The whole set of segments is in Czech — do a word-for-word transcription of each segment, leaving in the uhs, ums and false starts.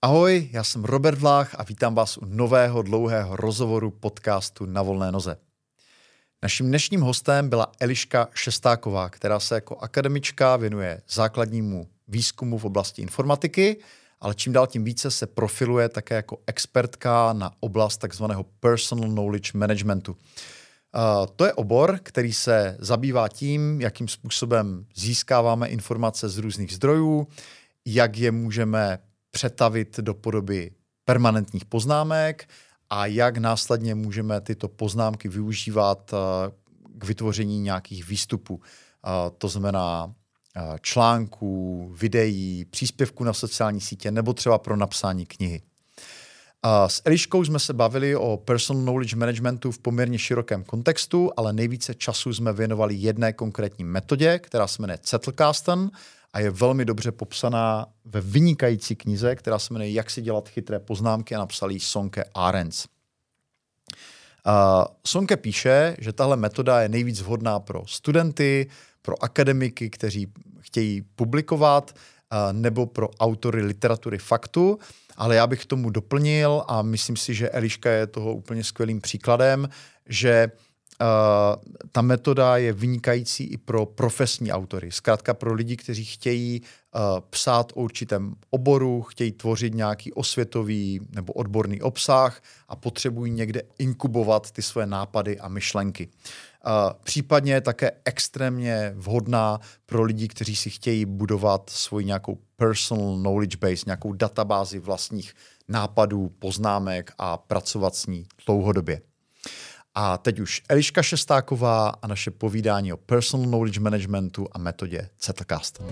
Ahoj, já jsem Robert Vlách a vítám vás u nového dlouhého rozhovoru podcastu Na volné noze. Naším dnešním hostem byla Eliška Šestáková, která se jako akademička věnuje základnímu výzkumu v oblasti informatiky, ale čím dál tím více se profiluje také jako expertka na oblast takzvaného personal knowledge managementu. Uh, to je obor, který se zabývá tím, jakým způsobem získáváme informace z různých zdrojů, jak je můžeme přetavit do podoby permanentních poznámek a jak následně můžeme tyto poznámky využívat uh, k vytvoření nějakých výstupů. Uh, to znamená uh, článků, videí, příspěvků na sociální sítě nebo třeba pro napsání knihy. Uh, s Eliškou jsme se bavili o personal knowledge managementu v poměrně širokém kontextu, ale nejvíce času jsme věnovali jedné konkrétní metodě, která se jmenuje Zettelkasten a je velmi dobře popsaná ve vynikající knize, která se jmenuje Jak si dělat chytré poznámky a napsal ji Sonke Arens. Uh, Sonke píše, že tahle metoda je nejvíc vhodná pro studenty, pro akademiky, kteří chtějí publikovat, uh, nebo pro autory literatury faktu, ale já bych k tomu doplnil a myslím si, že Eliška je toho úplně skvělým příkladem, že Uh, ta metoda je vynikající i pro profesní autory. Zkrátka pro lidi, kteří chtějí uh, psát o určitém oboru, chtějí tvořit nějaký osvětový nebo odborný obsah a potřebují někde inkubovat ty své nápady a myšlenky. Uh, případně je také extrémně vhodná pro lidi, kteří si chtějí budovat svoji nějakou personal knowledge base, nějakou databázi vlastních nápadů, poznámek a pracovat s ní dlouhodobě. A teď už Eliška Šestáková a naše povídání o personal knowledge managementu a metodě Zettelkasten.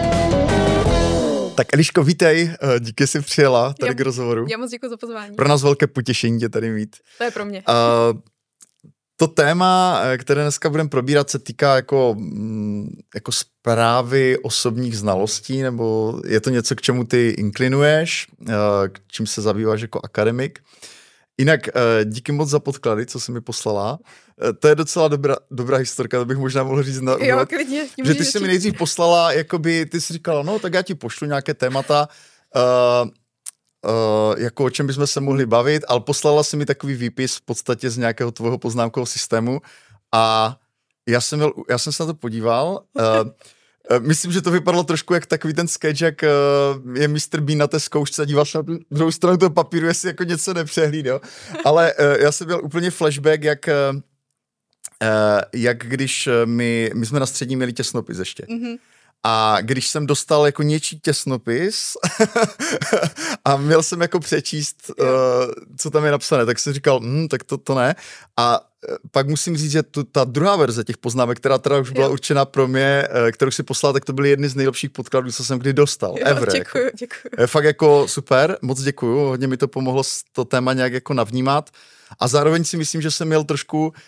Tak Eliško, vítej, díky, že jsi přijela tady já, k rozhovoru. Já moc děkuji za pozvání. Pro nás velké potěšení tě tady mít. To je pro mě. Uh, to téma, které dneska budeme probírat, se týká jako, jako správy osobních znalostí, nebo je to něco, k čemu ty inklinuješ, uh, k čím se zabýváš jako akademik. Jinak díky moc za podklady, co jsi mi poslala. To je docela dobrá, dobrá historka, to bych možná mohl říct na úvod. Jo, klidně. Že ty jsi mi nejdřív poslala, jakoby, ty jsi říkala, no tak já ti pošlu nějaké témata, uh, uh, jako o čem bychom se mohli bavit, ale poslala si mi takový výpis v podstatě z nějakého tvého poznámkového systému a já jsem, měl, já jsem se na to podíval. Uh, Myslím, že to vypadalo trošku jak takový ten sketch, jak uh, je mister Bean na té zkoušce a díval se na druhou stranu toho papíru, jestli jako něco nepřehlídl. Ale uh, já jsem měl úplně flashback, jak, uh, jak když my, my jsme na střední měli těsnopis ještě. Mm-hmm. A když jsem dostal jako něčí těsnopis a měl jsem jako přečíst, uh, co tam je napsané, tak jsem říkal, hm, tak to, to ne. A pak musím říct, že tu, ta druhá verze těch poznámek, která teda už byla jo. určena pro mě, kterou si poslal, tak to byly jedny z nejlepších podkladů, co jsem kdy dostal. Jo, ever. Děkuju, jako. děkuju. Fakt jako super, moc děkuju, hodně mi to pomohlo to téma nějak jako navnímat. A zároveň si myslím, že jsem měl trošku uh,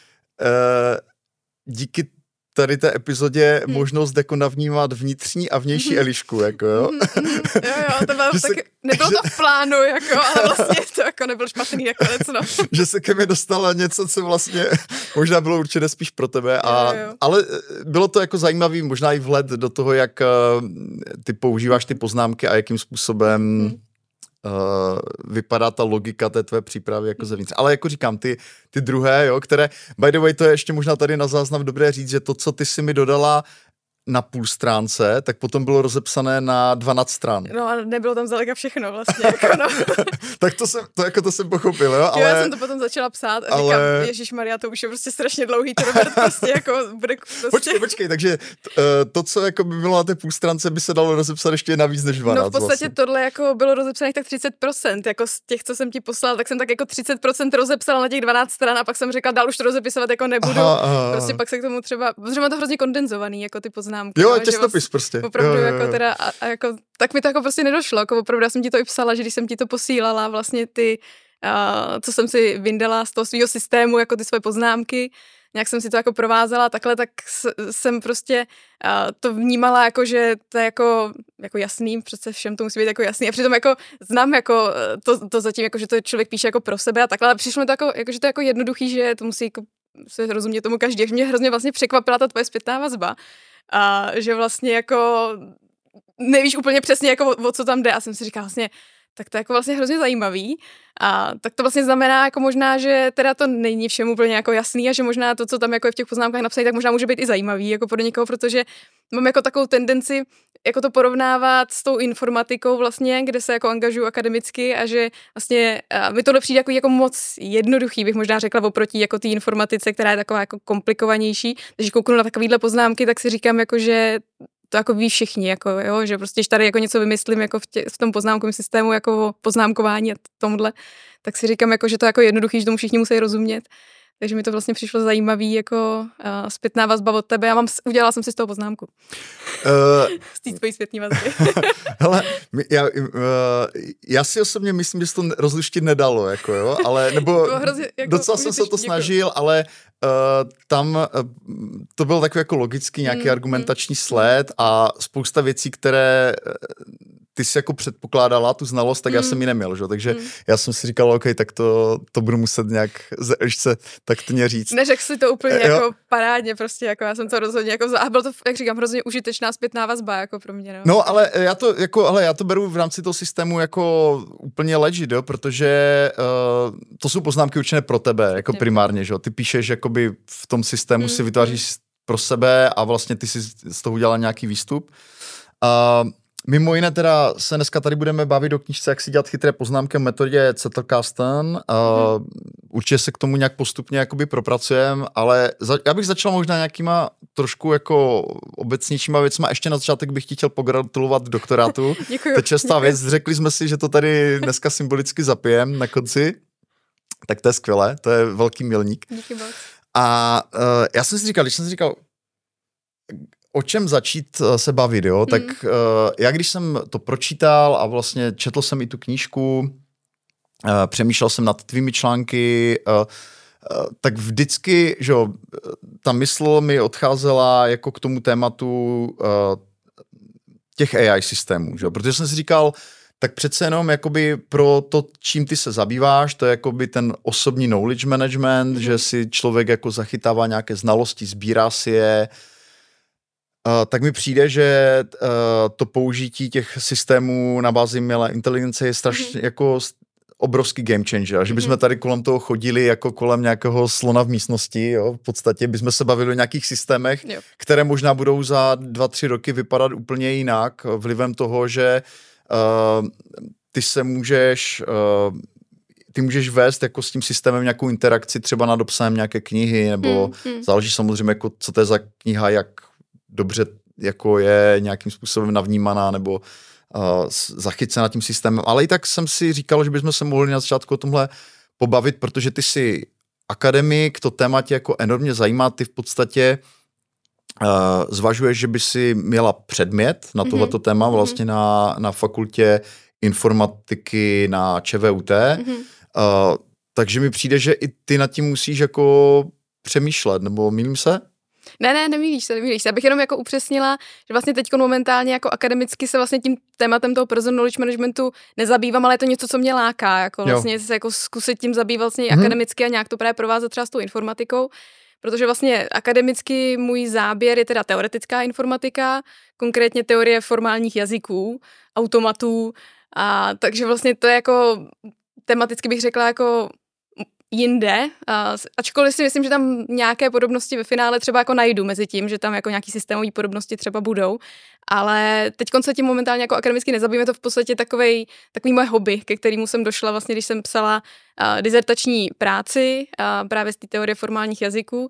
díky tady té epizodě hmm. možnost jako navnímat vnitřní a vnější hmm. Elišku, jako jo. Hmm, hmm, jo, jo, to bylo tak, se, nebylo to v plánu, jako, ale vlastně to jako nebyl špatný nakonec, no. Že se ke mně dostala něco, co vlastně možná bylo určitě spíš pro tebe, a, jo, jo. ale bylo to jako zajímavý, možná i vhled do toho, jak uh, ty používáš ty poznámky a jakým způsobem hmm. Uh, vypadá ta logika té tvé přípravy jako zevnitř. Ale jako říkám, ty, ty druhé, jo, které, by the way, to je ještě možná tady na záznam dobré říct, že to, co ty si mi dodala na půl stránce, tak potom bylo rozepsané na dvanáct stran. No a nebylo tam zdaleka všechno vlastně. Jako no. Tak to jsem, to jako to jsem pochopil, jo? Ale, jo, já jsem to potom začala psát a ale... říkám, ježišmarja, to už je prostě strašně dlouhý, to Robert prostě jako bude prostě... Počkej, počkej, takže t, to, co jako by bylo na té půl stránce, by se dalo rozepsat ještě navíc než dvanáct. No v podstatě vlastně. Tohle jako bylo rozepsaných tak třicet procent, jako z těch, co jsem ti poslal, tak jsem tak jako třicet procent rozepsala na těch dvanáct stran a pak jsem řekla, dál už to rozepisovat jako nebudu. Aha, aha. Prostě pak se k tomu třeba, protože mám to hrozně kondenzovaný, jako ty poznámky. Jo, těsnopis prostě. Opravdu jo, jo, jo. jako teda a, a jako, tak mi to jako prostě nedošlo, jako opravdu já jsem ti to i psala, že když jsem ti to posílala vlastně ty, uh, co jsem si vyndala z toho svého systému, jako ty své poznámky, nějak jsem si to jako provázela takhle, tak jsem prostě uh, to vnímala jako, že to je jako, jako jasný, přece všem to musí být jako jasný a přitom jako znám jako to, to zatím, jako, že to člověk píše jako pro sebe a takhle, ale přišlo mi to jako, jako, že to je jako jednoduchý, že to musí jako se rozumět tomu každý, že mě hrozně vlastně překvapila ta tvoje zpětná vazba a že vlastně jako nevíš úplně přesně, jako o, o co tam jde a jsem si říkala vlastně, tak to je jako vlastně hrozně zajímavý. A tak to vlastně znamená jako možná, že teda to není všemu úplně jako jasný a že možná to, co tam jako je v těch poznámkách napsané, tak možná může být i zajímavý jako pro někoho, protože mám jako takovou tendenci jako to porovnávat s tou informatikou vlastně, kde se jako angažuju akademicky a že vlastně a mi tohle přijde jako, jako moc jednoduchý, bych možná řekla oproti jako té informatice, která je taková jako komplikovanější. Když kouknu na takovýhle poznámky, tak si říkám jako, že to jako ví všichni, jako, jo, že prostě, když tady jako něco vymyslím jako v, tě, v tom poznámkovém systému, jako poznámkování a tomhle, tak si říkám, jako, že to je jako jednoduchý, že tomu všichni musí rozumět. Takže mi to vlastně přišlo zajímavý, jako uh, zpětná vazba od tebe. Já mám, udělala jsem si z toho poznámku. Uh, z té tvojí zpětný vazby. Hele, já, uh, já si osobně myslím, že se to rozlištit nedalo, jako jo, ale, nebo hrozně, jako, docela jsem se to snažil, ale uh, tam uh, to byl takový jako logický nějaký mm, argumentační mm. sled a spousta věcí, které ty jsi jako předpokládala tu znalost, tak mm. já jsem ji neměl, že? Takže mm. já jsem si říkal, OK, tak to, to budu muset nějak ještě taktně říct. Neřekl si to úplně e, jako parádně, prostě jako já jsem to rozhodně jako a bylo to, jak říkám, hrozně užitečná zpětná vazba jako pro mě. No, no ale já to jako, ale já to beru v rámci toho systému jako úplně legit, jo, protože uh, to jsou poznámky určené pro tebe, jako Přesně. primárně, že jo. Ty píšeš jakoby v tom systému mm. si vytváříš pro sebe a vlastně ty si z toho udělala nějaký výstup. Uh, Mimo jiné teda se dneska tady budeme bavit o knížce, jak si dělat chytré poznámky v metodě Zettelkasten. Uh, hmm. Určitě se k tomu nějak postupně jakoby propracujeme, ale za, já bych začal možná nějakýma trošku jako obecnějšíma věcma. Ještě na začátek bych ti chtěl pogratulovat doktorátu. Děkuju. To je častá věc. Řekli jsme si, že to tady dneska symbolicky zapijem na konci. Tak to je skvělé, to je velký milník. Díky moc. A uh, já jsem si říkal, když jsem si říkal, o čem začít se bavit, jo? Hmm. Tak uh, já když jsem to pročítal a vlastně četl jsem i tu knížku, uh, přemýšlel jsem nad tvými články, uh, uh, tak vždycky, že jo, ta mysl mi odcházela jako k tomu tématu uh, těch A I systémů, že jo? Protože jsem si říkal, tak přece jenom jakoby pro to, čím ty se zabýváš, to je jakoby ten osobní knowledge management, hmm. že si člověk jako zachytává nějaké znalosti, sbírá si je. Uh, tak mi přijde, že uh, to použití těch systémů na bázi umělé inteligence je strašně mm-hmm. jako obrovský game changer. Mm-hmm. Že bychom tady kolem toho chodili jako kolem nějakého slona v místnosti, jo? V podstatě bychom se bavili o nějakých systémech, jo. které možná budou za dva, tři roky vypadat úplně jinak vlivem toho, že uh, ty se můžeš... Uh, ty můžeš vést jako s tím systémem nějakou interakci třeba nad obsahem nějaké knihy, nebo mm-hmm. záleží samozřejmě, jako, co to je za kniha, jak dobře jako je nějakým způsobem navnímaná nebo uh, zachycená tím systémem. Ale i tak jsem si říkal, že bychom se mohli na začátku o tomhle pobavit, protože ty jsi akademik, to téma tě jako enormně zajímá, ty v podstatě uh, zvažuješ, že by si měla předmět na tohleto mm-hmm. téma vlastně na, na fakultě informatiky na ČVUT. Mm-hmm. Uh, takže mi přijde, že i ty nad tím musíš jako přemýšlet, nebo mýlím se? Ne, ne, nemýlíš se, nemýlíš se. Já bych jenom jako upřesnila, že vlastně teď momentálně jako akademicky se vlastně tím tématem toho personal knowledge managementu nezabývám, ale je to něco, co mě láká, jako vlastně se jako zkusit tím zabývat vlastně mm-hmm. akademicky a nějak to právě provázet třeba s tou informatikou, protože vlastně akademicky můj záběr je teda teoretická informatika, konkrétně teorie formálních jazyků, automatů, a takže vlastně to je jako tematicky bych řekla jako jinde, a, ačkoliv si myslím, že tam nějaké podobnosti ve finále třeba jako najdu mezi tím, že tam jako nějaký systémové podobnosti třeba budou, ale teď se tím momentálně jako akademicky nezabývíme, to v podstatě takovej, takový moje hobby, ke kterému jsem došla vlastně, když jsem psala a, dizertační práci a, právě z té teorie formálních jazyků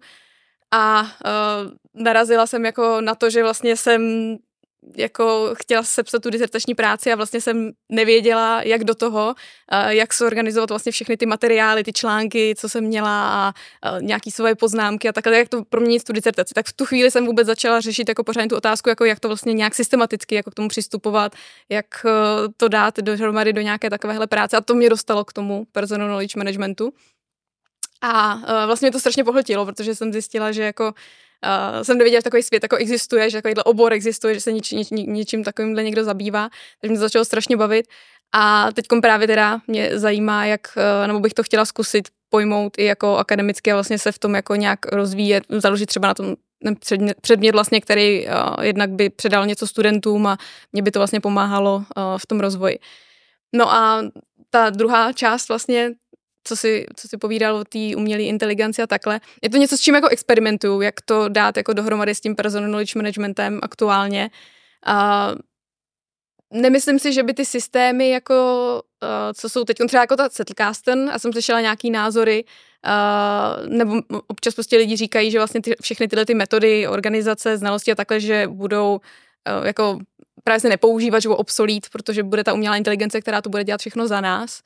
a, a narazila jsem jako na to, že vlastně jsem jako chtěla sepsat tu dizertační práci a vlastně jsem nevěděla, jak do toho, jak se organizovat vlastně všechny ty materiály, ty články, co jsem měla a nějaký svoje poznámky a takhle, jak to proměnit tu dizertaci. Tak v tu chvíli jsem vůbec začala řešit jako pořádně tu otázku, jako jak to vlastně nějak systematicky, jako k tomu přistupovat, jak to dát dohromady do nějaké takovéhle práce a to mě dostalo k tomu personal knowledge managementu. A vlastně mě to strašně pohltilo, protože jsem zjistila, že jako Uh, jsem nevěděla, že takový svět jako existuje, že takovýhle obor existuje, že se nič, nič, něčím takovýmhle někdo zabývá, takže mě to začalo strašně bavit a teďkom právě teda mě zajímá, jak, uh, nebo bych to chtěla zkusit pojmout i jako akademicky a vlastně se v tom jako nějak rozvíjet, založit třeba na tom předmět, předmět vlastně, který uh, jednak by předal něco studentům a mě by to vlastně pomáhalo uh, v tom rozvoji. No a ta druhá část vlastně, co si, co si povídal o té umělé inteligenci a takhle, je to něco, s čím jako experimentuju, jak to dát jako dohromady s tím personal knowledge managementem aktuálně. A nemyslím si, že by ty systémy, jako, uh, co jsou teď, třeba jako ta Zettelkasten, a jsem slyšela nějaký názory, uh, nebo občas prostě lidi říkají, že vlastně ty, všechny tyhle ty metody, organizace, znalosti a takhle, že budou uh, jako právě se nepoužívat, že budou obsolít, protože bude ta umělá inteligence, která to bude dělat všechno za nás.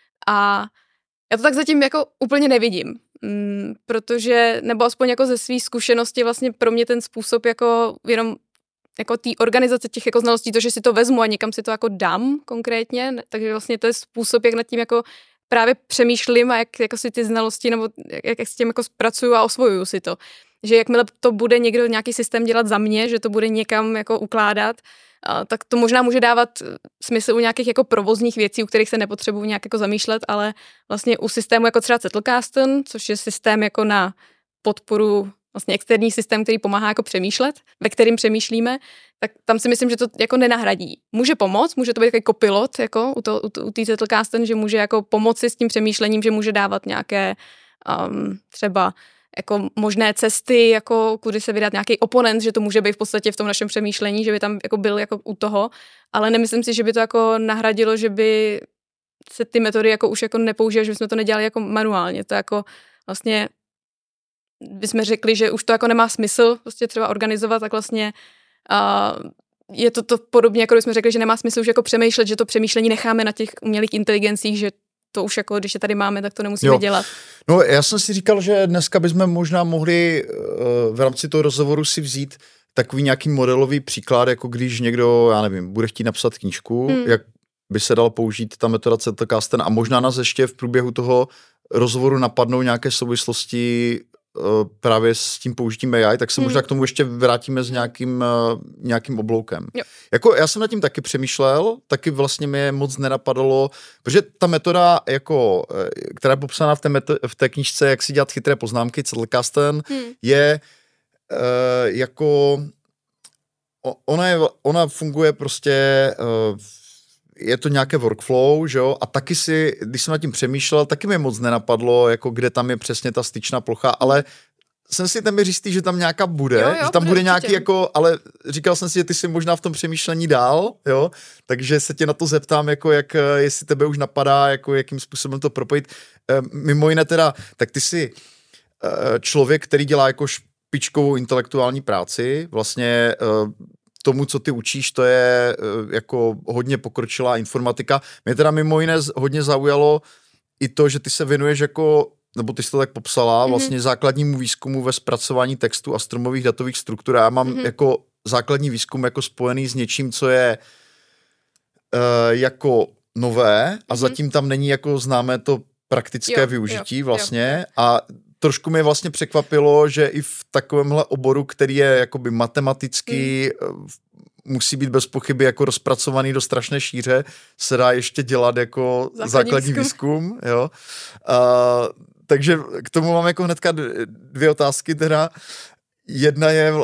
A já to tak zatím jako úplně nevidím, mm, protože, nebo aspoň jako ze své zkušenosti vlastně pro mě ten způsob jako jenom jako té organizace těch jako znalostí, to, že si to vezmu a někam si to jako dám konkrétně, takže vlastně to je způsob, jak nad tím jako právě přemýšlím a jak jako si ty znalosti nebo jak, jak s tím jako zpracuju a osvojuju si to. Že jakmile to bude někdo nějaký systém dělat za mě, že to bude někam jako ukládat, a, tak to možná může dávat smysl u nějakých jako provozních věcí, u kterých se nepotřebuji nějak jako zamýšlet, ale vlastně u systému jako třeba Zettelkasten, což je systém jako na podporu, vlastně externí systém, který pomáhá jako přemýšlet, ve kterým přemýšlíme, tak tam si myslím, že to jako nenahradí. Může pomoct, může to být jako kopilot, jako u, to, u té Zettelkasten, že může jako pomoci s tím přemýšlením, že může dávat nějaké um, třeba jako možné cesty, jako kudy se vydat nějaký oponent, že to může být v podstatě v tom našem přemýšlení, že by tam jako byl jako u toho, ale nemyslím si, že by to jako nahradilo, že by se ty metody jako už jako nepoužívaly, že bychom to nedělali jako manuálně. To jako vlastně bychom řekli, že už to jako nemá smysl prostě třeba organizovat, tak vlastně uh, je to, to podobně, jako bychom řekli, že nemá smysl už jako přemýšlet, že to přemýšlení necháme na těch umělých inteligencích, že to už jako, když je tady máme, tak to nemusíme jo. dělat. No já jsem si říkal, že dneska bychom možná mohli uh, v rámci toho rozhovoru si vzít takový nějaký modelový příklad, jako když někdo, já nevím, bude chtít napsat knížku, hmm. jak by se dal použít ta metoda Zettelkasten a možná nás ještě v průběhu toho rozhovoru napadnou nějaké souvislosti právě s tím použitím A I, tak se hmm. možná k tomu ještě vrátíme s nějakým, nějakým obloukem. Jo. Jako já jsem nad tím taky přemýšlel, taky vlastně mě moc nenapadalo, protože ta metoda, jako, která je popsána v té, meto- v té knížce, jak si dělat chytré poznámky, Zettelkasten, hmm. je uh, jako ona, je, ona funguje prostě uh, je to nějaké workflow, že jo, a taky si, když jsem nad tím přemýšlel, taky mi moc nenapadlo, jako kde tam je přesně ta styčná plocha, ale jsem si tam jistý, že tam nějaká bude, jo, jo, že tam bude, bude nějaký jako, ale říkal jsem si, že ty jsi možná v tom přemýšlení dál, jo, takže se tě na to zeptám, jako jak, jestli tebe už napadá, jako jakým způsobem to propojit. E, mimo jiné teda, tak ty jsi e, člověk, který dělá jako špičkovou intelektuální práci, vlastně e, tomu, co ty učíš, to je jako hodně pokročilá informatika. Mě teda mimo jiné hodně zaujalo i to, že ty se věnuješ jako, nebo ty jsi to tak popsala, mm-hmm. vlastně základnímu výzkumu ve zpracování textu a stromových datových struktur. Já mám mm-hmm. jako základní výzkum jako spojený s něčím, co je uh, jako nové a mm-hmm. zatím tam není jako známé to praktické jo, využití jo, vlastně jo. A trošku mě vlastně překvapilo, že i v takovémhle oboru, který je jakoby matematický, hmm. musí být bez pochyby jako rozpracovaný do strašné šíře, se dá ještě dělat jako základní, základní výzkum. výzkum jo. A, takže k tomu mám jako hnedka dvě otázky teda. Jedna je,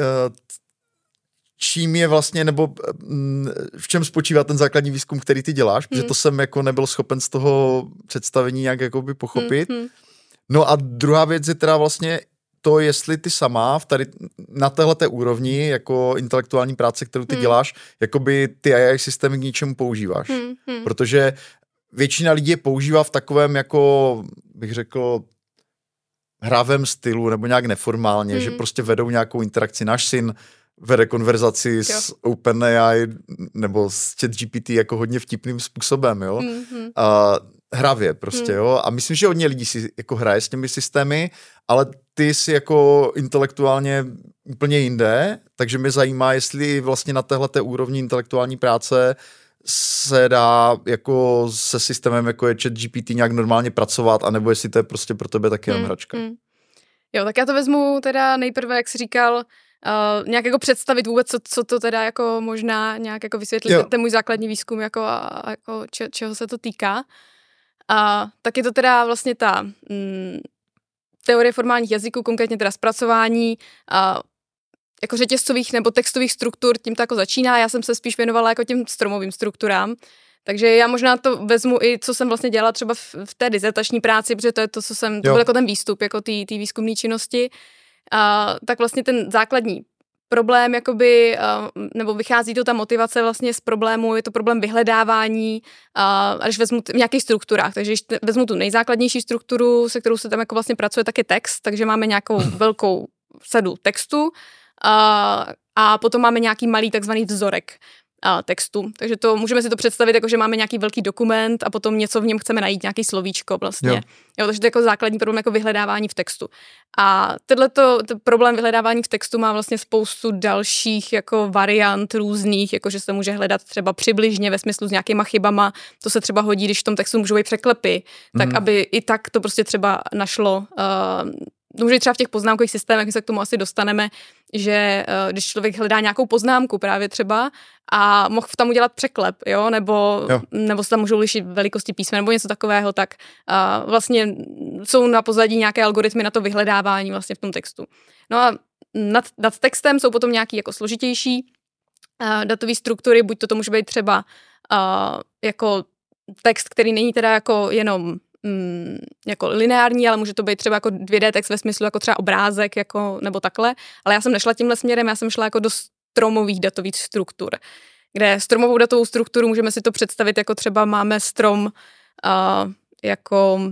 čím je vlastně, nebo v čem spočívá ten základní výzkum, který ty děláš, hmm. protože to jsem jako nebyl schopen z toho představení nějak jakoby pochopit. Hmm. No a druhá věc je teda vlastně to, jestli ty sama v tady na téhleté úrovni jako intelektuální práce, kterou ty hmm. děláš, jakoby ty A I systémy k něčemu používáš. Hmm. Hmm. Protože většina lidí je používá v takovém jako, bych řekl, hravém stylu nebo nějak neformálně, hmm. že prostě vedou nějakou interakci. Náš syn vede konverzaci jo. s OpenAI nebo s ChatGPT jako hodně vtipným způsobem, jo. Hmm. A hravě prostě, hmm. jo. A myslím, že hodně lidí si jako hraje s těmi systémy, ale ty si jako intelektuálně úplně jinde, takže mě zajímá, jestli vlastně na téhleté úrovni intelektuální práce se dá jako se systémem, jako je ChatGPT, nějak normálně pracovat, anebo jestli to je prostě pro tebe taky jenom hmm. hračka. Hmm. Jo, tak já to vezmu teda nejprve, jak jsi říkal, uh, nějak jako představit vůbec, co, co to teda jako možná nějak jako vysvětlit, jo. ten můj základní výzkum, jako, a, jako če, čeho se to týká. A tak je to teda vlastně ta mm, teorie formálních jazyků, konkrétně teda zpracování a jako řetězcových nebo textových struktur, tím to jako začíná. Já jsem se spíš věnovala jako těm stromovým strukturám, Takže já možná to vezmu i, co jsem vlastně dělala třeba v, v té dizertační práci, protože to je to, co jsem, to byl jako ten výstup, jako té výzkumné činnosti. A, tak vlastně ten základní problém, jakoby, nebo vychází to ta motivace vlastně z problému, je to problém vyhledávání, a když vezmu v nějakých strukturách, takže když vezmu tu nejzákladnější strukturu, se kterou se tam jako vlastně pracuje, tak je text, takže máme nějakou velkou sadu textu a, a potom máme nějaký malý takzvaný vzorek a textu. Takže to můžeme si to představit jako, že máme nějaký velký dokument a potom něco v něm chceme najít, nějaký slovíčko vlastně. Jo. Jo, takže to je jako základní problém jako vyhledávání v textu. A tenhleto problém vyhledávání v textu má vlastně spoustu dalších jako variant různých, jako že se může hledat třeba přibližně ve smyslu s nějakýma chybama. To se třeba hodí, když v tom textu můžou být překlepy, tak mm. aby i tak to prostě třeba našlo uh, to může třeba v těch poznámkových systémech, my se k tomu asi dostaneme, že uh, když člověk hledá nějakou poznámku právě třeba a mohl tam udělat překlep, jo, nebo, jo. nebo se tam můžou lišit velikosti písmen nebo něco takového, tak uh, vlastně jsou na pozadí nějaké algoritmy na to vyhledávání vlastně v tom textu. No a nad, nad textem jsou potom nějaký jako složitější uh, datové struktury, buď to, to může být třeba uh, jako text, který není teda jako jenom Mm, jako lineární, ale může to být třeba jako dvě dé text ve smyslu jako třeba obrázek jako, nebo takhle, ale já jsem nešla tímhle směrem, já jsem šla jako do stromových datových struktur, kde stromovou datovou strukturu můžeme si to představit jako třeba máme strom uh, jako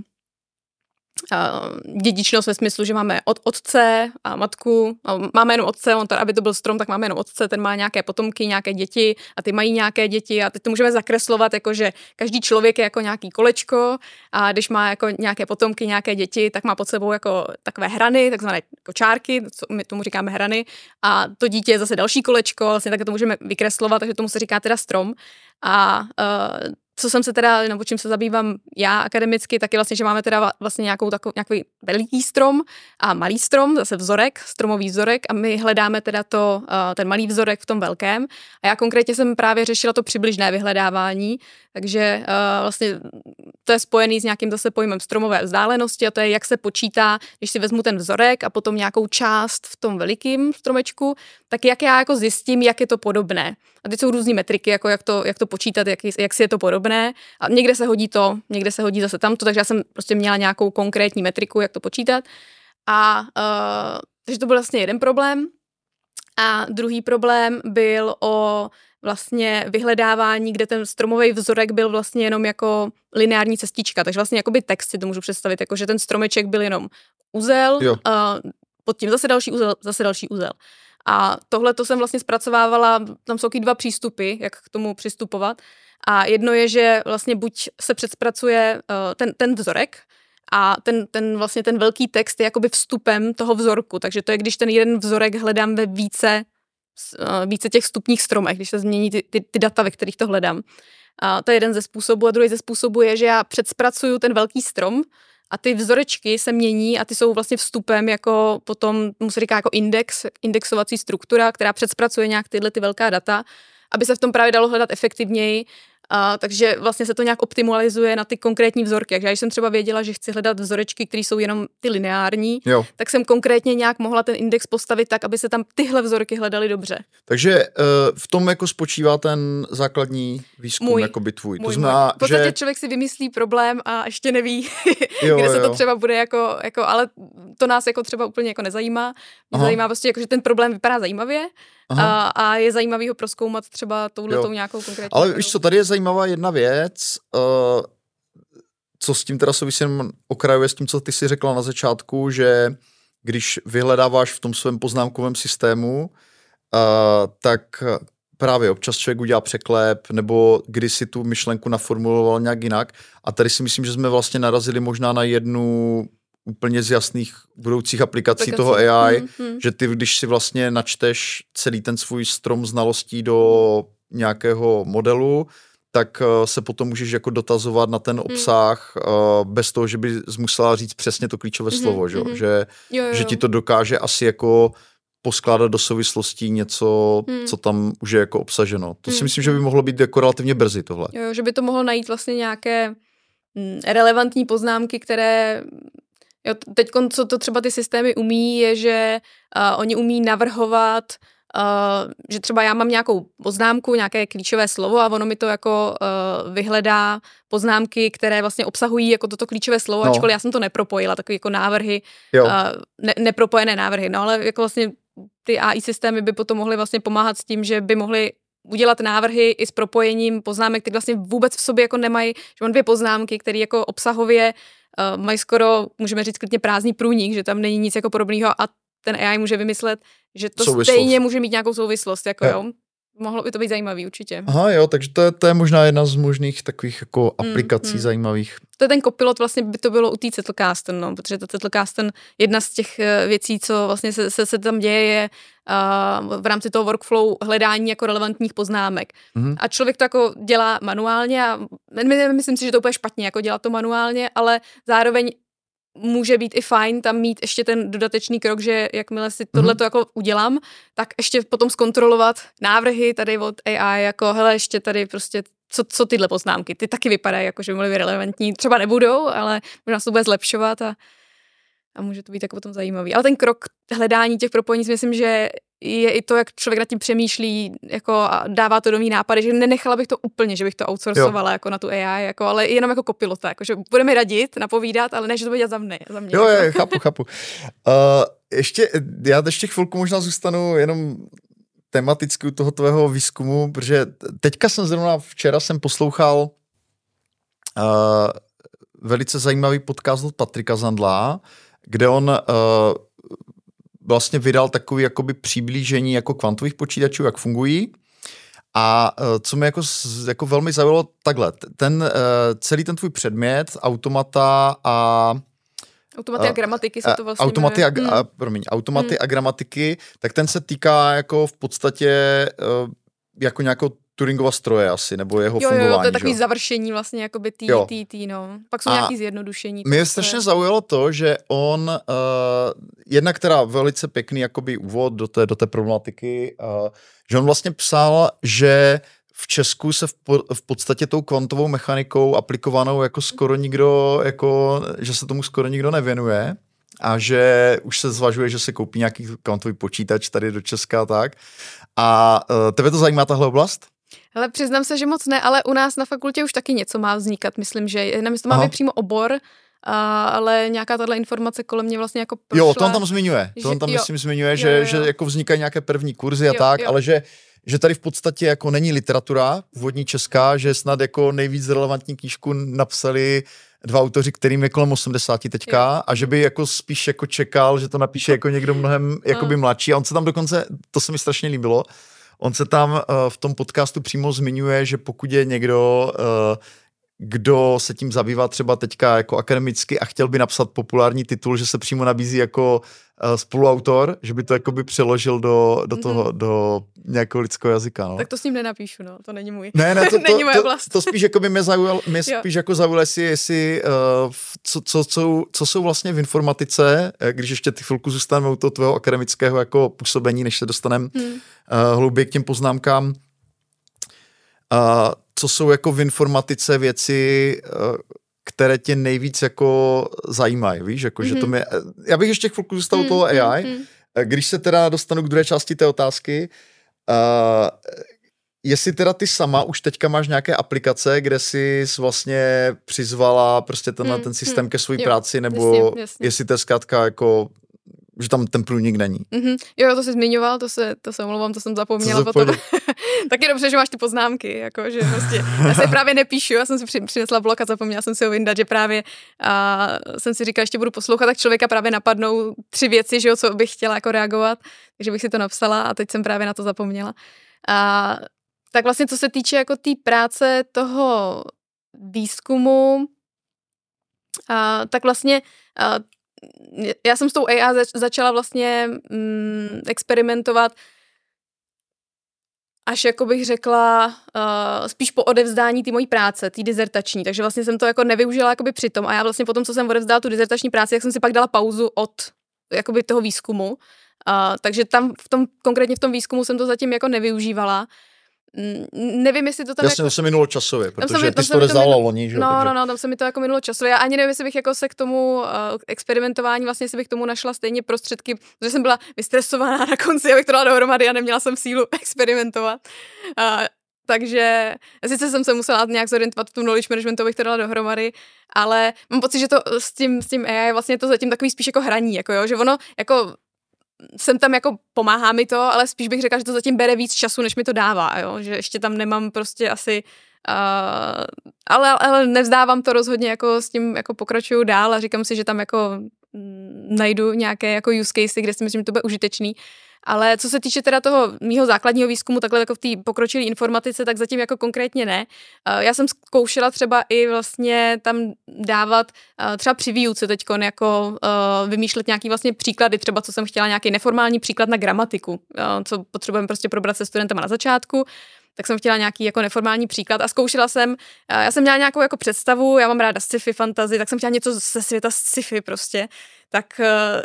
dědičnost ve smyslu, že máme od otce a matku, máme jenom otce, on to, aby to byl strom, tak máme jenom otce, ten má nějaké potomky, nějaké děti a ty mají nějaké děti a teď to můžeme zakreslovat, jako že každý člověk je jako nějaký kolečko a když má jako nějaké potomky, nějaké děti, tak má pod sebou jako takové hrany, takzvané jako čárky, co my tomu říkáme hrany a to dítě je zase další kolečko, vlastně tak to můžeme vykreslovat, takže tomu se říká teda strom a uh, co jsem se teda, nebo čím se zabývám já akademicky, tak je vlastně, že máme teda vlastně nějakou takový, nějaký veliký strom a malý strom, zase vzorek, stromový vzorek a my hledáme teda to, ten malý vzorek v tom velkém. A já konkrétně jsem právě řešila to přibližné vyhledávání, takže vlastně to je spojený s nějakým zase pojmem stromové vzdálenosti a to je, jak se počítá, když si vezmu ten vzorek a potom nějakou část v tom velikém stromečku, tak jak já jako zjistím, jak je to podobné. A teď jsou různý metriky, jako jak to, jak to počítat, jak, jak si je to podobné. A někde se hodí to, někde se hodí zase tamto, takže já jsem prostě měla nějakou konkrétní metriku, jak to počítat. A uh, takže to byl vlastně jeden problém. A druhý problém byl o vlastně vyhledávání, kde ten stromový vzorek byl vlastně jenom jako lineární cestička. Takže vlastně jakoby text si to můžu představit, jako že ten stromeček byl jenom uzel, uh, pod tím zase další uzel, zase další uzel. A tohle to jsem vlastně zpracovávala, tam jsou dva přístupy, jak k tomu přistupovat. A jedno je, že vlastně buď se předspracuje uh, ten, ten vzorek a ten, ten vlastně ten velký text je jakoby vstupem toho vzorku. Takže to je, když ten jeden vzorek hledám ve více, uh, více těch vstupních stromech, když se změní ty, ty, ty data, ve kterých to hledám. A to je jeden ze způsobů. A druhý ze způsobů je, že já předspracuju ten velký strom a ty vzorečky se mění a ty jsou vlastně vstupem jako potom, mu se říká jako index, indexovací struktura, která předspracuje nějak tyhle ty velká data, aby se v tom právě dalo hledat efektivněji. A, takže vlastně se to nějak optimalizuje na ty konkrétní vzorky. Takže já jsem třeba věděla, že chci hledat vzorečky, které jsou jenom ty lineární, jo. tak jsem konkrétně nějak mohla ten index postavit tak, aby se tam tyhle vzorky hledaly dobře. Takže uh, v tom jako spočívá ten základní výzkum, můj, jakoby tvůj. Můj, to znamená, v podstatě že... člověk si vymyslí problém a ještě neví, jo, kde jo, se to třeba bude jako, jako, ale to nás jako třeba úplně jako nezajímá. Mě zajímá prostě, jako, že ten problém vypadá zajímavě. A, a je zajímavý ho prozkoumat třeba touhletou nějakou konkrétní. Ale víš co, tady je zajímavá jedna věc, uh, co s tím teda souvisí jenom okrajuje s tím, co ty si řekla na začátku, že když vyhledáváš v tom svém poznámkovém systému, uh, tak právě občas člověk udělá překlep, nebo když si tu myšlenku naformuloval nějak jinak. A tady si myslím, že jsme vlastně narazili možná na jednu úplně z jasných budoucích aplikací, aplikací. toho A I, mm-hmm. že ty, když si vlastně načteš celý ten svůj strom znalostí do nějakého modelu, tak uh, se potom můžeš jako dotazovat na ten obsah mm. uh, bez toho, že by musela říct přesně to klíčové mm-hmm. slovo, že? Mm-hmm. Že, jo, jo. že ti to dokáže asi jako poskládat do souvislostí něco, mm. co tam už je jako obsaženo. To mm. si myslím, že by mohlo být jako relativně brzy tohle. Jo, že by to mohlo najít vlastně nějaké mm, relevantní poznámky, které... Jo, teď, co to třeba ty systémy umí, je, že uh, oni umí navrhovat uh, že třeba já mám nějakou poznámku, nějaké klíčové slovo a ono mi to jako uh, vyhledá poznámky, které vlastně obsahují jako toto klíčové slovo, no. Ačkoliv já jsem to nepropojila, takové jako návrhy, uh, ne, nepropojené návrhy, no ale jako vlastně ty A I systémy by potom mohly vlastně pomáhat s tím, že by mohly udělat návrhy i s propojením poznámek, které vlastně vůbec v sobě jako nemají, že mám dvě poznámky, které jako obsahově uh, mají skoro, můžeme říct klidně prázdný průnik, že tam není nic jako podobného a ten A I může vymyslet, že to souvislost. Stejně může mít nějakou souvislost, jako jo. jo. Mohlo by to být zajímavý určitě. Aha, jo, takže to je, to je možná jedna z možných takových jako aplikací mm, mm. zajímavých. To je ten copilot, vlastně by to bylo u té Zettelkasten, no, protože ta Zettelkasten, jedna z těch věcí, co vlastně se, se, se tam děje, je uh, v rámci toho workflow hledání jako relevantních poznámek. Mm. A člověk to jako dělá manuálně a myslím si, že to úplně špatně, jako dělat to manuálně, ale zároveň může být i fajn tam mít ještě ten dodatečný krok, že jakmile si tohleto mm-hmm. jako udělám, tak ještě potom zkontrolovat návrhy tady od A I, jako hele, ještě tady prostě, co, co tyhle poznámky, ty taky vypadají, jako že by byly relevantní, třeba nebudou, ale možná se to bude zlepšovat a, a může to být tak potom zajímavý. Ale ten krok hledání těch propojení si myslím, že je i to, jak člověk nad tím přemýšlí, jako a dává to nový nápady, že nenechala bych to úplně, že bych to outsourcovala jo. jako na tu A I, jako, ale jenom jako kopilota, jako, že budeme radit, napovídat, ale ne, že to bude dělat za mě. Za mě jo, jako. jo, chápu, chápu. Uh, ještě, já ještě chvilku možná zůstanu jenom tematicky u toho tvého výzkumu, protože teďka jsem zrovna, včera jsem poslouchal uh, velice zajímavý podcast od Patrika Zandla, kde on uh, vlastně vydal takový jakoby přiblížení jako kvantových počítačů, jak fungují. A co mě jako, jako velmi zaujalo takhle, ten celý ten tvůj předmět, automata a... Automaty a gramatiky se to vlastně automaty a, hmm. a, promiň, automaty hmm. a gramatiky, tak ten se týká jako v podstatě jako nějakou Turingova stroje asi, nebo jeho jo, fungování. Jo, to je takový završení vlastně jakoby tý, tý, tý, no. Pak jsou a nějaký zjednodušení. Mě strašně zaujalo to, že on, uh, jedna, která velice pěkný jakoby úvod do té, do té problematiky, uh, že on vlastně psal, že v Česku se v, po, v podstatě tou kvantovou mechanikou aplikovanou jako skoro nikdo, jako, že se tomu skoro nikdo nevěnuje a že už se zvažuje, že se koupí nějaký kvantový počítač tady do Česka a tak. A uh, tebe to zajímá tahle oblast? Ale přiznám se, že moc ne, ale u nás na fakultě už taky něco má vznikat, myslím, že nevím, jestli to máme přímo obor, a, ale nějaká tahle informace kolem mě vlastně jako prošla. Jo, to on tam zmiňuje, to on tam že, myslím jo, zmiňuje, že, jo, jo. že jako vznikají nějaké první kurzy a jo, tak, jo. ale že, že tady v podstatě jako není literatura původní česká, že snad jako nejvíc relevantní knížku napsali dva autoři, kterým je kolem osmdesáti teďka jo. a že by jako spíš jako čekal, že to napíše jako někdo mnohem jakoby mladší a on se tam dokonce, to se mi strašně líbilo, on se tam uh, v tom podcastu přímo zmiňuje, že pokud je někdo, uh, kdo se tím zabývá třeba teďka jako akademicky a chtěl by napsat populární titul, že se přímo nabízí jako uh, spoluautor, že by to jakoby přeložil do, do toho, mm-hmm. do nějakého lidského jazyka. No. Tak to s ním nenapíšu, no, to není můj. Ne, ne, to, není to, to, to spíš jako by mě zaujalo, mě spíš jako zaujalo, jestli, jestli uh, co, co, co, co jsou vlastně v informatice, když ještě ty chvilku zůstaneme u toho tvého akademického jako působení, než se dostaneme hmm. uh, hlouběji k těm poznámkám. Uh, co jsou jako v informatice věci, uh, které tě nejvíc jako zajímají, víš, jako, mm-hmm. že to mě, já bych ještě chvilku zůstal u toho A I, mm-hmm. když se teda dostanu k druhé části té otázky, uh, jestli teda ty sama už teďka máš nějaké aplikace, kde jsi vlastně přizvala prostě tenhle hmm, ten systém hmm, ke své práci, nebo jasně, jasně. jestli to je zkrátka jako, že tam ten průnik není. Mm-hmm. Jo, to jsi zmiňoval, to se, to se omlouvám, to jsem zapomněla potom. Tak je dobře, že máš ty poznámky, jako, že prostě, já si právě nepíšu, já jsem si při, přinesla blok a zapomněla jsem si ho vyndat, že právě a jsem si říkala, ještě budu poslouchat, tak člověka právě napadnou tři věci, že jo, co bych chtěla jako reagovat, takže bych si to napsala a teď jsem právě na to zapomněla. A tak vlastně, co se týče jako té práce toho výzkumu, a, tak vlastně a, já jsem s tou A I zač- začala vlastně mm, experimentovat až jako bych řekla uh, spíš po odevzdání té mojí práce, té dizertační, takže vlastně jsem to jako nevyužila jakoby přitom a já vlastně potom, co jsem odevzdala tu dizertační práci, tak jsem si pak dala pauzu od jakoby toho výzkumu, uh, takže tam v tom, konkrétně v tom výzkumu jsem to zatím jako nevyužívala. nevím, jestli to tam Jasně, jako... to se minulo časově, protože mi, ty jsi to rozdávala minu... loni, že jo? No, takže... no, no, tam se mi to jako minulo časově. Já ani nevím, jestli bych jako se k tomu uh, experimentování, vlastně jestli bych tomu našla stejně prostředky, protože jsem byla vystresovaná na konci, abych to dala dohromady a neměla jsem sílu experimentovat. Uh, takže sice jsem se musela nějak zorientovat v tom knowledge managementu, abych to dala dohromady, ale mám pocit, že to s tím, s tím A I vlastně to zatím takový spíš jako hraní, jako jo, že ono jako jsem tam jako pomáhá mi to, ale spíš bych řekla, že to zatím bere víc času, než mi to dává, jo? Že ještě tam nemám prostě asi, uh, ale, ale nevzdávám to rozhodně, jako s tím jako pokračuju dál a říkám si, že tam jako najdu nějaké jako use case, kde si myslím, že to bude užitečný. Ale co se týče teda toho mýho základního výzkumu, takhle jako v té pokročilé informatice, tak zatím jako konkrétně ne. Já jsem zkoušela třeba i vlastně tam dávat třeba při výuce teďkon jako vymýšlet nějaký vlastně příklady, třeba co jsem chtěla, nějaký neformální příklad na gramatiku, co potřebujeme prostě probrat se studentama na začátku. Tak jsem chtěla nějaký jako neformální příklad a zkoušela jsem, já jsem měla nějakou jako představu, já mám ráda sci-fi fantasy, tak jsem chtěla něco ze světa sci-fi prostě, tak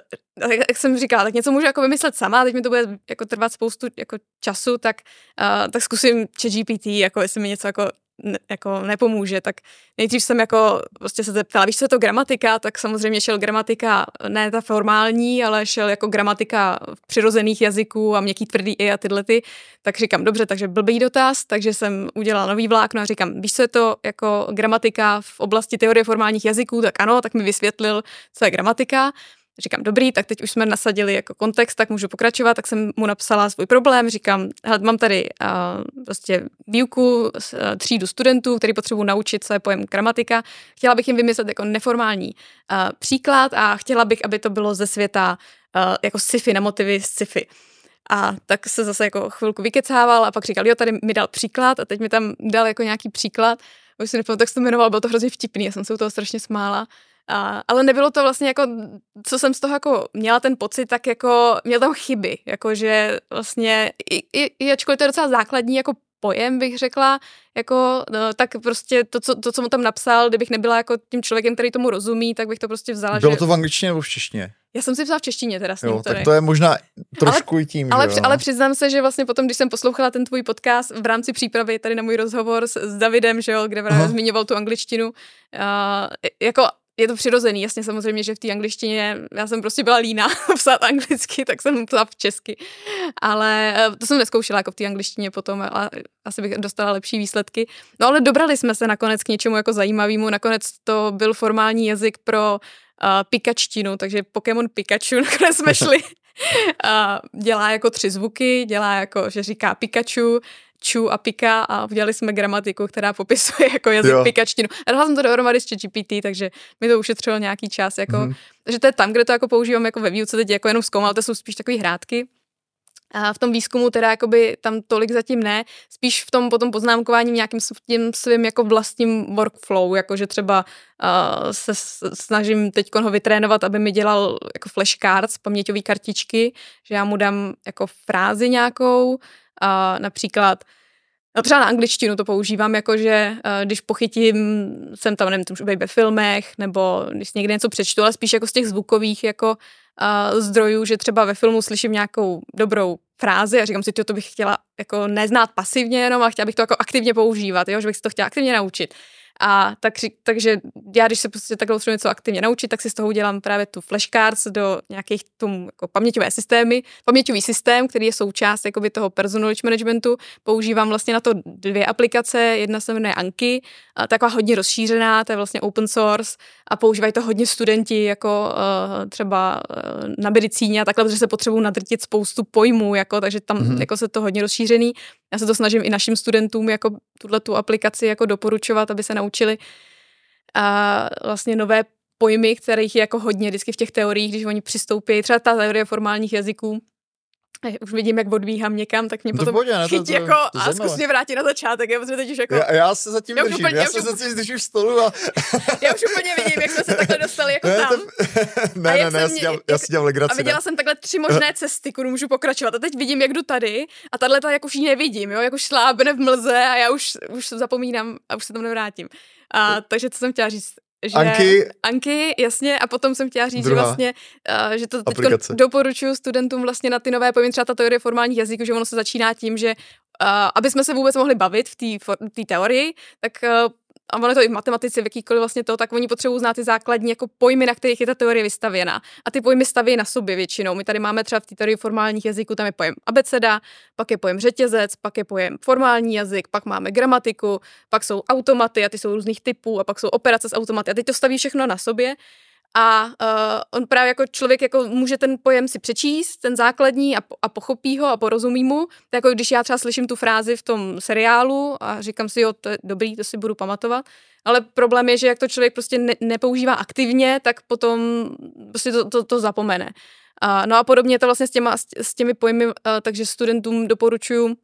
jak jsem říkala, tak něco můžu jako vymyslet sama, teď mi to bude jako trvat spoustu jako času, tak, uh, tak zkusím ChatGPT, jako jestli mi něco jako Ne, jako nepomůže, tak nejdřív jsem jako prostě se zeptala, víš, co je to gramatika, tak samozřejmě šel gramatika, ne ta formální, ale šel jako gramatika přirozených jazyků a měkký tvrdý i a tyhle ty, tak říkám, dobře, takže blbý dotaz, takže jsem udělala nový vlákno a říkám, víš, co je to jako gramatika v oblasti teorie formálních jazyků, tak ano, tak mi vysvětlil, co je gramatika. Říkám, dobrý, tak teď už jsme nasadili jako kontext, tak můžu pokračovat, tak jsem mu napsala svůj problém, říkám, hele, mám tady uh, prostě výuku uh, třídu studentů, který potřebuji naučit, co je pojem gramatika. Chtěla bych jim vymyslet jako neformální uh, příklad a chtěla bych, aby to bylo ze světa uh, jako sci-fi, na motivy sci-fi. A tak se zase jako chvilku vykecával a pak říkal, jo, tady mi dal příklad a teď mi tam dal jako nějaký příklad, už si nepamatuji, jak se to jmenoval, bylo to hrozně vtipný, já jsem se u toho strašně smála. A, ale nebylo to vlastně jako, co jsem z toho jako měla ten pocit, tak jako měl tam chyby, jakože vlastně, i, i, i ačkoliv to je docela základní jako pojem, bych řekla, jako, no, tak prostě to co, to, co mu tam napsal, kdybych nebyla jako tím člověkem, který tomu rozumí, tak bych to prostě vzala. Bylo že... to v angličtině nebo v češtině? Já jsem si vzala v češtině teda s ním. Jo, tak to je možná trošku ale, i tím, ale, že jo? ale přiznám se, že vlastně potom, když jsem poslouchala ten tvůj podcast v rámci přípravy tady na můj rozhovor s, s Davidem, že jo, kde právě zmiňoval tu angličtinu, uh, jako je to přirozený, jasně samozřejmě, že v té angličtině, já jsem prostě byla líná psát anglicky, tak jsem psala v česky, ale to jsem neskoušela jako v té angličtině potom, ale asi bych dostala lepší výsledky. No ale dobrali jsme se nakonec k něčemu jako zajímavému, nakonec to byl formální jazyk pro uh, pikačtinu, takže Pokémon Pikachu, nakonec jsme šli. Uh, dělá jako tři zvuky, dělá jako, že říká Pikachu, Ču a Pika a udělali jsme gramatiku, která popisuje jako jazyk jo. pikačtinu. A dala jsem to dohromady s ChatGPT, takže mi to ušetřilo nějaký čas. Jako, mm. Takže to je tam, kde to jako používám jako ve výuce, teď jako jenom zkoumal, to jsou spíš takové hrátky. A v tom výzkumu teda jakoby tam tolik zatím ne, spíš v tom potom poznámkování nějakým tím svým jako vlastním workflow, jakože třeba uh, se snažím teď ho vytrénovat, aby mi dělal jako flashcards, paměťové kartičky, že já mu dám jako frázi nějakou, uh, například no třeba na angličtinu to používám, jakože uh, když pochytím, jsem tam, nevím, to může být ve filmech, nebo když někde něco přečtu, ale spíš jako z těch zvukových jako uh, zdrojů, že třeba ve filmu slyším nějakou dobrou frázi a říkám si, to, to bych chtěla jako neznát pasivně jenom, ale chtěla bych to jako aktivně používat, jo? Že bych si to chtěla aktivně naučit. A tak, takže já, když se prostě takhle potřebuji něco aktivně naučit, tak si z toho udělám právě tu flashcards do nějakých tomu jako paměťové systémy, paměťový systém, který je součást jakoby toho personal managementu. Používám vlastně na to dvě aplikace, jedna se jmenuje Anki, a taková hodně rozšířená, to je vlastně open source a používají to hodně studenti jako uh, třeba uh, na medicíně a takhle, protože se potřebují nadrtit spoustu pojmů, jako, takže tam mm-hmm. jako se to hodně rozšířený. Já se to snažím i našim studentům jako tuhletu aplikaci jako doporučovat, aby se naučili a vlastně nové pojmy, kterých je jako hodně vždycky v těch teoriích, když oni přistoupí, třeba ta teorie formálních jazyků, už vidím, jak odbíhám někam, tak mě to potom bodě, ne, chyť to, to, jako to a zkus mě vrátit na začátek, já protože teď už jako... Já, já se zatím já držím, úplně, já, já se už, zatím držím stolu a... já už úplně vidím, jak jsme se takhle dostali jako ne, tam. To... ne, ne, ne, já si dělám, já si dělám legraci. A viděla ne? jsem takhle tři možné cesty, kudy můžu pokračovat a teď vidím, jak jdu tady a tahle ta jak už ji nevidím, jo, jak už šlábne v mlze a já už, už zapomínám a už se tam nevrátím. A, takže co jsem chtěla říct? Že Anki. Anki, jasně, a potom jsem chtěla říct, Druhá. že vlastně, uh, že to teď doporučuji studentům vlastně na ty nové pojmy, třeba ta teorie formálních jazyků, že ono se začíná tím, že aby jsme se vůbec mohli bavit v té teorii, tak uh, a ono je to i v matematice, v jakýkoliv vlastně to, tak oni potřebují znát ty základní jako pojmy, na kterých je ta teorie vystavěna. A ty pojmy staví na sobě většinou. My tady máme třeba v té teorii formálních jazyků, tam je pojem abeceda, pak je pojem řetězec, pak je pojem formální jazyk, pak máme gramatiku, pak jsou automaty a ty jsou různých typů a pak jsou operace s automaty. A teď to staví všechno na sobě. A uh, on právě jako člověk jako může ten pojem si přečíst, ten základní a, a pochopí ho a porozumí mu. Tak jako když já třeba slyším tu frázi v tom seriálu a říkám si, jo, to je dobrý, to si budu pamatovat. Ale problém je, že jak to člověk prostě ne, nepoužívá aktivně, tak potom prostě to, to, to zapomene. Uh, no a podobně je to vlastně s, těma, s těmi pojmy, uh, takže studentům doporučuju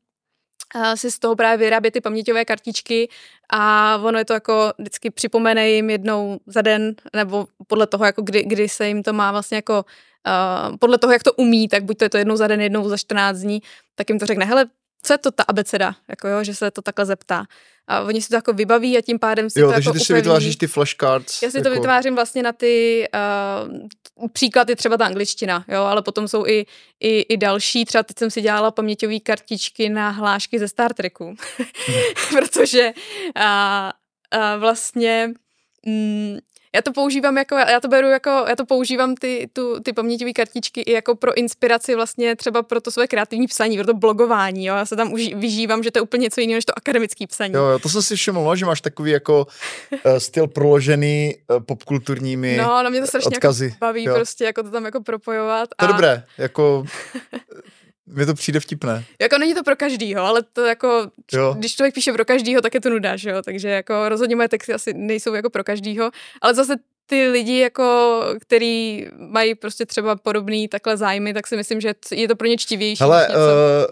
si z toho právě vyrábět ty paměťové kartičky a ono je to jako vždycky připomene jim jednou za den, nebo podle toho, jako kdy, kdy se jim to má vlastně jako, uh, podle toho, jak to umí, tak buď to je to jednou za den, jednou za čtrnáct dní, tak jim to řekne, hele, co je to ta abeceda, jako jo, že se to takhle zeptá. A oni si to jako vybaví a tím pádem si jo, to takže jako ty upevní. si vytváříš ty flashcards. Já si jako... to vytvářím vlastně na ty, uh, příklad je třeba ta angličtina, jo, ale potom jsou i, i, i další, třeba teď jsem si dělala paměťové kartičky na hlášky ze Star Treku, protože uh, uh, vlastně mm, já to používám jako, já to beru jako, já to používám ty, tu, ty paměťové kartičky i jako pro inspiraci vlastně třeba pro to své kreativní psaní, pro to blogování, jo, já se tam uží, vyžívám, že to je úplně něco jiného než to akademické psaní. Jo, jo, to jsem si všiml, že máš takový jako uh, styl proložený uh, popkulturními odkazy. No, no mě to strašně odkazy, jako baví jo. prostě jako to tam jako propojovat. To je a... dobré, jako mně to přijde vtipné. Jako není to pro každýho, ale to jako, jo. když člověk píše pro každýho, tak je to nuda, že jo, takže jako rozhodně moje texty asi nejsou jako pro každýho, ale zase ty lidi, jako, který mají prostě třeba podobný takhle zájmy, tak si myslím, že je to pro ně čtivější. Hele, uh,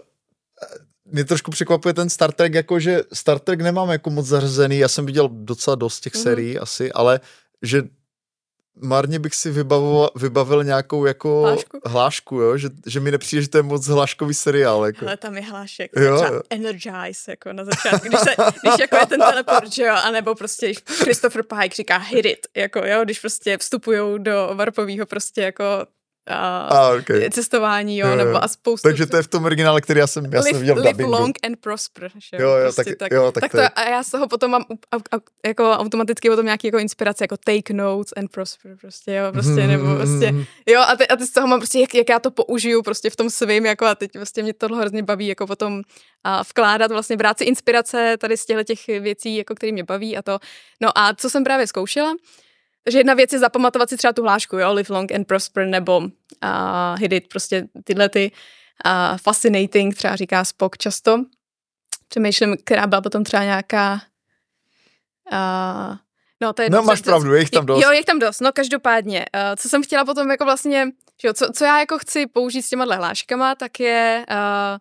mě trošku překvapuje ten Star Trek, jako že Star Trek nemám jako moc zařazený, já jsem viděl docela dost těch mm-hmm. sérií asi, ale že marně bych si vybavil, vybavil nějakou jako hlášku, hlášku jo? Že, že mi nepřijde, že to je moc hláškový seriál. Jako. Ale tam je hlášek, jo, třeba jo. Energize, jako na začátku, když, se, když jako je ten teleport, že jo, anebo prostě Christopher Pike říká hit it, jako jo, když prostě vstupujou do warpového prostě jako a ah, okay. cestování, jo, jo, jo, nebo a spoustu... Takže to je v tom originále, který já jsem, já live, jsem viděl v live dubbingu. long and prosper, že jo, jo, prostě, tak, tak, jo, tak, tak to, to a já z toho potom mám a, a, jako automaticky potom nějaký jako inspirace, jako take notes and prosper, prostě, jo, prostě, nebo prostě, jo, a, te, a teď z toho mám prostě, jak, jak já to použiju prostě v tom svým, jako a teď prostě mě tohle hrozně baví, jako potom a vkládat, vlastně brát si inspirace tady z těchto těch věcí, jako který mě baví a to, no a co jsem právě zkoušela, takže jedna věc je zapamatovat si třeba tu hlášku, jo, live long and prosper, nebo uh, hit it, prostě tyhle ty uh, fascinating, třeba říká Spock často. Přemýšlím, která byla potom třeba nějaká... Uh, no, to je, no co, máš co, pravdu, je jich tam dost. Jo, je jich tam dost, no každopádně. Uh, co jsem chtěla potom jako vlastně, že jo, co, co já jako chci použít s těma hláškama, tak je uh,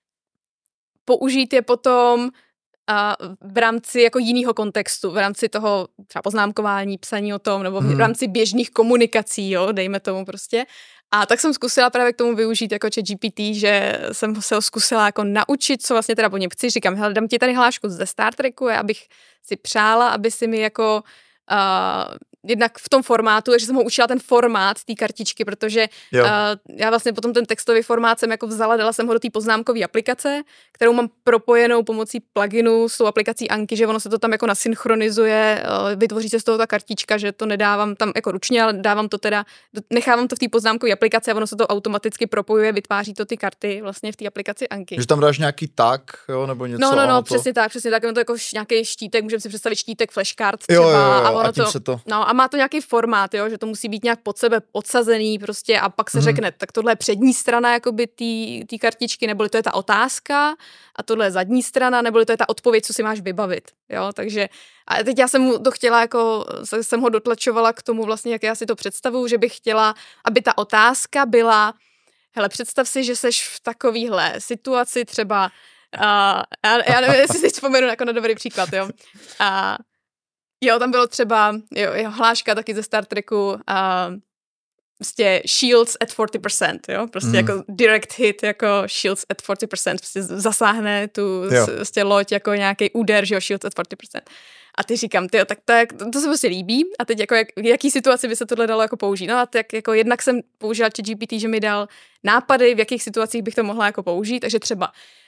použít je potom a v rámci jako jiného kontextu, v rámci toho třeba poznámkování, psaní o tom, nebo v rámci běžných komunikací, jo, dejme tomu prostě. A tak jsem zkusila právě k tomu využít jako ChatGPT, že jsem se ho zkusila jako naučit, co vlastně teda po něm chci. Říkám, hele, dám ti tady hlášku ze Star Treku, já bych si přála, aby si mi jako uh, jednak v tom formátu, takže jsem ho učila ten formát té kartičky, protože uh, já vlastně potom ten textový formát jsem jako vzala, dala jsem ho do té poznámkové aplikace, kterou mám propojenou pomocí pluginu s tou aplikací Anki, že ono se to tam jako nasynchronizuje, uh, vytvoří se z toho ta kartička, že to nedávám tam jako ručně, ale dávám to teda, nechávám to v té poznámkové aplikaci a ono se to automaticky propojuje, vytváří to ty karty vlastně v té aplikaci Anki. Že tam dáš nějaký tag, jo, nebo něco. No, no, no, to... přesně tak, přesně tak, ono to jako nějaký štítek, můžeme si představit štítek flashcard třeba. Jo, jo, jo, a ono a tím to, se to... no, a má to nějaký formát, jo, že to musí být nějak pod sebe odsazený prostě a pak se mm. řekne, tak tohle je přední strana jakoby té kartičky, neboli to je ta otázka a tohle je zadní strana, neboli to je ta odpověď, co si máš vybavit, jo, takže a teď já jsem mu to chtěla jako, jsem ho dotlačovala k tomu vlastně, jak já si to představuju, že bych chtěla, aby ta otázka byla, hele, představ si, že seš v takovýhle situaci třeba, a, já, já nevím, jestli si vzpomenu jako na dobrý příklad, jo, a jo, tam bylo třeba, jo, jeho hláška taky ze Star Treku, a prostě shields at forty percent, jo, prostě mm. jako direct hit, jako shields at forty percent, prostě zasáhne tu prostě loď jako nějaký úder, že jo, shields at forty percent. A ty říkám, tyjo, tak to, je, to se prostě líbí a teď jako jak, v jaký situaci by se tohle dalo jako použít. No a tak jako jednak jsem použila ChatGPT, že mi dal nápady, v jakých situacích bych to mohla jako použít, takže třeba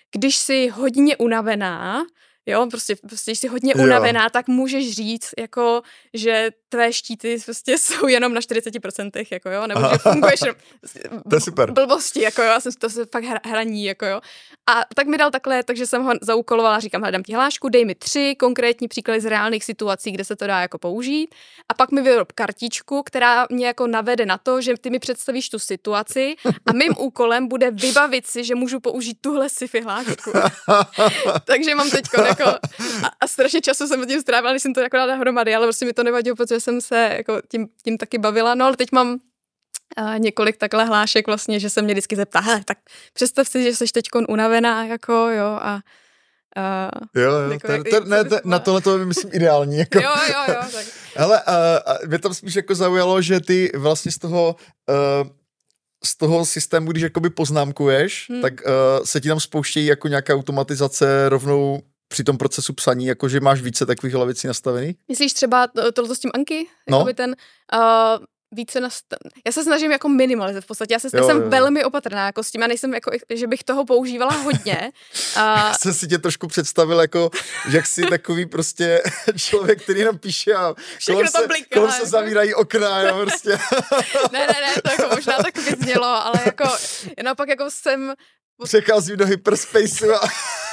když jsi hodně unavená, jo, prostě, prostě když jsi hodně unavená, jo. tak můžeš říct, jako, že tvé štíty prostě jsou jenom na čtyřicet procent, jako jo, nebo že funguješ to je super. blbosti, jako jo, já jsem to se fakt hraní, jako jo. A tak mi dal takhle, takže jsem ho zaúkolovala, říkám, hledám ti hlášku, dej mi tři konkrétní příklady z reálných situací, kde se to dá jako použít. A pak mi vyrob kartičku, která mě jako navede na to, že ty mi představíš tu situaci a mým úkolem bude vybavit si, že můžu použít tuhle sci-fi hlášku. Takže mám teďko jako a, a strašně času jsem tím strávila, když jsem to jako dala dohromady, ale prostě mi to nevadilo, protože jsem se jako tím, tím taky bavila. No ale teď mám uh, několik takhle hlášek vlastně, že se mě vždycky zeptá, hele, tak představ si, že jsi teďkon unavená, jako jo a Uh, jo, jo, jako, ten, ten, ne, ten, na tohle to je, myslím, ideální. Jako. Jo, jo, jo. Tak. Hele, uh, mě tam spíš jako zaujalo, že ty vlastně z toho, uh, z toho systému, když jakoby poznámkuješ, hmm. tak uh, se ti tam spouštějí jako nějaká automatizace rovnou při tom procesu psaní, jakože máš více takových věcí nastavených? Myslíš třeba tohle s tím Anki? No. Jakoby ten... Uh, více nastav... Já se snažím jako minimalizovat v podstatě. Já, se, jo, já jsem jo. velmi opatrná jako s tím. Já nejsem jako, že bych toho používala hodně. A... Já jsem si tě trošku představil jako, že jsi takový prostě člověk, který nám píše a kolem se, bliká, kolem se jako. zavírají okna, jo, prostě. ne, ne, ne, to jako možná tak vyznělo, ale jako naopak jako jsem... Přecházím do hyperspaceu a...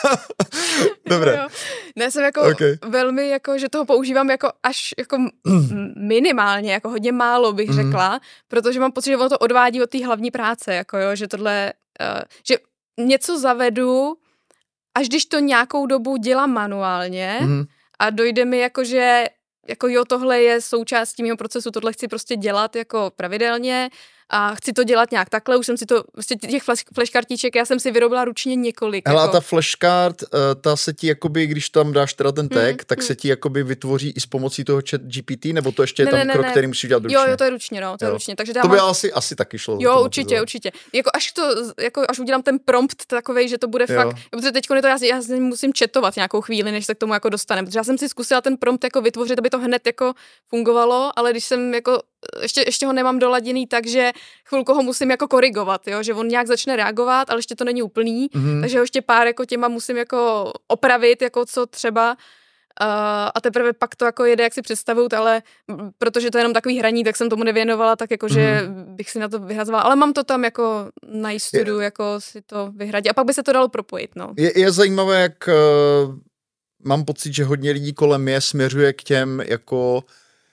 Dobré. Jo. Ne, jsem jako okay. velmi, jako, že toho používám jako až jako minimálně, jako hodně málo bych mm. řekla, protože mám pocit, že ono to odvádí od té hlavní práce, jako jo, že tohle, uh, že něco zavedu, až když to nějakou dobu dělám manuálně mm. a dojde mi jako, že jako jo, tohle je součástí mého procesu, tohle chci prostě dělat jako pravidelně a chci to dělat nějak takhle, už jsem si to, prostě těch flashkartiček, já jsem si vyrobila ručně několik. Hele, jako. a ta flashcard, ta se ti jakoby, když tam dáš teda ten tag, mm, tak mm. se ti jakoby vytvoří i s pomocí toho chat G P T, nebo to ještě je ne, tam ne, krok, ne. který musíš dělat ručně? Jo, jo, to je ručně, no, to je ručně. Takže to by mám... asi, asi taky šlo. Jo, určitě, určitě. Jako až to, jako až udělám ten prompt takovej, že to bude jo. fakt, protože teďko je to, já, já musím chatovat nějakou chvíli, než se k tomu jako dostaneme, protože já jsem si zkusila ten prompt jako vytvořit, aby to hned jako fungovalo, ale když jsem jako ještě, ještě ho nemám doladěný, takže chvilku ho musím jako korigovat, jo? Že on nějak začne reagovat, ale ještě to není úplný, mm-hmm. takže ho ještě pár jako těma musím jako opravit, jako co třeba uh, a teprve pak to jako jede, jak si představuju, ale protože to je jenom takový hraní, tak jsem tomu nevěnovala, tak jako, mm-hmm. že bych si na to vyhrazovala, ale mám to tam jako na jistotu, je... jako si to vyhradit a pak by se to dalo propojit, no. Je, je zajímavé, jak uh, mám pocit, že hodně lidí kolem mě směřuje k těm jako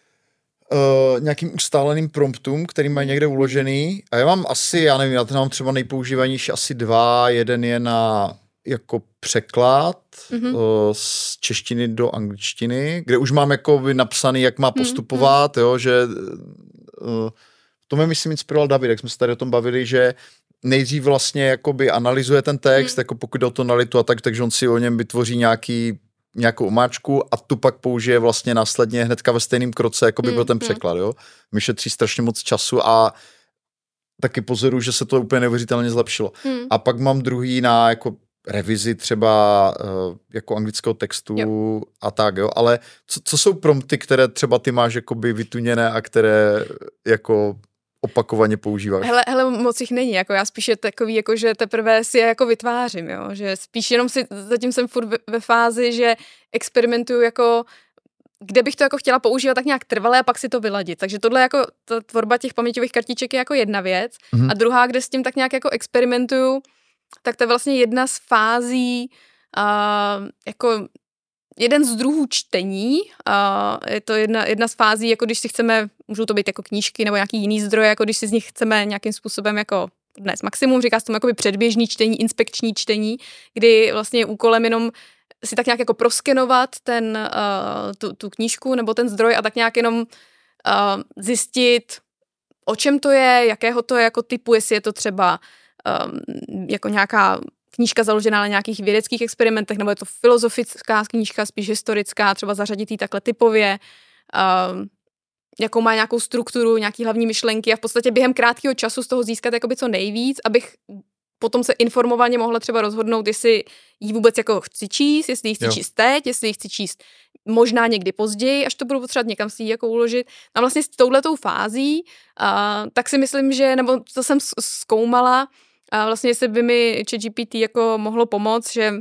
Uh, nějakým ustáleným promptům, který mají někde uložený. A já mám asi, já nevím, já ten mám třeba nejpoužívanější asi dva. Jeden je na jako překlad mm-hmm. uh, z češtiny do angličtiny, kde už mám jako napsaný, jak má postupovat, mm-hmm. jo, že uh, to mě myslím inspiroval David, jak jsme se tady o tom bavili, že nejdřív vlastně jakoby analyzuje ten text, mm. jako pokud jde o tonalitu a tak, takže on si o něm vytvoří nějaký nějakou omáčku a tu pak použije vlastně následně hnedka ve stejném kroce, jako by mm, byl ten překlad, jo. Mi šetří strašně moc času a taky pozoruju, že se to úplně neuvěřitelně zlepšilo. Mm. A pak mám druhý na jako revizi třeba uh, jako anglického textu jo. a tak, jo. Ale co, co jsou prompty, které třeba ty máš jakoby vytuněné a které jako opakovaně používáš? Hele, hele, moc jich není, jako já spíš je takový, jako že teprve si je jako vytvářím, jo, že spíš jenom si, zatím jsem furt ve, ve fázi, že experimentuju jako, kde bych to jako chtěla používat tak nějak trvale a pak si to vyladit, takže tohle jako, ta tvorba těch paměťových kartiček je jako jedna věc mm-hmm. a druhá, kde s tím tak nějak jako experimentuju, tak to je vlastně jedna z fází, uh, jako jeden z druhů čtení, a je to jedna, jedna z fází, jako když si chceme, můžou to být jako knížky nebo nějaký jiný zdroje, jako když si z nich chceme nějakým způsobem jako dnes maximum, říká se tomu jakoby předběžný čtení, inspekční čtení, kdy vlastně je úkolem jenom si tak nějak jako proskenovat ten, uh, tu, tu knížku nebo ten zdroj a tak nějak jenom uh, zjistit, o čem to je, jakého to je jako typu, jestli je to třeba um, jako nějaká knížka založená na nějakých vědeckých experimentech, nebo je to filozofická knížka, spíš historická, třeba zařadit ji takhle typově, um, jakou má nějakou strukturu, nějaký hlavní myšlenky a v podstatě během krátkého času z toho získat jakoby co nejvíc, abych potom se informovaně mohla třeba rozhodnout, jestli ji vůbec jako chci číst, jestli ji chci jo. číst teď, jestli ji chci číst možná někdy později, až to budu potřebovat někam si ji jako uložit. A vlastně s touhletou fází, uh, tak si myslím, že, nebo to jsem zkoumala, a vlastně jestli by mi ChatGPT jako mohlo pomoct, že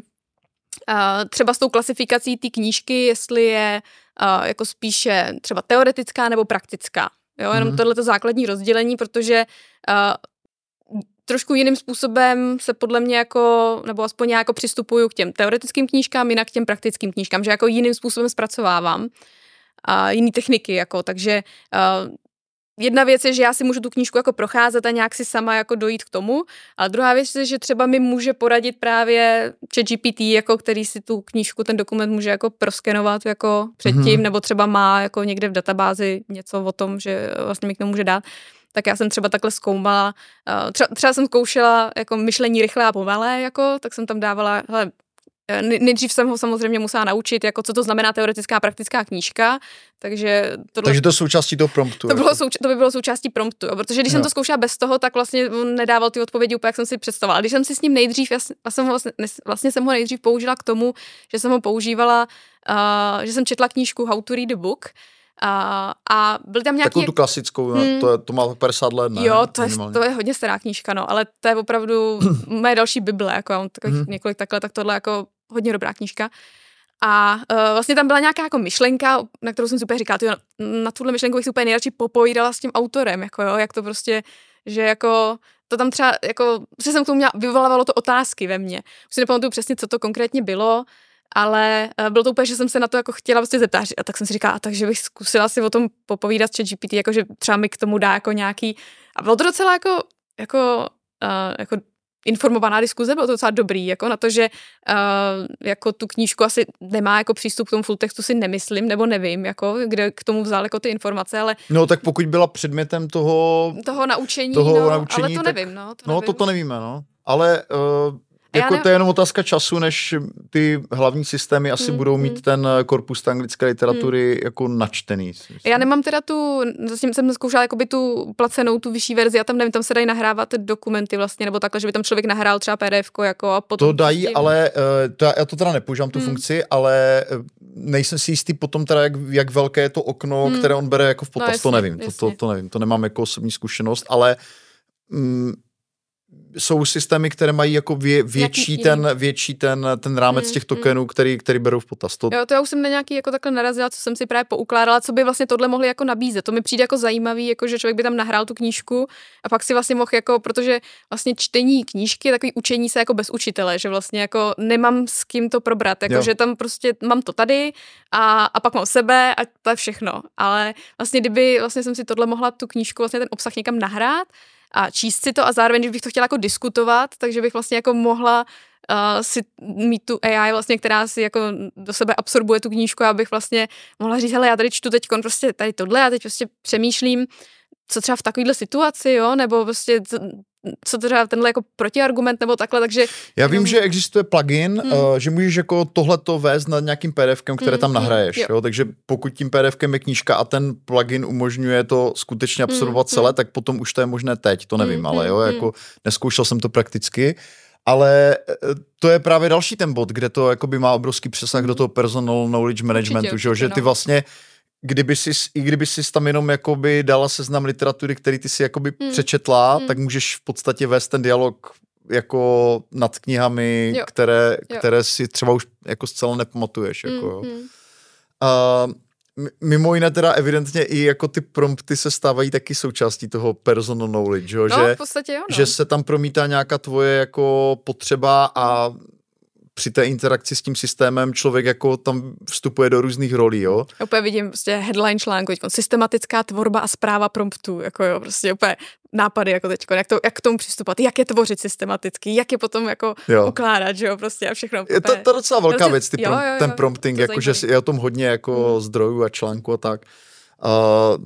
a třeba s tou klasifikací té knížky, jestli je a, jako spíše třeba teoretická nebo praktická. Jo, jenom mm. tohleto základní rozdělení, protože a, trošku jiným způsobem se podle mě jako, nebo aspoň já jako přistupuju k těm teoretickým knížkám, jinak k těm praktickým knížkám, že jako jiným způsobem zpracovávám a jiný techniky, jako, takže a, jedna věc je, že já si můžu tu knížku jako procházet a nějak si sama jako dojít k tomu, ale druhá věc je, že třeba mi může poradit právě ChatGPT, jako který si tu knížku, ten dokument může jako proskenovat jako předtím, mm-hmm. nebo třeba má jako někde v databázi něco o tom, že vlastně mi k tomu může dát. Tak já jsem třeba takhle zkoumala, třeba, třeba jsem zkoušela jako myšlení rychlé a pomalé, jako, tak jsem tam dávala, hele, nejdřív jsem ho samozřejmě musela naučit, jako co to znamená teoretická a praktická knížka, takže... Tohle, takže to je součástí toho promptu. To, bylo souč- to by bylo součástí promptu, jo, protože když jo. jsem to zkoušela bez toho, tak vlastně on nedával ty odpovědi úplně, jak jsem si představovala. Když jsem si s ním nejdřív, já jsem ho vlastně, vlastně jsem ho nejdřív použila k tomu, že jsem ho používala, uh, že jsem četla knížku How to read a book, A, a byl tam nějaký... Takovou tu klasickou, hmm. to, je, to má padesát let, ne? Jo, to je, to je hodně stará knížka, no, ale to je opravdu moje další bible, jako mám takových hmm. několik takhle, tak tohle jako hodně dobrá knížka. A uh, vlastně tam byla nějaká jako myšlenka, na kterou jsem si úplně říkala, tyjo, na tuhle myšlenku bych si úplně nejradši popovídala s tím autorem, jako jo, jak to prostě, že jako... To tam třeba, jako, že jsem k tomu měla, vyvolávalo to otázky ve mně. Už si nepamatuju přesně, co to konkrétně bylo, ale bylo to úplně, že jsem se na to jako chtěla vlastně zeptat. A tak jsem si říkala, takže bych zkusila si o tom popovídat s ChatGPT, jakože třeba mi k tomu dá jako nějaký... A bylo to docela jako, jako, uh, jako informovaná diskuze, bylo to docela dobrý, jako na to, že uh, jako tu knížku asi nemá jako přístup k tomu full textu, si nemyslím, nebo nevím, jako, kde k tomu vzal jako ty informace, ale... No tak pokud byla předmětem toho... Toho naučení, toho no, naučení, ale to tak, nevím, no. To no nevím. to to nevíme, no. Ale... Uh... Jako ne... to je jenom otázka času, než ty hlavní systémy asi hmm, budou mít hmm. ten korpus té anglické literatury hmm. jako načtený. Já nemám teda tu, zatím jsem zkoušela jakoby tu placenou, tu vyšší verzi a tam nevím, tam se dají nahrávat dokumenty vlastně, nebo takhle, že by tam člověk nahrál třeba P D F ko jako a potom... To dají, prostě... ale to, já to teda nepoužívám tu hmm. funkci, ale nejsem si jistý potom teda, jak, jak velké je to okno, hmm. které on bere jako v potaz, no, jasně, to nevím, to, to, to nevím, to nemám jako osobní zkušenost, ale... Mm, jsou systémy, které mají jako vě, větší, ten, větší ten, ten rámec hmm, těch tokenů, hmm. který, který berou v potaz. To... Jo, to já už jsem na nějaký jako takhle narazila, co jsem si právě poukládala, co by vlastně tohle mohli jako nabízet. To mi přijde jako zajímavý, jako že člověk by tam nahrál tu knížku a pak si vlastně mohl jako, protože vlastně čtení knížky je takový učení se jako bez učitele, že vlastně jako nemám s kým to probrat, jako jo. že tam prostě mám to tady a, a pak mám sebe a to je všechno. Ale vlastně kdyby vlastně jsem si tohle mohla tu knížku, vlastně ten obsah někam nahrát, a číst si to a zároveň, když bych to chtěla jako diskutovat, takže bych vlastně jako mohla uh, si mít tu A I vlastně, která si jako do sebe absorbuje tu knížku a abych vlastně mohla říct, hele, já tady čtu teď prostě tady tohle, já teď prostě přemýšlím, co třeba v takovéhle situaci, jo, nebo prostě co třeba tenhle jako protiargument nebo takhle, takže... Já vím, um, že existuje plugin, hmm. uh, že můžeš jako tohleto vést nad nějakým PDFkem, které hmm, tam nahraješ, hmm, jo. jo, takže pokud tím PDFkem je knížka a ten plugin umožňuje to skutečně absorbovat hmm, celé, hmm. tak potom už to je možné teď, to nevím, hmm, ale jo, hmm. jako neskoušel jsem to prakticky, ale to je právě další ten bod, kde to jakoby má obrovský přesah hmm. do toho personal knowledge managementu, určitě, že, že ty vlastně Kdyby jsi, i kdyby jsi tam jenom jakoby dala seznam literatury, který ty si jakoby hmm. přečetla, hmm. tak můžeš v podstatě vést ten dialog jako nad knihami, jo. které, jo. které si třeba už jako zcela nepamatuješ. Jako, jo. Hmm. A mimo jiné teda evidentně i jako ty prompty se stávají taky součástí toho personal knowledge, jo? No, že, v podstatě jo, no. že se tam promítá nějaká tvoje jako potřeba a při té interakci s tím systémem člověk jako tam vstupuje do různých rolí, jo. Úplně vidím prostě headline článku, systematická tvorba a správa promptů, jako jo, prostě úplně nápady jako teďko, jak, to, jak k tomu přistupovat, jak je tvořit systematicky, jak je potom jako jo. ukládat, že jo, prostě a všechno. Je to, to docela velká věc, ty jo, prom, jo, jo, ten prompting, jako že je o tom hodně jako hmm. zdrojů a článků a tak. Uh,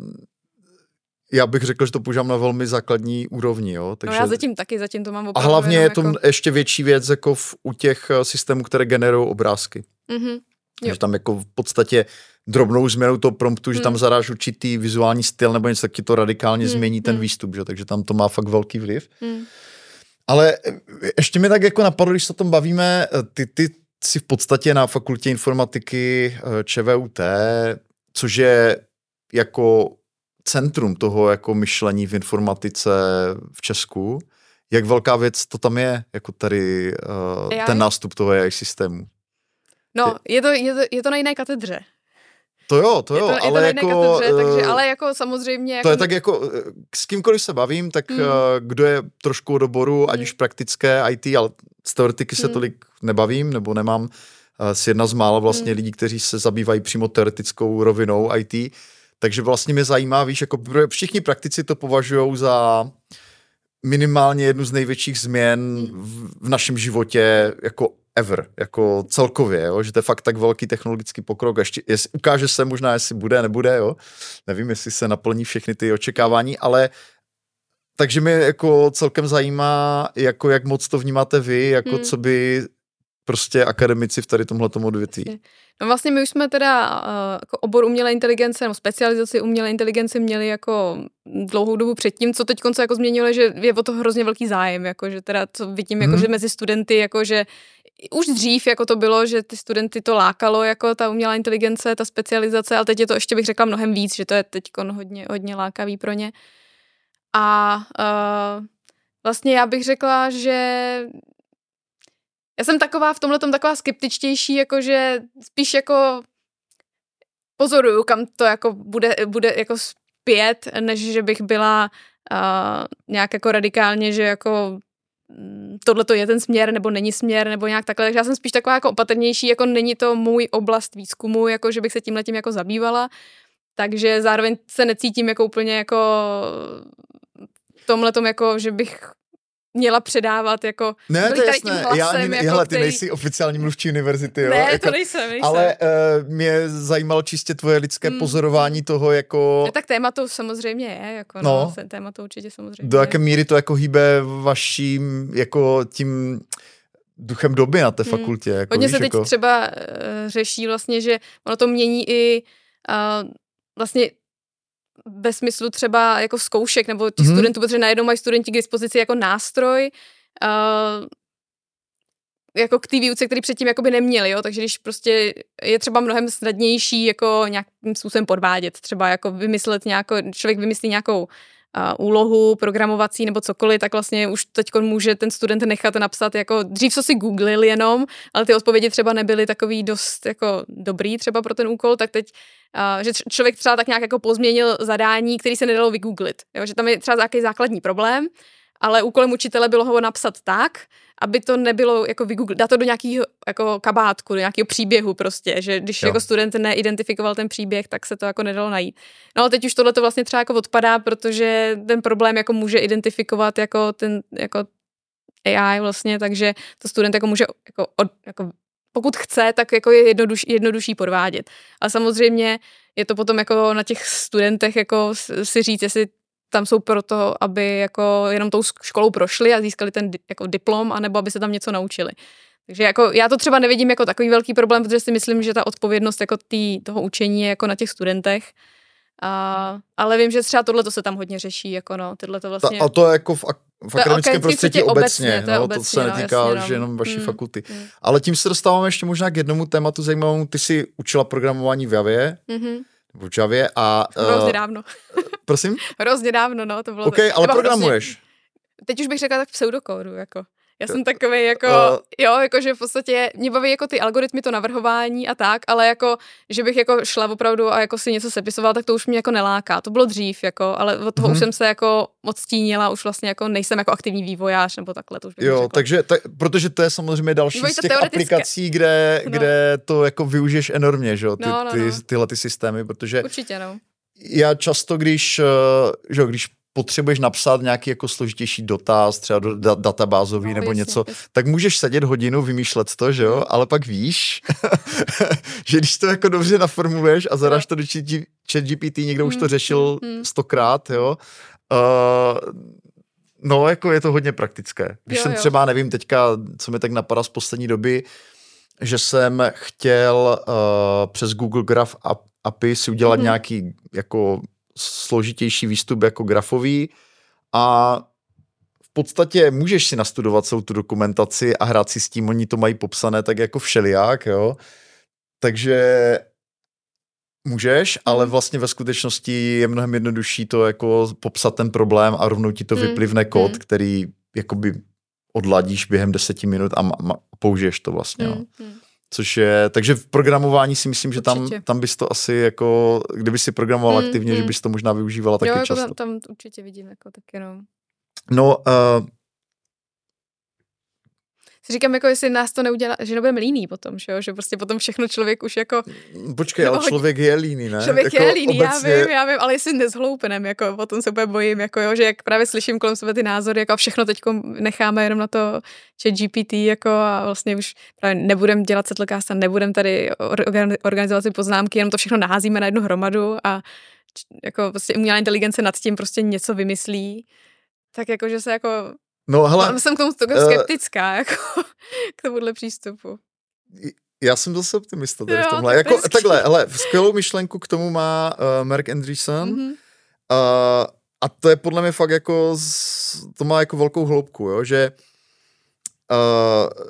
Já bych řekl, že to používám na velmi základní úrovni, jo. Takže... No já zatím taky, zatím to mám opravdu. A hlavně je to jako... ještě větší věc jako v, u těch systémů, které generují obrázky. Mm-hmm. Že tam jako v podstatě drobnou změnou toho promptu, mm. že tam zadáš určitý vizuální styl nebo něco, tak ti to radikálně mm. změní ten mm. výstup, že? Takže tam to má fakt velký vliv. Mm. Ale ještě mi tak jako napadlo, když se o tom bavíme, ty, ty si v podstatě na fakultě informatiky ČVUT, což je jako centrum toho jako myšlení v informatice v Česku. jak velká věc to tam je, jako tady uh, ten nástup toho A I systému? No, je to, je, to, je to na jiné katedře. To jo, to jo, je to, ale je to jako... Katedře, takže, ale jako samozřejmě... To jako... je tak jako, s kýmkoliv se bavím, tak hmm. kdo je trošku od oboru, ať hmm. už praktické í té, ale z teoretiky se hmm. tolik nebavím, nebo nemám si jedna z mála vlastně hmm. lidí, kteří se zabývají přímo teoretickou rovinou í té, takže vlastně mě zajímá, víš, jako všichni praktici to považují za minimálně jednu z největších změn hmm. v, v našem životě, jako ever, jako celkově, jo? Že to je fakt tak velký technologický pokrok, ještě jestli, ukáže se možná, jestli bude, nebude, jo? Nevím, jestli se naplní všechny ty očekávání, ale takže mě jako celkem zajímá, jako jak moc to vnímáte vy, jako hmm. co by prostě akademici v tady tomhletom odvětví. No vlastně my už jsme teda uh, jako obor umělé inteligence nebo specializaci umělé inteligence měli jako dlouhou dobu předtím, co teď konce jako změnilo, že je o to hrozně velký zájem, jako že teda co vidím, hmm. jako že mezi studenty, jako že už dřív jako to bylo, že ty studenty to lákalo, jako ta umělá inteligence, ta specializace, ale teď je to ještě bych řekla mnohem víc, že to je teď hodně, hodně lákavý pro ně. A uh, vlastně já bych řekla, že já jsem taková v tomhletom taková skeptičtější, jakože spíš jako pozoruju, kam to jako bude, bude jako zpět, než že bych byla uh, nějak jako radikálně, že jako tohle to je ten směr, nebo není směr, nebo nějak takhle. Takže já jsem spíš taková jako opatrnější, jako není to můj oblast výzkumu, jako že bych se tímhletím jako zabývala. Takže zároveň se necítím jako úplně jako tomhletom, jako že bych měla předávat jako... Ne, to je jasné, hlasem, já ani, jako hele, ty který... nejsi oficiální mluvčí univerzity, jo? Ne, jako, to nejsem, nejsem. Ale uh, mě zajímalo čistě tvoje lidské hmm. pozorování toho, jako... No, tak téma to samozřejmě je, jako no, no téma to určitě samozřejmě do jaké míry to jako hýbe vaším, jako tím duchem doby na té hmm. fakultě. Jako, hodně víš, se teď jako... třeba uh, řeší vlastně, že ono to mění i uh, vlastně ve smyslu třeba jako zkoušek, nebo těch mm-hmm. studentů, protože najednou mají studenti k dispozici jako nástroj, uh, jako k té výuce, který předtím jakoby neměli, jo, takže když prostě je třeba mnohem snadnější jako nějakým způsobem podvádět, třeba jako vymyslet nějakou, člověk vymyslí nějakou uh, úlohu programovací nebo cokoliv, tak vlastně už teď může ten student nechat napsat jako, dřív co si googlil jenom, ale ty odpovědi třeba nebyly takový dost jako dobrý třeba pro ten úkol, tak teď Uh, že člověk třeba tak nějak jako pozměnil zadání, který se nedalo vygooglit. Jo? Že tam je třeba nějaký základní problém, ale úkolem učitele bylo ho napsat tak, aby to nebylo jako vygooglit, dát to do nějakého jako kabátku, do nějakého příběhu prostě, že když jo. jako student neidentifikoval ten příběh, tak se to jako nedalo najít. No ale teď už tohle to vlastně třeba jako odpadá, protože ten problém jako může identifikovat jako ten jako A I vlastně, takže to student jako může jako, od, jako pokud chce, tak jako je jednoduš, jednodušší podvádět. A samozřejmě je to potom jako na těch studentech jako si říct, jestli tam jsou proto, aby jako jenom tou školou prošli a získali ten jako diplom, anebo aby se tam něco naučili. Takže jako já to třeba nevidím jako takový velký problém, protože si myslím, že ta odpovědnost jako tý, toho učení je jako na těch studentech. A, ale vím, že třeba tohle se tam hodně řeší, jako no, tyhle to vlastně... A to jako v, v akademickém prostředí obecně, obecně, to, je no, obecně, to se netýká no, jasně, že jenom vaší hmm. fakulty. Hmm. Ale tím se dostáváme ještě možná k jednomu tématu zajímavému. Ty jsi učila programování v Javě, mm-hmm. v Javě a... Hrozně uh, dávno. Prosím? Hrozně dávno, no, to bylo... OK, ale programuješ. Hrozně, teď už bych řekla tak v pseudokódu, jako... Já jsem takový jako, uh, jo, jako že v podstatě mě baví jako ty algoritmy, to navrhování a tak, ale jako, že bych jako šla opravdu a jako si něco sepisovala, tak to už mě jako neláká. To bylo dřív, jako, ale od toho mm-hmm. už jsem se jako odstínila, už vlastně jako nejsem jako aktivní vývojář nebo takhle, to už bych Jo, řekla. takže, ta, protože to je samozřejmě další z těch aplikací, kde, no. kde to jako využiješ enormně, že jo, ty, no, no, ty, no. tyhle ty systémy, protože určitě, no. Já často, když, že jo, když potřebuješ napsat nějaký jako složitější dotaz, třeba do da- databázový no, nebo jasně, něco, jasně. tak můžeš sedět hodinu, vymýšlet to, že jo, ale pak víš, že když to jako dobře naformuluješ a zadáš to do ChatGPT, někdo už to řešil stokrát, jo, uh, no jako je to hodně praktické. Když jo, jsem jo. třeba, nevím teďka, co mi tak napadá z poslední doby, že jsem chtěl uh, přes Google Graph A P I si udělat mm-hmm. nějaký jako složitější výstup jako grafový a v podstatě můžeš si nastudovat celou tu dokumentaci a hrát si s tím, oni to mají popsané tak jako všelijak, jo. Takže můžeš, ale vlastně ve skutečnosti je mnohem jednodušší to jako popsat ten problém a rovnou ti to vyplivne kód, mm. který jakoby odladíš během deseti minut a ma, ma, použiješ to vlastně. Mm, mm. Což je, takže v programování si myslím, že tam, tam bys to asi jako, kdyby si programoval mm, aktivně, mm. že bys to možná využívala taky jo, jako často. Tam, tam určitě vidím jako taky, no. No, uh, si říkám, jako jestli nás to neudělá, že nebudeme líný potom, že jo? Že prostě potom všechno člověk už jako... Počkej, ale člověk je líný, ne? Člověk jako je líný, obecně... já vím, já vím, ale jestli nezhloupenem, jako potom se úplně bojím, jako jo, že jak právě slyším kolem sebe ty názory, jako všechno teďko necháme jenom na to ChatGPT, jako a vlastně už právě nebudem dělat Settlecast a nebudem tady organizovat ty poznámky, jenom to všechno naházíme na jednu hromadu a jako prostě umělá inteligence nad tím prostě něco vymyslí, tak jako, že se jako... No, hele, já jsem k tomu skeptická, uh, jako k tomuhle přístupu. Já jsem zase optimista tady jo, v tomhle. Jako, takhle, hele, skvělou myšlenku k tomu má uh, Mark Andreessen mm-hmm. uh, a to je podle mě fakt jako, z, to má jako velkou hloubku, jo, že uh,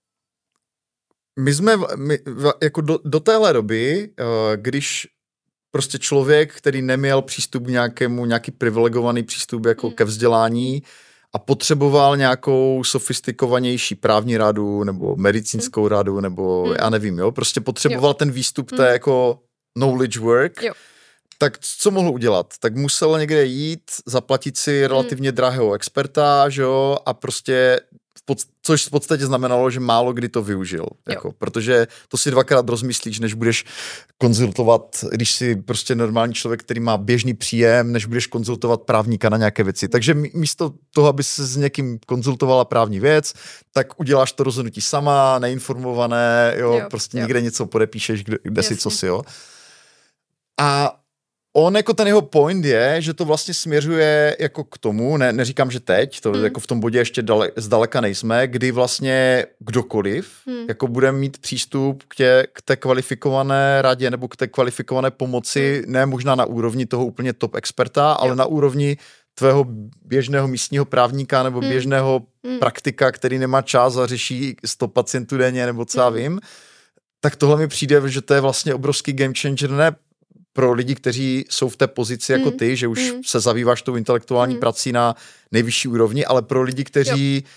my jsme my, jako do, do téhle doby, uh, když prostě člověk, který neměl přístup k nějakému, nějaký privilegovaný přístup jako mm. ke vzdělání, a potřeboval nějakou sofistikovanější právní radu nebo medicínskou mm. radu nebo mm. já nevím, jo, prostě potřeboval jo. ten výstup mm. té jako knowledge work, jo. tak co mohl udělat? Tak musel někde jít, zaplatit si relativně mm. drahého experta, že jo, a prostě pod, což v podstatě znamenalo, že málo kdy to využil, jako, protože to si dvakrát rozmyslíš, než budeš konzultovat, když si prostě normální člověk, který má běžný příjem, než budeš konzultovat právníka na nějaké věci. Takže místo toho, aby se s někým konzultovala právní věc, tak uděláš to rozhodnutí sama, neinformované, jo, jo prostě jo. někde něco podepíšeš, kde, kde si co si, jo. A on jako ten jeho point je, že to vlastně směřuje jako k tomu, ne, neříkám, že teď, to hmm. jako v tom bodě ještě dale, zdaleka nejsme, kdy vlastně kdokoliv hmm. jako bude mít přístup k, tě, k té kvalifikované radě nebo k té kvalifikované pomoci, hmm. ne možná na úrovni toho úplně top experta, ale jo. na úrovni tvého běžného místního právníka nebo hmm. běžného hmm. praktika, který nemá čas a řeší sto pacientů denně nebo co já hmm. vím, tak tohle mi přijde, že to je vlastně obrovský game changer, ne pro lidi, kteří jsou v té pozici jako mm. ty, že už mm. se zabýváš tou intelektuální mm. prací na nejvyšší úrovni, ale pro lidi, kteří jo.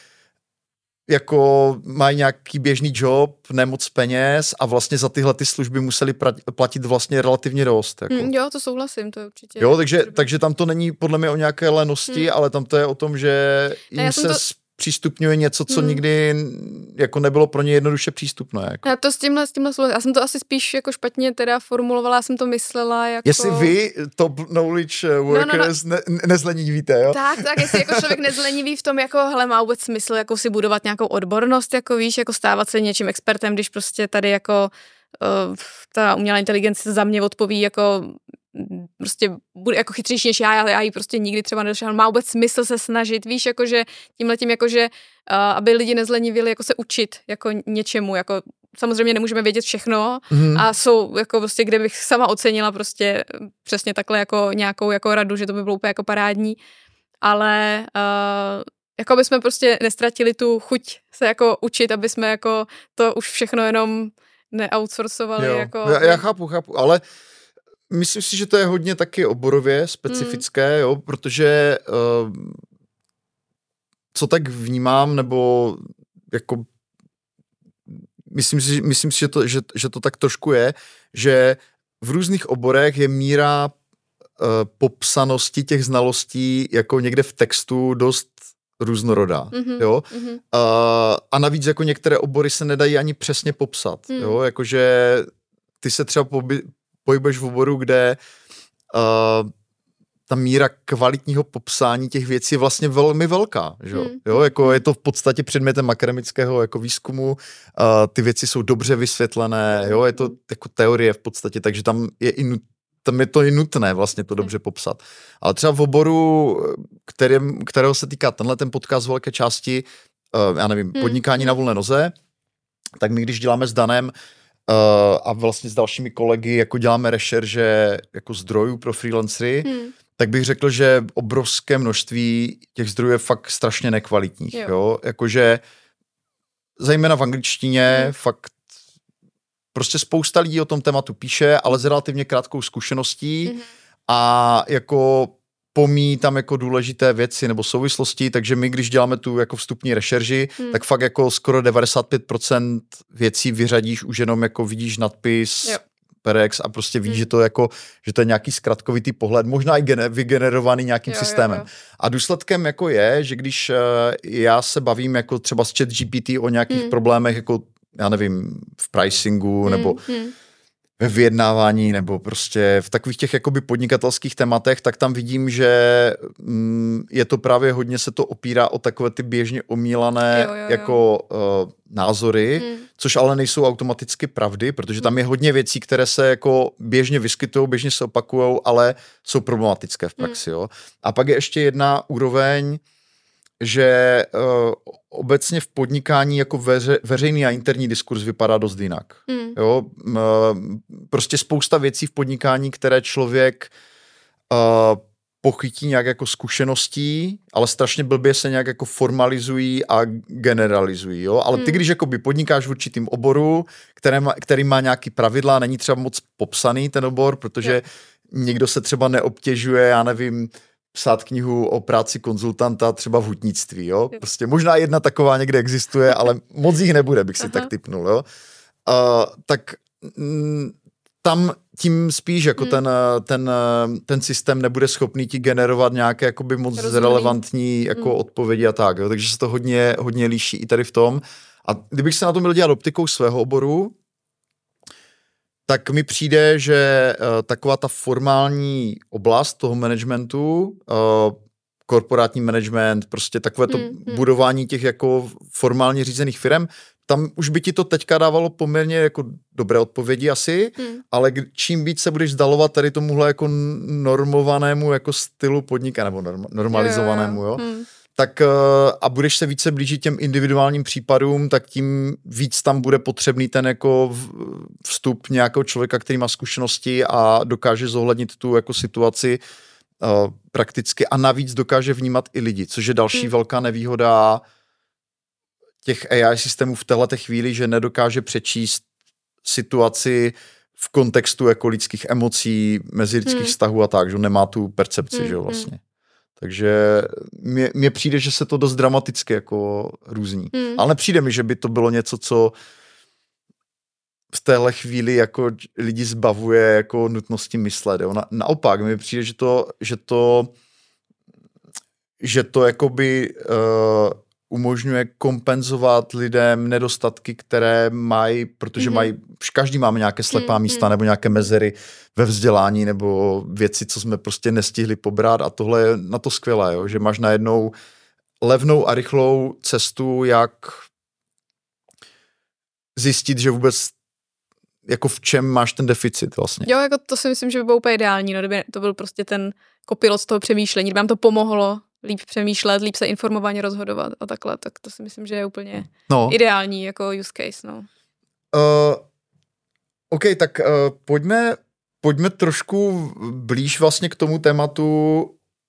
jako mají nějaký běžný job, nemoc peněz a vlastně za tyhle ty služby museli platit vlastně relativně dost. Jako. Mm, jo, to souhlasím, to je určitě. Jo, takže, takže tam to není podle mě o nějaké lenosti, mm. ale tam to je o tom, že jim se... To... přístupňuje něco, co hmm. nikdy jako nebylo pro ně jednoduše přístupné. Jako. Já to s tímhle, s tímhle já jsem to asi spíš jako špatně teda formulovala, já jsem to myslela jako... Jestli vy, top knowledge workers, no, no, no. Ne, nezlenivíte, jo? Tak, tak, jestli jako člověk nezlenivý v tom, jako hele, má vůbec smysl jako si budovat nějakou odbornost, jako víš, jako stávat se něčím expertem, když prostě tady jako uh, ta umělá inteligence za mě odpoví jako prostě bude jako chytřejší než já, ale já jí prostě nikdy třeba nedošel. Má vůbec smysl se snažit, víš, jakože tímhletím, jakože uh, aby lidi nezlenivili, jako se učit jako něčemu, jako samozřejmě nemůžeme vědět všechno mm. a jsou jako prostě, kde bych sama ocenila prostě přesně takhle jako nějakou jako radu, že to by bylo úplně jako parádní, ale uh, jako by jsme prostě nestratili tu chuť se jako učit, aby jsme jako to už všechno jenom neoutsourcovali. Jo. Jako... Já, já chápu, chápu, ale myslím si, že to je hodně taky oborově specifické, mm. jo, protože uh, co tak vnímám, nebo jako myslím si, myslím si že, to, že, že to tak trošku je, že v různých oborech je míra uh, popsanosti těch znalostí jako někde v textu dost různorodá, mm-hmm, jo. Mm-hmm. Uh, a navíc jako některé obory se nedají ani přesně popsat, mm. jo, jakože ty se třeba poby, pohybuješ v oboru, kde uh, ta míra kvalitního popsání těch věcí je vlastně velmi velká, že? Mm. jo, jako je to v podstatě předmětem akademického jako výzkumu, uh, ty věci jsou dobře vysvětlené, jo, je to jako teorie v podstatě, takže tam je i nut, tam je to i nutné vlastně to dobře popsat. Ale třeba v oboru, kterém, kterého se týká tenhle ten podcast v velké části, uh, já nevím, mm. podnikání mm. na volné noze, tak my když děláme s Danem Uh, a vlastně s dalšími kolegy jako děláme rešerže jako zdrojů pro freelancery, hmm. tak bych řekl, že obrovské množství těch zdrojů je fakt strašně nekvalitních. Jo. Jo? Jakože zejména v angličtině hmm. fakt prostě spousta lidí o tom tématu píše, ale s relativně krátkou zkušeností hmm. a jako pomíjí tam jako důležité věci nebo souvislosti, takže my, když děláme tu jako vstupní rešerži, hmm. tak fakt jako skoro devadesát pět procent věcí vyřadíš, už jenom jako vidíš nadpis, jo. Perex a prostě víš, hmm. že to jako, že to je nějaký zkratkovitý pohled, možná i gene, vygenerovaný nějakým jo, systémem. Jo, jo. A důsledkem jako je, že když uh, já se bavím jako třeba s ChatGPT o nějakých hmm. problémech, jako já nevím, v pricingu hmm. nebo hmm. ve vyjednávání nebo prostě v takových těch jakoby podnikatelských tématech, tak tam vidím, že mm, je to právě hodně se to opírá o takové ty běžně omílané jo, jo, jo. jako uh, názory, hmm. což ale nejsou automaticky pravdy, protože tam je hodně věcí, které se jako běžně vyskytují, běžně se opakujou, ale jsou problematické v praxi. Hmm. Jo. A pak je ještě jedna úroveň, že uh, obecně v podnikání jako veře, veřejný a interní diskurs vypadá dost jinak. Mm. Jo? Uh, prostě spousta věcí v podnikání, které člověk uh, pochytí nějak jako zkušeností, ale strašně blbě se nějak jako formalizují a generalizují. Jo? Ale ty, mm. když jakoby podnikáš v určitým oboru, který má, který má nějaký pravidla, není třeba moc popsaný ten obor, protože yeah. někdo se třeba neobtěžuje, já nevím, psát knihu o práci konzultanta třeba v hutnictví, jo. Prostě možná jedna taková někde existuje, ale moc jich nebude, bych si Aha. tak tipnul, jo. Uh, tak m, tam tím spíš jako hmm. ten, ten, ten systém nebude schopný ti generovat nějaké jakoby moc Rozumím. relevantní jako hmm. odpovědi a tak, jo. Takže se to hodně, hodně líší i tady v tom. A kdybych se na to měl dělat optikou svého oboru, tak mi přijde, že uh, taková ta formální oblast toho managementu, uh, korporátní management, prostě takové to hmm, hmm. budování těch jako formálně řízených firem, tam už by ti to teďka dávalo poměrně jako dobré odpovědi asi, hmm. ale čím víc se budeš vzdalovat tady tomuhle jako normovanému jako stylu podniká, nebo norm, normalizovanému, jo, jo. Hmm. tak a budeš se více blížit těm individuálním případům, tak tím víc tam bude potřebný ten jako vstup nějakého člověka, který má zkušenosti a dokáže zohlednit tu jako situaci uh, prakticky a navíc dokáže vnímat i lidi, což je další hmm. velká nevýhoda těch A I systémů v téhleté chvíli, že nedokáže přečíst situaci v kontextu jako lidských emocí, mezilidských hmm. vztahů a tak, že nemá tu percepci, hmm. že jo, vlastně. Takže mně přijde, že se to dost dramaticky jako různí. Hmm. Ale nepřijde mi, že by to bylo něco, co v téhle chvíli jako lidi zbavuje jako nutnosti myslet. Jo. Na, naopak, mi přijde, že to, že to, že to jakoby uh, umožňuje kompenzovat lidem nedostatky, které mají, protože mm-hmm. mají, každý máme nějaké slepá mm-hmm. místa nebo nějaké mezery ve vzdělání nebo věci, co jsme prostě nestihli pobrat a tohle je na to skvělé, jo? Že máš najednou levnou a rychlou cestu, jak zjistit, že vůbec jako v čem máš ten deficit vlastně. Jo, jako to si myslím, že by bylo úplně ideální, no, kdyby to byl prostě ten kopilot z toho přemýšlení, kdyby vám to pomohlo líp přemýšlet, líp se informovaně rozhodovat a takhle, tak to si myslím, že je úplně no. ideální jako use case, no. Uh, OK, tak uh, pojďme, pojďme trošku blíž vlastně k tomu tématu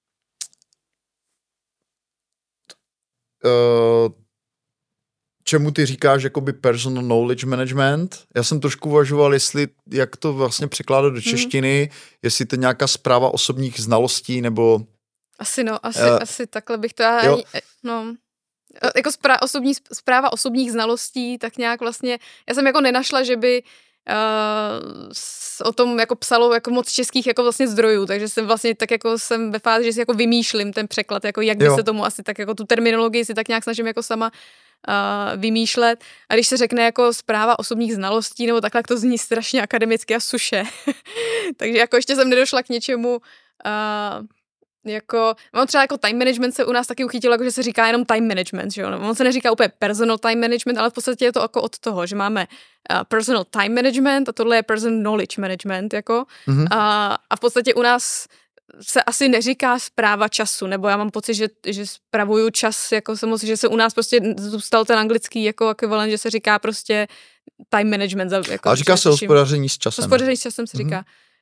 uh, čemu ty říkáš jakoby personal knowledge management. Já jsem trošku uvažoval, jestli, jak to vlastně překládat do češtiny, mm. jestli to nějaká správa osobních znalostí, nebo Asi no, asi, uh, asi takhle bych to já, no, jako zpráva, osobní, zpráva osobních znalostí, tak nějak vlastně, já jsem jako nenašla, že by uh, o tom jako psalo jako moc českých jako vlastně zdrojů, takže jsem vlastně tak jako jsem ve fázi, že si jako vymýšlím ten překlad, jako jak by jo. se tomu asi tak jako tu terminologii si tak nějak snažím jako sama uh, vymýšlet. A když se řekne jako zpráva osobních znalostí, nebo takhle, to zní strašně akademicky a suše. Takže jako ještě jsem nedošla k něčemu uh, jako, mám třeba jako time management se u nás taky uchytilo, jako že se říká jenom time management, že jo, on se neříká úplně personal time management, ale v podstatě je to jako od toho, že máme uh, personal time management a tohle je personal knowledge management, jako mm-hmm. a, a v podstatě u nás se asi neříká správa času, nebo já mám pocit, že, že spravuju čas, jako samozřejmě, že se u nás prostě zůstal ten anglický jako ekvivalent, že se říká prostě time management. Jako, a říká se hospodaření s časem. Hospodaření s časem se říká. Mm-hmm.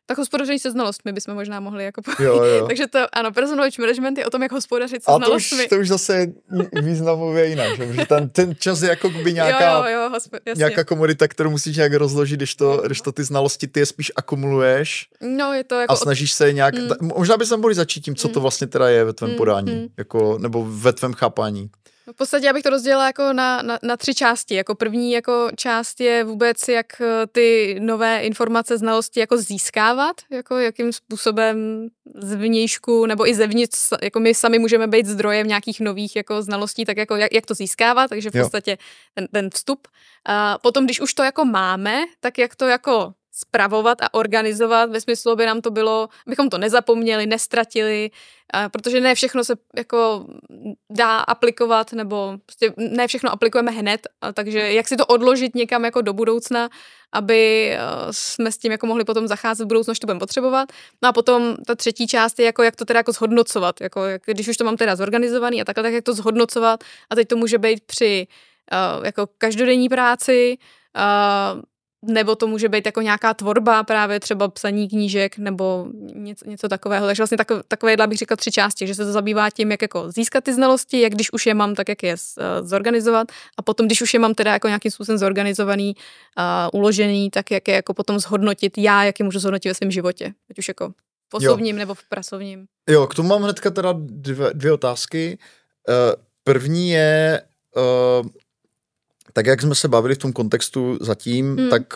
Tak hospodaření se znalostmi bychom možná mohli jako jo, jo. Takže to, ano, personal management je o tom, jak hospodařit se a znalostmi. A to, to už zase je významově jinak, že ten, ten čas je jako by nějaká, jo, jo, jo, hospo, nějaká komodita, kterou musíš nějak rozložit, když to, když to ty znalosti ty je spíš akumuluješ no, je to jako a snažíš se nějak, mm. t- možná bychom mohli začít tím, co mm. to vlastně teda je ve tvém mm. podání, mm. jako, nebo ve tvém chápání. V podstatě já bych to rozdělila jako na, na, na tři části. Jako první jako část je vůbec, jak ty nové informace, znalosti jako získávat, jako jakým způsobem zvnějšku nebo i zevnitř, jako my sami můžeme být zdrojem nějakých nových jako znalostí, tak jako jak, jak to získávat, takže v podstatě ten, ten vstup. A potom, když už to jako máme, tak jak to jako spravovat a organizovat ve smyslu, aby nám to bylo, abychom to nezapomněli, nestratili, a protože ne všechno se jako dá aplikovat, nebo prostě ne všechno aplikujeme hned, a takže jak si to odložit někam jako do budoucna, aby jsme s tím jako mohli potom zacházet v budoucnu, až to budeme potřebovat. No a potom ta třetí část je jako jak to teda jako zhodnocovat, jako jak, když už to mám teda zorganizovaný a takhle, tak jak to zhodnocovat a teď to může být při uh, jako každodenní práci, uh, nebo to může být jako nějaká tvorba, právě třeba psaní knížek nebo něco, něco takového. Takže vlastně takové, takovéhle bych řekla tři části, že se to zabývá tím, jak jako získat ty znalosti, jak když už je mám, tak jak je zorganizovat a potom, když už je mám teda jako nějakým způsobem zorganizovaný, uh, uložený, tak jak je jako potom zhodnotit já, jak je můžu zhodnotit ve svém životě. Ať už jako v osobním jo. nebo v pracovním. Jo, k tomu mám hnedka teda dvě, dvě otázky. Uh, první je... Uh, tak jak jsme se bavili v tom kontextu zatím, hmm. tak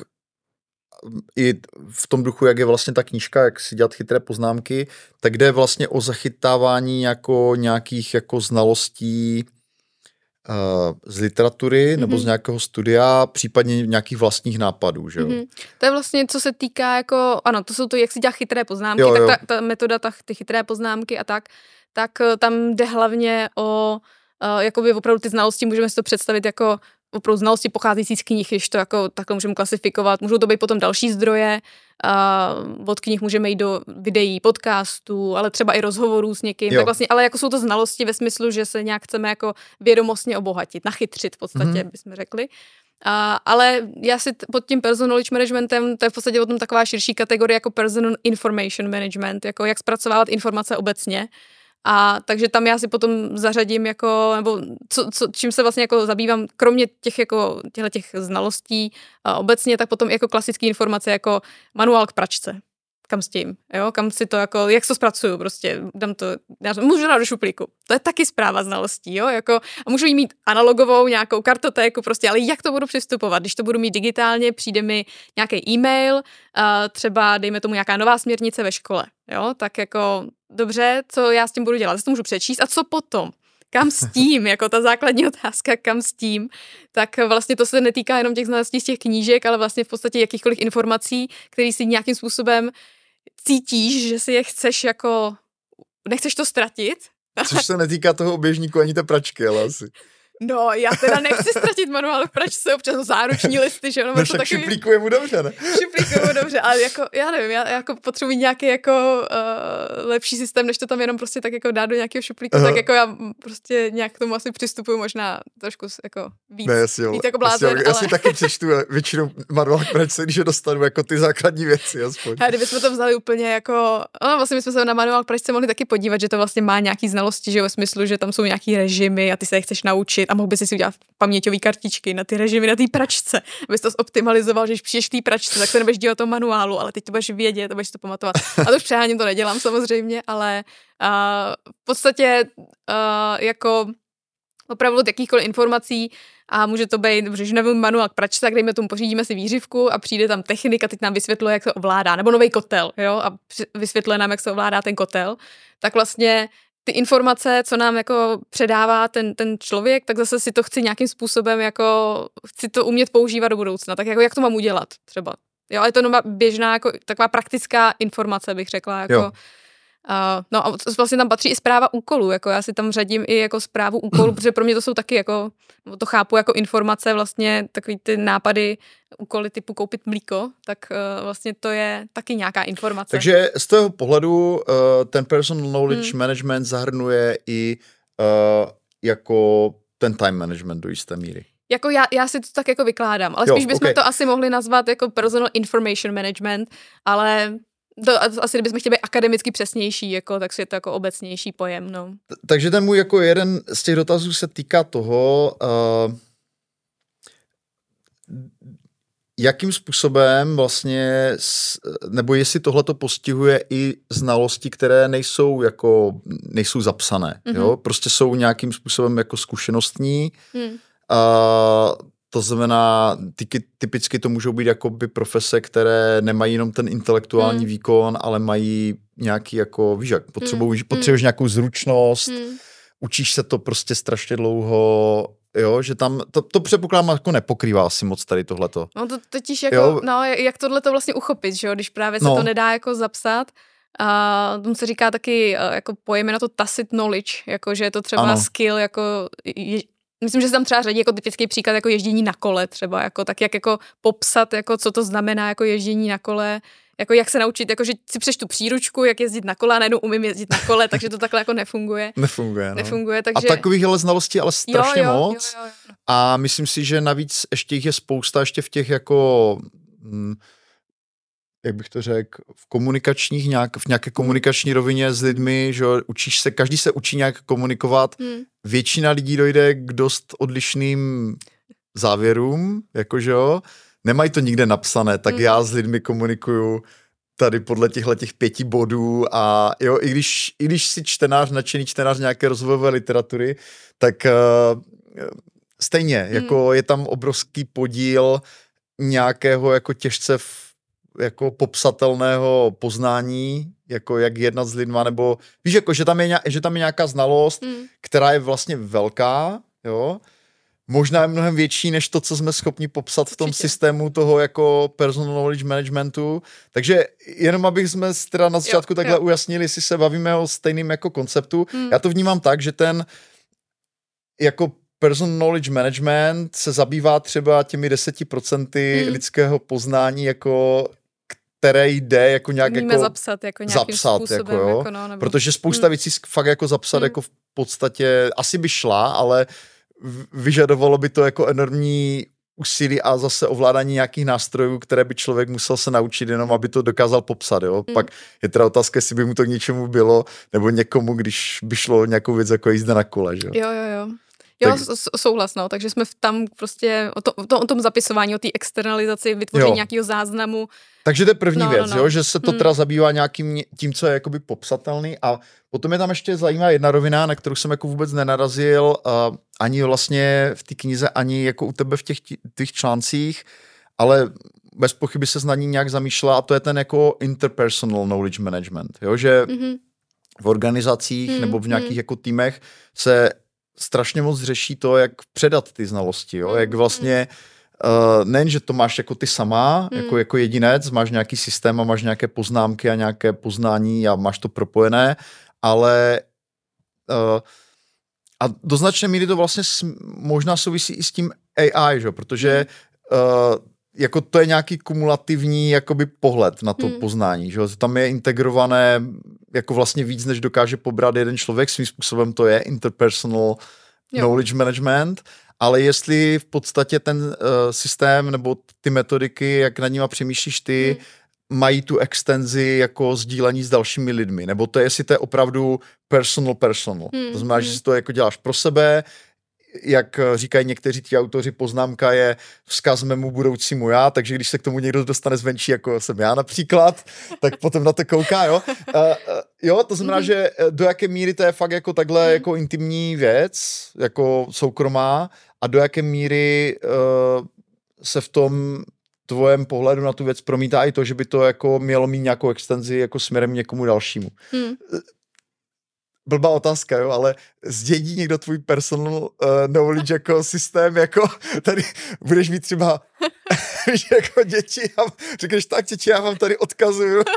i v tom duchu, jak je vlastně ta knížka, jak si dělat chytré poznámky, tak jde vlastně o zachytávání jako nějakých jako znalostí uh, z literatury mm-hmm. nebo z nějakého studia, případně nějakých vlastních nápadů, že jo? Mm-hmm. To je vlastně, co se týká jako, ano, to jsou to, jak si dělat chytré poznámky, jo, jo. tak ta, ta metoda, ta, ty chytré poznámky a tak, tak tam jde hlavně o, uh, jakoby opravdu ty znalosti, můžeme si to představit jako opravdu znalosti pocházející z knih, když to jako takhle můžeme klasifikovat. Můžou to být potom další zdroje, a od knih můžeme jít do videí, podcastů, ale třeba i rozhovorů s někým. Tak vlastně, ale jako jsou to znalosti ve smyslu, že se nějak chceme jako vědomostně obohatit, nachytřit v podstatě, mm-hmm. bychom řekli. A, ale já si t- pod tím personal knowledge managementem, to je v podstatě potom taková širší kategorie jako personal information management, jako jak zpracovávat informace obecně. A takže tam já si potom zařadím jako, nebo co, co, čím se vlastně jako zabývám, kromě těch jako těch znalostí a obecně, tak potom jako klasické informace jako manuál k pračce. Kam s tím, jo, kam si to jako, jak to zpracuju, prostě dám to, já můžu dát do šuplíku. To je taky správa znalostí, jo, jako a můžu jí mít analogovou nějakou kartotéku prostě, ale jak to budu přistupovat, když to budu mít digitálně, přijde mi nějaký e-mail, uh, třeba dejme tomu nějaká nová směrnice ve škole, jo, tak jako dobře, co já s tím budu dělat, já to můžu přečíst a co potom? Kam s tím, jako ta základní otázka, kam s tím, tak vlastně to se netýká jenom těch znalostí z těch knížek, ale vlastně v podstatě jakýchkoliv informací, které si nějakým způsobem cítíš, že si je chceš jako, nechceš to ztratit. Což se netýká toho oběžníku ani té pračky, ale asi. No, já teda nechci ztratit manuál v pračce, občas záruční listy, že ono. No však takový... šuplíkuje mu dobře, ne? Šuplíkuje mu dobře, ale jako, já nevím, já jako potřebuji nějaký jako uh, lepší systém, než to tam jenom prostě tak jako dát do nějakého šuplíku, uh-huh. tak jako já prostě nějak k tomu asi přistupuju možná trošku jako víc, ne, jasně, víc jako blázen, jasně, ale... Já si taky přečtu většinou manuál v pračce, když je dostanu jako ty základní věci, aspoň. A kdybychom to vzali úplně jako, no vlastně my jsme se na manuál v pračce mohli taky podívat, že to vlastně má nějaký znalosti, že ve smyslu, že tam jsou nějaký režimy a ty se je chceš naučit a mohl by si si udělat paměťové kartičky na ty režimy na té pračce, abys to zoptimalizoval, že když přijdeš k té pračce, tak se nebudeš dívat toho manuálu, ale teď to budeš vědět, to budeš to pamatovat. A to už přeháním, to nedělám samozřejmě, ale uh, v podstatě uh, jako opravdu od jakýchkoliv informací a může to být, že nevím manuál k pračce, tak dejme tomu pořídíme si výřivku a přijde tam technik a teď nám vysvětluje, jak se ovládá, nebo nový kotel, jo, a vysvětluje nám, jak se ovládá ten kotel, tak vlastně ty informace, co nám jako předává ten, ten člověk, tak zase si to chci nějakým způsobem jako, chci to umět používat do budoucna, tak jako jak to mám udělat třeba. Jo, ale je to běžná, jako taková praktická informace, bych řekla, jako. Uh, no a vlastně tam patří i správa úkolů, jako já si tam řadím i jako správu úkolů, protože pro mě to jsou taky jako, to chápu jako informace, vlastně takový ty nápady, úkoly typu koupit mlíko, tak uh, vlastně to je taky nějaká informace. Takže z toho pohledu uh, ten personal knowledge hmm. management zahrnuje i uh, jako ten time management do jisté míry. Jako já, já si to tak jako vykládám, ale jo, spíš bychom okay. to asi mohli nazvat jako personal information management, ale To asi kdybychom chtěli být akademicky přesnější, jako, tak je to jako obecnější pojem. No. Takže ten můj jako jeden z těch dotazů se týká toho, uh, jakým způsobem vlastně, nebo jestli tohle to postihuje i znalosti, které nejsou jako, nejsou zapsané, mm-hmm. jo? Prostě jsou nějakým způsobem jako zkušenostní. Mm. Uh, to znamená, ty, typicky to můžou být jakoby profese, které nemají jenom ten intelektuální mm. výkon, ale mají nějaký jako, víš jak, potřebuješ, mm. potřebuješ nějakou zručnost, mm. učíš se to prostě strašně dlouho, jo, že tam, to, to předpokládám jako nepokrývá asi moc tady tohleto. No to totiž jako, jo. no jak tohleto vlastně uchopit, že jo, když právě se no. to nedá jako zapsat. A tomu se říká taky, jako pojeme na to tacit knowledge, jako že je to třeba ano. skill, jako je, myslím, že se tam třeba řadí jako typický příklad jako ježdění na kole třeba, jako tak jak jako popsat, jako co to znamená jako ježdění na kole, jako jak se naučit, jako že si přečtu příručku, jak jezdit na kole a najednou umím jezdit na kole, takže to takhle jako nefunguje. Nefunguje, no. Nefunguje, takže... A takových ale znalostí ale strašně jo, jo, moc. Jo, jo, jo. A myslím si, že navíc ještě jich je spousta, ještě v těch jako, hm, jak bych to řekl, v komunikačních, nějak, v nějaké komunikační rovině s lidmi, že učíš se, každý se učí nějak komunikovat. Hmm. Většina lidí dojde k dost odlišným závěrům, jakože jo. Nemají to nikde napsané, tak hmm. já s lidmi komunikuju tady podle těchto těch pěti bodů a jo, i když, i když si čtenář, nadšený čtenář nějaké rozvojové literatury, tak uh, stejně, hmm. jako je tam obrovský podíl nějakého jako těžce v, jako popsatelného poznání, jako jak jednat s lidma, nebo víš, jako, že tam je, že tam je nějaká znalost, hmm. která je vlastně velká, jo, možná je mnohem větší, než to, co jsme schopni popsat v tom Určitě. systému toho jako personal knowledge managementu. Takže jenom abych jsme teda na začátku jo, takhle jo. ujasnili, jestli se bavíme o stejným jako konceptu. Hmm. Já to vnímám tak, že ten jako personal knowledge management se zabývá třeba těmi deseti procenty hmm. lidského poznání, jako které jde jako nějak jako zapsat, jako nějakým zapsat, způsobem. Jako, jo, jako no, nebo... Protože spousta hmm. věcí fakt jako zapsat hmm. jako v podstatě asi by šla, ale vyžadovalo by to jako enormní úsilí a zase ovládání nějakých nástrojů, které by člověk musel se naučit jenom, aby to dokázal popsat, jo. Mm. Pak je teda otázka, jestli by mu to k něčemu bylo, nebo někomu, když by šlo nějakou věc jako jízda na kole, že jo. Jo, jo, jo. Jo, tak... souhlas, no, takže jsme tam prostě o, to, o, to, o tom zapisování, o té externalizaci, vytvoření nějakého záznamu. Takže to je první no, věc, no, no. jo, že se to hmm. teda zabývá nějakým tím, co je jakoby popsatelný a potom je tam ještě zajímavá jedna rovina, na kterou jsem jako vůbec nenarazil uh, ani vlastně v té knize, ani jako u tebe v těch tvých článcích, ale bez pochyby se na ní nějak zamýšlela a to je ten jako interpersonal knowledge management, jo, že mm-hmm. v organizacích mm-hmm. nebo v nějakých jako týmech se strašně moc řeší to, jak předat ty znalosti, jo, mm-hmm. jak vlastně Uh, nejen, že to máš jako ty sama, hmm. jako, jako jedinec, máš nějaký systém a máš nějaké poznámky a nějaké poznání a máš to propojené, ale uh, a do značné míry to vlastně s, možná souvisí i s tím A I, že? Protože uh, jako to je nějaký kumulativní jakoby pohled na to hmm. poznání, že? Tam je integrované jako vlastně víc, než dokáže pobrat jeden člověk, svým způsobem to je interpersonal jo. knowledge management. Ale jestli v podstatě ten uh, systém nebo ty metodiky, jak nad nima přemýšlíš ty, hmm. mají tu extenzi jako sdílení s dalšími lidmi, nebo to je, jestli to je opravdu personal personal. Hmm. To znamená, že si to jako děláš pro sebe, jak říkají někteří ti autoři, poznámka je vzkaz mému budoucímu já, takže když se k tomu někdo dostane zvenčí, jako jsem já například, tak potom na to kouká, jo. Uh, uh, jo, to znamená, mm-hmm. že do jaké míry to je fakt jako takhle mm-hmm. jako intimní věc, jako soukromá, a do jaké míry uh, se v tom tvojem pohledu na tu věc promítá i to, že by to jako mělo mít nějakou extenzi jako směrem někomu dalšímu. Mm. Blbá otázka, jo, ale zdědí někdo tvůj personal uh, knowledge jako systém, jako tady budeš mít třeba jako děti a řekneš tak, děti, já vám tady odkazuju. Jo,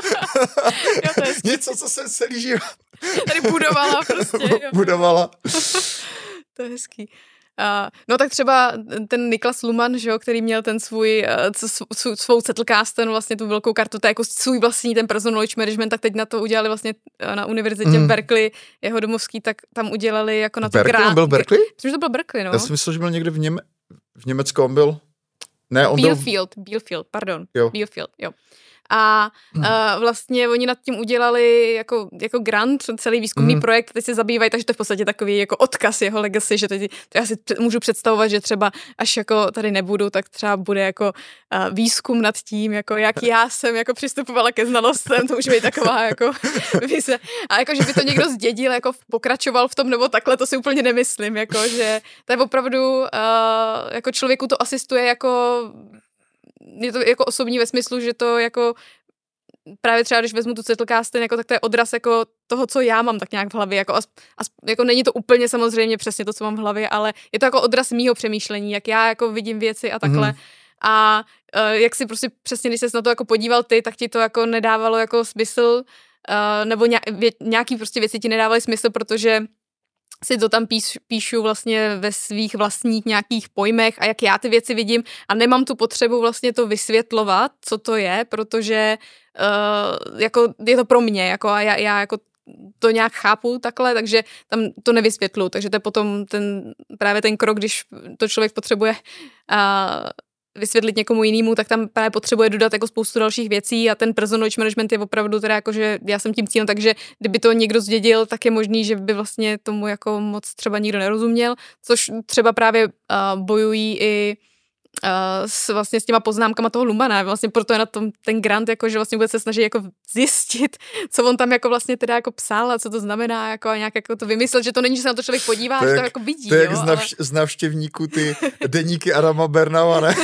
něco, co jsem celý život tady budovala prostě. Jo. Budovala. To je hezký. Uh, no tak třeba ten Niklas Luhmann, že jo, který měl ten svůj, uh, svou Zettelkasten, ten vlastně tu velkou kartotéku, svůj vlastní ten personal knowledge management, tak teď na to udělali vlastně na univerzitě mm. v Berkeley, jeho domovský, tak tam udělali jako na to Berkeley, grad. On byl Berkeley? Myslím, že to byl Berkeley, no. Já jsem myslel, že byl někde v, Něme- v Německu, on byl... Ne, on Bielefeld, byl... Bielefeld, pardon, jo. Bielefeld, jo. a hmm. uh, vlastně oni nad tím udělali jako, jako grant, celý výzkumný hmm. projekt, teď se zabývají, takže to je v podstatě takový jako odkaz jeho legacy, že teď já si můžu představovat, že třeba až jako tady nebudu, tak třeba bude jako uh, výzkum nad tím, jako jak já jsem jako přistupovala ke znalostem, to může být taková jako vize. A jako, že by to někdo zdědil, jako pokračoval v tom, nebo takhle, to si úplně nemyslím, jako, že to je opravdu, uh, jako člověku to asistuje jako, je to jako osobní ve smyslu, že to jako právě třeba, když vezmu tu Zettelkasten, jako, tak to je odraz jako toho, co já mám tak nějak v hlavě, jako, as, as, jako není to úplně samozřejmě přesně to, co mám v hlavě, ale je to jako odraz mýho přemýšlení, jak já jako vidím věci a takhle. Mm-hmm. A uh, jak si prostě přesně, když ses na to jako podíval ty, tak ti to jako nedávalo jako smysl, uh, nebo nějaký prostě věci ti nedávaly smysl, protože si to tam píš, píšu vlastně ve svých vlastních nějakých pojmech a jak já ty věci vidím a nemám tu potřebu vlastně to vysvětlovat, co to je, protože uh, jako je to pro mě, jako a já, já jako to nějak chápu takhle, takže tam to nevysvětlu, takže to je potom ten, právě ten krok, když to člověk potřebuje uh, vysvětlit někomu jinému, tak tam právě potřebuje dodat jako spoustu dalších věcí a ten personal management je opravdu teda jako, že já jsem tím cílem, takže kdyby to někdo zdědil, tak je možný, že by vlastně tomu jako moc třeba nikdo nerozuměl, což třeba právě uh, bojují i uh, s, vlastně s těma poznámkama toho Lumana, vlastně proto je na tom ten grant, jako, že vlastně bude se snažit jako zjistit, co on tam jako vlastně teda jako psal a co to znamená, jako a nějak jako to vymyslet, že to není, že se na to člověk podívá, to že jak, to jako vidí. To je jo, jak z, navš- ale... z návštěvníků ty deníky Adama Bernaua, ne?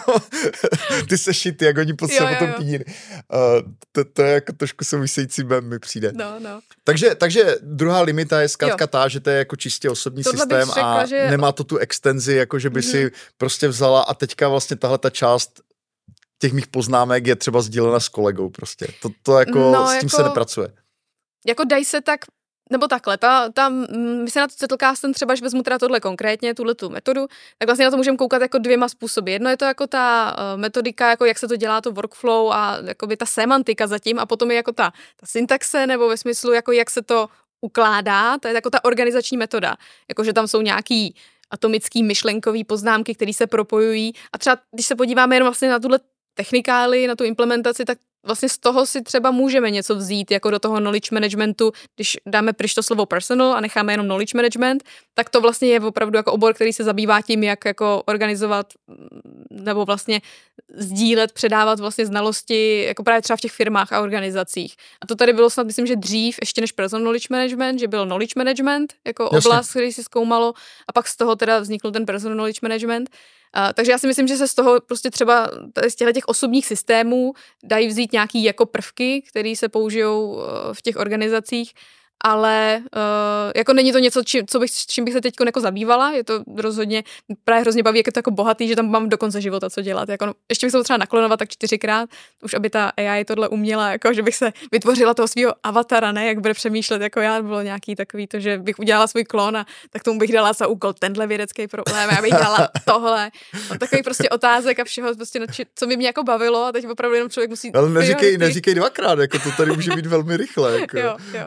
Ty sešity, jak oni pod sebou potom píní. Uh, to, to je jako trošku související mem, mi přijde. No, no. Takže, takže druhá limita je zkrátka ta, že to je jako čistě osobní Tohle systém řekla, a že... nemá to tu extenzi, jako že by mm-hmm. si prostě vzala a teďka vlastně tahle ta část těch mých poznámek je třeba sdílena s kolegou prostě. To, to jako no, s tím jako, se nepracuje. Jako dají se tak, nebo takhle, ta, ta, my se na to Zettelkasten třeba, že vezmu teda tohle konkrétně, tuhletu metodu, tak vlastně na to můžeme koukat jako dvěma způsoby. Jedno je to jako ta uh, metodika, jako jak se to dělá, to workflow a jakoby ta semantika zatím a potom je jako ta, ta syntaxe, nebo ve smyslu, jako jak se to ukládá, to je jako ta organizační metoda. Jakože tam jsou nějaký atomický myšlenkový poznámky, které se propojují a třeba, když se podíváme jenom vlastně na tuhle technikály, na tu implementaci, tak vlastně z toho si třeba můžeme něco vzít jako do toho knowledge managementu, když dáme pryč to slovo personal a necháme jenom knowledge management, tak to vlastně je opravdu jako obor, který se zabývá tím, jak jako organizovat nebo vlastně sdílet, předávat vlastně znalosti, jako právě třeba v těch firmách a organizacích. A to tady bylo snad, myslím, že dřív, ještě než personal knowledge management, že byl knowledge management jako Jasně. oblast, který si zkoumalo a pak z toho teda vznikl ten personal knowledge management. Uh, takže já si myslím, že se z toho prostě třeba z těch osobních systémů dají vzít nějaký jako prvky, které se použijou uh, v těch organizacích, ale uh, jako není to něco, či, co bych, čím bych se teď jako zabývala, je to rozhodně, právě hrozně baví, jak je to jako bohatý, že tam mám do konce života co dělat. Jako, no, ještě bych se to třeba naklonovat tak čtyřikrát, už aby ta A I tohle uměla, jako, že bych se vytvořila toho svého avatara, ne, jak bude přemýšlet, jako já, bylo nějaký takový to, že bych udělala svůj klon a tak tomu bych dala za úkol tenhle vědecký problém, já bych dala tohle. No, takových prostě otázek a všeho, prostě, co by mě jako bavilo a teď opravdu jenom člověk musí... Ale neříkej, neříkej dvakrát, jako to tady může být velmi rychle. Jako. Jo, jo.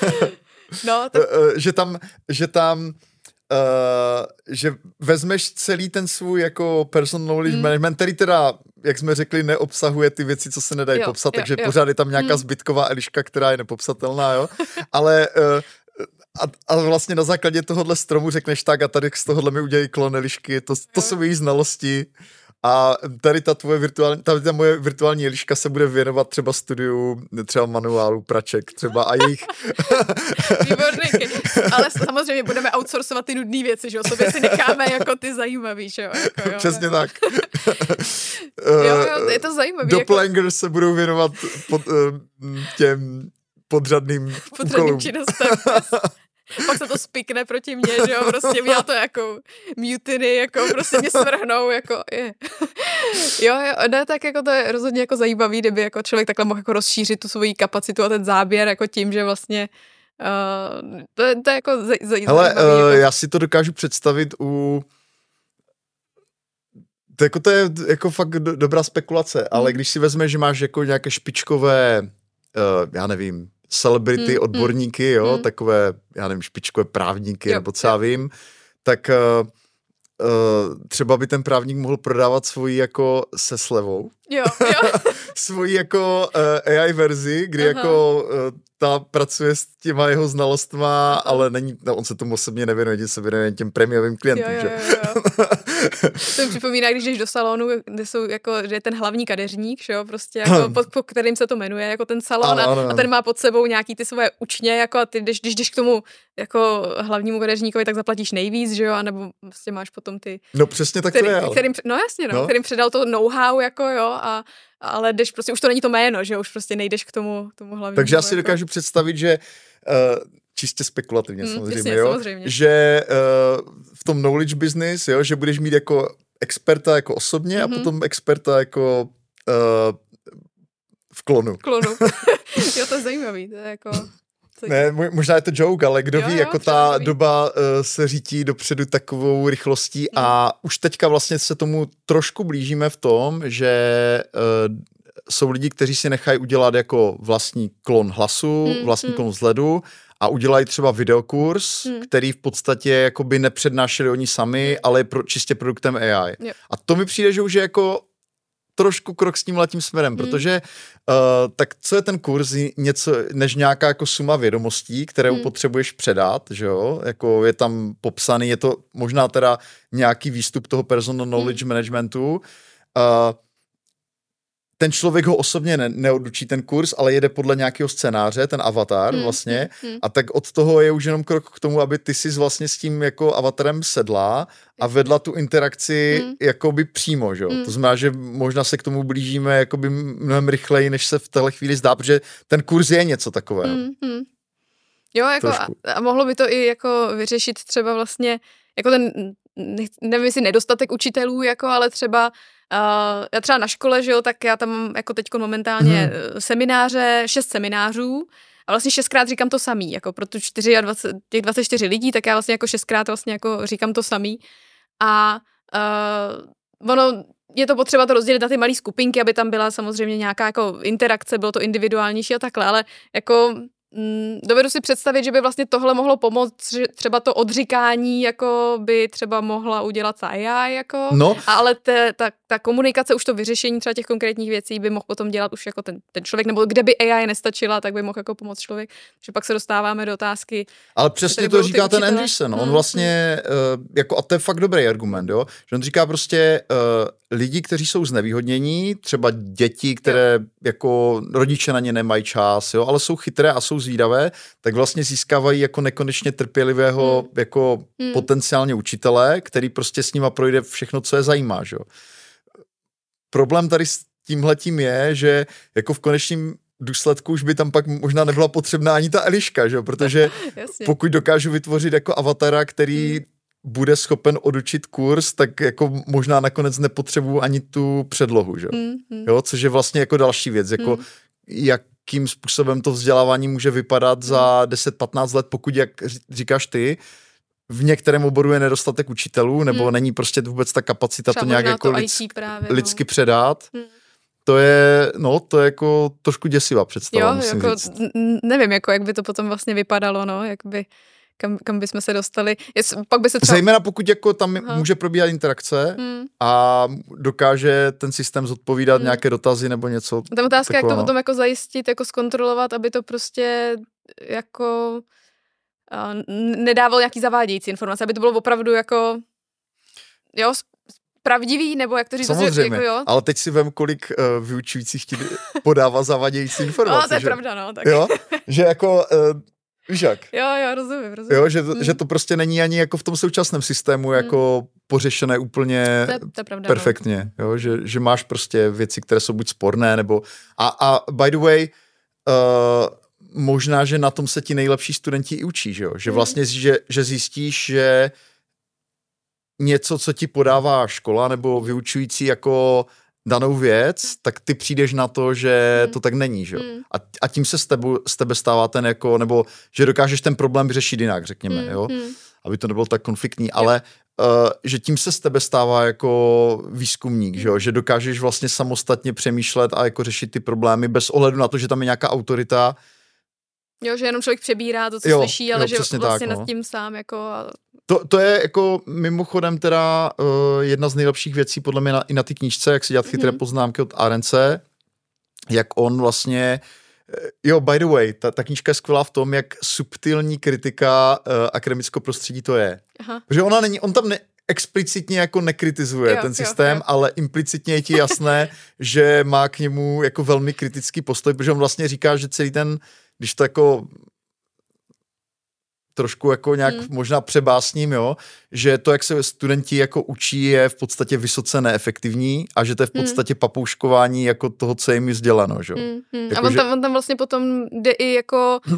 No, tak... že tam, že tam uh, že vezmeš celý ten svůj jako personal knowledge hmm. management, který teda, jak jsme řekli, neobsahuje ty věci, co se nedají jo, popsat, jo, takže jo. pořád je tam nějaká hmm. zbytková Eliška, která je nepopsatelná, jo, ale uh, a, a vlastně na základě tohohle stromu řekneš tak a tady z tohohle mi udělají klon Elišky, to, to jsou její znalosti. A tady ta tvoje virtuální, tady ta moje virtuální Eliška se bude věnovat třeba studiu, třeba manuálu praček, třeba a jejich... Výborný, ale samozřejmě budeme outsourcovat ty nudné věci, že o sobě si necháme jako ty zajímavý, že jo? Jako, jo Přesně jako. tak. jo, jo, je to zajímavý. Doppelganger jako... se budou věnovat pod, těm podřadným Podřadným úkolům. činnostem. Pak se to spikne proti mně, že jo, prostě udělá to jako mutiny, jako prostě mě svrhnou, jako je. Jo, jo, ne, tak jako to je rozhodně jako zajímavý, kdyby jako člověk takhle mohl jako rozšířit tu svoji kapacitu a ten záběr jako tím, že vlastně uh, to, je, to je jako zaj, zaj, Hele, zajímavý. Uh, jako. Já si to dokážu představit u... To, jako, to je jako fakt do, dobrá spekulace, hmm. ale když si vezmeš, že máš jako nějaké špičkové, uh, já nevím, celebrity, hmm, odborníky, jo, hmm. takové, já nevím, špičkové právníky, jo, nebo co já vím, tak uh, uh, třeba by ten právník mohl prodávat svoji jako se slevou. Jo, jo. svoji jako uh, A I verzi, kdy Aha. jako uh, ta pracuje s těma jeho znalostma, Aha. ale není, no, on se tomu osobně nevěnuje, tím se věnuje těm prémiovým klientům, jo, že? Jo, jo, jo. To mi připomíná, když jdeš do salonu, kde jsou jako, že je ten hlavní kadeřník, že jo, prostě jako pod, pod kterým se to jmenuje, jako ten salon ano, ano, ano. a ten má pod sebou nějaký ty svoje učně, jako a ty, když, když jdeš k tomu jako hlavnímu kadeřníkovi, tak zaplatíš nejvíc, že jo, anebo prostě máš potom ty... No přesně tak který, to je, ale. Kterým, no jasně, no, no. kterým předal to know-how, jako jo, a ale jdeš prostě, už to není to jméno, že už prostě nejdeš k tomu, tomu hlavnímu. Takže já si jako. dokážu představit, že uh, čistě spekulativně mm, samozřejmě, jasně, jo, samozřejmě. že uh, v tom knowledge business, jo, že budeš mít jako experta jako osobně mm-hmm. a potom experta jako uh, v klonu. Klonu. Jo, to je zajímavý, to je jako... Ne, možná je to joke, ale kdo jo, ví, jo, jako ta ví. doba uh, se řítí dopředu takovou rychlostí mm. a už teďka vlastně se tomu trošku blížíme v tom, že uh, jsou lidi, kteří si nechají udělat jako vlastní klon hlasu, mm, vlastní mm. klon vzhledu a udělají třeba videokurs, mm. který v podstatě jakoby nepřednášeli oni sami, ale je pro, čistě produktem A I. Jo. A to mi přijde, že už je jako trošku krok s tímhletím směrem, mm. protože uh, tak co je ten kurz něco, než nějaká jako suma vědomostí, kterou mm. potřebuješ předat, že jo, jako je tam popsaný, je to možná teda nějaký výstup toho personal knowledge mm. managementu, uh, ten člověk ho osobně ne, neodučí ten kurz, ale jede podle nějakého scénáře, ten avatar mm, vlastně, mm, a tak od toho je už jenom krok k tomu, aby ty jsi vlastně s tím jako avatarem sedla a vedla tu interakci mm. jakoby přímo, že jo. Mm. To znamená, že možná se k tomu blížíme jakoby mnohem rychleji, než se v téhle chvíli zdá, protože ten kurz je něco takového. Mm, mm. Jo, jako a, a mohlo by to i jako vyřešit třeba vlastně, jako ten, nevím jestli nedostatek učitelů, jako, ale třeba Uh, já třeba na škole, že jo, tak já tam mám jako teďko momentálně hmm. semináře, šest seminářů a vlastně šestkrát říkám to samý, jako pro tu dvacet, těch dvacet čtyři lidí, tak já vlastně jako šestkrát vlastně jako říkám to samý a uh, ono je to potřeba to rozdělit na ty malé skupinky, aby tam byla samozřejmě nějaká jako interakce, bylo to individuálnější a takhle, ale jako dovedu si představit, že by vlastně tohle mohlo pomoct, že třeba to odříkání jako by třeba mohla udělat ta A I, jako, no. ale te, ta, ta komunikace, už to vyřešení třeba těch konkrétních věcí by mohl potom dělat už jako ten, ten člověk, nebo kde by A I nestačila, tak by mohl jako pomoct člověk, že pak se dostáváme do otázky. Ale přesně to říká ten Anderson, on vlastně, hmm. jako, a to je fakt dobrý argument, jo, že on říká prostě uh, lidi, kteří jsou znevýhodnění, třeba děti, které jo. jako rodiče na ně nemají čas, jo, ale jsou chytré a jsou zvídavé, tak vlastně získávají jako nekonečně trpělivého hmm. jako hmm. potenciálně učitele, který prostě s nima projde všechno, co je zajímá, že jo. Problém tady s tímhletím je, že jako v konečném důsledku už by tam pak možná nebyla potřebná ani ta Eliška, že jo, protože pokud dokážu vytvořit jako avatara, který hmm. bude schopen odučit kurz, tak jako možná nakonec nepotřebuju ani tu předlohu, že jo. Hmm. Jo, což je vlastně jako další věc, jako hmm. jakým způsobem to vzdělávání může vypadat hmm. za deset patnáct let, pokud, jak říkáš ty, v některém oboru je nedostatek učitelů, nebo hmm. není prostě vůbec ta kapacita třeba to nějak jako to lidsk, právě, lidsky no. předat. Hmm. To je, no, to je jako trošku děsivá představa, jo, musím jako, říct. Nevím, jako, jak by to potom vlastně vypadalo, no, jak by, kam, kam bychom se dostali. Jest, pak by se třeba... Zejména pokud jako tam Aha. může probíhat interakce hmm. a dokáže ten systém zodpovídat hmm. nějaké dotazy nebo něco. Tam otázka, taková, jak to no. potom jako zajistit, jako zkontrolovat, aby to prostě jako uh, nedával nějaký zavádějící informace, aby to bylo opravdu jako jo, pravdivý, nebo jak to říct? Samozřejmě, jako, jo? ale teď si vem, kolik uh, vyučujících ti podává zavádějící informace. No, to je že? pravda, no. Tak. Jo, že jako, uh, víš jak? Jo, jo, rozumím, rozumím. Jo, že to, hmm. že to prostě není ani jako v tom současném systému hmm. jako pořešené úplně to je, to je pravda, perfektně. No. Jo, že, že máš prostě věci, které jsou buď sporné, nebo a, a by the way, uh, možná, že na tom se ti nejlepší studenti i učí, že jo? Že vlastně, že, že zjistíš, že něco, co ti podává škola nebo vyučující jako danou věc, tak ty přijdeš na to, že mm. to tak není, že jo? Mm. A, a tím se z, tebu, z tebe stává ten jako, nebo že dokážeš ten problém vyřešit jinak, řekněme, mm. jo? Mm. Aby to nebylo tak konfliktní, jo. ale uh, že tím se z tebe stává jako výzkumník, mm. že jo? Že dokážeš vlastně samostatně přemýšlet a jako řešit ty problémy bez ohledu na to, že tam je nějaká autorita. Jo, že jenom člověk přebírá to, co jo, slyší, ale jo, že vlastně tak, no. nad tím sám jako... A... To, to je jako mimochodem teda uh, jedna z nejlepších věcí podle mě na, i na ty knížce, jak si dělat chytré mm-hmm. poznámky od Arence, jak on vlastně, jo, by the way, ta, ta knížka je skvělá v tom, jak subtilní kritika uh, akademického prostředí to je. Aha. Protože ona není, on tam ne, explicitně jako nekritizuje jo, ten systém, jo, jo. ale implicitně je ti jasné, že má k němu jako velmi kritický postoj, protože on vlastně říká, že celý ten, když to jako trošku jako nějak hmm. možná přebásním, jo, že to, jak se studenti jako učí, je v podstatě vysoce neefektivní a že to je v podstatě hmm. papouškování jako toho, co je jim vzdělano, že? Hmm. Hmm. Jako, a on že... tam, on tam vlastně potom jde i jako uh,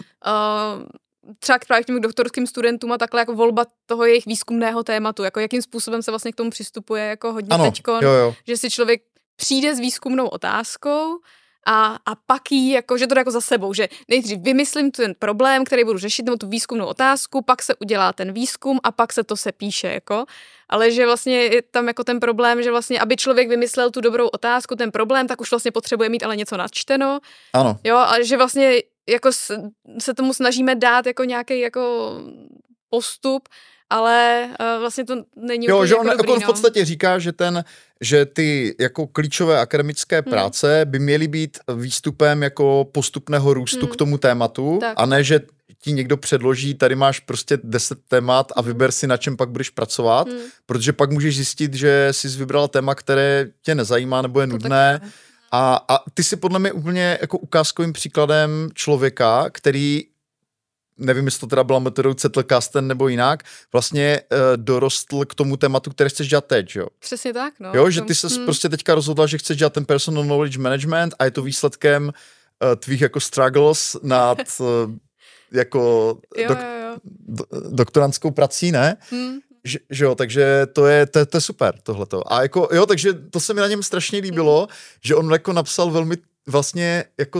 třeba k právě k těm doktorským studentům a takhle jako volba toho jejich výzkumného tématu, jako jakým způsobem se vlastně k tomu přistupuje jako hodně ano, teďkon, jo, jo. že si člověk přijde s výzkumnou otázkou A, a pak jí, jako, že to jde jako za sebou, že nejdřív vymyslím ten problém, který budu řešit, nebo tu výzkumnou otázku, pak se udělá ten výzkum a pak se to sepíše, jako. Ale že vlastně je tam jako ten problém, že vlastně, aby člověk vymyslel tu dobrou otázku, ten problém, tak už vlastně potřebuje mít ale něco načteno. Ano. Jo, a že vlastně jako se tomu snažíme dát jako nějaký jako postup, ale uh, vlastně to není jo, úplně že on, jako dobrý, jako on v no. podstatě říká, že ten, že ty jako klíčové akademické hmm. práce by měly být výstupem jako postupného růstu hmm. k tomu tématu tak. a ne, že ti někdo předloží, tady máš prostě deset témat a vyber si, na čem pak budeš pracovat, hmm. protože pak můžeš zjistit, že jsi vybrala téma, které tě nezajímá nebo je to nudné. A, a ty jsi podle mě úplně jako ukázkovým příkladem člověka, který nevím, jestli to teda byla metodou Zettelkasten nebo jinak, vlastně uh, dorostl k tomu tématu, které chceš dělat teď, jo? Přesně tak, no. Jo, že ty se hmm. prostě teďka rozhodla, že chceš dělat ten personal knowledge management a je to výsledkem uh, tvých jako struggles nad uh, jako jo, dok- jo, jo. Do, doktorantskou prací, ne? Hmm. Že, že jo, takže to je, to, to je super, tohleto. A jako, jo, takže to se mi na něm strašně líbilo, hmm. že on jako napsal velmi vlastně jako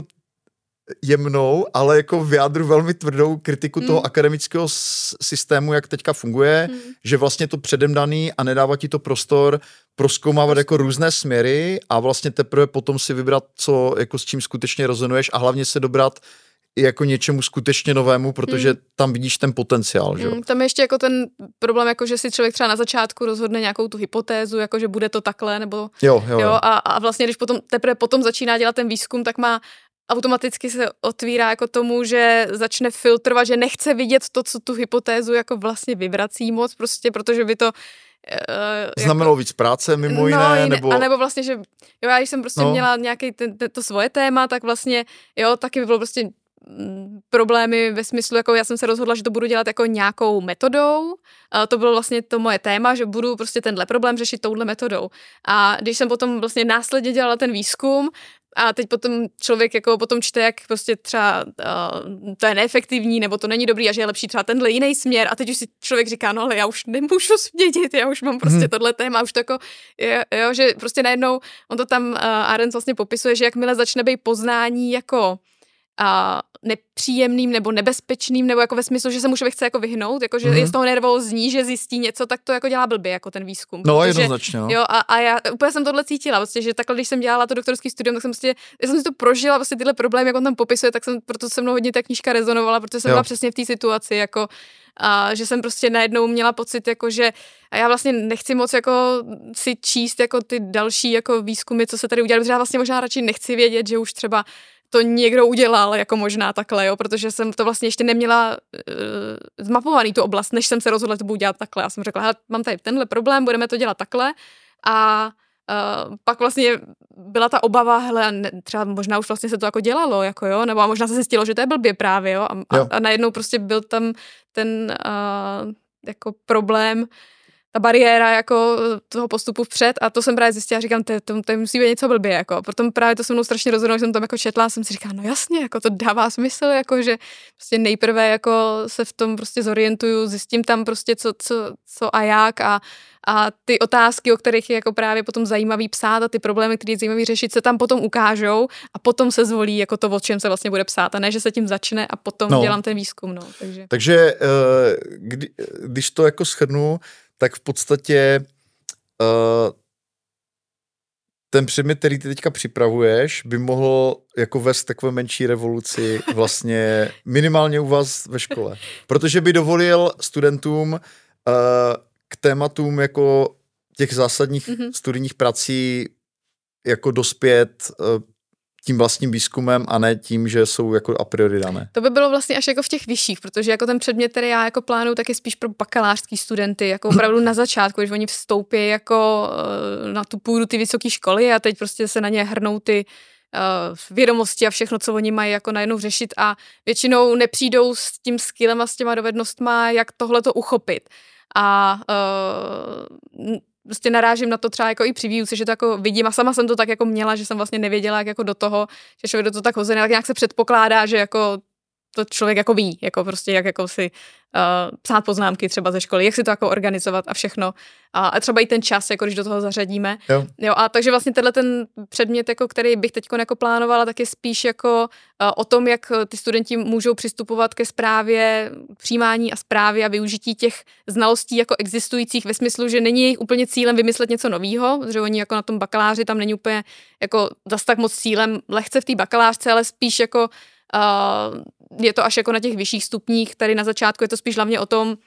jemnou, ale jako v jádru velmi tvrdou kritiku hmm. toho akademického systému, jak teďka funguje, hmm. že vlastně to předem daný a nedává ti to prostor prozkoumávat jako různé směry a vlastně teprve potom si vybrat, co jako s čím skutečně rezonuješ a hlavně se dobrat i jako něčemu skutečně novému, protože hmm. tam vidíš ten potenciál, že jo? Hmm, tam je ještě jako ten problém, jako že si člověk třeba na začátku rozhodne nějakou tu hypotézu, jako že bude to takhle, nebo jo, jo, jo. jo a, a vlastně když potom teprve potom začíná dělat ten výzkum, tak má automaticky se otvírá jako tomu, že začne filtrovat, že nechce vidět to, co tu hypotézu jako vlastně vyvrací moc, prostě protože by to Uh, znamenalo jako víc práce mimo no, jiné, jiné, nebo... A nebo vlastně, že jo, já když jsem prostě no. měla nějaký ten, ten, to svoje téma, tak vlastně, jo, taky by bylo prostě m, problémy ve smyslu, jako já jsem se rozhodla, že to budu dělat jako nějakou metodou, a to bylo vlastně to moje téma, že budu prostě tenhle problém řešit touhle metodou. A když jsem potom vlastně následně dělala ten výzkum, a teď potom člověk jako potom čte, jak prostě třeba uh, to je neefektivní, nebo to není dobrý a že je lepší třeba tenhle jiný směr a teď už si člověk říká, no ale já už nemůžu změnit, já už mám prostě hmm. tohle téma, už to jako, jo, jo, že prostě najednou, on to tam uh, Arendt vlastně popisuje, že jakmile začne být poznání jako a nepříjemným nebo nebezpečným, nebo jako ve smyslu, že se mu člověk chce jako vyhnout, jako že mm-hmm. je z toho nervózní, že zjistí něco, tak to jako dělá blbě, jako ten výzkum. No, protože, jednoznačně, no. Jo, a, a já úplně jsem tohle cítila, vlastně, že takhle, když jsem dělala to doktorský studium, tak jsem prostě, já jsem si to prožila, vlastně tyhle problémy, jak on tam popisuje, tak jsem, proto se mnou hodně ta knížka rezonovala, protože jsem jo. byla přesně v té situaci, jako a že jsem prostě najednou měla pocit, jako že a já vlastně nechci moc jako si číst jako ty další jako výzkumy, co se tady udělali, protože já vlastně možná radši nechci vědět, že už třeba to někdo udělal, jako možná takhle, jo, protože jsem to vlastně ještě neměla uh, zmapovaný tu oblast, než jsem se rozhodla, že to budu dělat takhle. Já jsem řekla, hele, mám tady tenhle problém, budeme to dělat takhle a uh, pak vlastně byla ta obava, hele, ne, třeba možná už vlastně se to jako dělalo, jako jo, nebo a možná se zjistilo, že to je blbě právě, jo, a, jo. a, a najednou prostě byl tam ten uh, jako problém, ta bariéra jako toho postupu vpřed a to jsem právě zjistila, říkám, to, to, to musí být něco blbě, jako. Potom právě to se mnou strašně rozhodlo, že jsem tam jako četla a jsem si říkala, no jasně, jako to dává smysl, jako že prostě nejprve jako se v tom prostě zorientuju, zjistím tam prostě co, co, co a jak a, a ty otázky, o kterých je jako právě potom zajímavý psát a ty problémy, které je zajímavý řešit, se tam potom ukážou a potom se zvolí jako to, o čem se vlastně bude psát a ne, že se tím začne a potom no. dělám ten výzkum, no. Takže, Takže kdy, když to jako shrnu, tak v podstatě uh, ten předmět, který ty teďka připravuješ, by mohl jako vést takové menší revoluci vlastně minimálně u vás ve škole. Protože by dovolil studentům uh, k tématům jako těch zásadních mm-hmm. studijních prací jako dospět uh, tím vlastním výzkumem a ne tím, že jsou jako a priori dané. To by bylo vlastně až jako v těch vyšších, protože jako ten předmět, který já jako plánuju, tak je spíš pro bakalářský studenty, jako opravdu na začátku, když oni vstoupí jako na tu půdu ty vysoké školy a teď prostě se na ně hrnou ty uh, vědomosti a všechno, co oni mají jako najednou řešit a většinou nepřijdou s tím skillem a s těma dovednostma, jak tohle to uchopit. A uh, prostě narážím na to třeba jako i při výuce, že to jako vidím a sama jsem to tak jako měla, že jsem vlastně nevěděla, jak jako do toho, že člověk do toho tak hozený, tak nějak se předpokládá, že jako to člověk jako ví, jako prostě jak jako si uh, psát poznámky třeba ze školy, jak si to jako organizovat a všechno. A, a třeba i ten čas, jako když do toho zařadíme. Jo. Jo, a takže vlastně tenhle ten předmět, jako, který bych teď jako plánovala, tak je spíš jako uh, o tom, jak ty studenti můžou přistupovat ke správě, přijímání a správě a využití těch znalostí jako existujících ve smyslu, že není jejich úplně cílem vymyslet něco nového, že oni jako na tom bakaláři tam není úplně jako zas tak moc cílem lehce v té bakalářce, ale spíš jako Uh, je to až jako na těch vyšších stupních, tady na začátku je to spíš hlavně o tom, uh,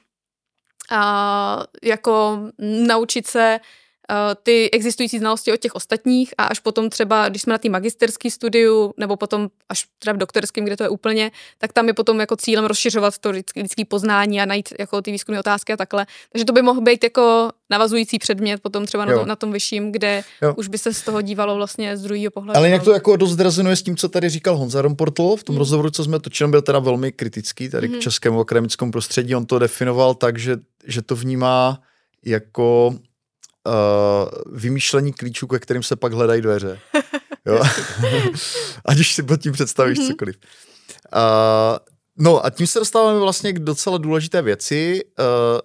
jako naučit se uh, ty existující znalosti od těch ostatních a až potom třeba, když jsme na té magisterský studiu, nebo potom až třeba v doktorském, kde to je úplně, tak tam je potom jako cílem rozšiřovat to lidské poznání a najít jako ty výzkumné otázky a takhle. Takže to by mohl být jako navazující předmět potom třeba na, to, na tom vyšším, kde jo. Už by se z toho dívalo vlastně z druhého pohledu. Ale jak to jako dost rezonuje s tím, co tady říkal Honza Romportl v tom hmm. rozhovoru, co jsme točili, byl teda velmi kritický tady hmm. k českému akademickému prostředí. On to definoval tak, že, že to vnímá jako uh, vymýšlení klíčů, ke kterým se pak hledají dveře. Jo? Ať už si pod tím představíš hmm. cokoliv. Uh, no a tím se dostáváme vlastně k docela důležité věci. Uh,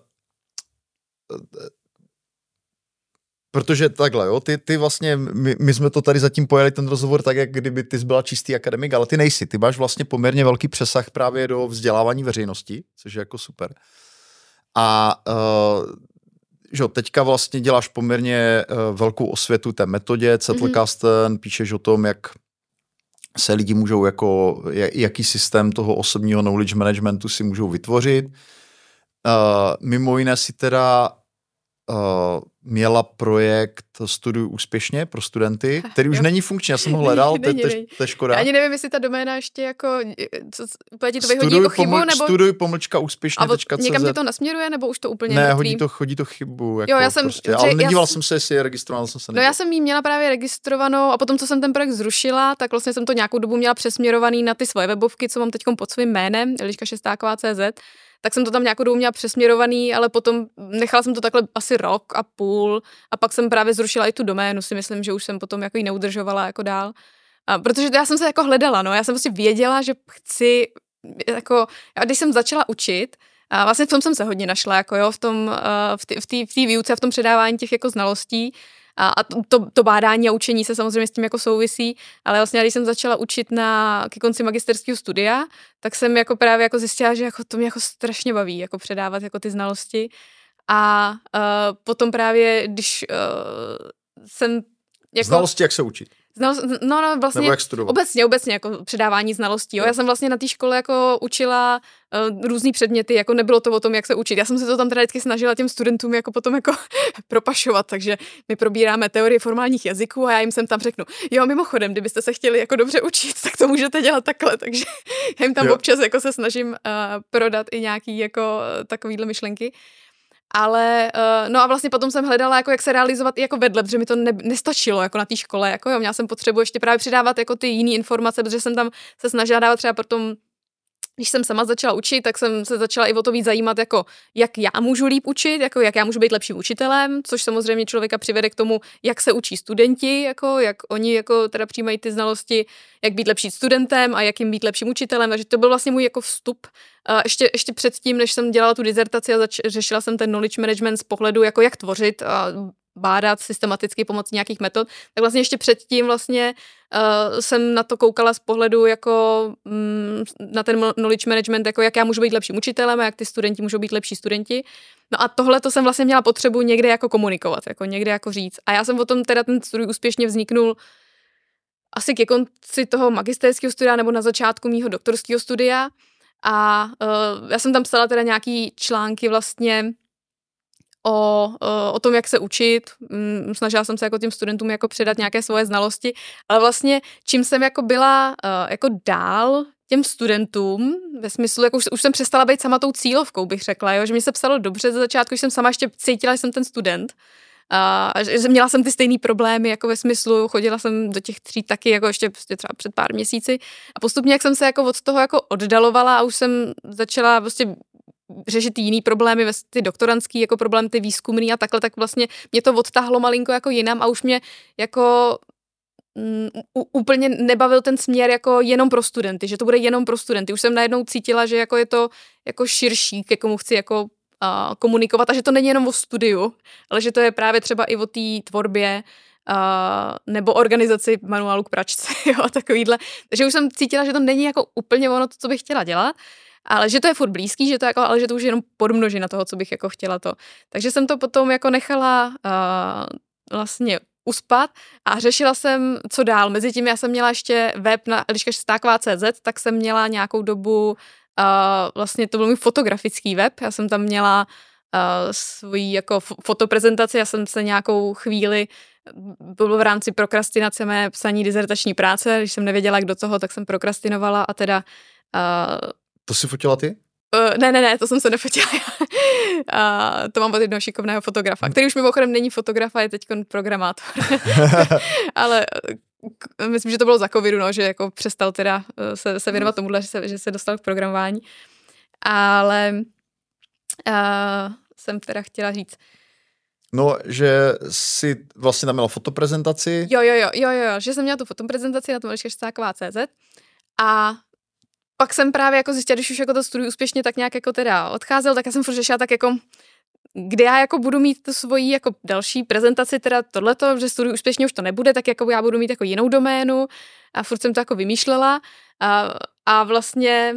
Protože takhle, jo, ty, ty vlastně, my, my jsme to tady zatím pojeli ten rozhovor tak, jak kdyby ty jsi byla čistý akademik, ale ty nejsi, ty máš vlastně poměrně velký přesah právě do vzdělávání veřejnosti, což je jako super. A uh, že teďka vlastně děláš poměrně uh, velkou osvětu té metodě, Zettelkasten, mm-hmm. píšeš o tom, jak se lidi můžou jako, jaký systém toho osobního knowledge managementu si můžou vytvořit. Uh, mimo jiné si teda Uh, měla projekt Studuj úspěšně pro studenty, který už jo. není funkční, já jsem ho hledal, to je škoda. Já ani nevím, jestli ta doména ještě jako, co, úplně ti to vyhodí jako chybu, poml, nebo... Studuj pomlčka úspěšně. A někam ti to nasměruje, nebo už to úplně ne, hodí to, hodí to chybu, jako jo, já jsem, prostě, ale nedíval jsem se, jestli je registroval, jsem se nedíval. No já jsem jí měla právě registrovanou a potom, co jsem ten projekt zrušila, tak vlastně jsem to nějakou dobu měla přesměrovaný na ty svoje webovky, co mám teď pod svým jménem, Eliška Šestáková tečka cé zet. Tak jsem to tam nějakou dobu měla přesměrovaný, ale potom nechala jsem to takhle asi rok a půl a pak jsem právě zrušila i tu doménu, si myslím, že už jsem potom jako ji neudržovala jako dál. A protože já jsem se jako hledala, no, já jsem prostě věděla, že chci, jako, a když jsem začala učit, a vlastně v tom jsem se hodně našla, jako jo, v tom, v té v té v té výuce a v tom předávání těch jako znalostí, a, a to, to, to bádání a učení se samozřejmě s tím jako souvisí, ale vlastně když jsem začala učit na ke konci magisterského studia, tak jsem jako právě jako zjistila, že jako to mě jako strašně baví, jako předávat jako ty znalosti. A uh, potom právě, když uh, jsem jako... Znalosti, jak se učit. Znalost, no, no, vlastně Nebo jak studovat? Obecně, obecně jako předávání znalostí. Jo. Já jsem vlastně na té škole jako učila uh, různý předměty, jako nebylo to o tom, jak se učit. Já jsem se to tam teda vždycky snažila těm studentům jako potom jako propašovat, takže my probíráme teorie formálních jazyků a já jim sem tam řeknu, jo, mimochodem, kdybyste se chtěli jako dobře učit, tak to můžete dělat takhle, takže já jim tam jo. občas jako se snažím uh, prodat i nějaký jako takovýhle myšlenky. Ale, uh, no a vlastně potom jsem hledala, jako jak se realizovat i jako vedle, protože mi to ne, nestačilo jako na té škole, jako jo, měla jsem potřebu ještě právě přidávat jako ty jiné informace, protože jsem tam se snažila dávat třeba potom, když jsem sama začala učit, tak jsem se začala i o to víc zajímat, jako jak já můžu líp učit, jako jak já můžu být lepším učitelem, což samozřejmě člověka přivede k tomu, jak se učí studenti, jako jak oni jako teda přijímají ty znalosti, jak být lepším studentem a jak jim být lepším učitelem, takže to byl vlastně můj jako vstup. Uh, ještě, ještě předtím, než jsem dělala tu dizertaci a zač- řešila jsem ten knowledge management z pohledu, jako jak tvořit a bádat systematicky pomocí nějakých metod, tak vlastně ještě předtím vlastně uh, jsem na to koukala z pohledu jako mm, na ten knowledge management, jako jak já můžu být lepším učitelem a jak ty studenti můžou být lepší studenti. No a tohle to jsem vlastně měla potřebu někde jako komunikovat, jako někde jako říct. A já jsem potom teda ten studium úspěšně vzniknul asi ke konci toho magisterského studia nebo na začátku mýho doktorského studia. A uh, já jsem tam psala teda nějaký články vlastně o, o tom, jak se učit. Snažila jsem se jako těm studentům jako předat nějaké svoje znalosti, ale vlastně čím jsem jako byla jako dál těm studentům, ve smyslu, jako už, už jsem přestala být sama tou cílovkou, bych řekla, jo? Že mi se psalo dobře ze začátku, že jsem sama ještě cítila, že jsem ten student. A že měla jsem ty stejný problémy, jako ve smyslu, chodila jsem do těch tří taky, jako ještě prostě třeba před pár měsíci. A postupně, jak jsem se jako od toho jako oddalovala a už jsem začala prostě řešit jiný problémy, ty doktorantský jako problém, ty výzkumný a takhle, tak vlastně mě to odtáhlo malinko jako jinam a už mě jako m, úplně nebavil ten směr jako jenom pro studenty, že to bude jenom pro studenty. Už jsem najednou cítila, že jako je to jako širší, ke komu chci jako a, komunikovat a že to není jenom o studiu, ale že to je právě třeba i o té tvorbě a, nebo organizaci manuálu k pračce, jo, a takovýhle. Takže už jsem cítila, že to není jako úplně ono to, co bych chtěla dělat, ale že to je furt blízký, že to jako, ale že to už je jenom podmnožina toho, co bych jako chtěla to. Takže jsem to potom jako nechala uh, vlastně uspat a řešila jsem, co dál. Mezitím já jsem měla ještě web na eliška šestáková tečka cé zet, tak jsem měla nějakou dobu, uh, vlastně to byl můj fotografický web, já jsem tam měla uh, svoji jako fotoprezentaci, já jsem se nějakou chvíli, bylo v rámci prokrastinace mé psaní dizertační práce, když jsem nevěděla, jak do toho, tak jsem prokrastinovala a teda uh, to si fotila ty? Uh, ne, ne, ne, to jsem se nefotila. uh, to mám od jednoho šikovného fotografa, který už mimochodem není fotograf a je teď programátor. Ale uh, myslím, že to bylo za covidu, no, že jako přestal teda uh, se, se věnovat tomuhle, že se, že se dostal k programování. Ale uh, jsem teda chtěla říct. No, že si vlastně tam měla fotoprezentaci. Jo, jo, jo, jo, jo, že jsem měla tu fotoprezentaci na tom eliška šestáková tečka cé zet a pak jsem právě jako zjistila, když už jako to studiu úspěšně tak nějak jako teda odcházel, tak já jsem furt řešila tak jako, kde já jako budu mít tu svoji jako další prezentaci, teda tohleto, že studiu úspěšně už to nebude, tak jako já budu mít jako jinou doménu a furt jsem to jako vymýšlela a, a vlastně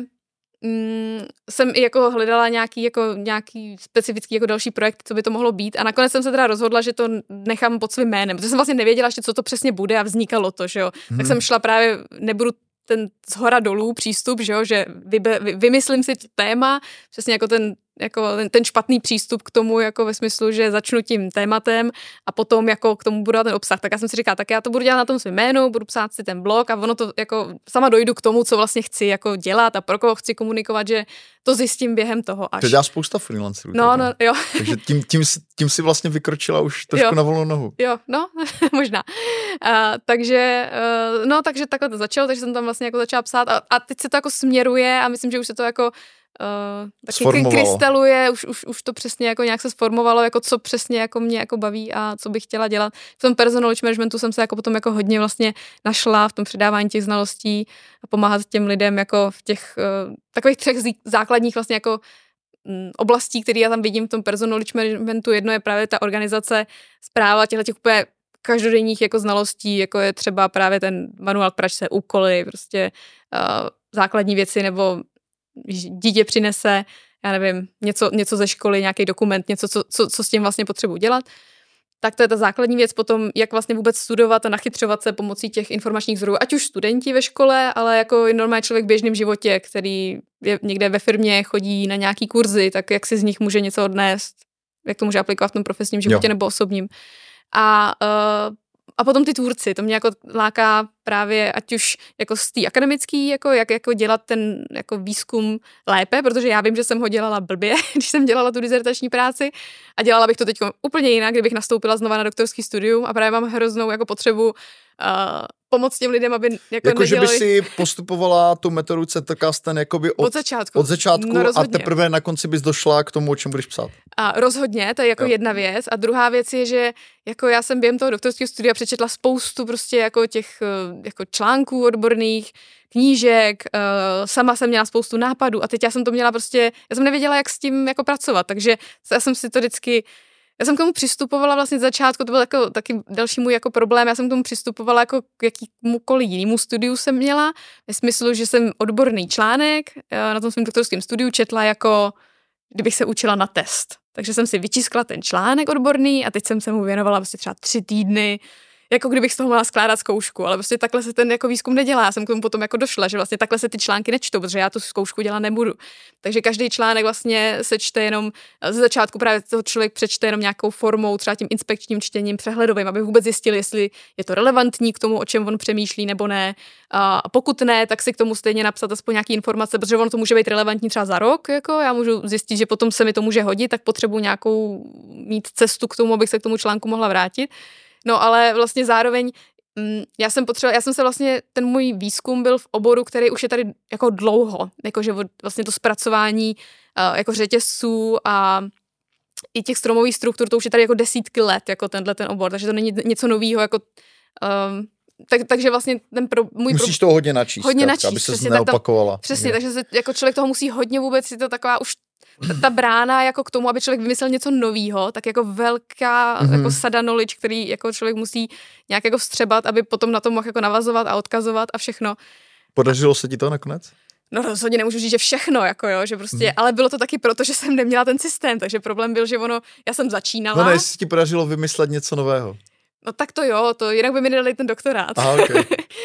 mm, jsem i jako hledala nějaký jako nějaký specifický jako další projekt, co by to mohlo být a nakonec jsem se teda rozhodla, že to nechám pod svým jménem, protože jsem vlastně nevěděla ještě, co to přesně bude a vznikalo to, že jo. Hmm. Tak jsem šla právě, nebudu ten zhora dolů přístup, že jo, že vybe, vy, vymyslím si to téma, přesně jako ten, jako ten, ten špatný přístup k tomu, jako ve smyslu, že začnu tím tématem a potom jako k tomu budu dát ten obsah. Tak já jsem si říkala, tak já to budu dělat na tom svém jménu, budu psát si ten blog a ono to jako sama dojdu k tomu, co vlastně chci jako dělat a pro koho chci komunikovat, že to zjistím během toho až. To dělá spousta freelancerů. No, no, jo. Takže tím, tím, tím si vlastně vykročila už trošku jo. na volnou nohu. Jo, no, možná. Uh, takže, uh, no, takže takhle to začalo, takže jsem tam vlastně jako začala psát a, a teď se to jako směruje a myslím, že už se to jako Uh, taky krystaluje, už, už, už to přesně jako nějak se sformovalo, jako co přesně jako mě jako baví a co bych chtěla dělat. V tom personal knowledge managementu jsem se jako potom jako hodně vlastně našla v tom předávání těch znalostí a pomáhat těm lidem jako v těch uh, takových třech základních vlastně jako um, oblastí, které já tam vidím v tom personal knowledge managementu. Jedno je právě ta organizace, správa těchto těch úplně každodenních jako znalostí, jako je třeba právě ten manuál k pračce, úkoly, prostě uh, základní věci nebo dítě přinese, já nevím, něco, něco ze školy, nějaký dokument, něco, co, co, co s tím vlastně potřebuji dělat, tak to je ta základní věc. Potom, jak vlastně vůbec studovat a nachytřovat se pomocí těch informačních zdrojů, ať už studenti ve škole, ale jako normální člověk v běžném životě, který je někde ve firmě, chodí na nějaký kurzy, tak jak si z nich může něco odnést, jak to může aplikovat v tom profesním životě jo. nebo osobním. A uh, A potom ty tvůrci, to mě jako láká právě ať už jako z té akademický, jako jak jako dělat ten jako výzkum lépe, protože já vím, že jsem ho dělala blbě, když jsem dělala tu dizertační práci a dělala bych to teď úplně jinak, kdybych nastoupila znova na doktorský studium a právě mám hroznou jako potřebu uh, pomoct těm lidem, aby jako, jako nedělali... že by si postupovala tu metodu Zettelkasten jakoby od, od začátku, od začátku no, a teprve na konci bys došla k tomu, o čem budeš psát. A rozhodně, to je jako jo. jedna věc. A druhá věc je, že jako já jsem během toho doktorského studia přečetla spoustu prostě jako těch jako článků odborných, knížek, sama jsem měla spoustu nápadů a teď já jsem to měla prostě, já jsem nevěděla, jak s tím jako pracovat, takže já jsem si to vždycky Já jsem k tomu přistupovala vlastně z začátku, to byl jako taky další můj jako problém, já jsem k tomu přistupovala jako k jakýmukoliv jinému studiu jsem měla, ve smyslu, že jsem odborný článek na tom svém doktorském studiu četla jako, kdybych se učila na test. Takže jsem si vytiskla ten článek odborný a teď jsem se mu věnovala vlastně třeba tři týdny, jako kdybych z toho mohla skládat zkoušku, ale prostě takhle se ten jako výzkum nedělá. Já jsem k tomu potom jako došla, že vlastně takhle se ty články nečtou, protože já tu zkoušku dělat nebudu. Takže každý článek vlastně se čte jenom ze začátku právě toho člověk přečte jenom nějakou formou, třeba tím inspekčním čtením, přehledovým, aby vůbec zjistil, jestli je to relevantní k tomu, o čem on přemýšlí nebo ne. A pokud ne, tak si k tomu stejně napsat aspoň nějaký informace, protože ono to může být relevantní třeba za rok, jako já můžu zjistit, že potom se mi to může hodit, tak potřebuji nějakou mít cestu k tomu, abych se k tomu článku mohla vrátit. No ale vlastně zároveň mm, já jsem potřeba, já jsem se vlastně, ten můj výzkum byl v oboru, který už je tady jako dlouho, jakože vlastně to zpracování uh, jako řetězců a i těch stromových struktur, to už je tady jako desítky let, jako tenhle ten obor, takže to není něco novýho, jako um, tak, takže vlastně ten pro, můj musíš pro, toho hodně načíst, hodně tak, načíst aby se přesně, neopakovala. Tak tam, přesně, takže se, jako člověk toho musí hodně vůbec, je to taková už ta, ta brána jako k tomu, aby člověk vymyslel něco novýho, tak jako velká mm-hmm. jako sada knowledge, který jako člověk musí nějak jako vstřebat, aby potom na tom mohl jako navazovat a odkazovat a všechno. Podařilo se ti to nakonec? No rozhodně nemůžu říct, že všechno, jako jo, že prostě, mm. ale bylo to taky proto, že jsem neměla ten systém, takže problém byl, že ono, já jsem začínala. No ne, jestli ti podařilo vymyslet něco nového. No tak to jo, to jinak by mi nedali ten doktorát. Aha, okay.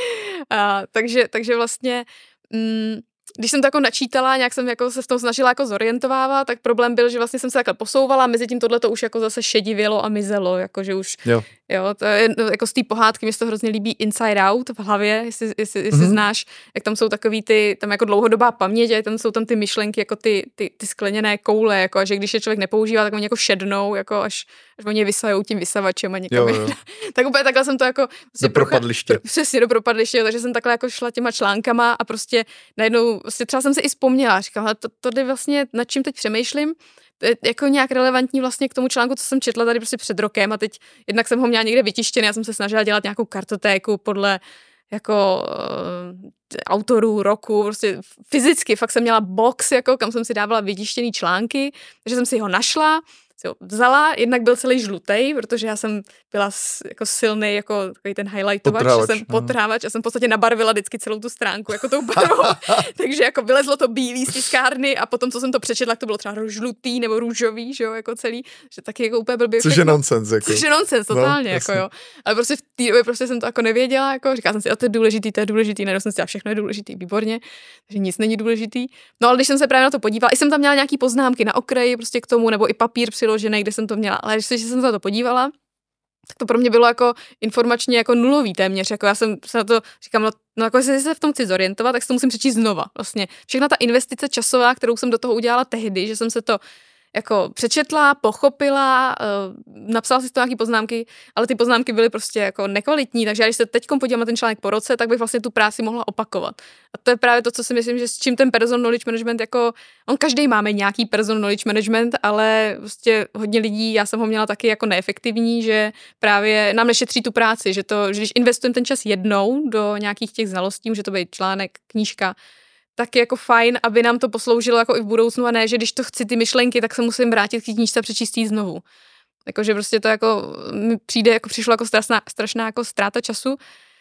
a, takže, takže vlastně, mm, když jsem to jako načítala, nějak jsem jako se v tom snažila jako zorientovávat, tak problém byl, že vlastně jsem se takhle posouvala, mezi tím tohle to už jako zase šedivělo a mizelo, jakože už, jo. jo, to je jako z té pohádky, mi se to hrozně líbí Inside Out v hlavě, jestli, jestli, jestli mm-hmm. znáš, jak tam jsou takový ty, tam jako dlouhodobá paměť, a tam jsou tam ty myšlenky, jako ty, ty, ty skleněné koule, jako a že když je člověk nepoužívá, tak oni jako šednou, jako až, až oni vysajou tím vysavačem a někam. Jo, jo. Tak úplně takhle jsem to jako... Do propadliště. Pro, přesně, do propadliště, takže jsem takhle jako šla těma článkama a prostě najednou, vlastně třeba jsem si i vzpomněla, říkala, to, to jde vlastně, nad čím teď přemýšlím, jako nějak relevantní vlastně k tomu článku, co jsem četla tady prostě před rokem a teď jednak jsem ho měla někde vytištěný, já jsem se snažila dělat nějakou kartotéku podle jako uh, autorů roku, prostě fyzicky, fakt jsem měla box, jako, kam jsem si dávala vytištěný články, takže jsem si ho našla, si ho vzala, jednak byl celý žlutej, protože já jsem byla jako silný, jako takový ten highlightovač, že jsem potrávač a jsem v podstatě nabarvila vždycky celou tu stránku jako tou barvou, takže jako vylezlo to bílý z tiskárny a potom, co jsem to přečetla, to bylo třeba žlutý nebo růžový, že jo, jako celý, že taky jako úplně blbě. Což je nonsense, jako. Což je nonsense, totálně, no, jako jo. Ale prostě v té době prostě jsem to jako nevěděla, jako říkala jsem si, a to je důležitý, to je důležitý, najednou jsem si, a všechno je důležitý, výborně, takže nic není důležitý. No ale když jsem se právě na to podívala, i jsem tam měla nějaký poznámky na okraji prostě k tomu, nebo i papír přiložený, kde jsem to měla, ale když jsem se na to podívala, tak to pro mě bylo jako informačně jako nulový téměř, jako já jsem se na to říkám, no, no jako jestli se v tom chci zorientovat, tak si to musím přečíst znova, vlastně všechna ta investice časová, kterou jsem do toho udělala tehdy, že jsem se to jako přečetla, pochopila, uh, napsala si to nějaký poznámky, ale ty poznámky byly prostě jako nekvalitní, takže když se teďkom podívám na ten článek po roce, tak bych vlastně tu práci mohla opakovat. A to je právě to, co si myslím, že s čím ten person knowledge management jako, on každý máme nějaký person knowledge management, ale prostě hodně lidí, já jsem ho měla taky jako neefektivní, že právě nám nešetří tu práci, že to, že když investujeme ten čas jednou do nějakých těch znalostí, může to být článek, knížka, tak je jako fajn, aby nám to posloužilo jako i v budoucnu a ne, že když to chci ty myšlenky, tak se musím vrátit k knížce a přečíst jí znovu. Jakože prostě to jako mi přijde, jako přišlo jako strašná, strašná jako ztráta času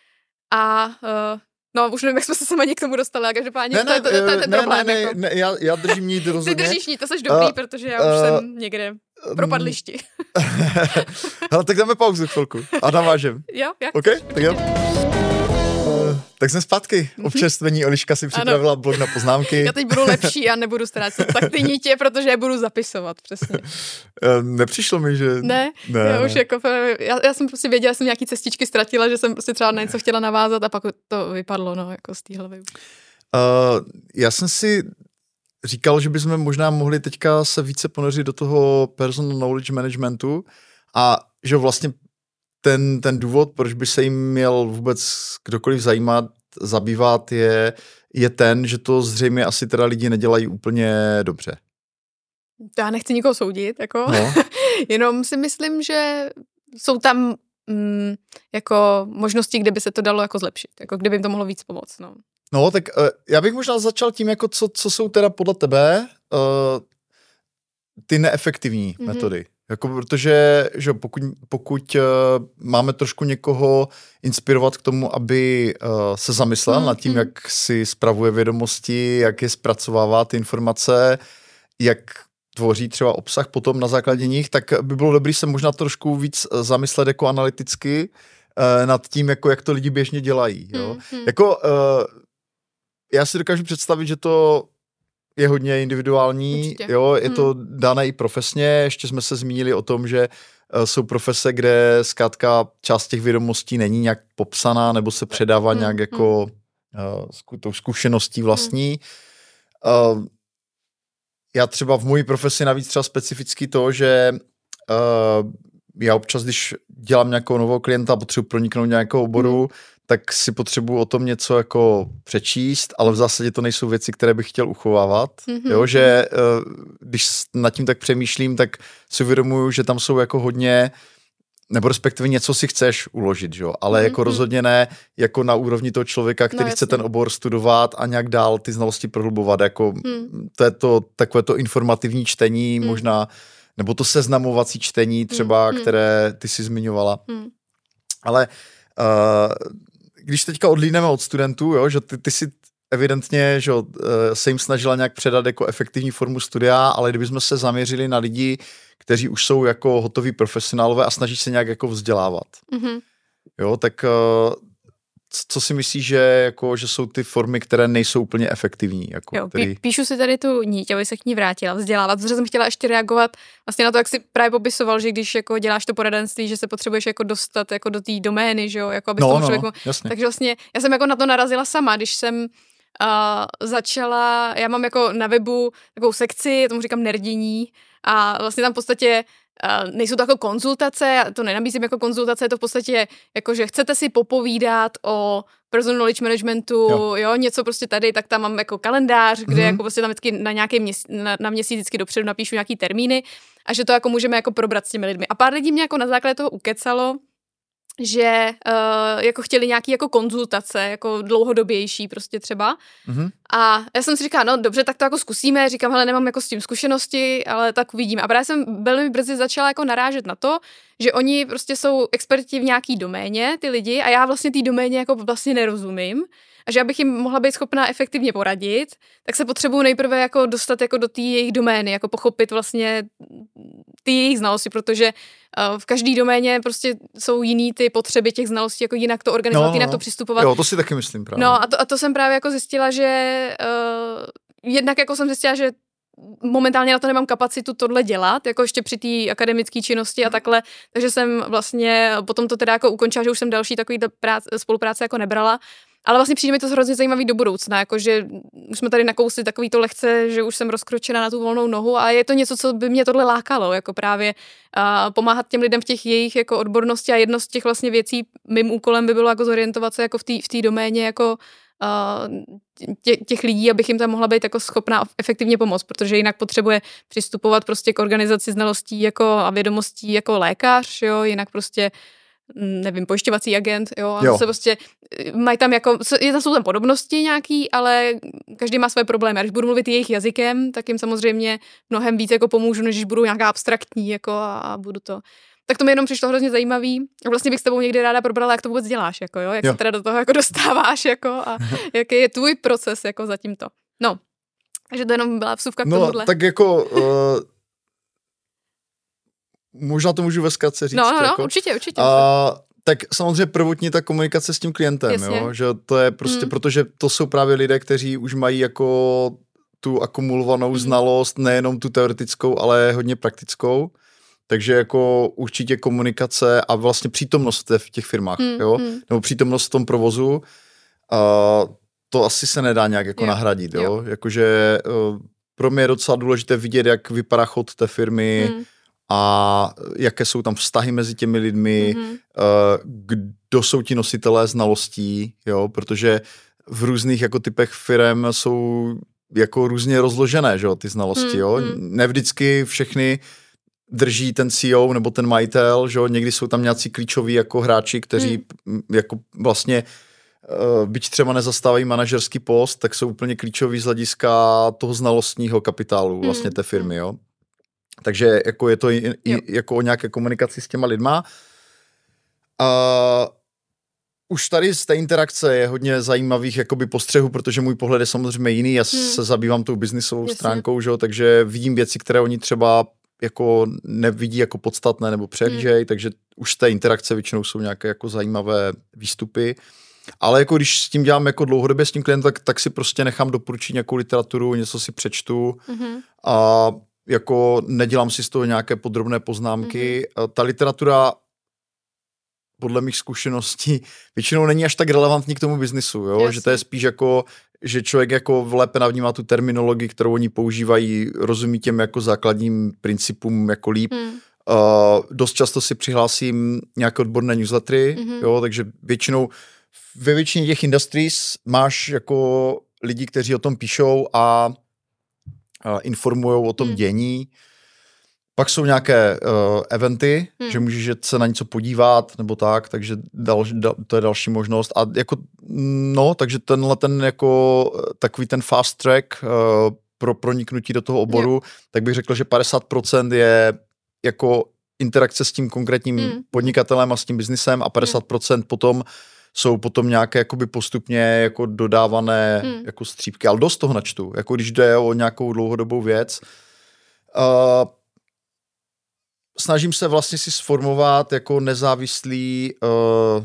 a uh, no už nevím, jak jsme se sama k tomu dostali, a každopádně ne, ne, to, to, to, to je ten ne, problém. Ne, jako. ne, já, já držím ní rozhodně. Ty držíš ní, to jsi dobrý, uh, protože já už uh, jsem někde v propadlišti. Hele, tak dáme pauzu chvilku a navážem. Jo, jak? OK, tak jo. Tak jsme zpátky. Občerstvení. Eliška si připravila blok na poznámky. Já teď budu lepší a nebudu ztrácet tak ty nitě, protože je budu zapisovat, přesně. Nepřišlo mi, že... Ne, ne já ne. už jako... Já, já jsem prostě věděla, že jsem nějaký cestičky ztratila, že jsem prostě třeba na něco chtěla navázat a pak to vypadlo, no, jako z té hlavy. Uh, já jsem si říkal, že bychom možná mohli teďka se více ponořit do toho personal knowledge managementu a že vlastně Ten, ten důvod, proč by se jim měl vůbec kdokoliv zajímat, zabývat, je, je ten, že to zřejmě asi teda lidi nedělají úplně dobře. Já nechci nikoho soudit, jako. No. Jenom si myslím, že jsou tam mm, jako možnosti, kde by se to dalo jako zlepšit, jako kdyby jim to mohlo víc pomoct. No, no tak uh, já bych možná začal tím, jako co, co jsou teda podle tebe uh, ty neefektivní mm-hmm. metody. Jako protože že pokud, pokud uh, máme trošku někoho inspirovat k tomu, aby uh, se zamyslel mm, nad tím, mm. jak si spravuje vědomosti, jak je zpracovává ty informace, jak tvoří třeba obsah potom na základě nich, tak by bylo dobré se možná trošku víc zamyslet jako analyticky uh, nad tím, jako jak to lidi běžně dělají. Jo? Mm, mm. Jako, uh, já si dokážu představit, že to je hodně individuální, jo? Je mm. to dané i profesně, ještě jsme se zmínili o tom, že uh, jsou profese, kde zkrátka část těch vědomostí není nějak popsaná, nebo se předává mm, nějak mm. jako uh, tou zkušeností vlastní. Mm. Uh, Já třeba v mojí profesi navíc třeba specificky to, že uh, já občas, když dělám nějakou novou klienta a potřebuji proniknout nějakou oboru, mm. tak si potřebuji o tom něco jako přečíst, ale v zásadě to nejsou věci, které bych chtěl uchovávat. Mm-hmm. Jo, že uh, když nad tím tak přemýšlím, tak si uvědomuju, že tam jsou jako hodně, nebo respektive něco si chceš uložit, jo? Ale mm-hmm. jako rozhodně ne jako na úrovni toho člověka, který no, chce ten obor studovat a nějak dál ty znalosti prohlubovat. Jako mm. to je to takové to informativní čtení, mm. možná, nebo to seznamovací čtení třeba, mm. které ty si zmiňovala. Mm. Ale uh, když teďka odlídneme od studentů, jo, že ty, ty si evidentně, že se jim snažila nějak předat jako efektivní formu studia, ale kdybychom se zaměřili na lidi, kteří už jsou jako hotoví profesionálové a snaží se nějak jako vzdělávat. Mm-hmm. Jo, tak co si myslíš, že, jako, že jsou ty formy, které nejsou úplně efektivní? Jako, jo, který... píšu si tady tu níť, aby se k ní vrátila, vzdělávat, protože jsem chtěla ještě reagovat vlastně na to, jak jsi právě popisoval, že když jako děláš to poradenství, že se potřebuješ jako dostat jako do té domény, že jo, jako aby no, toho no, člověku... jasně. Takže vlastně já jsem jako na to narazila sama, když jsem Uh, začala, já mám jako na webu takovou sekci, já tomu říkám nerdění a vlastně tam v podstatě uh, nejsou to jako konzultace, já to nenabízím jako konzultace, je to v podstatě jako, že chcete si popovídat o personal knowledge managementu, jo. jo, něco prostě tady, tak tam mám jako kalendář, kde mm-hmm. jako prostě tam vždycky na nějaký měsíc, na, na měsíc vždycky dopředu napíšu nějaký termíny a že to jako můžeme jako probrat s těmi lidmi. A pár lidí mě jako na základě toho ukecalo, že uh, jako chtěli nějaký jako konzultace, jako dlouhodobější prostě třeba. Mm-hmm. A já jsem si říkala, no dobře, tak to jako zkusíme, říkám, hele, nemám jako s tím zkušenosti, ale tak uvidíme. A právě jsem velmi brzy začala jako narážet na to, že oni prostě jsou experti v nějaký doméně, ty lidi, a já vlastně té doméně jako vlastně nerozumím. A že abych jim mohla být schopná efektivně poradit, tak se potřebuju nejprve jako dostat jako do té jejich domény, jako pochopit vlastně ty jejich znalosti, protože uh, v každé doméně prostě jsou jiný ty potřeby těch znalostí, jako jinak to organizovat, no, jinak to přistupovat. Jo, to si taky myslím právě. No a to, a to jsem právě jako zjistila, že uh, jednak jako jsem zjistila, že momentálně na to nemám kapacitu tohle dělat, jako ještě při té akademické činnosti a takhle, takže jsem vlastně potom to teda jako ukončila, že už jsem další takový práce, spolupráce jako nebrala. Ale vlastně přijde mi to hrozně zajímavý do budoucna, jakože už jsme tady nakousli takový to lehce, že už jsem rozkročena na tu volnou nohu a je to něco, co by mě tohle lákalo, jako právě uh, pomáhat těm lidem v těch jejich jako odbornosti a jedno z těch vlastně věcí mým úkolem by bylo jako zorientovat se jako v té v té doméně jako uh, tě, těch lidí, abych jim tam mohla být jako schopná efektivně pomoct, protože jinak potřebuje přistupovat prostě k organizaci znalostí jako a vědomostí jako lékař, jo, jinak prostě nevím, pojišťovací agent, jo, a jo. se prostě mají tam jako, je tam, jsou tam podobnosti nějaký, ale každý má své problémy. A když budu mluvit jejich jazykem, tak jim samozřejmě mnohem víc jako pomůžu, než když budu nějaká abstraktní, jako a budu to. Tak to mi jenom přišlo hrozně zajímavý. A vlastně bych s tebou někdy ráda probrala, jak to vůbec děláš, jako jo, jak jo. se teda do toho jako dostáváš, jako a jaký je tvůj proces, jako za tímto. No, takže to jenom byla vsuvka k no, tomuhle. tak jako... Uh... Možná to můžu ve zkratce říct. No, no, no, jako. určitě, určitě. A, tak samozřejmě prvotní ta komunikace s tím klientem, jo? Že to je prostě, hmm. protože to jsou právě lidé, kteří už mají jako tu akumulovanou hmm. znalost, nejenom tu teoretickou, ale hodně praktickou. Takže jako určitě komunikace a vlastně přítomnost v těch firmách, hmm. jo? Hmm. Nebo přítomnost v tom provozu, a to asi se nedá nějak jako jo. nahradit, jo? jo. Jakože pro mě je docela důležité vidět, jak vypadá chod té firmy, hmm. a jaké jsou tam vztahy mezi těmi lidmi, mm-hmm. kdo jsou ti nositelé znalostí, jo, protože v různých jako typech firem jsou jako různě rozložené, že jo, ty znalosti, mm-hmm. jo, ne vždycky všechny drží ten C E O nebo ten majitel, že jo, někdy jsou tam nějací klíčoví jako hráči, kteří mm. jako vlastně byť třeba nezastávají manažerský post, tak jsou úplně klíčoví z hlediska toho znalostního kapitálu vlastně té firmy, jo. Takže jako je to i, i, jako o nějaké komunikaci s těma lidma. A už tady z té interakce je hodně zajímavých jakoby postřehů, protože můj pohled je samozřejmě jiný. Já hmm. se zabývám tou biznisovou Jasně. stránkou, že? Takže vidím věci, které oni třeba jako nevidí jako podstatné nebo přehlížejí, hmm. takže už z té interakce většinou jsou nějaké jako zajímavé výstupy. Ale jako když s tím dělám jako dlouhodobě s tím klientem, tak, tak si prostě nechám doporučit nějakou literaturu, něco si přečtu mm-hmm. a jako nedělám si z toho nějaké podrobné poznámky. Mm-hmm. Ta literatura podle mých zkušeností většinou není až tak relevantní k tomu biznisu, jo? Že to je spíš jako, že člověk jako lépe navnímá tu terminologii, kterou oni používají, rozumí těm jako základním principům jako líp. Mm. Uh, dost často si přihlásím nějaké odborné newslettery, mm-hmm. jo? Takže většinou ve většině těch industries máš jako lidi, kteří o tom píšou a, a informujou o tom mm. dění. Pak jsou nějaké uh, eventy, hmm. že můžeš se na něco podívat nebo tak, takže dal, dal, to je další možnost. A jako, no, takže tenhle ten jako takový ten fast track uh, pro proniknutí do toho oboru, jo. tak bych řekl, že padesát procent je jako interakce s tím konkrétním hmm. podnikatelem a s tím biznisem a padesát procent hmm. potom jsou potom nějaké jakoby postupně jako dodávané hmm. jako střípky, ale dost toho načtu, jako když jde o nějakou dlouhodobou věc. Uh, Snažím se vlastně si sformovat jako nezávislý uh,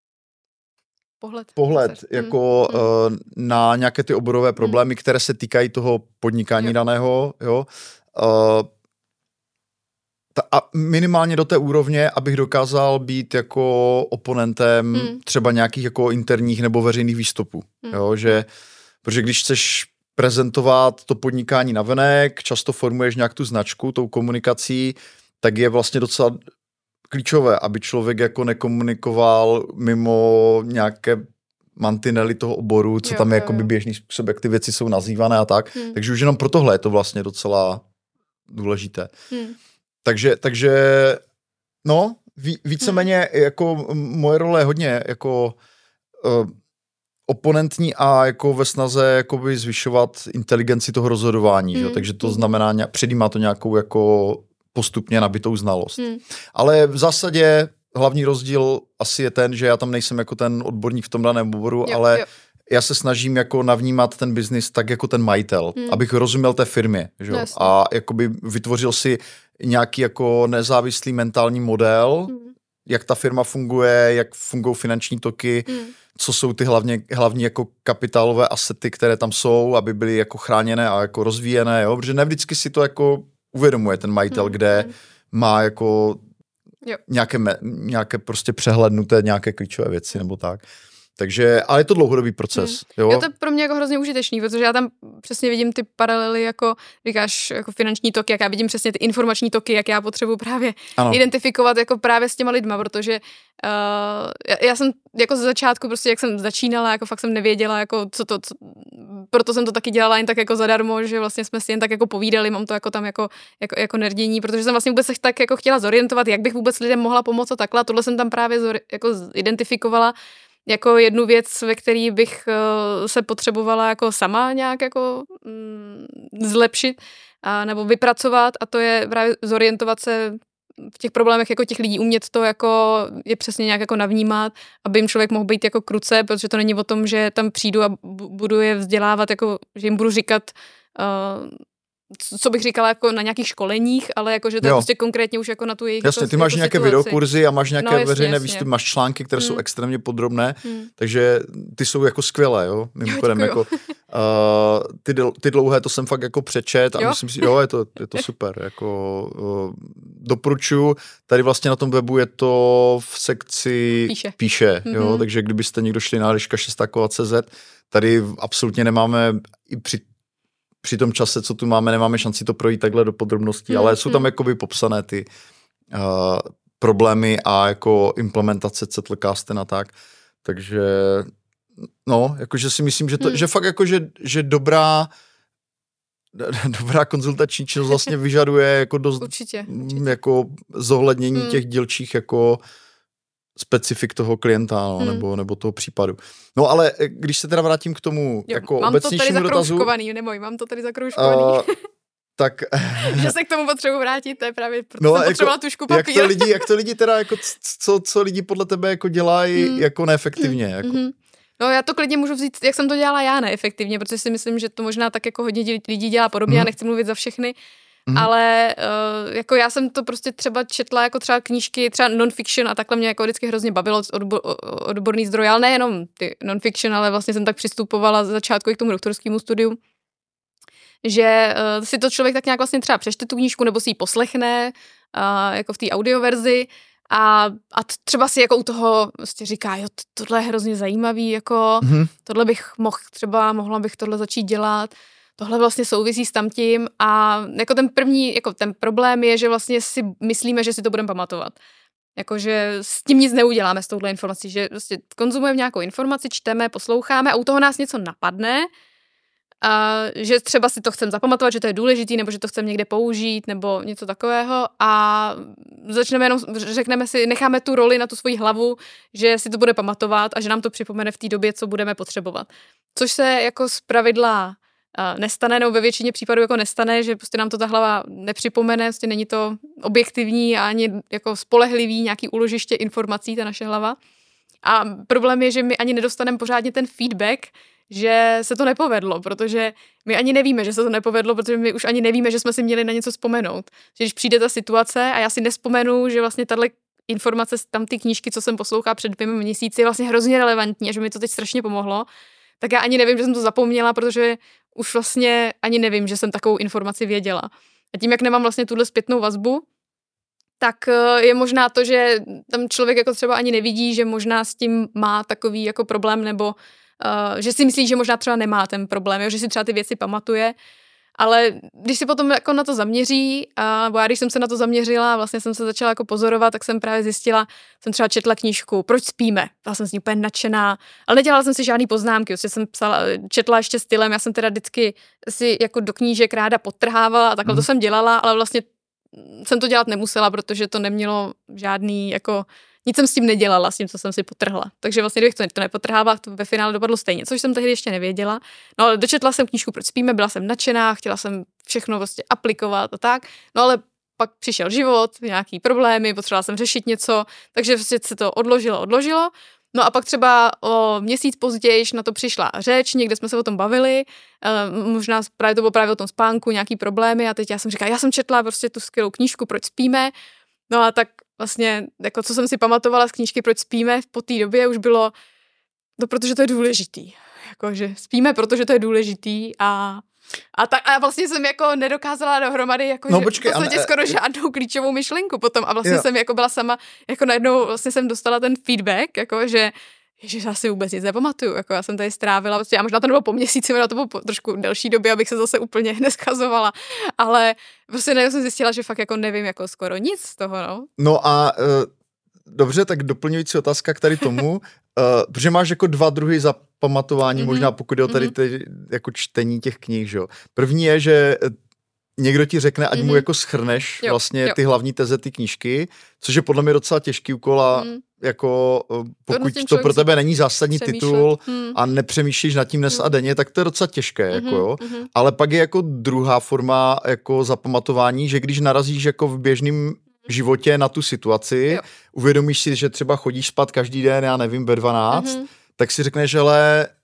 pohled, pohled jako mm. uh, na nějaké ty oborové problémy, mm. které se týkají toho podnikání jo. daného. Jo. Uh, ta, a minimálně do té úrovně, abych dokázal být jako oponentem mm. třeba nějakých jako interních nebo veřejných výstupů. Mm. Jo, že, protože když chceš prezentovat to podnikání navenek, často formuješ nějak tu značku, tou komunikací, tak je vlastně docela klíčové, aby člověk jako nekomunikoval mimo nějaké mantinely toho oboru, co jo, tam je jako běžný způsob, jak ty věci jsou nazývané a tak. Hmm. Takže už jenom pro tohle je to vlastně docela důležité. Hmm. Takže, takže no, ví, víceméně hmm. jako moje role je hodně jako uh, oponentní a jako ve snaze jakoby zvyšovat inteligenci toho rozhodování, hmm. že? Takže to znamená, předjímá to nějakou jako postupně nabitou znalost. Hmm. Ale v zásadě hlavní rozdíl asi je ten, že já tam nejsem jako ten odborník v tom daném oboru, jo, ale jo. já se snažím jako navnímat ten biznis tak jako ten majitel, hmm. abych rozuměl té firmě. Že? A jakoby vytvořil si nějaký jako nezávislý mentální model, hmm. jak ta firma funguje, jak fungují finanční toky, hmm. co jsou ty hlavně, hlavní jako kapitálové asety, které tam jsou, aby byly jako chráněné a jako rozvíjené, jo? Protože ne vždycky si to jako uvědomuje ten majitel, hmm. kde má jako jo. nějaké, nějaké prostě přehlednuté nějaké klíčové věci nebo tak. Takže, ale je to dlouhodobý proces. Hmm. Jo? Je to pro mě jako hrozně užitečný, protože já tam přesně vidím ty paralely, jako říkáš, jako finanční toky, jak já vidím přesně ty informační toky, jak já potřebuji právě ano. identifikovat jako právě s těma lidma, protože uh, já, já jsem jako ze začátku prostě, jak jsem začínala, jako fakt jsem nevěděla, jako co to, co, proto jsem to taky dělala jen tak jako zadarmo, že vlastně jsme si jen tak jako povídali, mám to jako tam jako, jako, jako nerdění, protože jsem vlastně vůbec se tak jako chtěla zorientovat, jak bych vůbec lidem mohla pomoct a takhle, a tohle jsem tam právě zori, jako identifikovala jako jednu věc, ve které bych uh, se potřebovala jako sama nějak jako mm, zlepšit a, nebo vypracovat, a to je právě zorientovat se v těch problémech jako těch lidí, umět to jako je přesně nějak jako navnímat, aby jim člověk mohl být jako kruce, protože to není o tom, že tam přijdu a budu je vzdělávat, jako, že jim budu říkat uh, co bych říkala jako na nějakých školeních, ale jako, že to jo. je prostě konkrétně už jako na tu jejich Jasně, ty máš jako nějaké situaci. Videokurzy a máš nějaké no, veřejné výstupy, máš články, které hmm. jsou extrémně podrobné, hmm. takže ty jsou jako skvělé, jo, mimochodem, jako uh, ty, ty dlouhé to jsem fakt jako přečet a jo? myslím si, jo, je to, je to super, jako uh, doporučuji, tady vlastně na tom webu je to v sekci píše, píše mm-hmm. jo, takže kdybyste někdo šli na eliška šestáková tečka cé zet, tady absolutně nemáme i při při tom čase, co tu máme, nemáme šanci to projít takhle do podrobností, hmm, ale jsou tam hmm. jakoby popsané ty uh, problémy a jako implementace Zettelkasten a tak. Takže no, jakože si myslím, že to, hmm. že fakt jako, že, že dobrá dobrá konzultační činnost vlastně vyžaduje jako dost určitě, určitě. jako zohlednění hmm. těch dílčích jako specifik toho klienta, no, hmm. nebo, nebo toho případu. No ale když se teda vrátím k tomu jo, jako obecnějšímu dotazu. Mám to tady zakroužkovaný, neboj, mám to tady zakroužkovaný. Uh, tak... že se k tomu potřebuji vrátit, to je právě, proto no, jsem jako, potřebovala tušku papír. Jak to lidi, jak to lidi teda, jako, co, co lidi podle tebe jako dělají hmm. jako neefektivně? Hmm. Jako. Hmm. No já to klidně můžu vzít, jak jsem to dělala já neefektivně, protože si myslím, že to možná tak jako hodně lidí dělá podobně, hmm. já nechci mluvit za všechny. mm. ale uh, jako já jsem to prostě třeba četla jako třeba knížky, třeba non-fiction a takhle mě jako vždycky hrozně bavilo odbo- odborný zdroj, ale nejenom ty non-fiction, ale vlastně jsem tak přistupovala za začátku i k tomu doktorskému studiu, že uh, si to člověk tak nějak vlastně třeba přečte tu knížku nebo si ji poslechne uh, jako v té audioverzi a, a třeba si jako u toho vlastně říká, jo, tohle je hrozně zajímavý, jako mm-hmm. tohle bych mohl, třeba mohla bych tohle začít dělat, tohle vlastně souvisí s tamtím a jako ten první, jako ten problém je, že vlastně si myslíme, že si to budeme pamatovat. Jakože s tím nic neuděláme s touhle informací, že vlastně konzumujeme nějakou informaci, čteme, posloucháme a u toho nás něco napadne, a že třeba si to chceme zapamatovat, že to je důležitý, nebo že to chceme někde použít, nebo něco takového a začneme jenom, řekneme si, necháme tu roli na tu svoji hlavu, že si to bude pamatovat a že nám to připomene v té době, co budeme potřebovat. Což se jako zpravidla nestane, nebo ve většině případů jako nestane, že prostě nám to ta hlava nepřipomene, prostě není to objektivní a ani jako spolehlivý nějaký úložiště informací, ta naše hlava. A problém je, že my ani nedostaneme pořádně ten feedback, že se to nepovedlo, protože my ani nevíme, že se to nepovedlo, protože my už ani nevíme, že jsme si měli na něco vzpomenout. Že když přijde ta situace a já si nevzpomenu, že vlastně tahle informace z tam ty knížky, co jsem poslouchala před dvěma měsíci, je vlastně hrozně relevantní a že mi to teď strašně pomohlo, tak já ani nevím, že jsem to zapomněla, protože už vlastně ani nevím, že jsem takovou informaci věděla. A tím, jak nemám vlastně tuhle zpětnou vazbu, tak je možná to, že tam člověk jako třeba ani nevidí, že možná s tím má takový jako problém, nebo Uh, že si myslí, že možná třeba nemá ten problém, jo? Že si třeba ty věci pamatuje, ale když si potom jako na to zaměří, a já když jsem se na to zaměřila, vlastně jsem se začala jako pozorovat, tak jsem právě zjistila, jsem třeba četla knížku Proč spíme? Byla jsem z ní úplně nadšená, ale nedělala jsem si žádný poznámky, vlastně jsem psala, četla ještě stylem, já jsem teda vždycky si jako do knížek ráda podtrhávala a takhle mm. to jsem dělala, ale vlastně jsem to dělat nemusela, protože to nemělo žádný jako nic jsem s tím nedělala, s tím, co jsem si potrhla. Takže vlastně, kdybych to, to nepotrhávala, to ve finále dopadlo stejně, což jsem tehdy ještě nevěděla. No ale dočetla jsem knížku Proč spíme, byla jsem nadšená, chtěla jsem všechno vlastně aplikovat a tak. No ale pak přišel život, nějaký problémy, potřebovala jsem řešit něco, takže vlastně se to odložilo, odložilo. No a pak třeba o měsíc později na to přišla řeč, někde jsme se o tom bavili, uh, možná právě to bylo právě o tom spánku, nějaký problémy a teď já jsem říkala, já jsem četla prostě tu skvělou knížku Proč spíme. No a tak vlastně, jako co jsem si pamatovala z knížky Proč spíme, po té době už bylo, no protože to je důležitý. Jakože spíme, protože to je důležitý a, a, tak, a vlastně jsem jako nedokázala dohromady jako no, počkej, v podstatě a, skoro žádnou klíčovou myšlenku potom a vlastně jo. jsem jako byla sama, jako najednou vlastně jsem dostala ten feedback, jako že Ježiš, já si vůbec nic nepamatuju, jako já jsem tady strávila, prostě já možná to nebylo po měsíci, možná to bylo po trošku delší době, abych se zase úplně neskazovala, ale prostě najednou jsem zjistila, že fakt jako nevím jako skoro nic z toho, no. No a uh, dobře, tak doplňující otázka k tady tomu, uh, protože máš jako dva druhy zapamatování, mm-hmm. možná pokud je o tady ty, jako čtení těch knih, že jo. První je, že někdo ti řekne, ať mm-hmm. mu jako schrneš jo, vlastně jo. ty hlavní teze, ty knížky, což je podle mě docela těžký úkol a mm. jako pokud to pro tebe není zásadní titul hmm. a nepřemýšlíš nad tím dnes hmm. a denně, tak to je docela těžké, hmm. jako jo. Hmm. Ale pak je jako druhá forma jako zapamatování, že když narazíš jako v běžném životě na tu situaci, jo. uvědomíš si, že třeba chodíš spát každý den, já nevím, ve dvanáct, hmm. tak si řekneš, že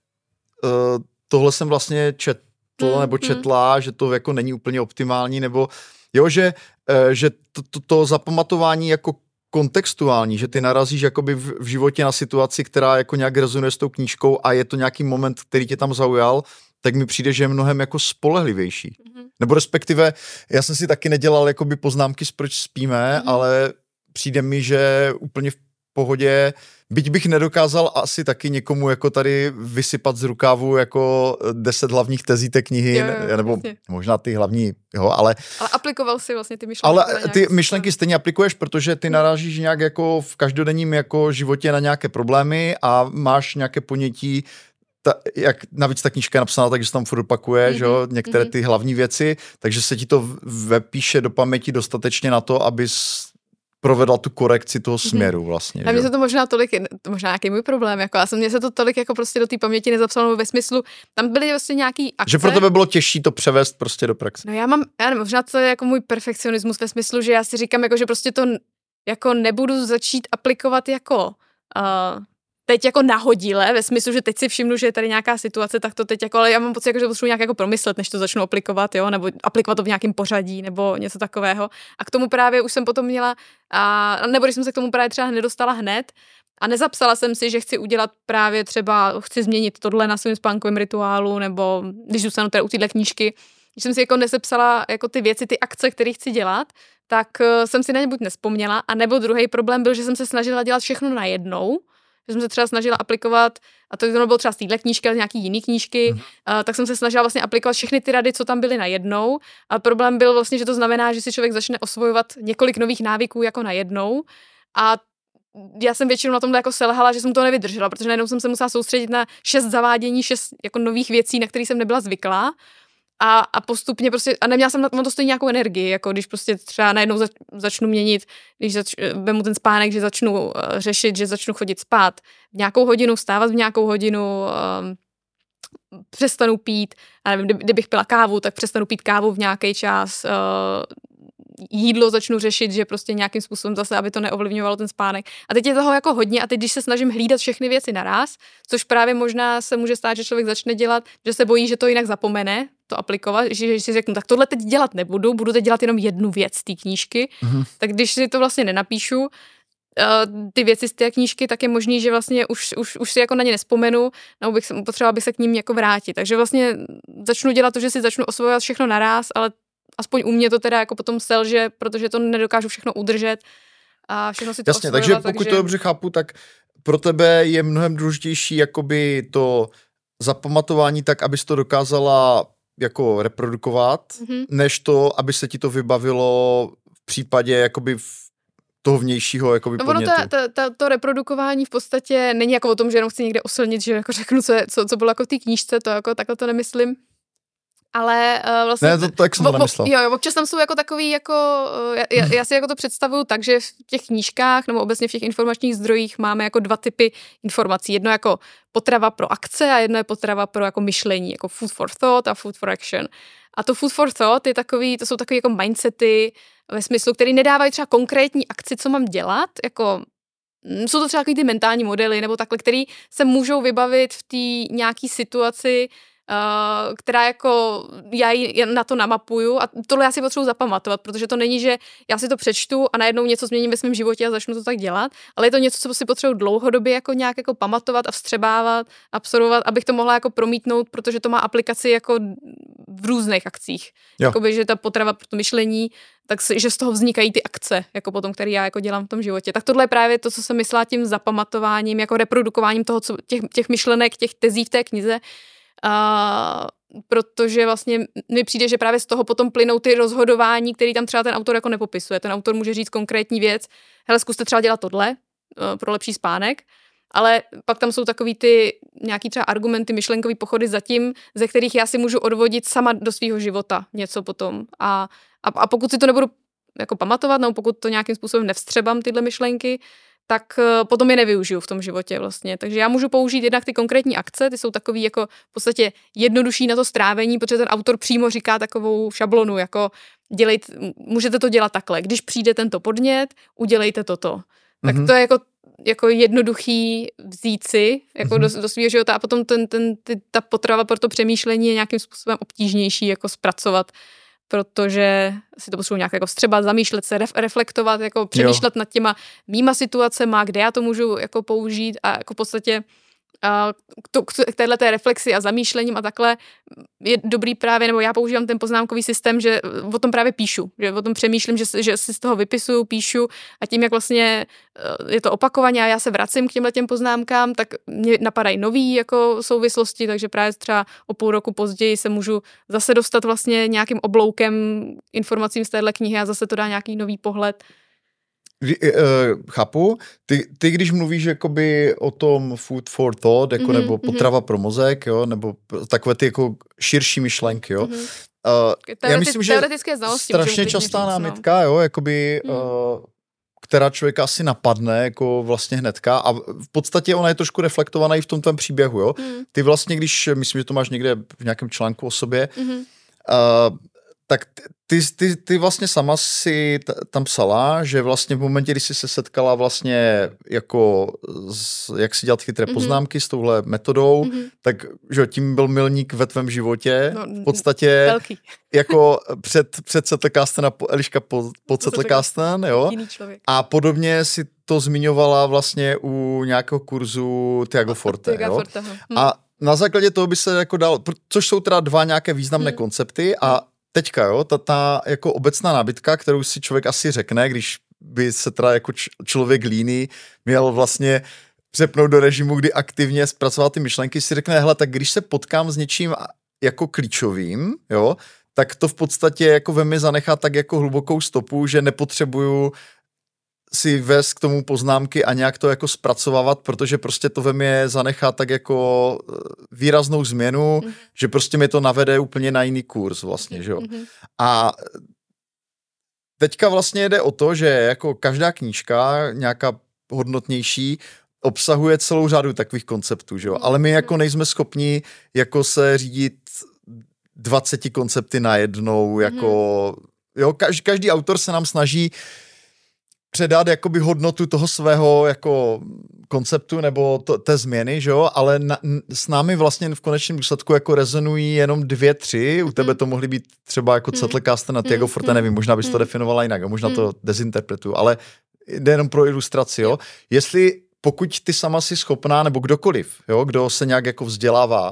uh, tohle jsem vlastně četl hmm. nebo četla, hmm. že to jako není úplně optimální, nebo jo, že, uh, že to, to, to zapamatování jako kontextuální, že ty narazíš jakoby v, v životě na situaci, která jako nějak rezonuje s tou knížkou a je to nějaký moment, který tě tam zaujal, tak mi přijde, že je mnohem jako spolehlivější. Mm-hmm. Nebo respektive, já jsem si taky nedělal jakoby poznámky z Proč spíme, mm-hmm. ale přijde mi, že úplně v pohodě, byť bych nedokázal asi taky někomu jako tady vysypat z rukávu jako deset hlavních tezí té knihy, jo, jo, nebo vlastně. Možná ty hlavní, jo, ale... Ale aplikoval si vlastně ty myšlenky. Ale ty myšlenky stejně aplikuješ, protože ty narážíš nějak jako v každodenním jako životě na nějaké problémy a máš nějaké ponětí, ta, jak navíc ta knížka je napsaná, takže se tam furt opakuje, mm-hmm. že jo, některé mm-hmm. ty hlavní věci, takže se ti to vepíše do paměti dostatečně na to, abys provedla tu korekci toho směru vlastně. A mně se to možná tolik, možná nějaký můj problém, jako já jsem, mně se to tolik jako prostě do té paměti nezapsalo ve smyslu, tam byly vlastně nějaký akce. Že pro tebe bylo těžší to převést prostě do praxe. No já mám, já nevím, možná to je jako můj perfekcionismus ve smyslu, že já si říkám, jako, že prostě to jako nebudu začít aplikovat jako uh, teď jako nahodile, ve smyslu, že teď si všimnu, že je tady nějaká situace, tak to teď jako, ale já mám pocit, jako, že potřebuji nějak jako promyslet, než to začnu aplikovat, jo, nebo aplikovat to v nějakém pořadí, nebo něco takového. A k tomu právě už jsem potom měla, a, nebo když jsem se k tomu právě třeba nedostala hned, a nezapsala jsem si, že chci udělat právě třeba, chci změnit tohle na svém spánkovém rituálu, nebo když zůstanu teda u téhle knížky, když jsem si jako nesepsala jako ty věci, ty akce, které chci dělat, tak jsem si na ně buď nespomněla, a nebo druhý problém byl, že jsem se snažila dělat všechno najednou, že jsem se třeba snažila aplikovat, a to bylo třeba z téhle knížky, ale z nějaký jiný knížky, mm. a, tak jsem se snažila vlastně aplikovat všechny ty rady, co tam byly najednou, a problém byl vlastně, že to znamená, že si člověk začne osvojovat několik nových návyků jako najednou, a já jsem většinou na tomhle jako selhala, že jsem to nevydržela, protože najednou jsem se musela soustředit na šest zavádění, šest jako nových věcí, na které jsem nebyla zvyklá. A, a postupně prostě, a neměla jsem na to stojí nějakou energii, jako když prostě třeba najednou zač, začnu měnit, když zač, vemu ten spánek, že začnu uh, řešit, že začnu chodit spát v nějakou hodinu, vstávat v nějakou hodinu, um, přestanu pít, a nevím, kdybych pila kávu, tak přestanu pít kávu v nějaký čas, uh, jídlo začnu řešit, že prostě nějakým způsobem zase, aby to neovlivňovalo ten spánek. A teď je toho jako hodně, a teď, když se snažím hlídat všechny věci naraz, což právě možná se může stát, že člověk začne dělat, že se bojí, že to jinak zapomene, to aplikovat, že, že si řeknu, tak tohle teď dělat nebudu, budu teď dělat jenom jednu věc z té knížky, mm-hmm. tak když si to vlastně nenapíšu, uh, ty věci z té knížky, tak je možný, že vlastně už, už, už si jako na ně nespomenu, nebo bych potřebovala bych se k ním jako vrátit. Takže vlastně začnu dělat to, že si začnu osvojovat všechno naraz, ale aspoň u mě to teda jako potom selže, protože to nedokážu všechno udržet a všechno si to Jasně, takže pokud takže... to dobře chápu, tak pro tebe je mnohem důležitější jakoby to zapamatování tak, abys to dokázala jako reprodukovat, mm-hmm. než to, aby se ti to vybavilo v případě jakoby v toho vnějšího jakoby no, podnětu. No to, to, to reprodukování v podstatě není jako o tom, že jenom chci někde oslnit, že jako řeknu, co, je, co, co bylo jako v té knížce, to jako takhle to nemyslím. Ale uh, vlastně... Ne, to, to jak jsem to nemyslel. Jo, jo, občas tam jsou jako takový, jako, uh, já, já si jako to představuju tak, že v těch knížkách nebo obecně v těch informačních zdrojích máme jako dva typy informací. Jedno jako potrava pro akce a jedno je potrava pro jako myšlení, jako food for thought a food for action. A to food for thought je takový, to jsou takový jako mindsety ve smyslu, který nedávají třeba konkrétní akci, co mám dělat, jako jsou to třeba takový ty mentální modely nebo takhle, který se můžou vybavit v té nějaký situaci, Uh, která jako, já ji na to namapuju a tohle já si potřebuji zapamatovat, protože to není, že já si to přečtu a najednou něco změním ve svém životě a začnu to tak dělat, ale je to něco, co si potřebuji dlouhodobě jako nějak jako pamatovat a vstřebávat, absorbovat, abych to mohla jako promítnout, protože to má aplikaci jako v různých akcích. Jakoby, že ta potrava pro to myšlení, tak že z toho vznikají ty akce, jako potom, které já jako dělám v tom životě. Tak tohle je právě to, co jsem myslela tím zapamatováním, jako reprodukováním toho, co, těch, těch myšlenek, těch tezí v té knize. Uh, protože vlastně mi přijde, že právě z toho potom plynou ty rozhodování, který tam třeba ten autor jako nepopisuje. Ten autor může říct konkrétní věc, hele, zkuste třeba dělat tohle uh, pro lepší spánek, ale pak tam jsou takový ty nějaký třeba argumenty, myšlenkový pochody zatím, ze kterých já si můžu odvodit sama do svého života něco potom. A, a, a pokud si to nebudu jako pamatovat, nebo pokud to nějakým způsobem nevstřebám tyhle myšlenky, tak potom je nevyužiju v tom životě vlastně. Takže já můžu použít jednak ty konkrétní akce, ty jsou takový jako v podstatě jednodušší na to strávení, protože ten autor přímo říká takovou šablonu, jako dělejte, můžete to dělat takhle. Když přijde tento podnět, udělejte toto. Tak mm-hmm. to je jako, jako jednoduchý vzít si jako mm-hmm. do, do svého života a potom ten, ten, ty, ta potrava pro to přemýšlení je nějakým způsobem obtížnější jako zpracovat, protože si to potřebuji nějak jako vstřebat, zamýšlet se, ref, reflektovat, jako přemýšlet jo. nad těma mýma situacema, kde já to můžu jako použít a jako v podstatě a k, to, k téhleté reflexi a zamýšlením a takhle je dobrý právě, nebo já používám ten poznámkový systém, že o tom právě píšu, že o tom přemýšlím, že, že si z toho vypisuju, píšu a tím, jak vlastně je to opakovaně a já se vracím k těmhletěm poznámkám, tak mě napadají nový jako souvislosti, takže právě třeba o půl roku později se můžu zase dostat vlastně nějakým obloukem informacím z téhle knihy a zase to dá nějaký nový pohled. Chápu. Ty, ty když mluvíš jakoby o tom food for thought, jako, mm-hmm, nebo potrava mm-hmm. pro mozek, jo, nebo takové ty jako širší myšlenky, jo. Mm-hmm. Uh, Teoreti- já myslím, že strašně častá říct, námitka, no. jo, jakoby, mm. uh, která člověka asi napadne, jako vlastně hnedka a v podstatě ona je trošku reflektovaná i v tom tvém příběhu, jo. Mm. Ty vlastně, když, myslím, že to máš někde v nějakém článku o sobě, mm-hmm. uh, Tak ty, ty, ty vlastně sama si t- tam psala, že vlastně v momentě, kdy jsi se setkala vlastně jako, s, jak si dělat chytré mm-hmm. poznámky s touhle metodou, mm-hmm. tak že tím byl milník ve tvém životě. No, v podstatě velký. Jako před, před Settlecasten a po, Eliška po, po Settlecasten, jo. Jiný člověk. A podobně si to zmiňovala vlastně u nějakého kurzu Tiago Forte, Tiago jo. Forte, hm. A na základě toho by se jako dal, což jsou teda dva nějaké významné hmm. koncepty a teďka, jo, ta, ta jako obecná nábytka, kterou si člověk asi řekne, když by se teda jako č- člověk líný měl vlastně přepnout do režimu, kdy aktivně zpracoval ty myšlenky, si řekne, hele, tak když se potkám s něčím jako klíčovým, jo, tak to v podstatě jako ve mě zanechá tak jako hlubokou stopu, že nepotřebuju si vést k tomu poznámky a nějak to jako zpracovávat, protože prostě to ve mně zanechá tak jako výraznou změnu, mm. že prostě mi to navede úplně na jiný kurz vlastně, že jo. Mm. A teďka vlastně jde o to, že jako každá knížka, nějaká hodnotnější, obsahuje celou řadu takových konceptů, že jo, ale my jako nejsme schopni jako se řídit dvaceti koncepty najednou, jako, mm. jo, každý, každý autor se nám snaží předat jakoby hodnotu toho svého jako konceptu nebo to, té změny, že jo, ale na, s námi vlastně v konečném důsledku jako rezonují jenom dvě, tři, u tebe to mohly být třeba jako mm. Settlecasten na Tiago Forte, nevím, možná bys to definovala jinak, možná to dezinterpretuju, ale jde jenom pro ilustraci, jo. Jestli pokud ty sama jsi schopná, nebo kdokoliv, jo, kdo se nějak jako vzdělává,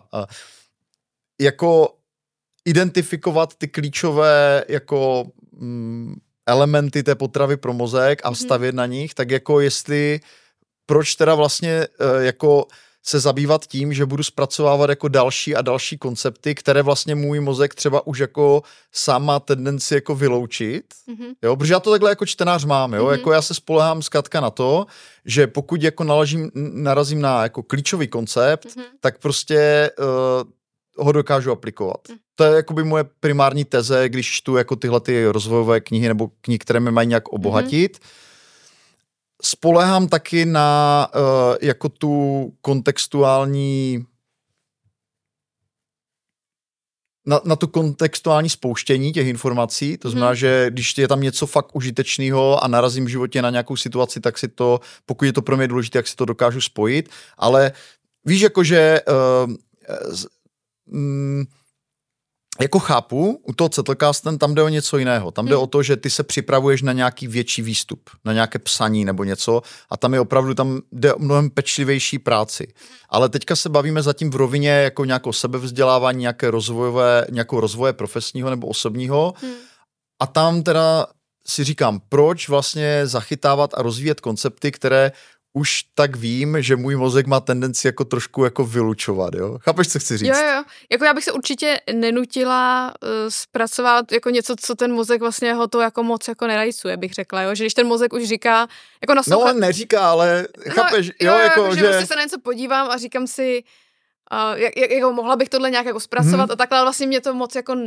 jako identifikovat ty klíčové jako mm, elementy té potravy pro mozek a stavět mm. na nich, tak jako jestli, proč teda vlastně jako se zabývat tím, že budu zpracovávat jako další a další koncepty, které vlastně můj mozek třeba už jako sám má tendenci jako vyloučit, mm-hmm. jo, protože já to takhle jako čtenář mám, jo, mm-hmm. jako já se spolehám zkrátka na to, že pokud jako naložím, narazím na jako klíčový koncept, mm-hmm. tak prostě uh, ho dokážu aplikovat. Mm. To je jakoby moje primární teze, když čtu jako tyhle ty rozvojové knihy nebo knihy, které mě mají nějak obohatit. Mm-hmm. Spoléhám taky na uh, jako tu kontextuální na, na tu kontextuální spouštění těch informací, to znamená, mm. že když je tam něco fakt užitečného a narazím v životě na nějakou situaci, tak si to, pokud je to pro mě důležité, tak si to dokážu spojit, ale víš, jakože uh, mm, jako chápu, u toho Settlecasten tam jde o něco jiného. Tam jde hmm. o to, že ty se připravuješ na nějaký větší výstup, na nějaké psaní nebo něco a tam je opravdu, tam jde o mnohem pečlivější práci. Ale teďka se bavíme zatím v rovině jako nějakou sebevzdělávání, nějaké rozvojové, nějakou rozvoje profesního nebo osobního hmm. a tam teda si říkám, proč vlastně zachytávat a rozvíjet koncepty, které už tak vím, že můj mozek má tendenci jako trošku jako vylučovat, jo? Chápeš, co chci říct? Jo, jo, jako já bych se určitě nenutila uh, zpracovat jako něco, co ten mozek vlastně ho to jako moc jako nerajcuje, bych řekla, jo? Že když ten mozek už říká, jako naslouchat... No, neříká, ale chápeš, no, jo, jo, jako, že... Že vlastně se na něco podívám a říkám si, uh, jak, jak, jako mohla bych tohle nějak jako zpracovat hmm. a takhle, ale vlastně mě to moc jako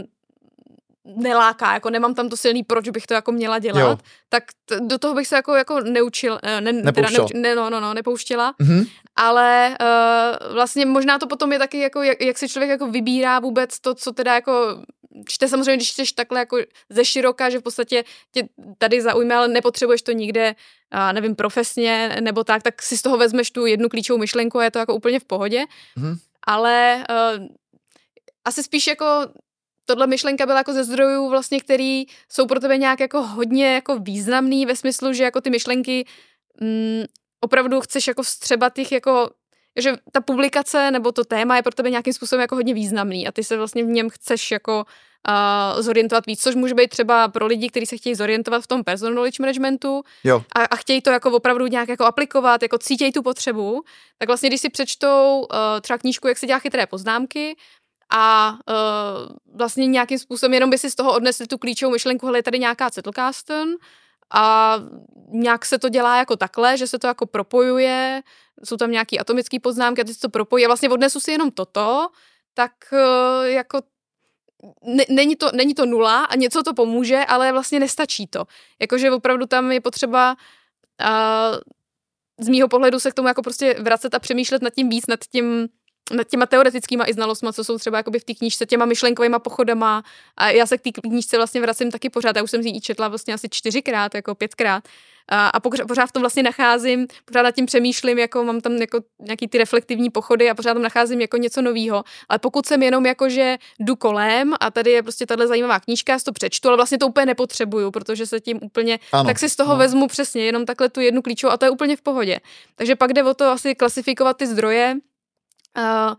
neláká, jako nemám tam to silný, proč bych to jako měla dělat, jo. tak t- do toho bych se jako, jako neučil, ne, teda neuč, ne, no, no, no, nepouštěla, mm-hmm. ale uh, vlastně možná to potom je taky jako, jak, jak si člověk jako vybírá vůbec to, co teda jako čte, samozřejmě, když čteš takhle jako ze široka, že v podstatě tě tady zaujme, ale nepotřebuješ to nikde, uh, nevím, profesně nebo tak, tak si z toho vezmeš tu jednu klíčovou myšlenku a je to jako úplně v pohodě, mm-hmm. ale uh, asi spíš jako tohle myšlenka byla jako ze zdrojů vlastně, který jsou pro tebe nějak jako hodně jako významný ve smyslu, že jako ty myšlenky mm, opravdu chceš jako vstřebat jich jako, že ta publikace nebo to téma je pro tebe nějakým způsobem jako hodně významný a ty se vlastně v něm chceš jako uh, zorientovat víc, což může být třeba pro lidi, kteří se chtějí zorientovat v tom personal knowledge managementu jo. A, a chtějí to jako opravdu nějak jako aplikovat, jako cítějí tu potřebu, tak vlastně když si přečtou uh, třeba knížku, jak se dělá chytré poznámky, a uh, vlastně nějakým způsobem jenom by si z toho odnesli tu klíčovou myšlenku, hele, je tady nějaká Settlecasten a nějak se to dělá jako takhle, že se to jako propojuje, jsou tam nějaký atomický poznámky a ty se to propojí a vlastně odnesu si jenom toto, tak uh, jako ne, není, to, není to nula a něco to pomůže, ale vlastně nestačí to. Jakože opravdu tam je potřeba uh, z mýho pohledu se k tomu jako prostě vracet a přemýšlet nad tím víc, nad tím nad těma teoretickýma i znalostma, co jsou třeba jakoby v té knížce, těma myšlenkovýma pochodama a já se k té knížce vlastně vracím taky pořád, já už jsem ji četla vlastně asi čtyřikrát, jako pětkrát a, a pořád v tom vlastně nacházím, pořád nad tím přemýšlím, jako mám tam jako nějaký ty reflektivní pochody a pořád tam nacházím jako něco novýho, ale pokud jsem jenom jako, že jdu kolem a tady je prostě tahle zajímavá knížka, já si to přečtu, ale vlastně to úplně nepotřebuju, protože se tím úplně, ano, tak si z toho no. vezmu přesně jenom takhle tu jednu klíčovou a to je úplně v pohodě. Takže pak jde o to asi klasifikovat ty zdroje, Uh,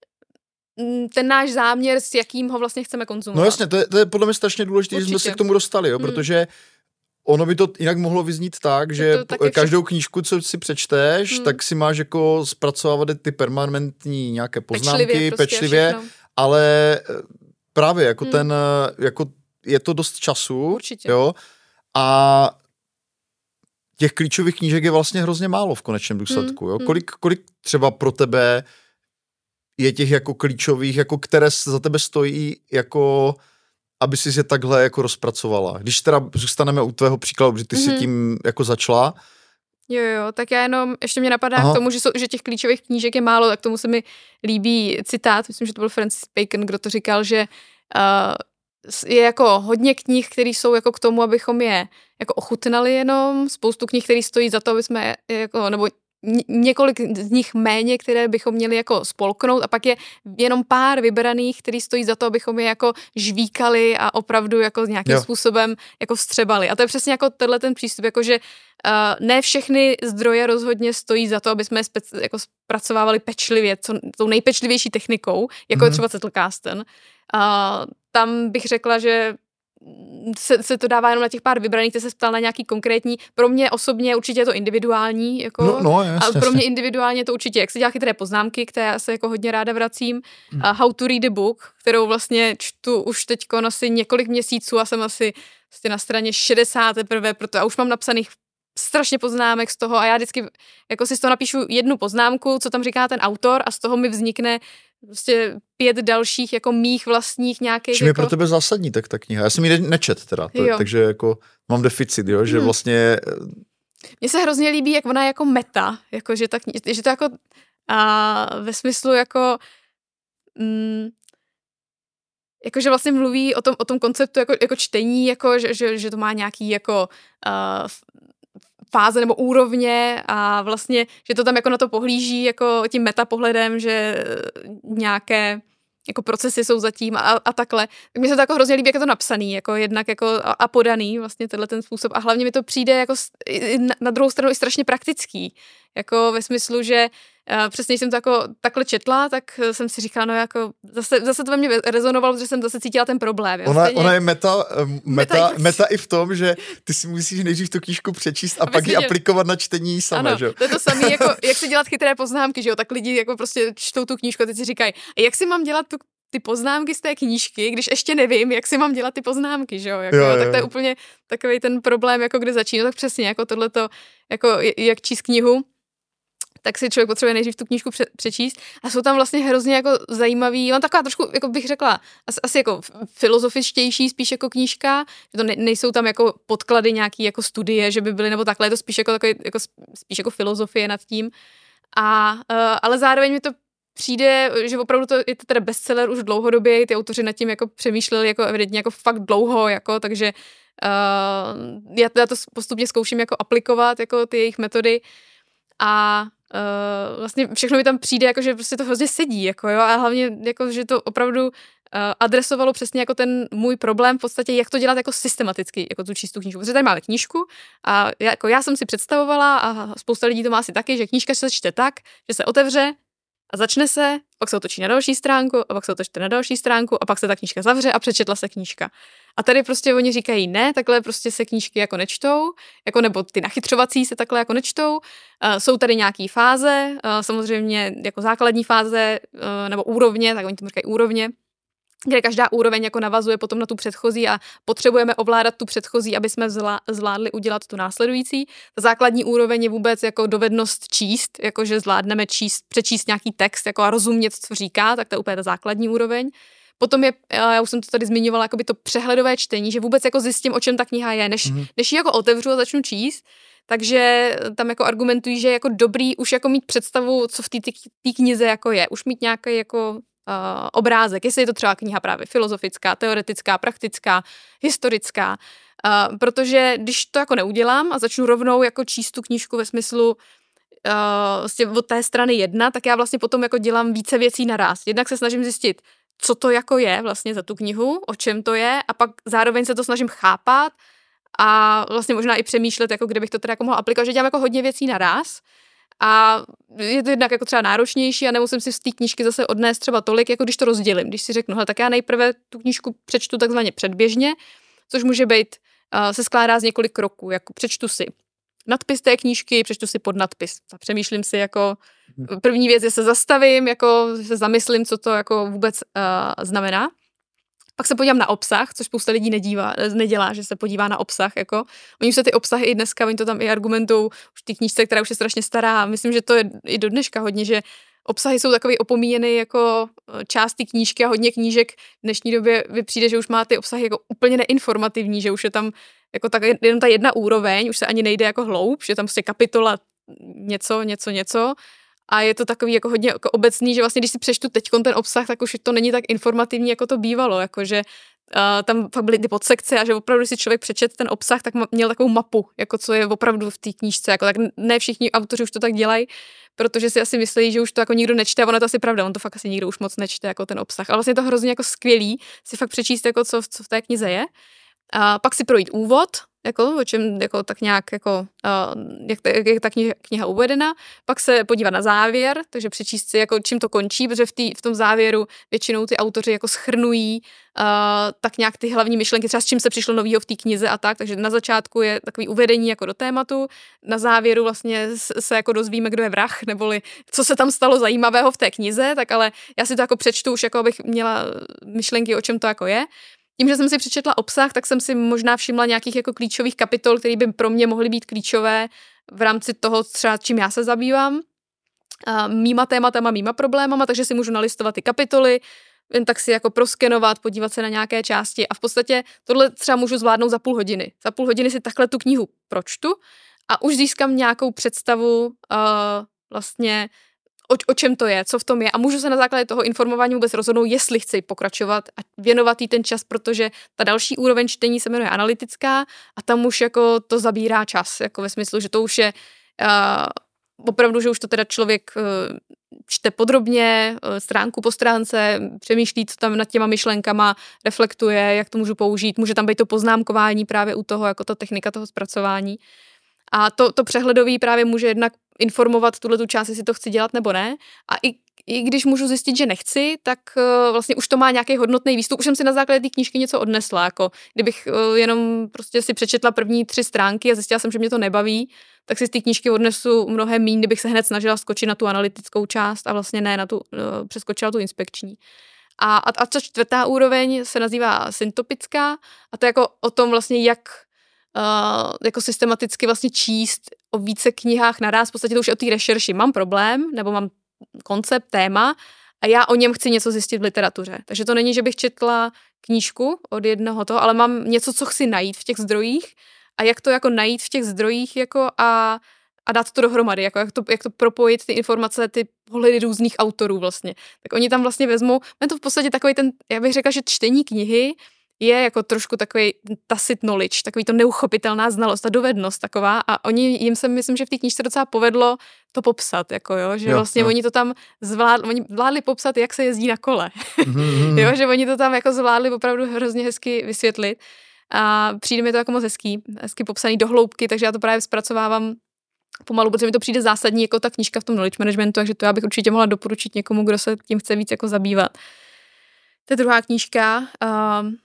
ten náš záměr, s jakým ho vlastně chceme konzumovat. No jasně, to je, to je podle mě strašně důležité, že jsme se k tomu dostali, jo, hmm. protože ono by to jinak mohlo vyznít tak, že tak každou vše... knížku, co si přečteš, hmm. tak si máš jako zpracovávat ty permanentní nějaké poznámky, pečlivě, prostě pečlivě ale právě jako hmm. ten, jako je to dost času, určitě. Jo, a těch klíčových knížek je vlastně hrozně málo v konečném důsledku, jo. Kolik, kolik třeba pro tebe je těch jako klíčových, jako které za tebe stojí, jako aby si je takhle jako rozpracovala. Když teda zůstaneme u tvého příkladu, že ty mm-hmm. si tím jako začala. Jo, jo, tak já jenom, ještě mě napadá Aha. k tomu, že, jsou, že těch klíčových knížek je málo, tak tomu se mi líbí citát, myslím, že to byl Francis Bacon, kdo to říkal, že uh, je jako hodně knih, které jsou jako k tomu, abychom je jako ochutnali jenom, spoustu knih, které stojí za to, aby jsme jako, nebo několik z nich méně, které bychom měli jako spolknout a pak je jenom pár vybraných, který stojí za to, abychom je jako žvíkali a opravdu jako nějakým jo. způsobem jako vstřebali. A to je přesně jako tenhle ten přístup, jako že uh, ne všechny zdroje rozhodně stojí za to, aby jsme je speci- jako zpracovávali pečlivě, co, tou nejpečlivější technikou, jako mm-hmm. je třeba Zettelkasten. Uh, tam bych řekla, že Se, se to dává jenom na těch pár vybraných, ty se ptal na nějaký konkrétní. Pro mě osobně určitě je to individuální, jako, no, no, jasně, a pro mě individuálně je to určitě, jak se dělá chytré poznámky, které já se jako hodně ráda vracím. Hmm. A How to read a book, kterou vlastně čtu už teďko asi několik měsíců a jsem asi vlastně na straně šedesát teprve, proto a už mám napsaných strašně poznámek z toho a já vždycky jako si z toho napíšu jednu poznámku, co tam říká ten autor a z toho mi vznikne prostě pět dalších jako mých vlastních nějakých. Čím jako... je pro tebe zásadní tak ta kniha? Já jsem ji nečet teda, to, takže jako mám deficit, jo, že hmm. vlastně... Mně se hrozně líbí, jak ona je jako meta, jako že, ta kni- že to jako a ve smyslu jako mm, jakože vlastně mluví o tom, o tom konceptu jako, jako čtení, jako že, že, že to má nějaký jako uh, fáze nebo úrovně a vlastně, že to tam jako na to pohlíží jako tím metapohledem, že nějaké jako procesy jsou zatím a, a takhle. Tak mně se to jako hrozně líbí, jak je to napsaný, jako jednak jako a, a podaný vlastně tenhle ten způsob a hlavně mi to přijde jako na, na druhou stranu i strašně praktický, jako ve smyslu, že uh, přesně jsem to jako takhle četla, tak jsem si říkala, no jako zase, zase to ve mně rezonovalo, že jsem zase cítila ten problém. Jo? Ona, ona je meta, meta, meta, meta i v tom, že ty si musíš nejdřív tu knížku přečíst a pak ji děl... aplikovat na čtení sama, ano, že? To je to samé, jako jak si dělat chytré poznámky, že jo, tak lidi jako prostě čtou tu knížku a teď si říkají, jak si mám dělat tu ty poznámky z té knížky, když ještě nevím, jak si mám dělat ty poznámky, že jo, jako, jo, jo. Tak to je úplně takový ten problém, jako kde začíná, tak přesně, jako tohleto, jako jak číst knihu, tak si člověk potřebuje nejdřív tu knížku pře- přečíst a jsou tam vlastně hrozně jako zajímavý, mám taková trošku, jako bych řekla, asi, asi jako filozofičtější spíš jako knížka, že to ne, nejsou tam jako podklady nějaký jako studie, že by byly, nebo takhle, je to spíš jako takový, jako spíš jako filozofie nad tím, a, uh, ale zároveň mi to přijde, že opravdu to je to teda bestseller už dlouhodobě, ty autoři nad tím jako přemýšleli jako evidentně jako fakt dlouho, jako, takže uh, já, já to postupně zkouším jako aplikovat, jako ty jejich metody a uh, vlastně všechno mi tam přijde, jako, že prostě to hrozně sedí, jako, jo, a hlavně, jako, že to opravdu uh, adresovalo přesně jako ten můj problém v podstatě, jak to dělat jako systematicky, jako tu čistou knížku. Protože tady máme knížku a já, jako já jsem si představovala a spousta lidí to má asi taky, že knížka se čte tak, že se otevře a začne se, pak se otočí na další stránku a pak se otočí na další stránku a pak se ta knížka zavře a přečetla se knížka. A tady prostě oni říkají ne, takhle prostě se knížky jako nečtou, jako nebo ty nachytřovací se takhle jako nečtou. Uh, jsou tady nějaký fáze, uh, samozřejmě jako základní fáze uh, nebo úrovně, tak oni tomu říkají úrovně, kde každá úroveň jako navazuje potom na tu předchozí a potřebujeme ovládat tu předchozí, aby jsme zvládli udělat tu následující. Ta základní úroveň je vůbec jako dovednost číst, jakože zvládneme číst, přečíst nějaký text jako a rozumět, co říká, tak to je úplně ta základní úroveň. Potom je, já už jsem to tady zmiňovala, jakoby to přehledové čtení, že vůbec jako zjistím, o čem ta kniha je, než, mm. než ji jako otevřu a začnu číst, takže tam jako argumentují, že je jako dobrý už jako mít představu, co v té knize jako je. Už mít nějaký jako uh, obrázek, jestli je to třeba kniha právě filozofická, teoretická, praktická, historická. Uh, protože když to jako neudělám a začnu rovnou jako číst tu knížku ve smyslu uh, vlastně od té strany jedna, tak já vlastně potom jako dělám více věcí naraz. Jednak se snažím zjistit, co to jako je vlastně za tu knihu, o čem to je a pak zároveň se to snažím chápat a vlastně možná i přemýšlet, jako kde bych to teda jako mohla aplikovat, že dělám jako hodně věcí naraz a je to jednak jako třeba náročnější a nemusím si z té knížky zase odnést třeba tolik, jako když to rozdělím, když si řeknu, hele, tak já nejprve tu knížku přečtu takzvaně předběžně, což může být, uh, se skládá z několik kroků, jako přečtu si nadpis té knížky, přečtu si podnadpis. Přemýšlím si jako, první věc je se zastavím, jako se zamyslím, co to jako vůbec uh, znamená. Pak se podívám na obsah, což spousta lidí nedívá, nedělá, že se podívá na obsah, jako. Oni se ty obsahy i dneska, oni to tam i argumentují už ty knížce, která už je strašně stará. Myslím, že to je i do dneška hodně, že obsahy jsou takový opomíjeny jako část té knížky a hodně knížek v dnešní době vy přijde, že už má ty obsahy jako úplně neinformativní, že už je tam jako tak jenom ta jedna úroveň, už se ani nejde jako hloub, že tam prostě kapitola něco, něco, něco a je to takový jako hodně jako obecný, že vlastně když si přečtu teďkon ten obsah, tak už to není tak informativní, jako to bývalo, jakože uh, tam fakt byly ty podsekce a že opravdu, když si člověk přečet ten obsah, tak měl takovou mapu, jako co je opravdu v té knížce, jako tak ne všichni autoři už to tak dělají, protože si asi myslí, že už to jako nikdo nečte a ono to asi pravda, on to fakt asi nikdo už moc nečte, jako ten obsah, ale vlastně je to hrozně jako skvělý si fakt přečíst, jako co, co v té knize je. A pak si projít úvod, jako, o čem jako tak nějak, jako, uh, jak, ta, jak je ta kniha, kniha uvedena, pak se podívat na závěr, takže přečíst si, jako, čím to končí, protože v, tý, v tom závěru většinou ty autoři jako shrnují uh, tak nějak ty hlavní myšlenky, třeba s čím se přišlo novýho v té knize a tak, takže na začátku je takový uvedení jako do tématu, na závěru vlastně se jako dozvíme, kdo je vrah, neboli co se tam stalo zajímavého v té knize, tak ale já si to jako přečtu už, jako abych měla myšlenky, o čem to jako je. Tím, že jsem si přečetla obsah, tak jsem si možná všimla nějakých jako klíčových kapitol, které by pro mě mohly být klíčové v rámci toho, třeba čím já se zabývám, a mýma tématama, mýma problémama, takže si můžu nalistovat ty kapitoly, jen tak si jako proskenovat, podívat se na nějaké části a v podstatě tohle třeba můžu zvládnout za půl hodiny. Za půl hodiny si takhle tu knihu pročtu a už získám nějakou představu uh, vlastně O, o čem to je, co v tom je a můžu se na základě toho informování vůbec rozhodnout, jestli chci pokračovat a věnovat jí ten čas, protože ta další úroveň čtení se jmenuje analytická a tam už jako to zabírá čas, jako ve smyslu, že to už je uh, opravdu, že už to teda člověk uh, čte podrobně, uh, stránku po stránce, přemýšlí, co tam nad těma myšlenkama, reflektuje, jak to můžu použít, může tam být to poznámkování právě u toho, jako ta technika toho zpracování. A to, to přehledový právě může jednak informovat tuhletu část, jestli to chci dělat nebo ne. A i, i když můžu zjistit, že nechci, tak uh, vlastně už to má nějaký hodnotný výstup. Už jsem si na základě té knížky něco odnesla. Jako kdybych uh, jenom prostě si přečetla první tři stránky a zjistila jsem, že mě to nebaví, tak si z té knížky odnesu mnohem méně, kdybych se hned snažila skočit na tu analytickou část a vlastně ne na tu, uh, přeskočila tu inspekční. A, a, a ta čtvrtá úroveň se nazývá syntopická a to je jako o tom vlastně, jak Uh, jako systematicky vlastně číst o více knihách naraz, v podstatě to už je o té rešerši. Mám problém, nebo mám koncept, téma a já o něm chci něco zjistit v literatuře. Takže to není, že bych četla knížku od jednoho toho, ale mám něco, co chci najít v těch zdrojích a jak to jako najít v těch zdrojích jako a, a dát to dohromady, jako jak to, jak to propojit ty informace, ty pohledy různých autorů vlastně. Tak oni tam vlastně vezmou, je to v podstatě takový ten, já bych řekla, že čtení knihy je jako trošku takový tacit knowledge, takový to neuchopitelná znalost, ta dovednost taková a oni, jim se myslím, že v té knížce docela povedlo to popsat, jako jo, že jo, vlastně jo. Oni to tam zvládli, oni vládli popsat, jak se jezdí na kole, mm-hmm. jo, že oni to tam jako zvládli opravdu hrozně hezky vysvětlit a přijde mi to jako moc hezký, hezky popsaný do hloubky, takže já to právě zpracovávám pomalu, protože mi to přijde zásadní jako ta knížka v tom knowledge managementu, takže to já bych určitě mohla doporučit někomu, kdo se tím chce víc jako zabývat. To je druhá knížka. Um,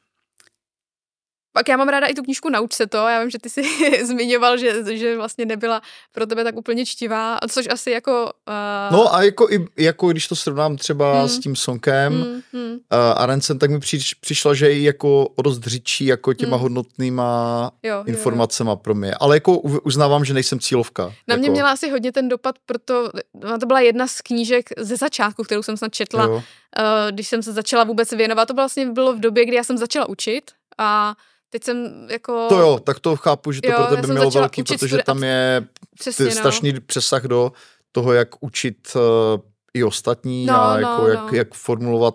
Pak já mám ráda i tu knížku Nauč se to, já vím, že ty jsi zmiňoval, že, že vlastně nebyla pro tebe tak úplně čtivá, což asi jako... Uh... No a jako, i, jako když to srovnám třeba hmm. s tím Songkem hmm. Hmm. Uh, Arendsem, tak mi přiš, přišla, že i jako o dost řidčí jako těma hmm. hodnotnýma jo, informacema jo, jo. pro mě, ale jako uznávám, že nejsem cílovka. Na jako... mě měla asi hodně ten dopad, proto to byla jedna z knížek ze začátku, kterou jsem snad četla, uh, když jsem se začala vůbec věnovat, to vlastně bylo v době, kdy já jsem začala učit a teď jsem jako... To jo, tak to chápu, že to jo, pro tebe mělo velký, protože studi- tam je Přesně, no. strašný přesah do toho, jak učit uh, i ostatní no, a no, jako no. Jak, jak formulovat,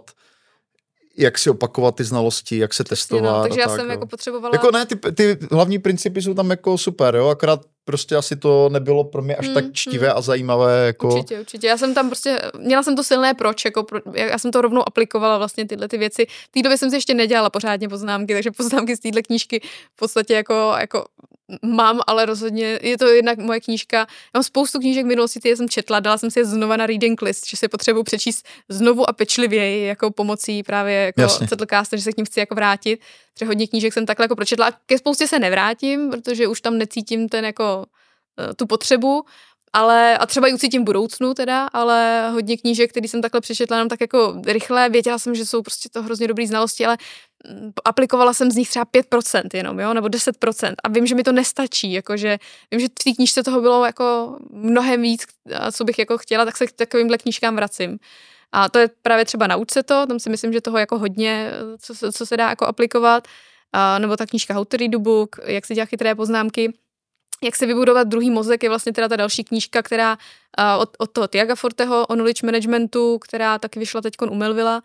jak si opakovat ty znalosti, jak se Přesně, testovat. No, takže já tak, jsem jo. jako potřebovala... Jako ne, ty, ty hlavní principy jsou tam jako super, jo, akorát prostě asi to nebylo pro mě až hmm, tak čtivé hmm. a zajímavé. Jako... Určitě, určitě. Já jsem tam prostě, měla jsem to silné proč, jako pro, já jsem to rovnou aplikovala vlastně tyhle ty věci. V té době jsem si ještě nedělala pořádně poznámky, takže poznámky z téhle knížky v podstatě jako, jako mám, ale rozhodně je to jednak moje knížka. Já mám spoustu knížek v minulosti, ty jsem četla, dala jsem si je znova na reading list, že si potřebuji přečíst znovu a pečlivěji, jako pomocí právě jako Zettelkasten, že se k ním chci jako vrátit. Třeba hodně knížek jsem takhle jako pročetla a ke spoustě se nevrátím, protože už tam necítím ten jako tu potřebu, ale a třeba ji ucítím v budoucnu teda, ale hodně knížek, který jsem takhle přečetla jenom tak jako rychle, věděla jsem, že jsou prostě to hrozně dobrý znalosti, ale aplikovala jsem z nich třeba pět procent jenom, jo, nebo deset procent a vím, že mi to nestačí, jakože vím, že v té knížce toho bylo jako mnohem víc, co bych jako chtěla, tak se k takovýmhle knížkám vracím. A to je právě třeba Nauč se to, tam si myslím, že toho jako hodně, co se, co se dá jako aplikovat, a, nebo ta knížka How to Read a Book, jak si dělat chytré poznámky. Jak se vybudovat druhý mozek je vlastně teda ta další knížka, která uh, od, od toho Tiaga Forteho o knowledge managementu, která taky vyšla teďkon u Melvilla.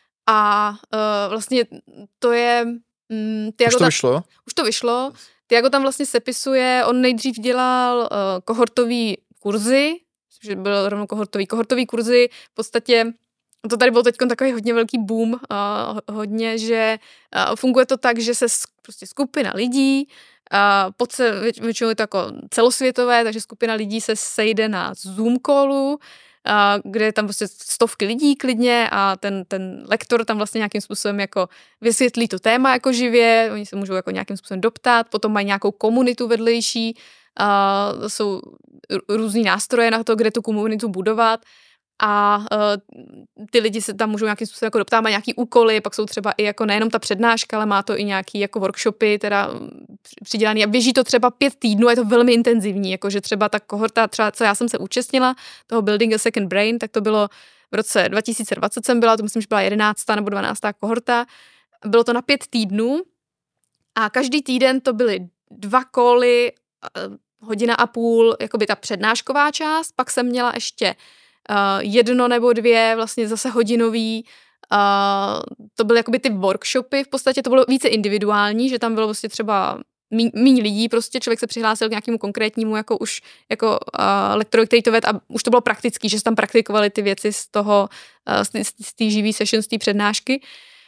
A uh, vlastně to je... Um, Tiago už to tam, vyšlo? Už to vyšlo. Tiago tam vlastně sepisuje, on nejdřív dělal uh, kohortový kurzy, že byl rovnou kohortový, kohortový kurzy, v podstatě to tady byl teďkon takový hodně velký boom, uh, hodně, že uh, funguje to tak, že se prostě skupina lidí, Uh, pod se, většinou je to jako celosvětové, takže skupina lidí se sejde na Zoom callu, uh, kde je tam prostě stovky lidí klidně a ten, ten lektor tam vlastně nějakým způsobem jako vysvětlí to téma jako živě, oni se můžou jako nějakým způsobem doptat, potom mají nějakou komunitu vedlejší, uh, jsou různý nástroje na to, kde tu komunitu budovat. A uh, ty lidi se tam můžou nějakým způsobem jako doptat, mají nějaký úkoly, pak jsou třeba i jako nejenom ta přednáška, ale má to i nějaký jako workshopy, teda přidělaný a běží to třeba pět týdnů a je to velmi intenzivní, jakože třeba ta kohorta, třeba co já jsem se účastnila, toho Building a Second Brain, tak to bylo v roce dva tisíce dvacet jsem byla, to myslím, že byla jedenáctá nebo dvanáctá kohorta, bylo to na pět týdnů a každý týden to byly dva koly, uh, hodina a půl, jakoby ta přednášková část, pak jsem měla ještě Uh, jedno nebo dvě vlastně zase hodinový, uh, to byly jakoby ty workshopy, v podstatě to bylo více individuální, že tam bylo vlastně třeba míň lidí, prostě člověk se přihlásil k nějakému konkrétnímu jako už jako uh, lektorovi, který to ved a už to bylo praktický, že se tam praktikovali ty věci z toho, uh, z té živý session, z té přednášky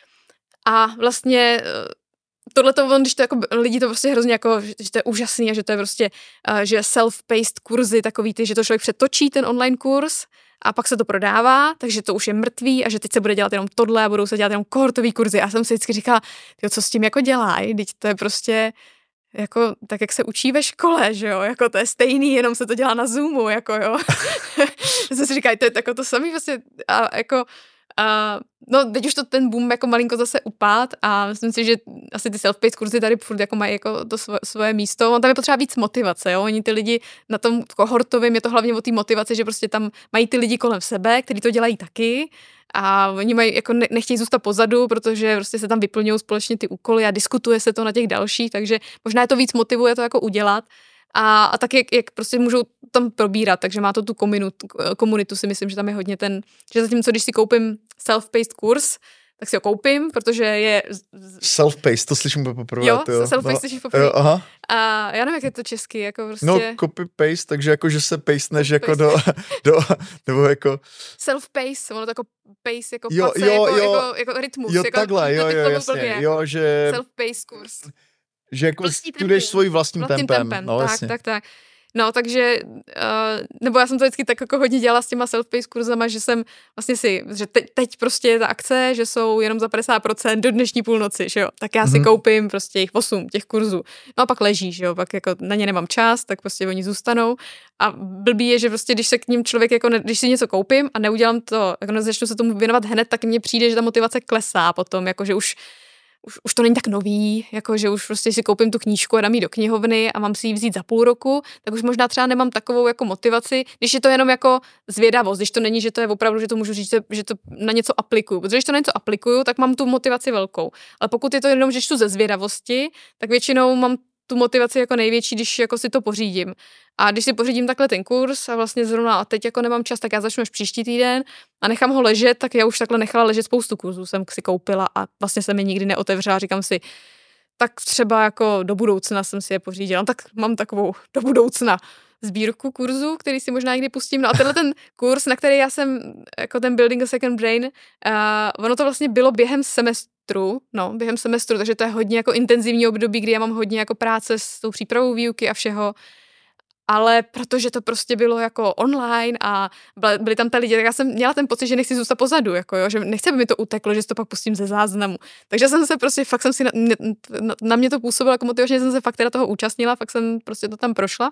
a vlastně uh, tohle to, když to jako lidi to prostě hrozně jako, že to je úžasný a že to je prostě, uh, že self-paced kurzy takový ty, že to člověk přetočí ten online kurz a pak se to prodává, takže to už je mrtvý a že teď se bude dělat jenom tohle a budou se dělat jenom kohortový kurzy. A já jsem si vždycky říkala, tyjo, co s tím jako dělají, teď to je prostě jako tak, jak se učí ve škole, že jo, jako to je stejný, jenom se to dělá na Zoomu, jako jo. Já jsem si říkala, to je jako to samý vlastně a jako Uh, no, teď už to ten boom jako malinko zase upád a myslím si, že asi ty self-paced kurzy tady furt jako mají jako to svoje, svoje místo. On tam je potřeba víc motivace, jo. Oni ty lidi na tom kohortovém je to hlavně o té motivaci, že prostě tam mají ty lidi kolem sebe, kteří to dělají taky a oni mají jako ne, nechtějí zůstat pozadu, protože prostě se tam vyplňují společně ty úkoly a diskutuje se to na těch dalších, takže možná je to víc motivuje to jako udělat. A, a tak, jak, jak prostě můžou tam probírat, takže má to tu komunitu, komunitu si myslím, že tam je hodně ten, že zatímco když si koupím self-paced kurz, tak si ho koupím, protože je... Self-paced, to slyším poprvé. Jo, self-paced no, slyšíš poprvé. Aha. A já nevím, jak je to česky, jako prostě... No, copy-paste, takže jako, že se pasteneš jako do, do, nebo jako... Self-pace, ono to jako pace, jako jo, pace, jo, jako, jo, jako, jako rytmus. Jo, jako, takhle, jo, jo, jasně, jo, že... Self-paced kurz. Že jako studuješ svůj vlastním, vlastním tempem. tempem. No, tak, jasně. tak, tak. No, takže, uh, nebo já jsem to vždycky tak jako hodně dělala s těma self-paced kurzama, že jsem vlastně si, že te, teď prostě je ta akce, že jsou jenom za padesát procent do dnešní půlnoci, že jo, tak já si mm-hmm. koupím prostě jich osm těch kurzů. No a pak leží, že jo, pak jako na ně nemám čas, tak prostě oni zůstanou a blbý je, že prostě když se k ním člověk jako, ne, když si něco koupím a neudělám to, jako nezačnu se tomu věnovat hned, tak mně přijde, že ta motivace klesá potom, jakože už už, už to není tak nový, jako že už prostě si koupím tu knížku a dám ji do knihovny a mám si ji vzít za půl roku, tak už možná třeba nemám takovou jako motivaci, když je to jenom jako zvědavost, když to není, že to je opravdu, že to můžu říct, že to na něco aplikuju, protože když to na něco aplikuju, tak mám tu motivaci velkou. Ale pokud je to jenom, že čtu ze zvědavosti, tak většinou mám tu motivaci jako největší, když jako si to pořídím. A když si pořídím takhle ten kurz a vlastně zrovna a teď jako nemám čas, tak já začnu až příští týden a nechám ho ležet, tak já už takhle nechala ležet spoustu kurzů, jsem si koupila a vlastně se mi nikdy neotevřela. Říkám si, tak třeba jako do budoucna jsem si je pořídila. No, tak mám takovou do budoucna sbírku kurzů, který si možná někdy pustím. No a tenhle ten kurz, na který já jsem, jako ten Building a Second Brain, uh, ono to vlastně bylo během semestru, no, během semestru, takže to je hodně jako intenzivní období, kdy já mám hodně jako práce s tou přípravou výuky a všeho. Ale protože to prostě bylo jako online a byli tam ty lidi, tak já jsem měla ten pocit, že nechci zůstat pozadu, jako jo, že nechci, aby mi to uteklo, že si to pak pustím ze záznamu. Takže jsem se prostě, fakt jsem si, na, na, na mě to působilo jako motivačně, jsem se fakt teda toho účastnila, fakt jsem prostě to tam prošla.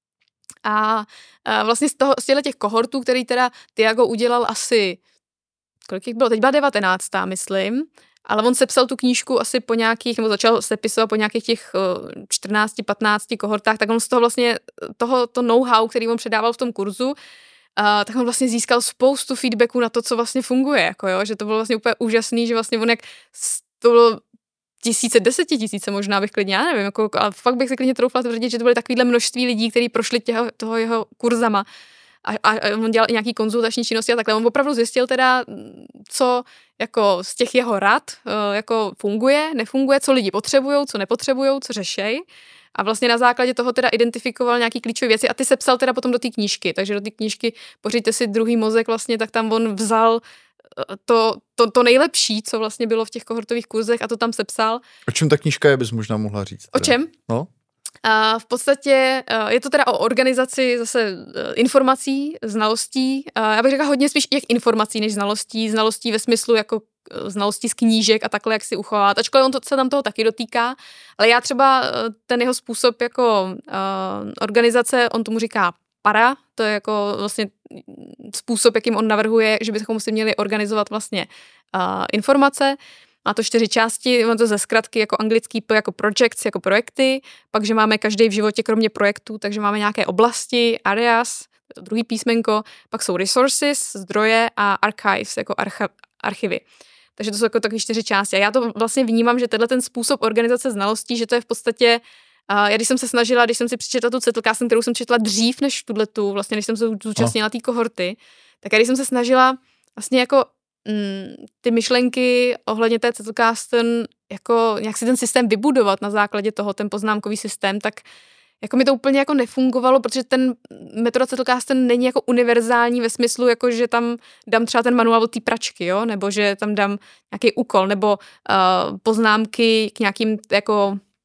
A, a vlastně z toho, z těchto těch kohortů, který teda Tiago udělal asi, kolik jich bylo, teď byla devatenáctá, myslím, ale on sepsal tu knížku asi po nějakých, nebo začal sepisovat po nějakých těch čtrnácti patnácti kohortách, tak on z toho vlastně, toho, to know-how, který on předával v tom kurzu, uh, tak on vlastně získal spoustu feedbacků na to, co vlastně funguje, jako jo, že to bylo vlastně úplně úžasný, že vlastně on jak, to bylo tisíce, desetitisíce možná bych klidně, já nevím, jako, ale fakt bych se klidně troufla tvrdit, že to byly takovýhle množství lidí, kteří prošli těho, toho jeho kurzama. A, a on dělal i nějaký konzultační činnosti a takhle. On opravdu zjistil teda, co jako z těch jeho rad jako funguje, nefunguje, co lidi potřebujou, co nepotřebujou, co řešej. A vlastně na základě toho teda identifikoval nějaký klíčové věci a ty sepsal teda potom do té knížky. Takže do té knížky Pořiďte si druhý mozek vlastně, tak tam on vzal to, to, to nejlepší, co vlastně bylo v těch kohortových kurzech a to tam sepsal. O čem ta knížka je, bys možná mohla říct? Teda. O čem? No? A v podstatě je to teda o organizaci zase informací, znalostí. Já bych řekla hodně spíš těch informací než znalostí. Znalostí ve smyslu jako znalostí z knížek a takhle, jak si uchovat. Ačkoliv on to, se tam toho taky dotýká. Ale já třeba ten jeho způsob jako uh, organizace, on tomu říká para, to je jako vlastně způsob, jakým on navrhuje, že bychom si měli organizovat vlastně uh, informace. Má to čtyři části, má to ze zkratky jako anglický P jako projects, jako projekty, pak, že máme každý v životě kromě projektů, takže máme nějaké oblasti, areas, to druhý písmenko, pak jsou resources, zdroje a archives, jako archa, archivy. Takže to jsou jako takové čtyři části. A já to vlastně vnímám, že tenhle ten způsob organizace znalostí, že to je v podstatě, uh, já když jsem se snažila, když jsem si přečetla tu Zettelkasten, kterou jsem četla dřív než tuhletu, vlastně když jsem se zúčastnila té kohorty, tak já když jsem se snažila vlastně jako ty myšlenky ohledně té Zettelkasten, jako nějak si ten systém vybudovat na základě toho, ten poznámkový systém, tak jako mi to úplně jako nefungovalo, protože ten metoda Zettelkasten není jako univerzální ve smyslu, jako že tam dám třeba ten manuál od té pračky, jo, nebo že tam dám nějaký úkol, nebo uh, poznámky k nějakým jako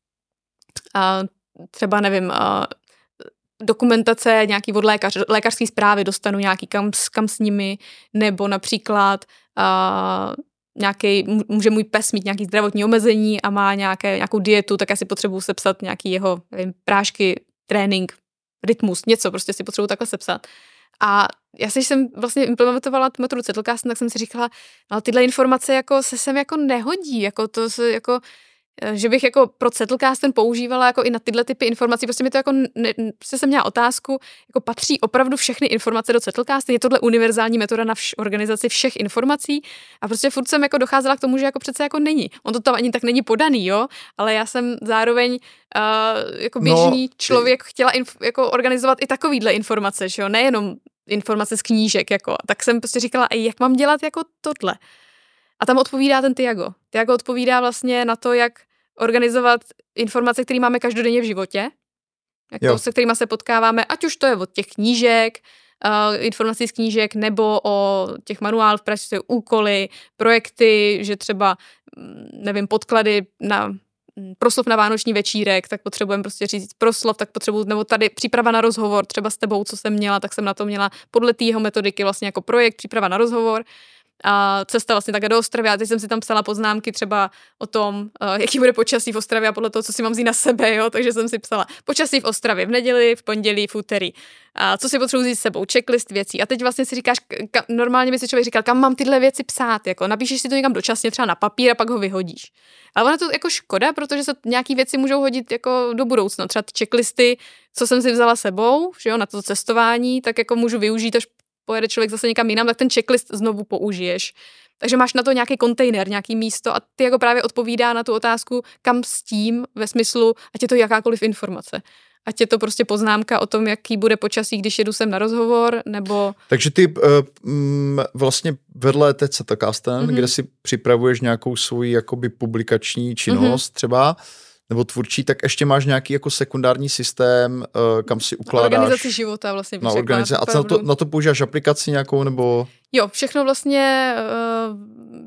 uh, třeba nevím, uh, dokumentace nějaký od lékař, lékařské zprávy dostanu nějaký kam, kam s nimi, nebo například uh, nějaký, může můj pes mít nějaký zdravotní omezení a má nějaké, nějakou dietu, tak já si potřebuji sepsat nějaký jeho, nevím, prášky, trénink, rytmus, něco, prostě si potřebuji takhle sepsat. A já si, když jsem vlastně implementovala tu metodu Zettelkasten, tak jsem si říkala, no tyhle informace jako se sem jako nehodí, jako to se jako že bych jako pro Zettelkasten používala jako i na tyhle typy informací, prostě mi to jako, ne, prostě jsem měla otázku, jako patří opravdu všechny informace do Zettelkasten, je tohle univerzální metoda na vš, organizaci všech informací a prostě furt jsem jako docházela k tomu, že jako přece jako není. On to tam ani tak není podaný, jo, ale já jsem zároveň uh, jako běžný no, člověk chtěla inf, jako organizovat i takovýhle informace, že jo, nejenom informace z knížek, jako, tak jsem prostě říkala, jak mám dělat jako tohle. A tam odpovídá ten Tiago. Tiago odpovídá vlastně na to, jak organizovat informace, které máme každodenně v životě, jako se kterými se potkáváme, ať už to je od těch knížek, uh, informací z knížek, nebo o těch manuálech, prostě úkoly, projekty, že třeba, nevím, podklady na proslov na vánoční večírek, tak potřebujeme prostě říct proslov, tak potřebuji, nebo tady příprava na rozhovor, třeba s tebou, co jsem měla, tak jsem na to měla podle té jeho metodiky vlastně jako projekt, příprava na rozhovor. a cesta vlastně takhle do Ostravy. A teď jsem si tam psala poznámky třeba o tom, uh, jaký bude počasí v Ostravě a podle toho, co si mám vzít na sebe, jo, takže jsem si psala počasí v Ostravě v neděli, v pondělí, v úterý. A co si potřebuji vzít s sebou, checklist věcí. A teď vlastně si říkáš, ka, normálně by si člověk říkal, kam mám tyhle věci psát, jako napíšeš si to někam dočasně třeba na papír a pak ho vyhodíš. Ale ono to jako škoda, protože se nějaký věci můžou hodit jako do budoucna. Třeba ty checklisty, co jsem si vzala sebou, že jo, na to cestování, tak jako můžu využít, až pojede člověk zase někam jinam, tak ten checklist znovu použiješ. Takže máš na to nějaký kontejner, nějaký místo a ty jako právě odpovídá na tu otázku, kam s tím ve smyslu, ať je to jakákoliv informace. Ať je to prostě poznámka o tom, jaký bude počasí, když jedu sem na rozhovor, nebo... Takže ty uh, mm, vlastně vedle té Zettelkasten, mm-hmm. kde si připravuješ nějakou svoji jakoby publikační činnost mm-hmm. třeba, nebo tvůrčí, tak ještě máš nějaký jako sekundární systém, uh, kam si ukládáš... Organizaci života vlastně. Na organizaci. A co na to, na to používáš aplikaci nějakou, nebo... Jo, všechno vlastně... Uh,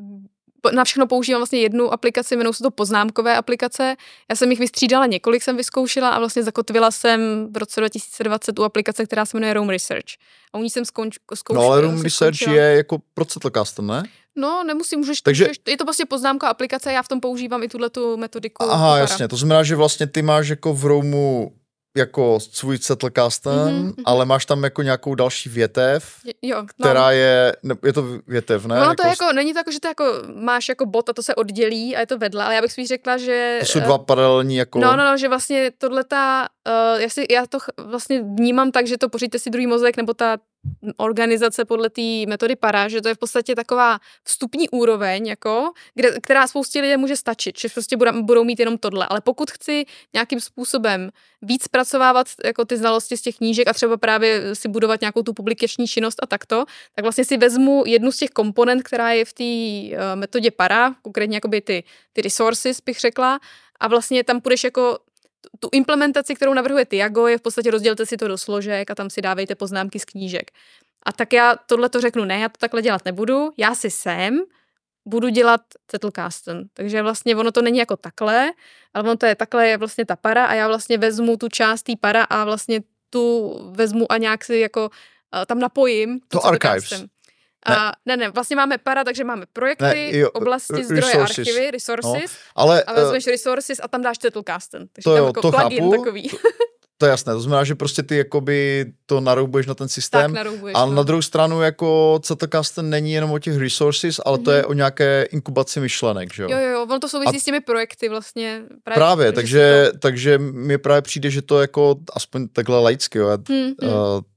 na všechno používám vlastně jednu aplikaci, jmenují se to poznámkové aplikace. Já jsem jich vystřídala několik, jsem vyzkoušela a vlastně zakotvila jsem v roce dva tisíce dvacet u aplikace, která se jmenuje Roam Research. A u ní jsem zkoušela. No ale Roam Research je jako pro Zettelkasten, ne? No, nemusím, můžeš, Takže... můžeš, je to prostě poznámka aplikace, já v tom používám i tuhletu metodiku. Aha, jasně, to znamená, že vlastně ty máš jako v Roamu jako svůj Zettelkasten, mm-hmm. ale máš tam jako nějakou další větev, jo, no. která je, ne, je to větev, ne? No, jako... to je jako, není to jako, že to jako máš jako bod a to se oddělí a je to vedle, ale já bych spíš řekla, že... To jsou dva paralelní jako... No, no, no, že vlastně tohleta, uh, já, si, já to vlastně vnímám tak, že to pořiďte si druhý mozek, nebo ta organizace podle té metody para, že to je v podstatě taková vstupní úroveň, jako, kde, která spoustě lidé může stačit, že prostě budou, budou mít jenom tohle, ale pokud chci nějakým způsobem víc zpracovávat jako ty znalosti z těch knížek a třeba právě si budovat nějakou tu publikační činnost a takto, tak vlastně si vezmu jednu z těch komponent, která je v té uh, metodě para, konkrétně jakoby ty, ty resources, bych řekla, a vlastně tam půjdeš jako tu implementaci, kterou navrhuje Tiago, je v podstatě rozdělte si to do složek a tam si dávejte poznámky z knížek. A tak já tohle to řeknu, ne, já to takhle dělat nebudu, já si sem budu dělat Zettelkasten. Takže vlastně ono to není jako takhle, ale ono to je takhle, je vlastně ta para a já vlastně vezmu tu část té para a vlastně tu vezmu a nějak si jako uh, tam napojím. To Archives. Ne. A, ne, ne, vlastně máme para, takže máme projekty, ne, jo, oblasti, zdroje, resources. Archivy, resources, no, ale, a vezmeš uh, resources a tam dáš Zettelkasten. Takže to tam jo, jako to plugin chápu, takový. To, to je jasné, to znamená, že prostě ty jakoby to naroubuješ na ten systém, tak, ale no. na druhou stranu jako Zettelkasten není jenom o těch resources, ale mm-hmm. to je o nějaké inkubaci myšlenek, že jo? Jo, jo, jo, ono to souvisí a... s těmi projekty vlastně. Právě, právě takže, to... takže mi právě přijde, že to jako aspoň takhle laicky, jo, hmm, uh,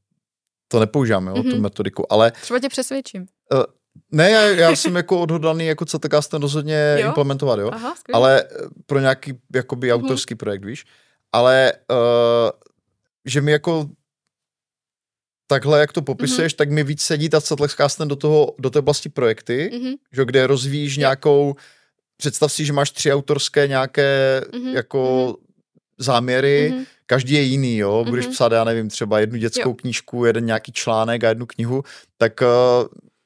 to nepoužívám, jo, mm-hmm. tu metodiku, ale... Třeba tě přesvědčím. Uh, Ne, já, já jsem jako odhodlaný jako Zettelkasten rozhodně jo? implementovat, jo. Aha, ale pro nějaký jakoby mm-hmm. autorský projekt, víš. Ale uh, že mi jako takhle, jak to popisuješ, mm-hmm. tak mi víc sedí ta Zettelkasten do toho, do té oblasti projekty, mm-hmm. že, kde rozvíjíš jo. nějakou, představ si, že máš tři autorské nějaké mm-hmm. jako mm-hmm. záměry, mm-hmm. každý je jiný, jo. Budeš mm-hmm. psát, já nevím, třeba jednu dětskou jo. knížku, jeden nějaký článek a jednu knihu, tak... Uh,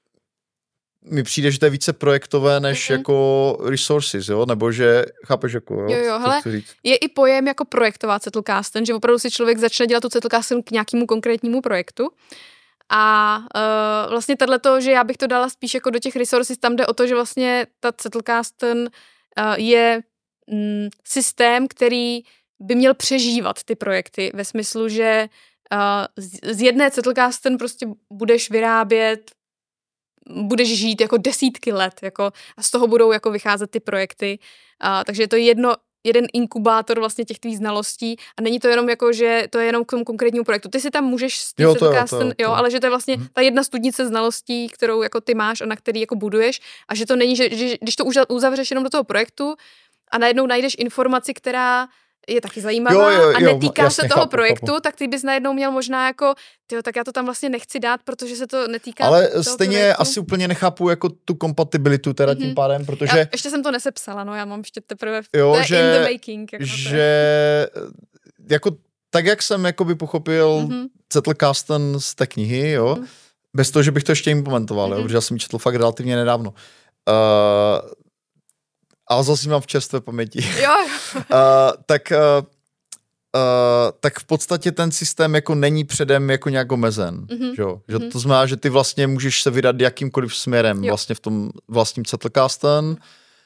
mi přijde, že to je více projektové než mm-hmm. jako resources, jo? Nebo že, chápeš jako, jo? Jo, jo, hele, je i pojem jako projektová Zettelkasten, že opravdu si člověk začne dělat tu Zettelkasten k nějakému konkrétnímu projektu. A uh, vlastně tohleto, že já bych to dala spíš jako do těch resources, tam jde o to, že vlastně ta Zettelkasten uh, je mm, systém, který by měl přežívat ty projekty ve smyslu, že uh, z, z jedné Zettelkasten prostě budeš vyrábět budeš žít jako desítky let, jako, a z toho budou jako vycházet ty projekty. A, takže je to jedno, jeden inkubátor vlastně těch tvých znalostí a není to jenom jako, že to je jenom k tomu konkrétnímu projektu. Ty si tam můžeš jo, to jo, to jo, jo, ale že to je vlastně ta jedna studnice znalostí, kterou jako ty máš a na který jako buduješ a že to není, že, že když to uzavřeš jenom do toho projektu a najednou najdeš informaci, která je taky zajímavá jo, jo, jo, a netýká jasně, se toho chápu, projektu, chápu. Tak ty bys najednou měl možná jako, tyjo, tak já to tam vlastně nechci dát, protože se to netýká ale toho stejně projektu. Asi úplně nechápu jako tu kompatibilitu teda mm-hmm. tím pádem, protože... Já ještě jsem to nesepsala, no já mám ještě teprve jo, to že, in the making. Jako že jako tak, jak jsem jakoby pochopil mm-hmm. Zettelkasten z té knihy, jo, mm-hmm. bez toho, že bych to ještě implementoval, mm-hmm. jo, protože já jsem ji četl fakt relativně nedávno. Uh, ale zase mám v čerstvé paměti. Jo. uh, tak uh, tak v podstatě ten systém jako není předem jako nějak omezen. Mm-hmm. Že, že mm-hmm. to znamená, že ty vlastně můžeš se vydat jakýmkoliv směrem jo. vlastně v tom vlastním Zettelkasten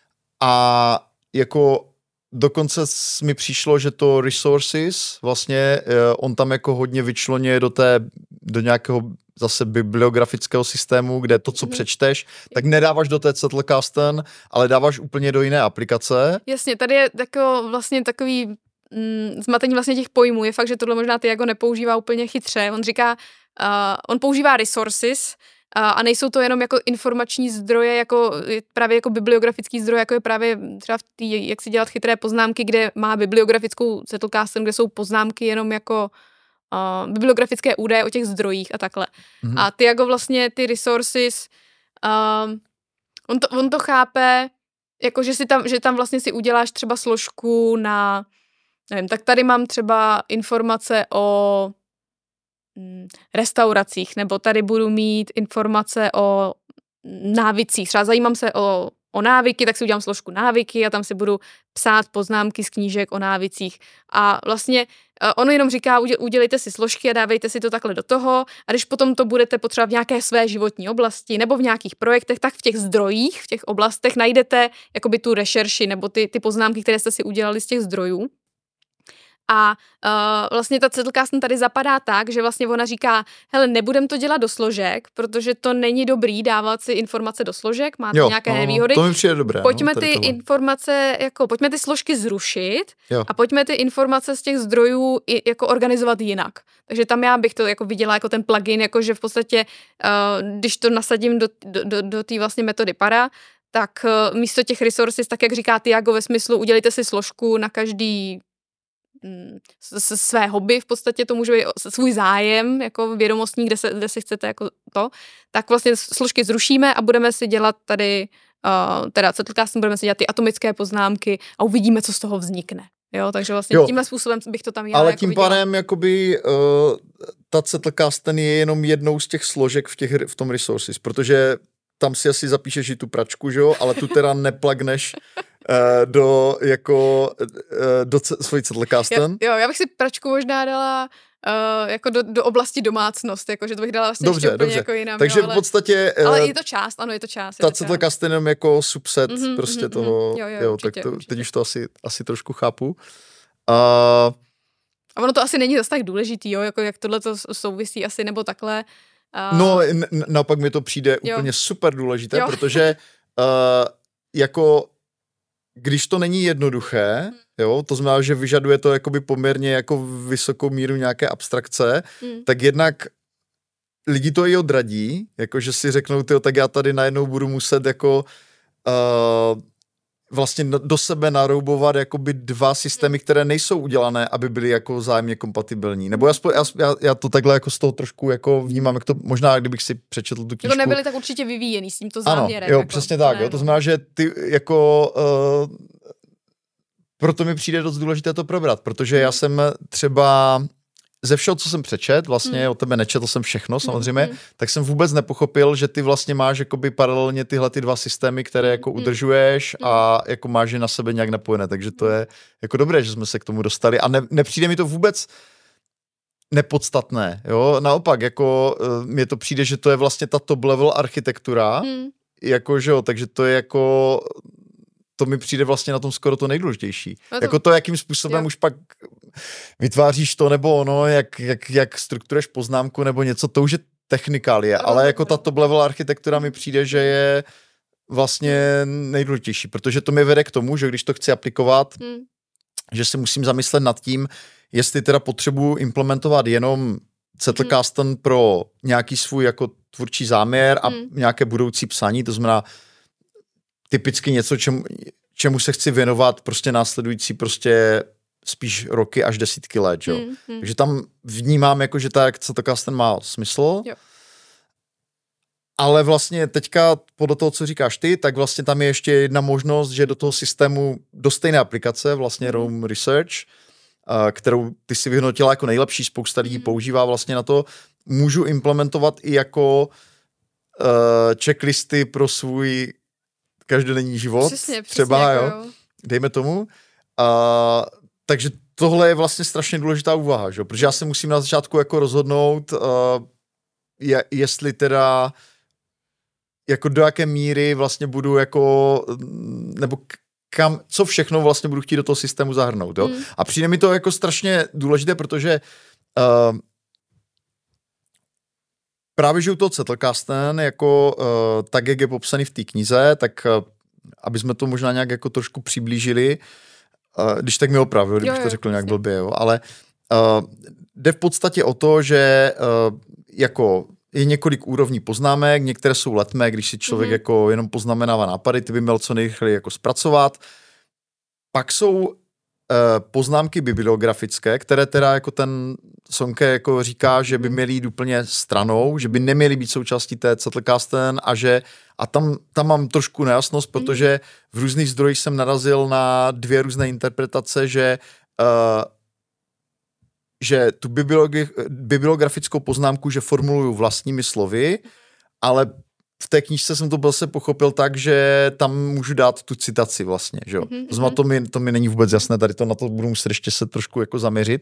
a jako dokonce mi přišlo, že to resources vlastně on tam jako hodně vyčloně do té, do nějakého zase bibliografického systému, kde to, co mm-hmm. přečteš, tak nedáváš do té Zettelkasten, ale dáváš úplně do jiné aplikace. Jasně, tady je jako vlastně takový mm, zmatení vlastně těch pojmů. Je fakt, že tohle možná ty jako nepoužívá úplně chytře. On říká, uh, on používá resources, a nejsou to jenom jako informační zdroje, jako právě jako bibliografický zdroj, jako je právě třeba v tý, jak si dělat chytré poznámky, kde má bibliografickou Zettelkasten, kde jsou poznámky jenom jako uh, bibliografické údaje o těch zdrojích a takhle. Mm-hmm. A ty jako vlastně ty resources, uh, on, to, on to chápe, jako že, si tam, že tam vlastně si uděláš třeba složku na, nevím, tak tady mám třeba informace o restauracích, nebo tady budu mít informace o návicích. Třeba zajímám se o, o návyky, tak si udělám složku návyky a tam si budu psát poznámky z knížek o návicích. A vlastně ono jenom říká, udělejte si složky a dávejte si to takhle do toho a když potom to budete potřebovat v nějaké své životní oblasti nebo v nějakých projektech, tak v těch zdrojích, v těch oblastech najdete jakoby tu rešerši nebo ty, ty poznámky, které jste si udělali z těch zdrojů. A uh, vlastně ta Zettelkasten tady zapadá tak, že vlastně ona říká, hele, nebudem to dělat do složek, protože to není dobrý dávat si informace do složek, má to jo, nějaké nevýhody. To mi přijde dobré. Pojďme no, ty tohle. informace, jako pojďme ty složky zrušit jo. a pojďme ty informace z těch zdrojů i, jako organizovat jinak. Takže tam já bych to jako viděla jako ten plugin, jako že v podstatě, uh, když to nasadím do, do, do, do té vlastně metody para, tak uh, místo těch resources, tak jak říká Tiago ve smyslu, udělejte si složku na každý S, své hobby, v podstatě to může být svůj zájem, jako vědomostní, kde se, kde si chcete jako to, tak vlastně složky zrušíme a budeme si dělat tady, uh, teda Zettelkasten, budeme si dělat ty atomické poznámky a uvidíme, co z toho vznikne. Jo, takže vlastně jo. tímhle způsobem bych to tam já Ale jako tím pádem, jakoby, uh, ta Zettelkasten je jenom jednou z těch složek v, těch, v tom resources, protože tam si asi zapíšeš i tu pračku, že jo, ale tu teda neplagneš uh, do, jako, uh, do c- svojí Zettelkasten. Jo, já bych si pračku možná dala uh, jako do, do oblasti domácnost, jako, že to bych dala vlastně dobře, ještě úplně dobře. jako jinam. Takže jo, ale, v podstatě... Uh, ale je to část, ano, je to část. Ta Zettelkasten jenom jako subset mm-hmm, prostě mm-hmm, toho, jo, jo, jo, určitě, tak to, určitě. teď už to asi, asi trošku chápu. Uh, A ono to asi není zase tak důležitý, jo, jako jak tohle to souvisí asi, nebo takhle. Uh... No, n- naopak mi to přijde jo. úplně super důležité, jo. protože uh, jako když to není jednoduché, hmm. jo, to znamená, že vyžaduje to jakoby poměrně jako vysokou míru nějaké abstrakce, hmm. tak jednak lidi to i odradí, jakože si řeknou, tyjo, tak já tady najednou budu muset jako uh, vlastně do sebe naroubovat jakoby dva systémy, které nejsou udělané, aby byly jako vzájemně kompatibilní. Nebo aspoň, já, já to takhle jako z toho trošku jako vnímám, jak to možná, kdybych si přečetl tu knížku. To nebyly tak určitě vyvíjený s tímto záměrem. Ano, jo, jako, přesně tak. ne, Jo, to znamená, že ty jako uh, proto mi přijde dost důležité to probrat, protože hmm. já jsem třeba ze všeho, co jsem přečet, vlastně hmm. od tebe nečetl jsem všechno samozřejmě, hmm. tak jsem vůbec nepochopil, že ty vlastně máš jakoby paralelně tyhle ty dva systémy, které jako hmm. udržuješ hmm. a jako máš je na sebe nějak napojené, takže to je jako dobré, že jsme se k tomu dostali a ne, nepřijde mi to vůbec nepodstatné, jo, naopak, jako mně to přijde, že to je vlastně ta top level architektura, hmm. jako že jo, takže to je jako to mi přijde vlastně na tom skoro to nejdůležitější. No to, jako to, jakým způsobem jo. už pak vytváříš to, nebo ono, jak, jak, jak strukturuješ poznámku, nebo něco, to už je technikálie, ale jako ta top level architektura mi přijde, že je vlastně nejdůležitější, protože to mi vede k tomu, že když to chci aplikovat, hmm. že se musím zamyslet nad tím, jestli teda potřebuji implementovat jenom Zettelkasten hmm. pro nějaký svůj jako tvůrčí záměr a hmm. nějaké budoucí psaní, to znamená typicky něco, čemu, čemu se chci věnovat prostě následující prostě spíš roky až desítky let, jo. Hmm, hmm. Takže tam vnímám, jako, že ta Zettelkasten má smysl, jo. ale vlastně teďka podle toho, co říkáš ty, tak vlastně tam je ještě jedna možnost, že do toho systému, do stejné aplikace, vlastně Roam Research, kterou ty si vyhodnotila jako nejlepší, spousta lidí hmm. používá vlastně na to, můžu implementovat i jako uh, checklisty pro svůj každodenní život, přesně, přesně, třeba, jako jo, jo, dejme tomu. Uh, takže tohle je vlastně strašně důležitá úvaha, že? Protože já se musím na začátku jako rozhodnout, uh, je, jestli teda jako do jaké míry vlastně budu jako, nebo kam, co všechno vlastně budu chtít do toho systému zahrnout, jo? Mm. A přijde mi to jako strašně důležité, protože uh, právě, že u toho Zettelkasten, jako uh, tak, jak je popsaný v té knize, tak uh, aby jsme to možná nějak jako trošku přiblížili, uh, když tak mi opravdu, kdybych jo, jo, to řekl nějak blbě, jo, ale uh, jde v podstatě o to, že uh, jako je několik úrovní poznámek, některé jsou letmé, když si člověk mm-hmm. jako jenom poznamenává nápady, ty by měl co nejrychleji jako zpracovat. Pak jsou poznámky bibliografické, které teda jako ten Sonke jako říká, že by měly jít úplně stranou, že by neměly být součástí té Zettelkasten a že a tam, tam mám trošku nejasnost, protože v různých zdrojích jsem narazil na dvě různé interpretace, že uh, že tu bibliogi- bibliografickou poznámku, že formuluju vlastními slovy, ale v té knížce jsem to zase pochopil tak, že tam můžu dát tu citaci vlastně, že jo. Mm-hmm. Znamená, to mi, to mi není vůbec jasné, tady to na to budu muset ještě se trošku jako zaměřit.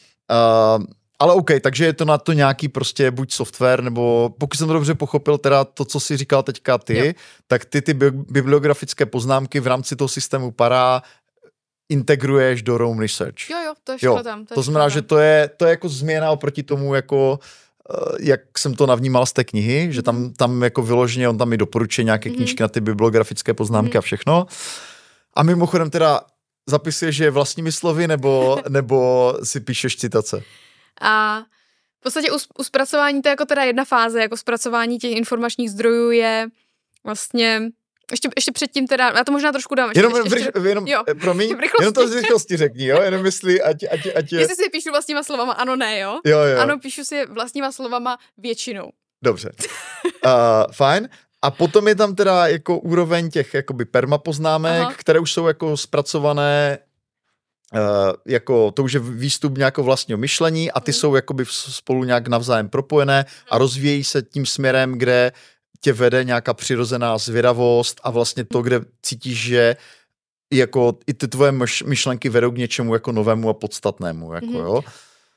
Uh, ale OK, takže je to na to nějaký prostě buď software, nebo pokud jsem to dobře pochopil, teda to, co jsi říkal teďka ty, jo. tak ty ty bi- bibliografické poznámky v rámci toho systému Para integruješ do Roam Research. Jo, jo, to je všechno jo, tam. To, to znamená, tam. že to je, to je jako změna oproti tomu, jako jak jsem to navnímal z té knihy, mm-hmm. že tam, tam jako vyloženě, on tam mi doporučuje nějaké mm-hmm. knížky na ty bibliografické poznámky mm-hmm. a všechno. A mimochodem teda zapisuješ je vlastními slovy, nebo, nebo si píšeš citace? A v podstatě u, u zpracování to je jako teda jedna fáze, jako zpracování těch informačních zdrojů je vlastně Ještě, ještě předtím teda, já to možná trošku dám. Ještě, jenom, ještě, ještě, jenom jo, promiň, jenom to z rychlosti řekni, jo, jenom myslí, ať, ať, ať je... Jestli si je píšu vlastníma slovama, ano, ne, jo? Jo, jo. Ano, píšu si je vlastníma slovama většinou. Dobře, uh, fajn. A potom je tam teda jako úroveň těch jakoby permapoznámek, Aha. které už jsou jako zpracované, uh, jako to už je výstup nějakého vlastního myšlení a ty hmm. jsou jakoby spolu nějak navzájem propojené a rozvíjejí se tím směrem, kde tě vede nějaká přirozená zvědavost a vlastně to, kde cítíš, že jako i ty tvoje myšlenky vedou k něčemu jako novému a podstatnému, jako mm-hmm. jo.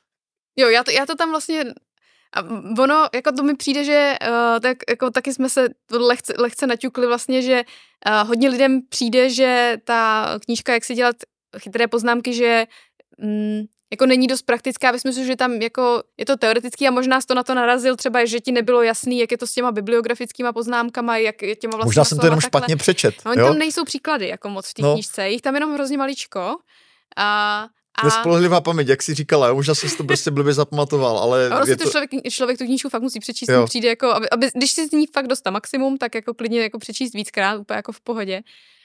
Jo, já to, já to tam vlastně, a ono, jako to mi přijde, že uh, tak, jako taky jsme se lehce, lehce naťukli vlastně, že uh, hodně lidem přijde, že ta knížka, jak si dělat chytré poznámky, že mm, jako není dost praktická ve smyslu, že tam jako je to teoretický a možná jsi to na to narazil třeba, že ti nebylo jasný, jak je to s těma bibliografickými poznámkama, jak je těma vlastníma možná jsem to jenom takhle. Špatně přečet. No, tam nejsou příklady jako moc v té no. knížce, jich tam jenom hrozně maličko. A, a... Nespolehlivá paměť, jak jsi říkala, jo? Možná jsem si to prostě blbě zapamatoval, ale... A prostě to... člověk, člověk tu knížku fakt musí přečíst, mi přijde jako, aby, aby, když si z ní fakt dostal maximum, tak jako klidně jako přečíst víckrát, úplně jako v pohodě.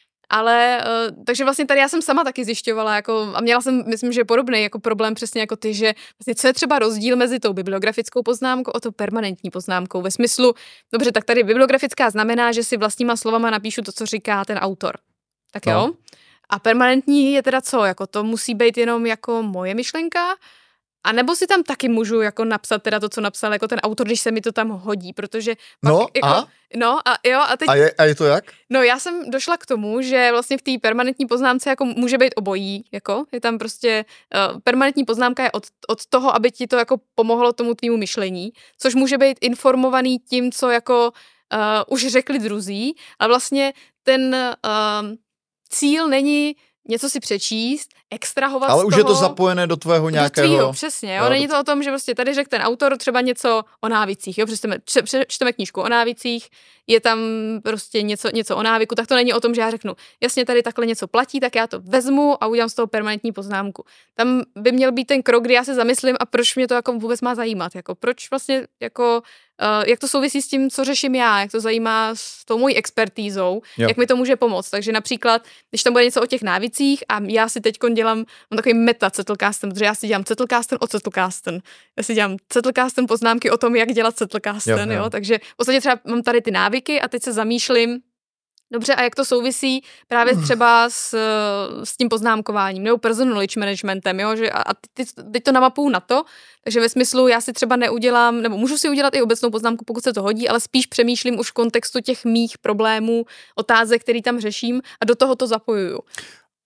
Ale, uh, takže vlastně tady já jsem sama taky zjišťovala, jako, a měla jsem, myslím, že podobný jako problém přesně jako ty, že vlastně co je třeba rozdíl mezi tou bibliografickou poznámkou a tou permanentní poznámkou, ve smyslu, dobře, tak tady bibliografická znamená, že si vlastníma slovama napíšu to, co říká ten autor. Tak jo? No. A permanentní je teda co? Jako to musí být jenom jako moje myšlenka? A nebo si tam taky můžu jako napsat teda to, co napsal jako ten autor, když se mi to tam hodí, protože pak no, jako, a? no a jo a teď... A je, a je to jak? No já jsem došla k tomu, že vlastně v té permanentní poznámce jako může být obojí, jako je tam prostě uh, permanentní poznámka je od, od toho, aby ti to jako pomohlo tomu tvýmu myšlení, což může být informovaný tím, co jako uh, už řekli druzí, ale vlastně ten uh, cíl není něco si přečíst, extrahovat ale z už toho, je to zapojené do tvého nějakého... Do tvýho, přesně, jo. jo. Není to o tom, že prostě tady řekl ten autor třeba něco o návicích, jo. Přečteme, čteme knížku o návicích, je tam prostě něco, něco o návyku, tak to není o tom, že já řeknu, jasně tady takhle něco platí, tak já to vezmu a udělám z toho permanentní poznámku. Tam by měl být ten krok, kdy já se zamyslím a proč mě to jako vůbec má zajímat, jako proč vlastně jako Uh, jak to souvisí s tím, co řeším já, jak to zajímá s tou mojí expertízou, jo. jak mi to může pomoct. Takže například, když tam bude něco o těch návicích a já si teď dělám, mám takový meta Zettelkasten, protože já si dělám Zettelkasten o Zettelkasten. Já si dělám Zettelkasten poznámky o tom, jak dělat Zettelkasten, jo, jo. jo. Takže v podstatě třeba mám tady ty návyky a teď se zamýšlím, dobře, a jak to souvisí právě třeba s, s tím poznámkováním nebo personal knowledge managementem, jo, že a, a teď, teď to namapuju na to, takže ve smyslu já si třeba neudělám, nebo můžu si udělat i obecnou poznámku, pokud se to hodí, ale spíš přemýšlím už v kontextu těch mých problémů, otázek, který tam řeším a do toho to zapojuju.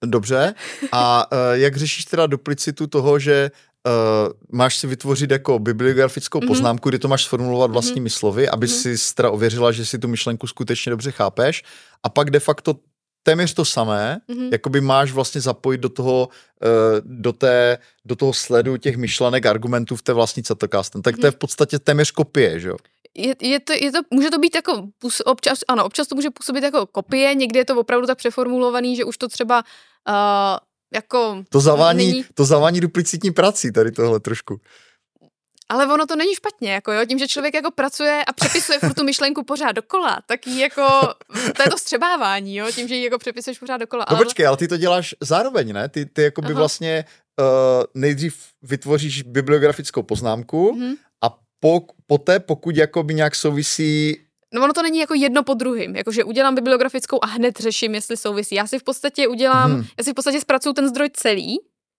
Dobře. A uh, jak řešíš teda duplicitu toho, že uh, máš si vytvořit jako bibliografickou mm-hmm. poznámku, kdy to máš sformulovat vlastními mm-hmm. slovy, aby mm-hmm. si teda ověřila, že si tu myšlenku skutečně dobře chápeš, a pak de facto téměř to samé, mm-hmm. jakoby máš vlastně zapojit do toho, uh, do, té, do toho sledu těch myšlenek, argumentů v té vlastní Zettelkasten. Tak mm-hmm. to je v podstatě téměř kopie, že jo? Je, je to, je to, může to být jako, občas, ano, občas to může působit jako kopie, někdy je to opravdu tak přeformulovaný, že už to třeba uh, jako... To zavání, není... to zavání duplicitní prací tady tohle trošku. Ale ono to není špatně, jako jo, tím, že člověk jako pracuje a přepisuje furt tu myšlenku pořád dokola, tak jí jako, to je to střebávání, jo, tím, že ji jako přepisuješ pořád dokola. No ale... počkej, ale ty to děláš zároveň, ne? Ty, ty jakoby Aha. vlastně uh, nejdřív vytvoříš bibliografickou poznámku mm-hmm. a po, poté, pokud jakoby nějak souvisí... No ono to není jako jedno po druhým, jakože udělám bibliografickou a hned řeším, jestli souvisí. Já si v podstatě udělám, hmm. já si v podstatě zpracuju ten zdroj celý,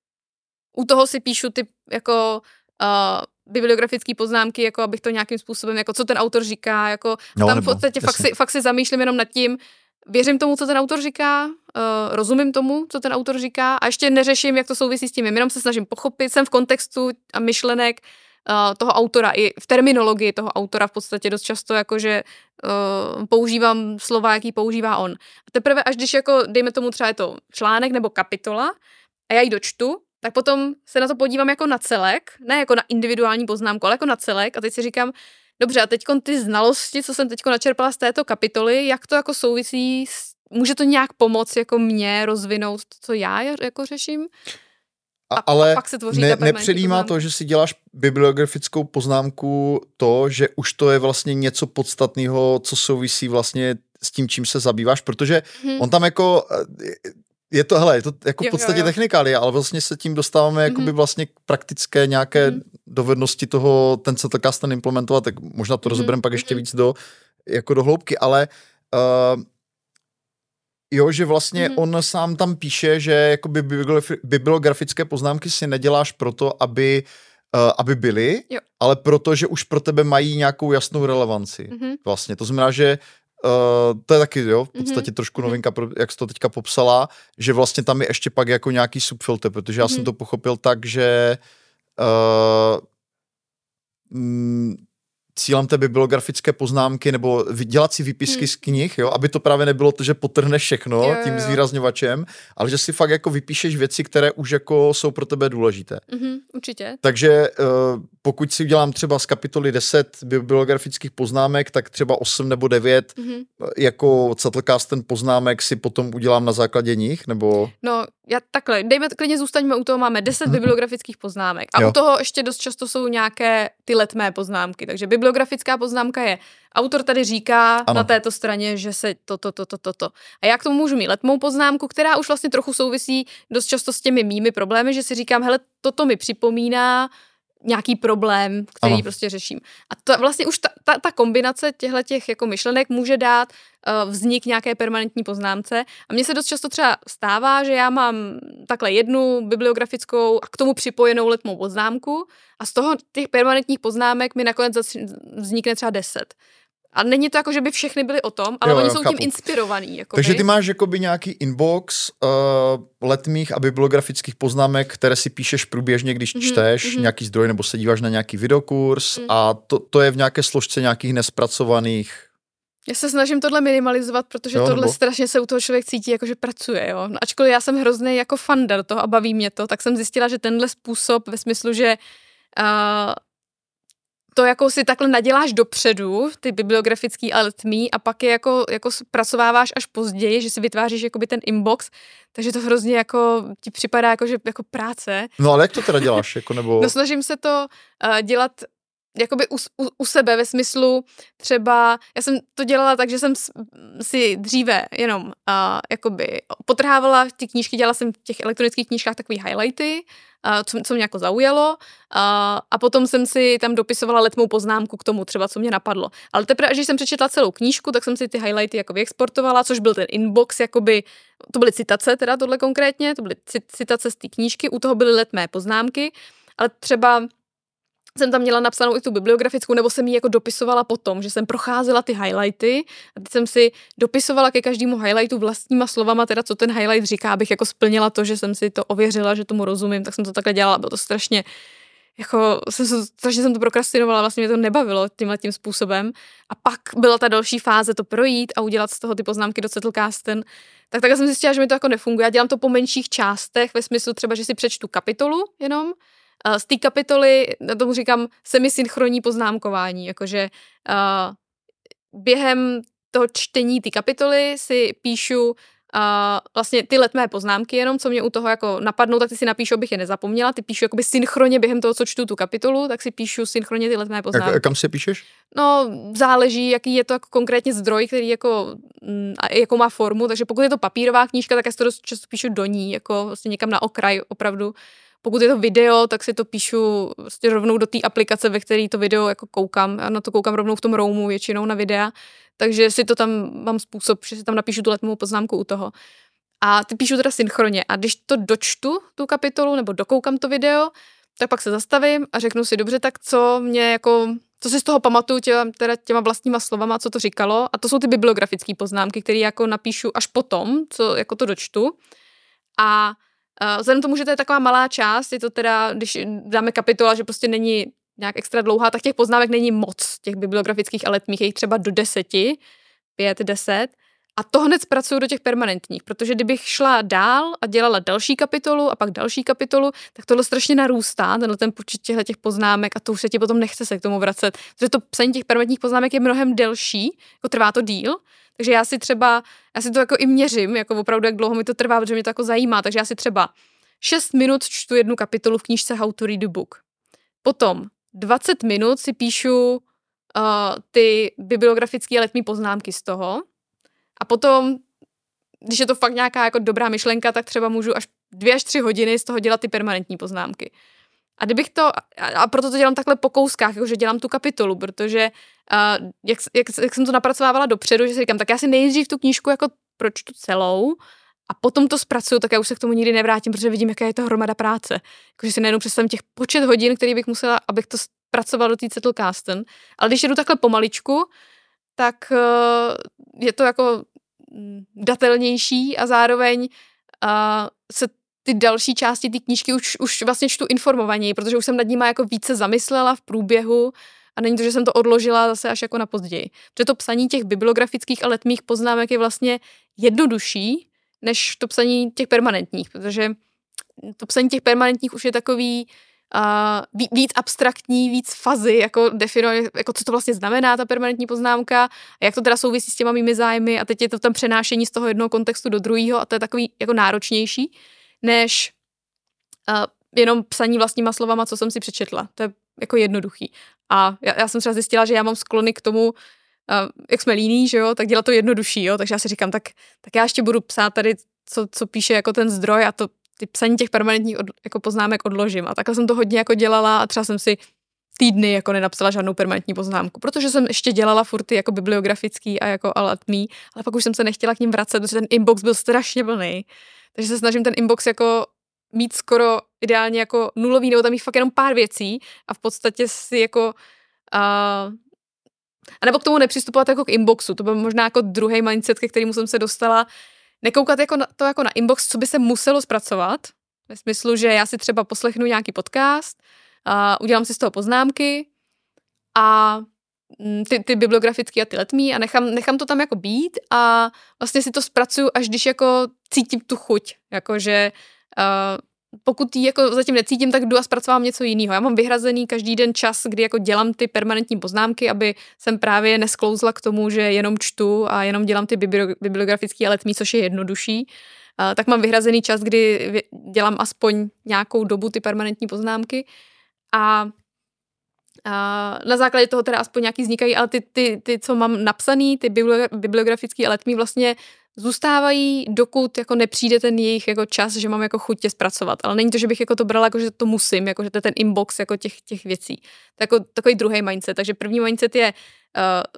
u toho si píšu ty jako uh, bibliografické poznámky, jako abych to nějakým způsobem, jako co ten autor říká, jako no, tam nebo, v podstatě fakt si, fakt si zamýšlím jenom nad tím, věřím tomu, co ten autor říká, uh, rozumím tomu, co ten autor říká a ještě neřeším, jak to souvisí s tím, jenom se snažím pochopit, jsem v kontextu a myšlenek Uh, toho autora, i v terminologii toho autora v podstatě dost často jakože uh, používám slova, jaký používá on. A teprve až když jako, dejme tomu třeba je to článek nebo kapitola a já ji dočtu, tak potom se na to podívám jako na celek, ne jako na individuální poznámku, ale jako na celek a teď si říkám, dobře a teďkon ty znalosti, co jsem teďko načerpala z této kapitoly, jak to jako souvisí, s, může to nějak pomoct jako mě rozvinout to, co já jako řeším? A, ale a pak se tvoří ne, nepředjímá to, že si děláš bibliografickou poznámku to, že už to je vlastně něco podstatného, co souvisí vlastně s tím, čím se zabýváš, protože hmm. on tam jako, je to, hele, je to jako v podstatě technikálie, ale vlastně se tím dostáváme hmm. jakoby vlastně k praktické nějaké hmm. dovednosti toho, ten Zettelkasten implementovat, tak možná to hmm. rozebereme pak ještě víc do, jako do hloubky, ale uh, jo, že vlastně mm-hmm. on sám tam píše, že jakoby bibliografické poznámky si neděláš proto, aby, uh, aby byly, jo. ale proto, že už pro tebe mají nějakou jasnou relevanci. Mm-hmm. Vlastně, to znamená, že uh, to je taky, jo, v podstatě mm-hmm. trošku novinka, jak jsi to teďka popsala, že vlastně tam je ještě pak jako nějaký subfilter, protože já mm-hmm. jsem to pochopil tak, že uh, mm, cílem té bibliografické poznámky nebo dělat si výpisky hmm. z knih, jo, aby to právě nebylo to, že potrhneš všechno jo, jo, jo. tím zvýrazňovačem, ale že si fakt jako vypíšeš věci, které už jako jsou pro tebe důležité. Mm-hmm, určitě. Takže uh, pokud si udělám třeba z kapitoly deset bibliografických poznámek, tak třeba osm nebo devět mm-hmm. jako Zettelkasten poznámek si potom udělám na základě nich, nebo... No, já takhle, dejme, klidně zůstaňme u toho, máme deset bibliografických poznámek a jo. u toho ještě dost často jsou nějaké ty letmé poznámky, takže bibliografická poznámka je, autor tady říká ano. na této straně, že se toto, toto, toto. To. A já k tomu můžu mít letmou poznámku, která už vlastně trochu souvisí dost často s těmi mými problémy, že si říkám, hele, toto mi připomíná nějaký problém, který ano. prostě řeším. A to vlastně už ta, ta, ta kombinace těchto těch jako myšlenek může dát uh, vznik nějaké permanentní poznámce. A mně se dost často třeba stává, že já mám takhle jednu bibliografickou a k tomu připojenou letmou poznámku a z toho těch permanentních poznámek mi nakonec vznikne třeba deset. A není to jako, že by všechny byly o tom, ale jo, oni jo, jsou chápu. tím inspirovaný. Jakoby. Takže ty máš jakoby nějaký inbox uh, letmých a bibliografických poznámek, které si píšeš průběžně, když mm-hmm, čteš mm-hmm. nějaký zdroj nebo se díváš na nějaký videokurs mm. a to, to je v nějaké složce nějakých nespracovaných. Já se snažím tohle minimalizovat, protože jo, tohle nebo? strašně se u toho člověk cítí, jako že pracuje. Jo? No, ačkoliv já jsem hrozný jako fandar toho a baví mě to, tak jsem zjistila, že tenhle způsob ve smyslu, že uh, to jako si takhle naděláš dopředu, ty bibliografický a letmý a pak je jako, jako pracováváš až později, že si vytváříš jakoby ten inbox, takže to hrozně jako ti připadá jako, že jako práce. No ale jak to teda děláš? Jako, nebo... No snažím se to uh, dělat jakoby u, u, u sebe ve smyslu třeba, já jsem to dělala tak, že jsem si dříve jenom uh, jakoby potrhávala ty knížky, dělala jsem v těch elektronických knížkách takový highlighty, uh, co, co mě jako zaujalo uh, a potom jsem si tam dopisovala letmou poznámku k tomu třeba, co mě napadlo. Ale teprve, když jsem přečetla celou knížku, tak jsem si ty highlighty jako vyexportovala, což byl ten inbox, jakoby, to byly citace teda tohle konkrétně, to byly citace z té knížky, u toho byly letmé poznámky, ale třeba jsem tam měla napsanou i tu bibliografickou, nebo jsem ji jako dopisovala potom, že jsem procházela ty highlighty a teď jsem si dopisovala ke každému highlightu vlastníma slovama, teda co ten highlight říká, abych jako splnila to, že jsem si to ověřila, že tomu rozumím, tak jsem to takhle dělala, bylo to strašně, jako jsem, strašně jsem to prokrastinovala, vlastně mě to nebavilo tímhle tím způsobem a pak byla ta další fáze to projít a udělat z toho ty poznámky do Zettelkasten, tak takhle jsem zjistila, že mi to jako nefunguje, já dělám to po menších částech, ve smyslu třeba, že si přečtu kapitolu jenom. Z té kapitoly, na tomu říkám semisynchronní poznámkování, jakože uh, během toho čtení té kapitoly si píšu uh, vlastně ty letmé poznámky jenom, co mě u toho jako napadnou, tak ty si napíšu, abych je nezapomněla, ty píšu jakoby synchronně během toho, co čtu tu kapitolu, tak si píšu synchronně ty letmé poznámky. Jak, kam si píšeš? No, záleží, jaký je to jako konkrétně zdroj, který jako, m, a jakou má formu, takže pokud je to papírová knížka, tak já si to dost často píšu do ní, jako vlastně někam na okraj opravdu. Pokud je to video, tak si to píšu vlastně rovnou do té aplikace, ve které to video jako koukám. Já na to koukám rovnou v tom Roamu, většinou na videa. Takže si to tam mám způsob, že si tam napíšu tu letmou poznámku u toho. A ty píšu teda synchronně. A když to dočtu, tu kapitolu, nebo dokoukám to video, tak pak se zastavím a řeknu si, dobře, tak co mě jako, co si z toho pamatuju těma, teda těma vlastníma slovama, co to říkalo. A to jsou ty bibliografické poznámky, které jako napíšu až potom, co jako to dočtu. A Uh, vzhledem tomu, že to je taková malá část, je to teda, když dáme kapitola, že prostě není nějak extra dlouhá, tak těch poznámek není moc, těch bibliografických a letmých, je jich třeba do deseti, pět, deset. A to hned zpracuju do těch permanentních, protože kdybych šla dál a dělala další kapitolu a pak další kapitolu, tak tohle strašně narůstá, tenhle ten počet těch poznámek a to už se ti potom nechce se k tomu vracet, protože to psaní těch permanentních poznámek je mnohem delší, jako trvá to díl. Takže já si třeba, já si to jako i měřím, jako opravdu, jak dlouho mi to trvá, protože mě to jako zajímá, takže já si třeba šest minut čtu jednu kapitolu v knížce How to read a book. Potom dvacet minut si píšu uh, ty bibliografické a letmý poznámky z toho a potom, když je to fakt nějaká jako dobrá myšlenka, tak třeba můžu až dvě až tři hodiny z toho dělat ty permanentní poznámky. A kdybych to, a proto to dělám takhle po kouskách, jakože dělám tu kapitolu, protože uh, jak, jak, jak jsem to napracovávala dopředu, že si říkám, tak já si nejdřív tu knížku jako pročtu celou a potom to zpracuju, tak já už se k tomu nikdy nevrátím, protože vidím, jaká je to hromada práce. Jakože si najednou představím těch počet hodin, který bych musela, abych to zpracovala do té Zettelkasten. Ale když jedu takhle pomaličku, tak uh, je to jako datelnější a zároveň uh, se ty další části ty knížky už, už vlastně čtu informovaněji, protože už jsem nad nima jako více zamyslela v průběhu a není to, že jsem to odložila zase až jako na později. Protože to psaní těch bibliografických a letmých poznámek je vlastně jednodušší než to psaní těch permanentních, protože to psaní těch permanentních už je takový uh, víc abstraktní, víc fazy, jako definuje, jako co to vlastně znamená ta permanentní poznámka a jak to teda souvisí s těma mými zájmy a teď je to tam přenášení z toho jednoho kontextu do druhého a to je takový jako náročnější než uh, jenom psaní vlastníma slovama, co jsem si přečetla. To je jako jednoduchý. A já, já jsem třeba zjistila, že já mám sklony k tomu, uh, jak jsme líní, že jo, tak dělat to jednodušší, jo, takže já si říkám, tak, tak já ještě budu psát tady, co, co píše jako ten zdroj a to ty psaní těch permanentních od, jako poznámek odložím. A takhle jsem to hodně jako dělala a třeba jsem si týdny jako nenapsala žádnou permanentní poznámku, protože jsem ještě dělala furt ty jako bibliografický a jako alatmý, ale pak už jsem se nechtěla k ním vracet, protože ten inbox byl strašně plný. Takže se snažím ten inbox jako mít skoro ideálně jako nulový, nebo tam jich fakt jenom pár věcí a v podstatě si jako uh, a nebo k tomu nepřistupovat jako k inboxu. To byl možná jako druhý mindset, ke kterému jsem se dostala. Nekoukat jako na, to jako na inbox, co by se muselo zpracovat. Ve smyslu, že já si třeba poslechnu nějaký podcast, uh, udělám si z toho poznámky a ty, ty bibliografický a ty letmý a nechám, nechám to tam jako být a vlastně si to zpracuju, až když jako cítím tu chuť. Jakože uh, pokud ji jako zatím necítím, tak jdu a zpracovám něco jiného. Já mám vyhrazený každý den čas, kdy jako dělám ty permanentní poznámky, aby jsem právě nesklouzla k tomu, že jenom čtu a jenom dělám ty bibliografický a letmý, což je jednodušší. Uh, tak mám vyhrazený čas, kdy dělám aspoň nějakou dobu ty permanentní poznámky a A na základě toho teda aspoň nějaký vznikají, ale ty, ty, ty co mám napsaný, ty bibliografický a letmý vlastně zůstávají, dokud jako nepřijde ten jejich jako čas, že mám jako chuť tě zpracovat. Ale není to, že bych jako to brala, jako že to musím, jako že to je ten inbox jako těch, těch věcí. To je jako takový druhý mindset. Takže první mindset je uh,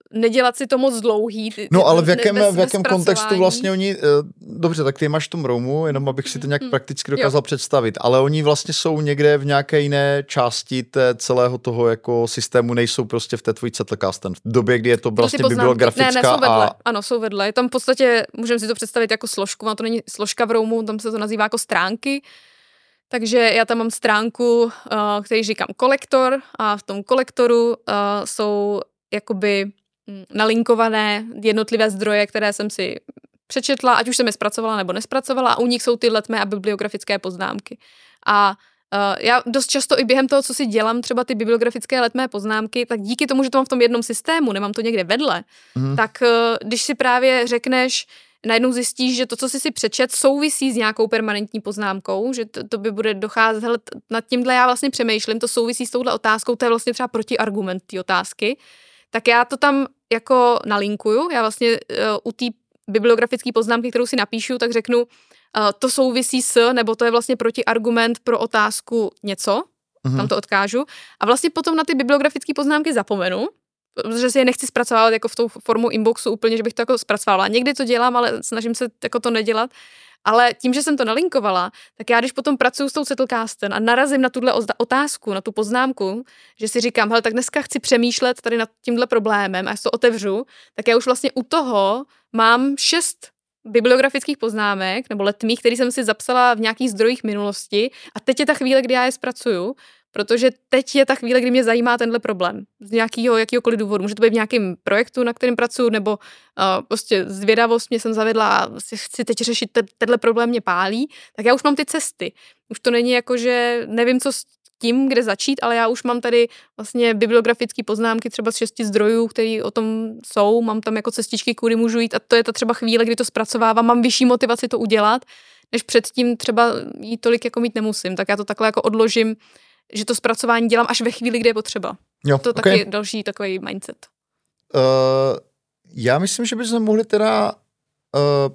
nedělat si to moc dlouhý. Ty, no ale v jakém, bez, v jakém kontextu vlastně oni, dobře, tak ty máš tu Roamu, jenom abych si to nějak mm, prakticky dokázal jo. představit, ale oni vlastně jsou někde v nějaké jiné části té celého toho jako systému, nejsou prostě v té tvojí Zettelkasten. V době, kdy je to vlastně bibliografická. Ne, ne, jsou vedle. A... Ano, jsou vedle. Je tam v podstatě, můžeme si to představit jako složku, má to není složka v Roamu, tam se to nazývá jako stránky. Takže já tam mám stránku, uh, který říkám kolektor a v tom kolektoru uh, jsou jakoby nalinkované jednotlivé zdroje, které jsem si přečetla, ať už jsem je zpracovala nebo nespracovala a u nich jsou ty letmé a bibliografické poznámky. A uh, já dost často i během toho, co si dělám, třeba ty bibliografické letmé poznámky, tak díky tomu, že to mám v tom jednom systému, nemám to někde vedle, mm. tak uh, když si právě řekneš, najednou zjistíš, že to, co jsi si přečet, souvisí s nějakou permanentní poznámkou, že to, to by bude docházet, hele, nad tímhle já vlastně přemýšlím, to souvisí s touhle otázkou, to je vlastně třeba protiargument té otázky, tak já to tam jako nalinkuju, já vlastně uh, u té bibliografické poznámky, kterou si napíšu, tak řeknu, uh, to souvisí s, nebo to je vlastně protiargument pro otázku něco, mm-hmm. tam to odkážu, a vlastně potom na ty bibliografické poznámky zapomenu, protože si je nechci zpracovávat jako v tou formu inboxu úplně, že bych to jako zpracovala. Někdy to dělám, ale snažím se jako to nedělat. Ale tím, že jsem to nalinkovala, tak já když potom pracuji s tou Zettelkasten a narazím na tuhle otázku, na tu poznámku, že si říkám, hele, tak dneska chci přemýšlet tady nad tímhle problémem a až to otevřu, tak já už vlastně u toho mám šest bibliografických poznámek nebo letmých, který jsem si zapsala v nějakých zdrojích minulosti a teď je ta chvíle, kdy já je zpracuju, protože teď je ta chvíle, kdy mě zajímá tenhle problém. Z nějakého, jakýhokoliv důvodu. Může to být v nějakém projektu, na kterém pracuji, nebo uh, prostě zvědavost mě jsem zavedla a chci teď řešit, te, tenhle problém mě pálí, tak já už mám ty cesty. Už to není jako, že nevím, co s tím, kde začít, ale já už mám tady vlastně bibliografické poznámky třeba z šesti zdrojů, které o tom jsou, mám tam jako cestičky, kudy můžu jít a to je ta třeba chvíle, kdy to zpracovávám, mám vyšší motivaci to udělat, než předtím třeba jí tolik jako mít nemusím, tak já to takhle jako odložím, že to zpracování dělám až ve chvíli, kdy je potřeba. Jo, to je okay. Taky další takový mindset. Uh, já myslím, že bychom mohli teda uh,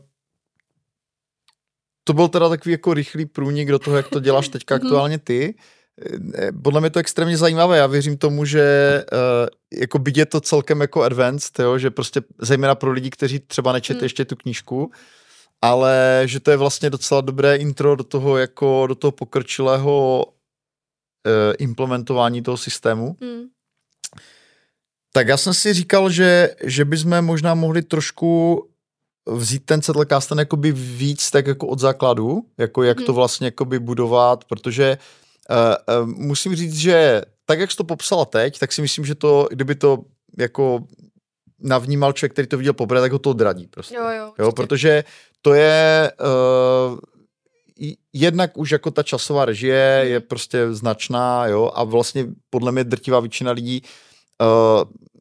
to byl teda takový jako rychlý průnik do toho, jak to děláš teďka aktuálně ty. Podle mě to extrémně zajímavé. Já věřím tomu, že uh, jako byť je to celkem jako advanced, jo, že prostě zejména pro lidi, kteří třeba nečetli hmm. ještě tu knížku, ale že to je vlastně docela dobré intro do toho jako do toho pokročilého implementování toho systému. Hmm. Tak já jsem si říkal, že, že bychom možná mohli trošku vzít ten Zettelkasten jakoby víc tak jako od základu, jako jak hmm. to vlastně jakoby budovat, protože uh, uh, musím říct, že tak, jak jsi to popsala teď, tak si myslím, že to, kdyby to jako navnímal člověk, který to viděl poprvé, tak ho to odradí prostě. Jo, jo, jo, protože to je uh, jednak už jako ta časová režie je prostě značná, jo, a vlastně podle mě drtivá většina lidí uh,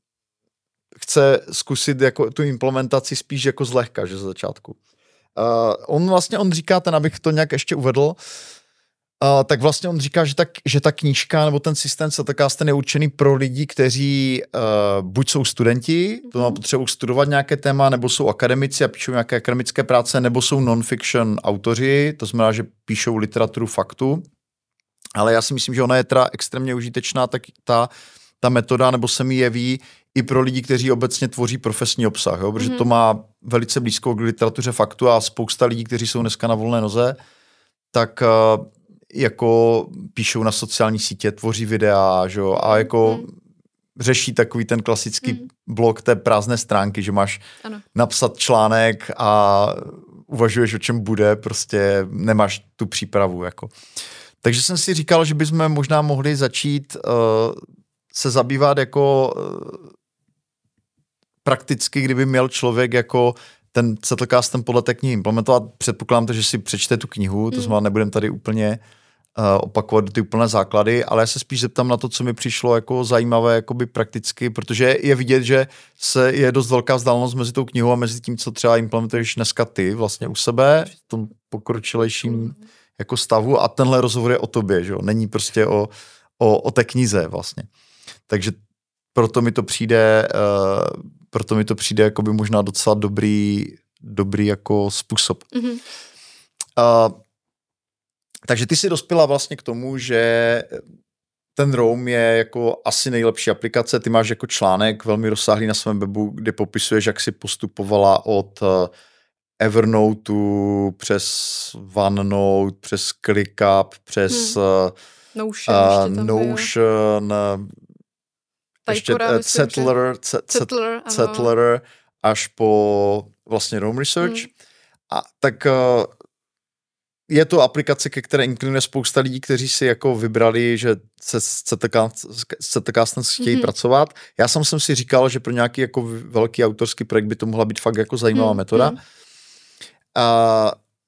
chce zkusit jako tu implementaci spíš jako zlehka, že za začátku. Uh, on vlastně, on říká, ten, abych to nějak ještě uvedl, uh, tak vlastně on říká, že ta, že ta knížka nebo ten systém Zettelkasten je určený pro lidi, kteří uh, buď jsou studenti, to má potřebují studovat nějaké téma, nebo jsou akademici a píšou nějaké akademické práce, nebo jsou non-fiction autoři, to znamená, že píšou literaturu faktu, ale já si myslím, že ona je teda extrémně užitečná, tak ta, ta metoda, nebo se mi jeví i pro lidi, kteří obecně tvoří profesní obsah, jo? Protože mm-hmm. to má velice blízko k literatuře faktu a spousta lidí, kteří jsou dneska na volné noze, tak uh, jako píšou na sociální sítě, tvoří videa, že jo, a jako mm. řeší takový ten klasický mm. blok té prázdné stránky, že máš ano. napsat článek a uvažuješ, o čem bude, prostě nemáš tu přípravu, jako. Takže jsem si říkal, že bychom možná mohli začít uh, se zabývat jako uh, prakticky, kdyby měl člověk jako ten Zettelkasten podle té knihy implementovat. Předpokládám to, že si přečte tu knihu, to znamená, nebudem tady úplně uh, opakovat ty úplné základy, ale já se spíš zeptám na to, co mi přišlo jako zajímavé jakoby prakticky, protože je vidět, že se je dost velká vzdálenost mezi tou knihou a mezi tím, co třeba implementuješ dneska ty vlastně u sebe v tom pokročilejším jako stavu a tenhle rozhovor je o tobě, že jo? Není prostě o, o, o té knize vlastně. Takže proto mi to přijde uh, proto mi to přijde jakoby možná docela dobrý, dobrý jako způsob. Mm-hmm. Uh, takže ty jsi dospěla vlastně k tomu, že ten Roam je jako asi nejlepší aplikace. Ty máš jako článek velmi rozsáhlý na svém webu, kde popisuješ, jak si postupovala od Evernoteu přes OneNote, přes ClickUp, přes hmm. Notion, uh, ještě Notion ještě Settler, Settler, Settler až po vlastně Roam Research. Hmm. A tak uh, je to aplikace, ke které inklinuje spousta lidí, kteří si jako vybrali, že se s Zetacastem chtějí mm-hmm. pracovat. Já jsem, jsem si říkal, že pro nějaký jako velký autorský projekt by to mohla být fakt jako zajímavá mm-hmm. metoda. A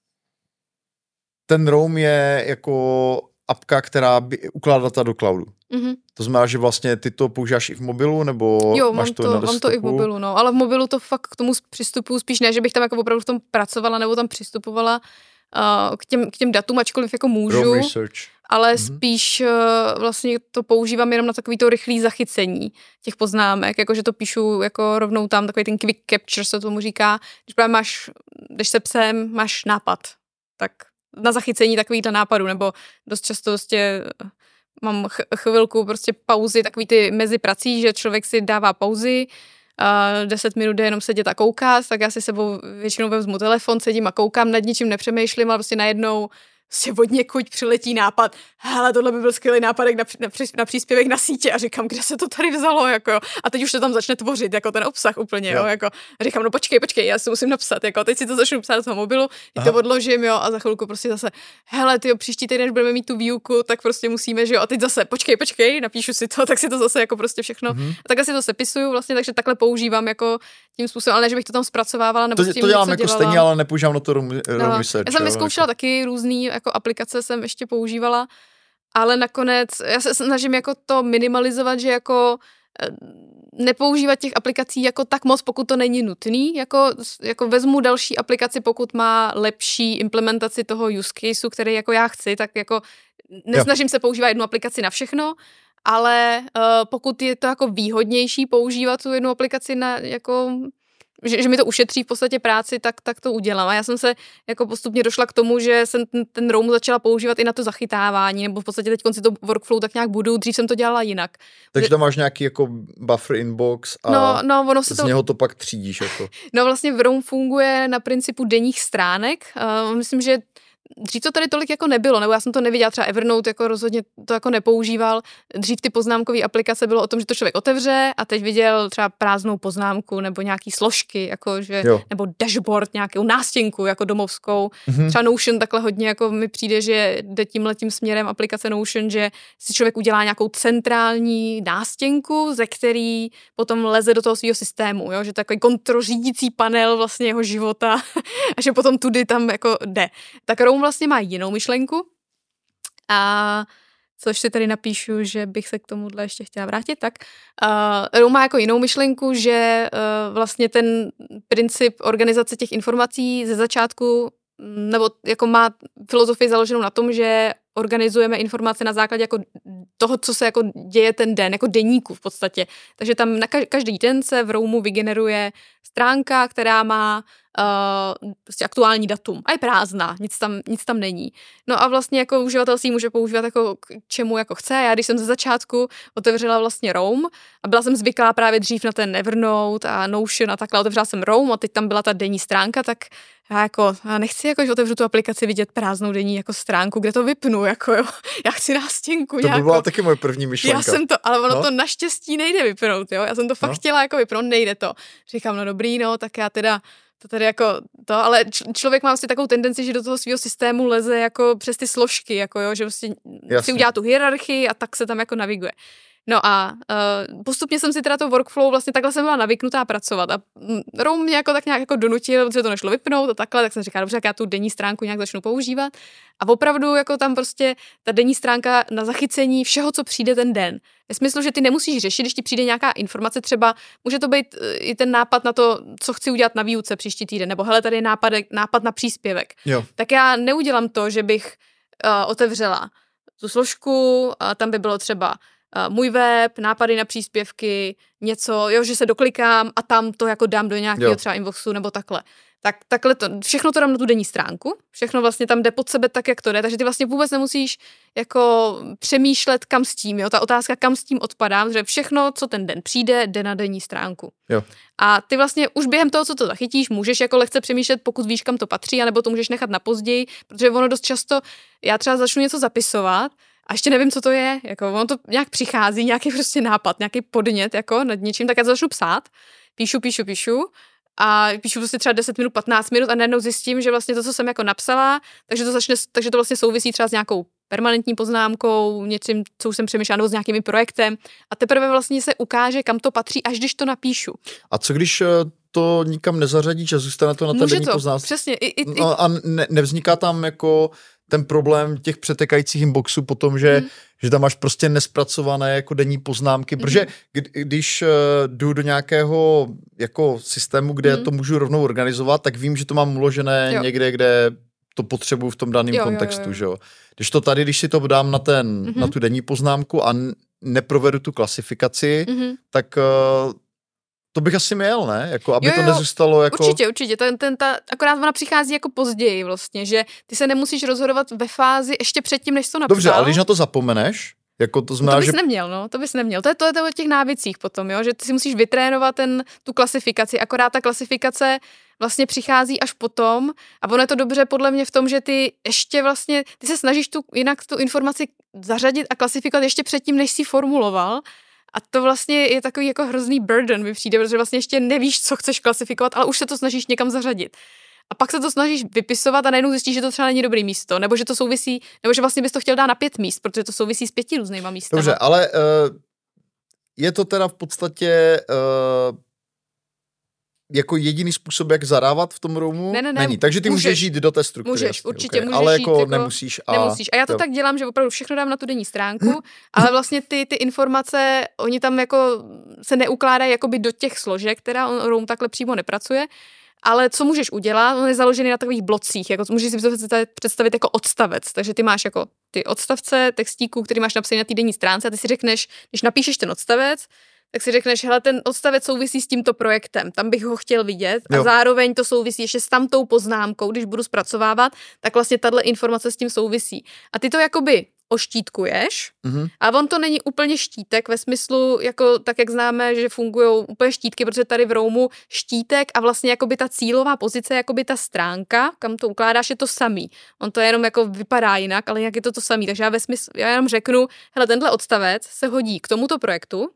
ten Roam je jako apka, která by ukládá data do cloudu. Mm-hmm. To znamená, že vlastně ty to používáš i v mobilu, nebo jo, máš to, to na desktopu? mám to i v mobilu, no. Ale v mobilu to fakt k tomu přistupuju spíš ne, že bych tam jako opravdu v tom pracovala nebo tam přistupovala uh, k, těm, k těm datům, ačkoliv jako můžu. Roam Research. Ale mm-hmm. spíš uh, vlastně to používám jenom na takový to rychlý zachycení těch poznámek, jakože to píšu jako rovnou tam, takový ten quick capture se tomu říká, když právě máš, jdeš se psem, máš nápad, tak na zachycení takovýhle nápadů, nebo dost často prostě mám ch- chvilku prostě pauzy, takový ty mezi prací, že člověk si dává pauzy, uh, deset minut jde jenom sedět a koukat, tak já si sebou většinou vezmu telefon, sedím a koukám, nad ničím nepřemýšlím, ale prostě najednou prostě od někud přiletí nápad, hele, tohle by byl skvělý nápadek na, na, na příspěvek na sítě a říkám, kde se to tady vzalo, jako jo. A teď už se tam začne tvořit, jako ten obsah úplně, jo, jo jako a říkám, no počkej, počkej, já si musím napsat, jako teď si to začnu psát do toho mobilu, teď to odložím, jo, a za chvilku prostě zase, hele, tyjo, příští týden, než budeme mít tu výuku, tak prostě musíme, že jo, a teď zase, počkej, počkej, napíšu si to, tak si to zase jako prostě všechno, mm-hmm. a takhle si to sepisuju vlastně, takže takhle používám jako tím způsobem, ale ne, že bych to tam zpracovávala nebo to, s tím to dělám jako dělala. Stejně, ale nepoužívám na to Roam no, Research. Já jsem vyzkoušela jako. taky různý jako aplikace, jsem ještě používala, ale nakonec já se snažím jako to minimalizovat, že jako nepoužívat těch aplikací jako tak moc, pokud to není nutný, jako, jako vezmu další aplikaci, pokud má lepší implementaci toho use caseu, který jako já chci, tak jako nesnažím jo. se používat jednu aplikaci na všechno, ale uh, pokud je to jako výhodnější používat tu jednu aplikaci na jako Že, že mi to ušetří v podstatě práci, tak, tak to udělám. A já jsem se jako postupně došla k tomu, že jsem ten, ten Roam začala používat i na to zachytávání, nebo v podstatě teď si to workflow tak nějak budu, dřív jsem to dělala jinak. Takže tam máš nějaký jako buffer inbox a no, no, ono se z to... něho to pak třídíš. Jako. No vlastně v Roam funguje na principu denních stránek. Uh, myslím, že dřív to tady tolik jako nebylo, nebo já jsem to neviděla, třeba Evernote jako rozhodně to jako nepoužíval. Dřív ty poznámkové aplikace bylo o tom, že to člověk otevře a teď viděl třeba prázdnou poznámku nebo nějaký složky, jako že, nebo dashboard, nějakou nástěnku jako domovskou. Mm-hmm. Třeba Notion takhle hodně jako mi přijde, že jde tímhletím směrem aplikace Notion, že si člověk udělá nějakou centrální nástěnku, ze který potom leze do toho svého systému, jo? Že takový kontrořídící panel vlastně jeho života a že potom tudy tam jako jde. Tak Roam vlastně má jinou myšlenku a což si tady napíšu, že bych se k tomuhle ještě chtěla vrátit, tak uh, Roam má jako jinou myšlenku, že uh, vlastně ten princip organizace těch informací ze začátku, nebo jako má filozofii založenou na tom, že organizujeme informace na základě jako toho, co se jako děje ten den, jako deníku v podstatě. Takže tam na každý den se v Roamu vygeneruje stránka, která má uh, prostě aktuální datum a je prázdná, nic tam, nic tam není. No a vlastně jako uživatel si ji může používat jako k čemu jako chce. Já když jsem ze začátku otevřela vlastně Roam a byla jsem zvyklá právě dřív na ten Evernote a Notion a takhle, otevřela jsem Roam a teď tam byla ta denní stránka, tak já jako, já nechci jako, že otevřu tu aplikaci vidět prázdnou denní jako stránku, kde to vypnu, jako jo. Já chci nástěnku To nějakou. by byla taky moje první myšlenka. Já jsem to, ale ono no? to naštěstí nejde vypnout, jo. Já jsem to fakt no? chtěla jako vypnout, nejde to. Říkám, no dobrý, no, tak já teda to tady jako to, ale č- člověk má vlastně takovou tendenci, že do toho svého systému leze jako přes ty složky, jako jo, že vlastně si udělá tu hierarchii a tak se tam jako naviguje. No a uh, postupně jsem si teda to workflow, vlastně takhle jsem byla navyknutá pracovat a Roam mě jako tak nějak jako donutil, protože to nešlo vypnout a takhle, tak jsem říkala, dobře, tak já tu denní stránku nějak začnu používat a opravdu jako tam prostě ta denní stránka na zachycení všeho, co přijde ten den. Ve smyslu, že ty nemusíš řešit, když ti přijde nějaká informace, třeba může to být i ten nápad na to, co chci udělat na výuce příští týden, nebo hele, tady je nápad, nápad na příspěvek. Jo. Tak já neudělám to, že bych uh, otevřela tu složku a tam by bylo třeba uh, můj web, nápady na příspěvky, něco, jo, že se doklikám a tam to jako dám do nějakého třeba inboxu nebo takhle. Tak takhle to, všechno to dám na tu denní stránku, všechno vlastně tam jde pod sebe tak, jak to jde, takže ty vlastně vůbec nemusíš jako přemýšlet, kam s tím, jo, ta otázka, kam s tím odpadám, že všechno, co ten den přijde, jde na denní stránku. Jo. A ty vlastně už během toho, co to zachytíš, můžeš jako lehce přemýšlet, pokud víš, kam to patří, anebo to můžeš nechat na později, protože ono dost často, já třeba začnu něco zapisovat a ještě nevím, co to je, jako ono to nějak přichází, nějaký prostě nápad, nějaký podnět jako nad něčím, tak já to začnu psát, píšu, píšu, píšu, a píšu prostě třeba deset minut, patnáct minut a najednou zjistím, že vlastně to, co jsem jako napsala, takže to začne, takže to vlastně souvisí třeba s nějakou permanentní poznámkou, něčím, co už jsem přemýšlela, nebo s nějakým projektem a teprve vlastně se ukáže, kam to patří, až když to napíšu. A co když to nikam nezařadíš a zůstane to na té denní poznámce? Přesně. I, i, no, a ne, nevzniká tam jako ten problém těch přetekajících inboxů potom, že, hmm. že tam máš prostě nespracované jako denní poznámky, hmm. protože když uh, jdu do nějakého jako systému, kde hmm. to můžu rovnou organizovat, tak vím, že to mám uložené jo. někde, kde to potřebuju v tom daném jo, kontextu, jo, jo, jo. že jo. Když to tady, když si to dám na, ten, hmm. na tu denní poznámku a neprovedu tu klasifikaci, hmm. tak uh, to bych asi měl, ne? Jako, aby jo, jo, to nezůstalo jako... Určitě, určitě. Ten, ten, ta, akorát ona přichází jako později vlastně, že ty se nemusíš rozhodovat ve fázi ještě předtím, než to napsal. Dobře, ale když na to zapomeneš, jako to znamená, no to bys že... neměl, no, to bys neměl. To je to, je to o těch návycích potom, jo, že ty si musíš vytrénovat ten, tu klasifikaci, akorát ta klasifikace vlastně přichází až potom a ono je to dobře podle mě v tom, že ty ještě vlastně, ty se snažíš tu, jinak tu informaci zařadit a klasifikovat ještě předtím, než jsi formuloval. A to vlastně je takový jako hrozný burden, mi přijde, protože vlastně ještě nevíš, co chceš klasifikovat, ale už se to snažíš někam zařadit. A pak se to snažíš vypisovat a najednou zjistíš, že to třeba není dobrý místo, nebo že to souvisí, nebo že vlastně bys to chtěl dát na pět míst, protože to souvisí s pěti různýma místama. Dobře, ale uh, je to teda v podstatě uh, jako jediný způsob, jak zadávat v tom Roamu? Ne, ne, ne. Není. Takže ty můžeš, můžeš jít do té struktury. Můžeš, jasně, určitě okay. můžeš ale jít. jako, jako nemusíš. A... Nemusíš. A já to jo. tak dělám, že opravdu všechno dám na tu denní stránku, ale vlastně ty, ty informace, oni tam jako se neukládají jakoby do těch složek, která on Roam takhle přímo nepracuje, ale co můžeš udělat, on je založený na takových blocích, jako můžeš si představit, představit jako odstavec, takže ty máš jako ty odstavce textíků, který máš napsaný na té denní stránce a ty si řekneš, když napíšeš ten odstavec, tak si řekneš, hele, ten odstavec souvisí s tímto projektem, tam bych ho chtěl vidět a jo. zároveň to souvisí ještě s tamtou poznámkou, když budu zpracovávat, tak vlastně tahle informace s tím souvisí. A ty to jakoby oštítkuješ, mm-hmm. a on to není úplně štítek ve smyslu, jako tak, jak známe, že fungují úplně štítky, protože tady v Roamu štítek a vlastně jakoby ta cílová pozice, jakoby ta stránka, kam to ukládáš, je to samý. On to jenom jako vypadá jinak, ale jak je to to samý. Takže já ve smyslu, já jenom řeknu, hele, tenhle odstavec se hodí k tomuto projektu,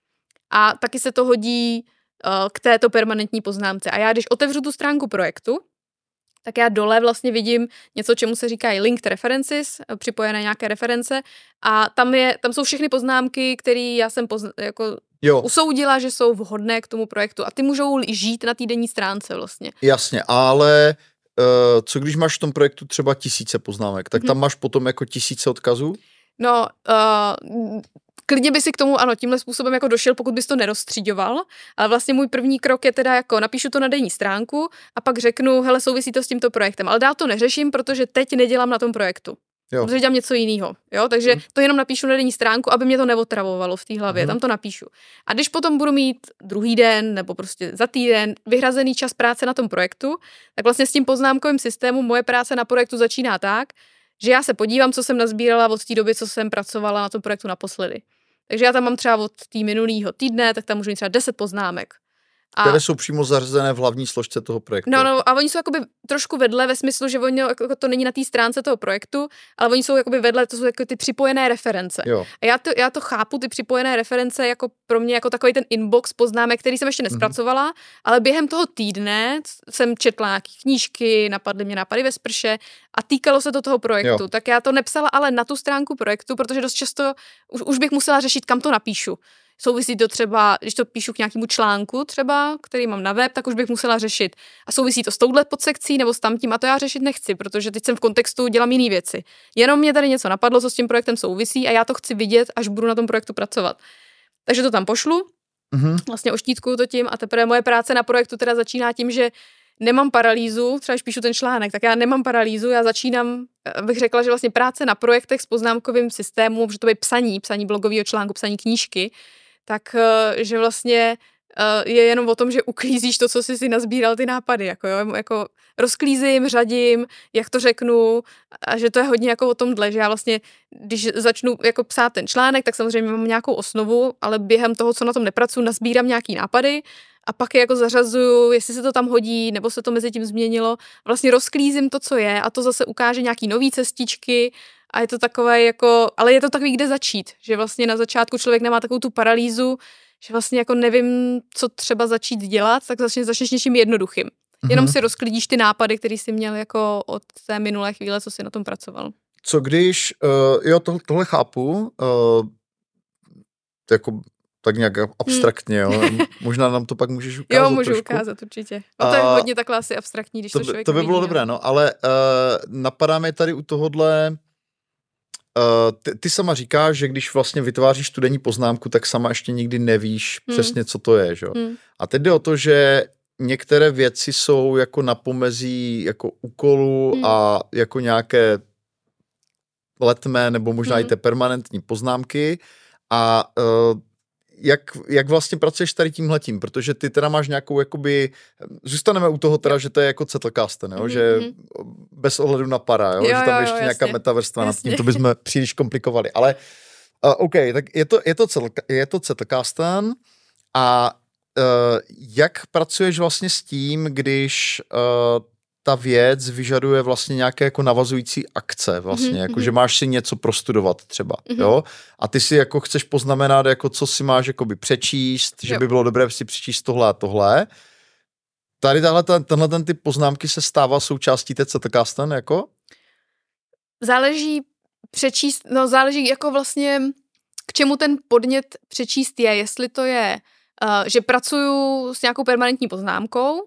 a taky se to hodí uh, k této permanentní poznámce. A já, když otevřu tu stránku projektu, tak já dole vlastně vidím něco, čemu se říká linked references, připojené nějaké reference a tam, je, tam jsou všechny poznámky, které já jsem pozna, jako usoudila, že jsou vhodné k tomu projektu a ty můžou žít na té denní stránce vlastně. Jasně, ale uh, co když máš v tom projektu třeba tisíce poznámek, tak tam hmm. máš potom jako tisíce odkazů? No, uh, klidně by si k tomu, ano, tímhle způsobem jako došel, pokud bys to nerozstříďoval, ale vlastně můj první krok je teda jako napíšu to na denní stránku a pak řeknu, hele, souvisí to s tímto projektem, ale dál to neřeším, protože teď nedělám na tom projektu. Jo. Protože dělám něco jiného, jo, takže hmm. to jenom napíšu na denní stránku, aby mě to neotravovalo v té hlavě, hmm. tam to napíšu. A když potom budu mít druhý den nebo prostě za týden vyhrazený čas práce na tom projektu, tak vlastně s tím poznámkovým systémem moje práce na projektu začíná tak, že já se podívám, co jsem nazbírala od té doby, co jsem pracovala na tom projektu naposledy. Takže já tam mám třeba od té minulého týdne, tak tam můžu mít třeba deset poznámek. A... Které jsou přímo zařazené v hlavní složce toho projektu. No, no, a oni jsou jakoby trošku vedle ve smyslu, že oni, jako to není na té stránce toho projektu, ale oni jsou jakoby vedle, to jsou jako ty připojené reference. Jo. A já to, já to chápu, ty připojené reference, jako pro mě jako takový ten inbox poznámek, který jsem ještě nespracovala, mm-hmm. ale během toho týdne jsem četla nějaké knížky, napadly mě nápady ve sprše a týkalo se to toho projektu. Jo. Tak já to nepsala ale na tu stránku projektu, protože dost často už, už bych musela řešit, kam to napíšu. Souvisí to třeba, když to píšu k nějakému článku třeba, který mám na web, tak už bych musela řešit. A souvisí to s touhle podsekcí nebo s tamtím a to já řešit nechci, protože teď jsem v kontextu, dělám jiné věci. Jenom mě tady něco napadlo, co s tím projektem souvisí a já to chci vidět, až budu na tom projektu pracovat. Takže to tam pošlu, mm-hmm. vlastně oštítkuju to tím a teprve moje práce na projektu teda začíná tím, že nemám paralýzu, třeba když píšu ten článek, tak já nemám paralýzu, já začínám, bych řekla, že vlastně práce na projektech s poznámkovým systémem, může to být psaní, psaní blogového článku, psaní knížky, tak že vlastně je jenom o tom, že uklízíš to, co jsi si nazbíral ty nápady, jako, jo, jako rozklízím, řadím, jak to řeknu a že to je hodně jako o tomhle, že já vlastně, když začnu jako psát ten článek, tak samozřejmě mám nějakou osnovu, ale během toho, co na tom nepracuji, nazbírám nějaký nápady a pak je jako zařazuju, jestli se to tam hodí, nebo se to mezi tím změnilo. Vlastně rozklízím to, co je a to zase ukáže nějaký nový cestičky a je to takové jako, ale je to takový, kde začít, že vlastně na začátku člověk nemá takovou tu paralýzu, že vlastně jako nevím, co třeba začít dělat, tak začne, začneš něčím jednoduchým. Mm-hmm. Jenom si rozklidíš ty nápady, který jsi měl jako od té minulé chvíle, co jsi na tom pracoval. Co když, uh, jo, to, tohle chápu, uh, jako tak nějak abstraktně, jo. Možná nám to pak můžeš ukázat. Jo, můžu trošku. ukázat určitě. No to je hodně takhle asi abstraktní, když to, to člověk To by vidí, bylo jo. dobré, no, ale uh, napadá mi tady u tohodle, uh, ty, ty sama říkáš, že když vlastně vytváříš studijní poznámku, tak sama ještě nikdy nevíš hmm. přesně, co to je, že? Hmm. A teď jde o to, že některé věci jsou jako na pomezí jako úkolu hmm. a jako nějaké letmé nebo možná hmm. i té permanentní poznámky a uh, Jak, jak vlastně pracuješ tady tímhletím, protože ty teda máš nějakou, jakoby, zůstaneme u toho teda, že to je jako Zettelkasten, jo? Mm-hmm. Že bez ohledu na para, jo? Jo, že tam jo, je ještě jo, nějaká jasně. metavrstva nad Jasně. tím, to bychom příliš komplikovali, ale uh, OK, tak je to, je to, cel, je to Zettelkasten a uh, jak pracuješ vlastně s tím, když uh, ta věc vyžaduje vlastně nějaké jako navazující akce vlastně, mm-hmm. jako že máš si něco prostudovat třeba, mm-hmm. jo, a ty si jako chceš poznamenat, jako co si máš jakoby přečíst, jo. že by bylo dobré si přečíst tohle a tohle. Tady tahle, tenhle ten typ poznámky se stává součástí té Zettelkasten, jako? Záleží přečíst, no záleží jako vlastně, k čemu ten podnět přečíst je, jestli to je, uh, že pracuju s nějakou permanentní poznámkou,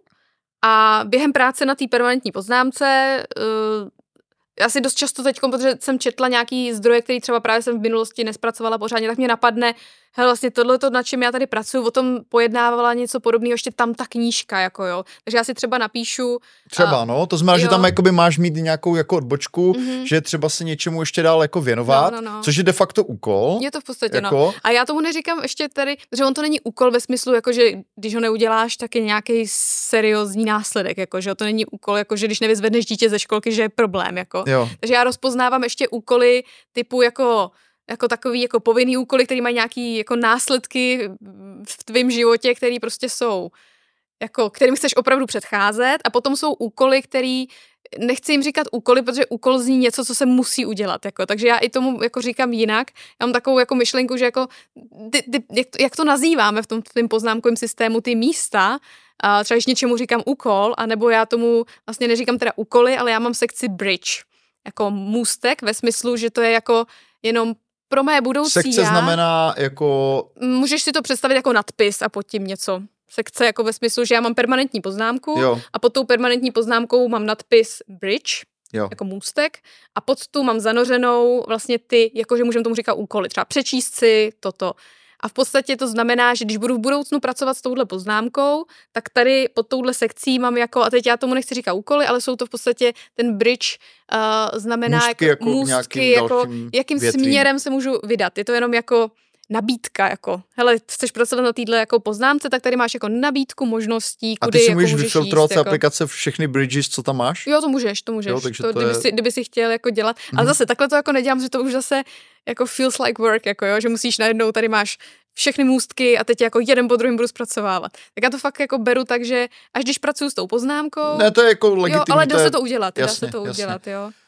a během práce na té permanentní poznámce, uh, já si dost často teď, protože jsem četla nějaký zdroje, který třeba právě jsem v minulosti nespracovala pořádně, tak mě napadne, hele, vlastně tohleto, na čem já tady pracuji, o tom pojednávala něco podobného, ještě tam ta knížka, jako jo. Takže já si třeba napíšu... Třeba, a, no, to znamená, jo. že tam jakoby máš mít nějakou jako odbočku, mm-hmm. že třeba se něčemu ještě dál jako věnovat, no, no, no. což je de facto úkol. Je to v podstatě, jako... no. A já tomu neříkám ještě tady, že on to není úkol ve smyslu, jako že když ho neuděláš, tak je nějaký seriózní následek, jako že to není úkol, jako že když nevyzvedneš dítě ze školky, že je problém, jako. Jo. Takže já rozpoznávám ještě úkoly typu jako jako takový jako povinný úkoly, který mají nějaký jako následky v tvém životě, který prostě jsou jako, kterým chceš opravdu předcházet a potom jsou úkoly, který nechci jim říkat úkoly, protože úkol zní něco, co se musí udělat, jako, takže já i tomu jako říkám jinak, já mám takovou jako myšlenku, že jako ty, ty, jak, to, jak to nazýváme v tom, v tom poznámkovém systému, ty místa, a třeba když něčemu říkám úkol, anebo já tomu vlastně neříkám teda úkoly, ale já mám sekci bridge, jako můstek ve smyslu, že to je jako jenom pro mé budoucí Sekce já. znamená jako... Můžeš si to představit jako nadpis a pod tím něco. Sekce jako ve smyslu, že já mám permanentní poznámku jo. a pod tou permanentní poznámkou mám nadpis bridge, jo. jako můstek a pod tu mám zanořenou vlastně ty, jakože můžeme tomu říkat úkoly, třeba přečíst si toto. A v podstatě to znamená, že když budu v budoucnu pracovat s touhle poznámkou, tak tady pod touhle sekcí mám jako, a teď já tomu nechci říkat úkoly, ale jsou to v podstatě ten bridge, uh, znamená můstky, jako, jako, můstky, jako jakým větvím. Směrem se můžu vydat. Je to jenom jako nabídka, jako, hele, chceš pracovat na téhle jako poznámce, tak tady máš jako nabídku možností, kudy jako můžeš A ty si můžeš vyfiltrovat jako... aplikace všechny bridges, co tam máš? Jo, to můžeš, to můžeš. Jo, takže to, to kdyby, je... si, kdyby si chtěl jako dělat. Mm-hmm. Ale zase takhle to jako nedělám, že to už zase jako feels like work, jako jo, že musíš najednou, tady máš všechny můstky a teď jako jeden po druhém budu zpracovávat. Tak já to fakt jako beru tak, že až když pracuji s tou poznámkou... Ne, to je jako legitimní. Jo, ale dá je... se to udělat, jasně, dá se to jasně. udělat, jo. Uh,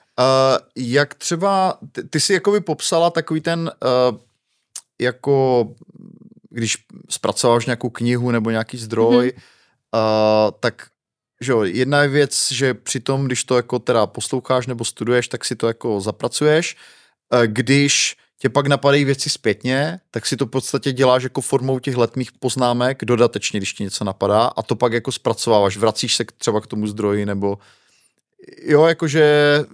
jak třeba, ty, ty jsi jakoby popsala takový ten, uh, jako, když zpracováš nějakou knihu nebo nějaký zdroj, mm-hmm. uh, tak že jo, jedna je věc, že přitom, když to jako teda posloucháš nebo studuješ, tak si to jako zapracuješ. Uh, když tě pak napadají věci zpětně, tak si to v podstatě děláš jako formou těch letmých poznámek dodatečně, když ti něco napadá a to pak jako zpracováváš, vracíš se třeba k tomu zdroji nebo jo, jakože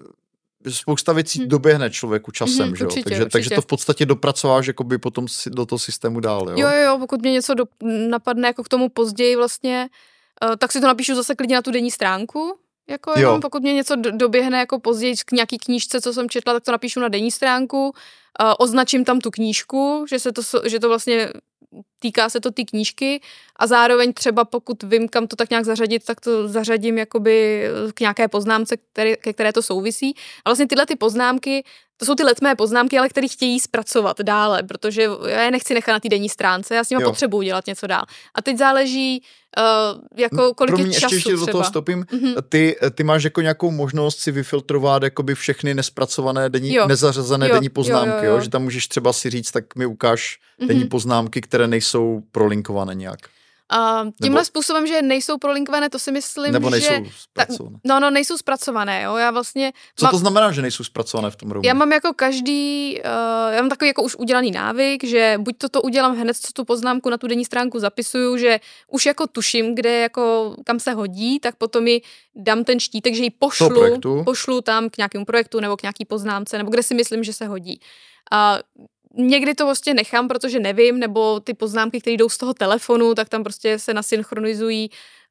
spousta věcí hmm. doběhne člověku časem, hmm, že jo? Určitě, takže, určitě. takže to v podstatě dopracováš jakoby potom do toho systému dál, jo? Jo, jo, jo, pokud mě něco do, napadne jako k tomu později vlastně, tak si to napíšu zase klidně na tu denní stránku. Jako jenom, pokud mě něco doběhne jako později k nějaký knížce, co jsem četla, tak to napíšu na denní stránku, označím tam tu knížku, že se to, že to vlastně týká se to ty knížky a zároveň třeba pokud vím, kam to tak nějak zařadit, tak to zařadím jakoby k nějaké poznámce, které, ke které to souvisí. A vlastně tyhle ty poznámky, to jsou ty letmé poznámky, ale které chtějí zpracovat dále, protože já je nechci nechat na té denní stránce, já s nimi potřebuji dělat něco dál. A teď záleží, uh, jako kolik Promiň, je času ještě, ještě třeba. do toho stopím. Mm-hmm. Ty, ty máš jako nějakou možnost si vyfiltrovat jakoby všechny nespracované denní, jo. nezařazené jo. denní poznámky, jo, jo, jo. Jo? Že tam můžeš třeba si říct, tak mi ukáž denní mm-hmm. poznámky, které nejsou prolinkované nějak. A tímhle nebo, způsobem, že nejsou prolinkované, to si myslím, nebo nejsou že... zpracované. No, no, nejsou zpracované, jo, já vlastně... Co mám, to znamená, že nejsou zpracované v tom roumu? Já mám jako každý, uh, já mám takový jako už udělaný návyk, že buď toto udělám hned, co tu poznámku na tu denní stránku zapisuju, že už jako tuším, kde jako, kam se hodí, tak potom ji dám ten štítek, že ji pošlu, pošlu tam k nějakému projektu nebo k nějaký poznámce, nebo kde si myslím, že se hodí. A uh, Někdy to prostě nechám, protože nevím, nebo ty poznámky, které jdou z toho telefonu, tak tam prostě se nasynchronizují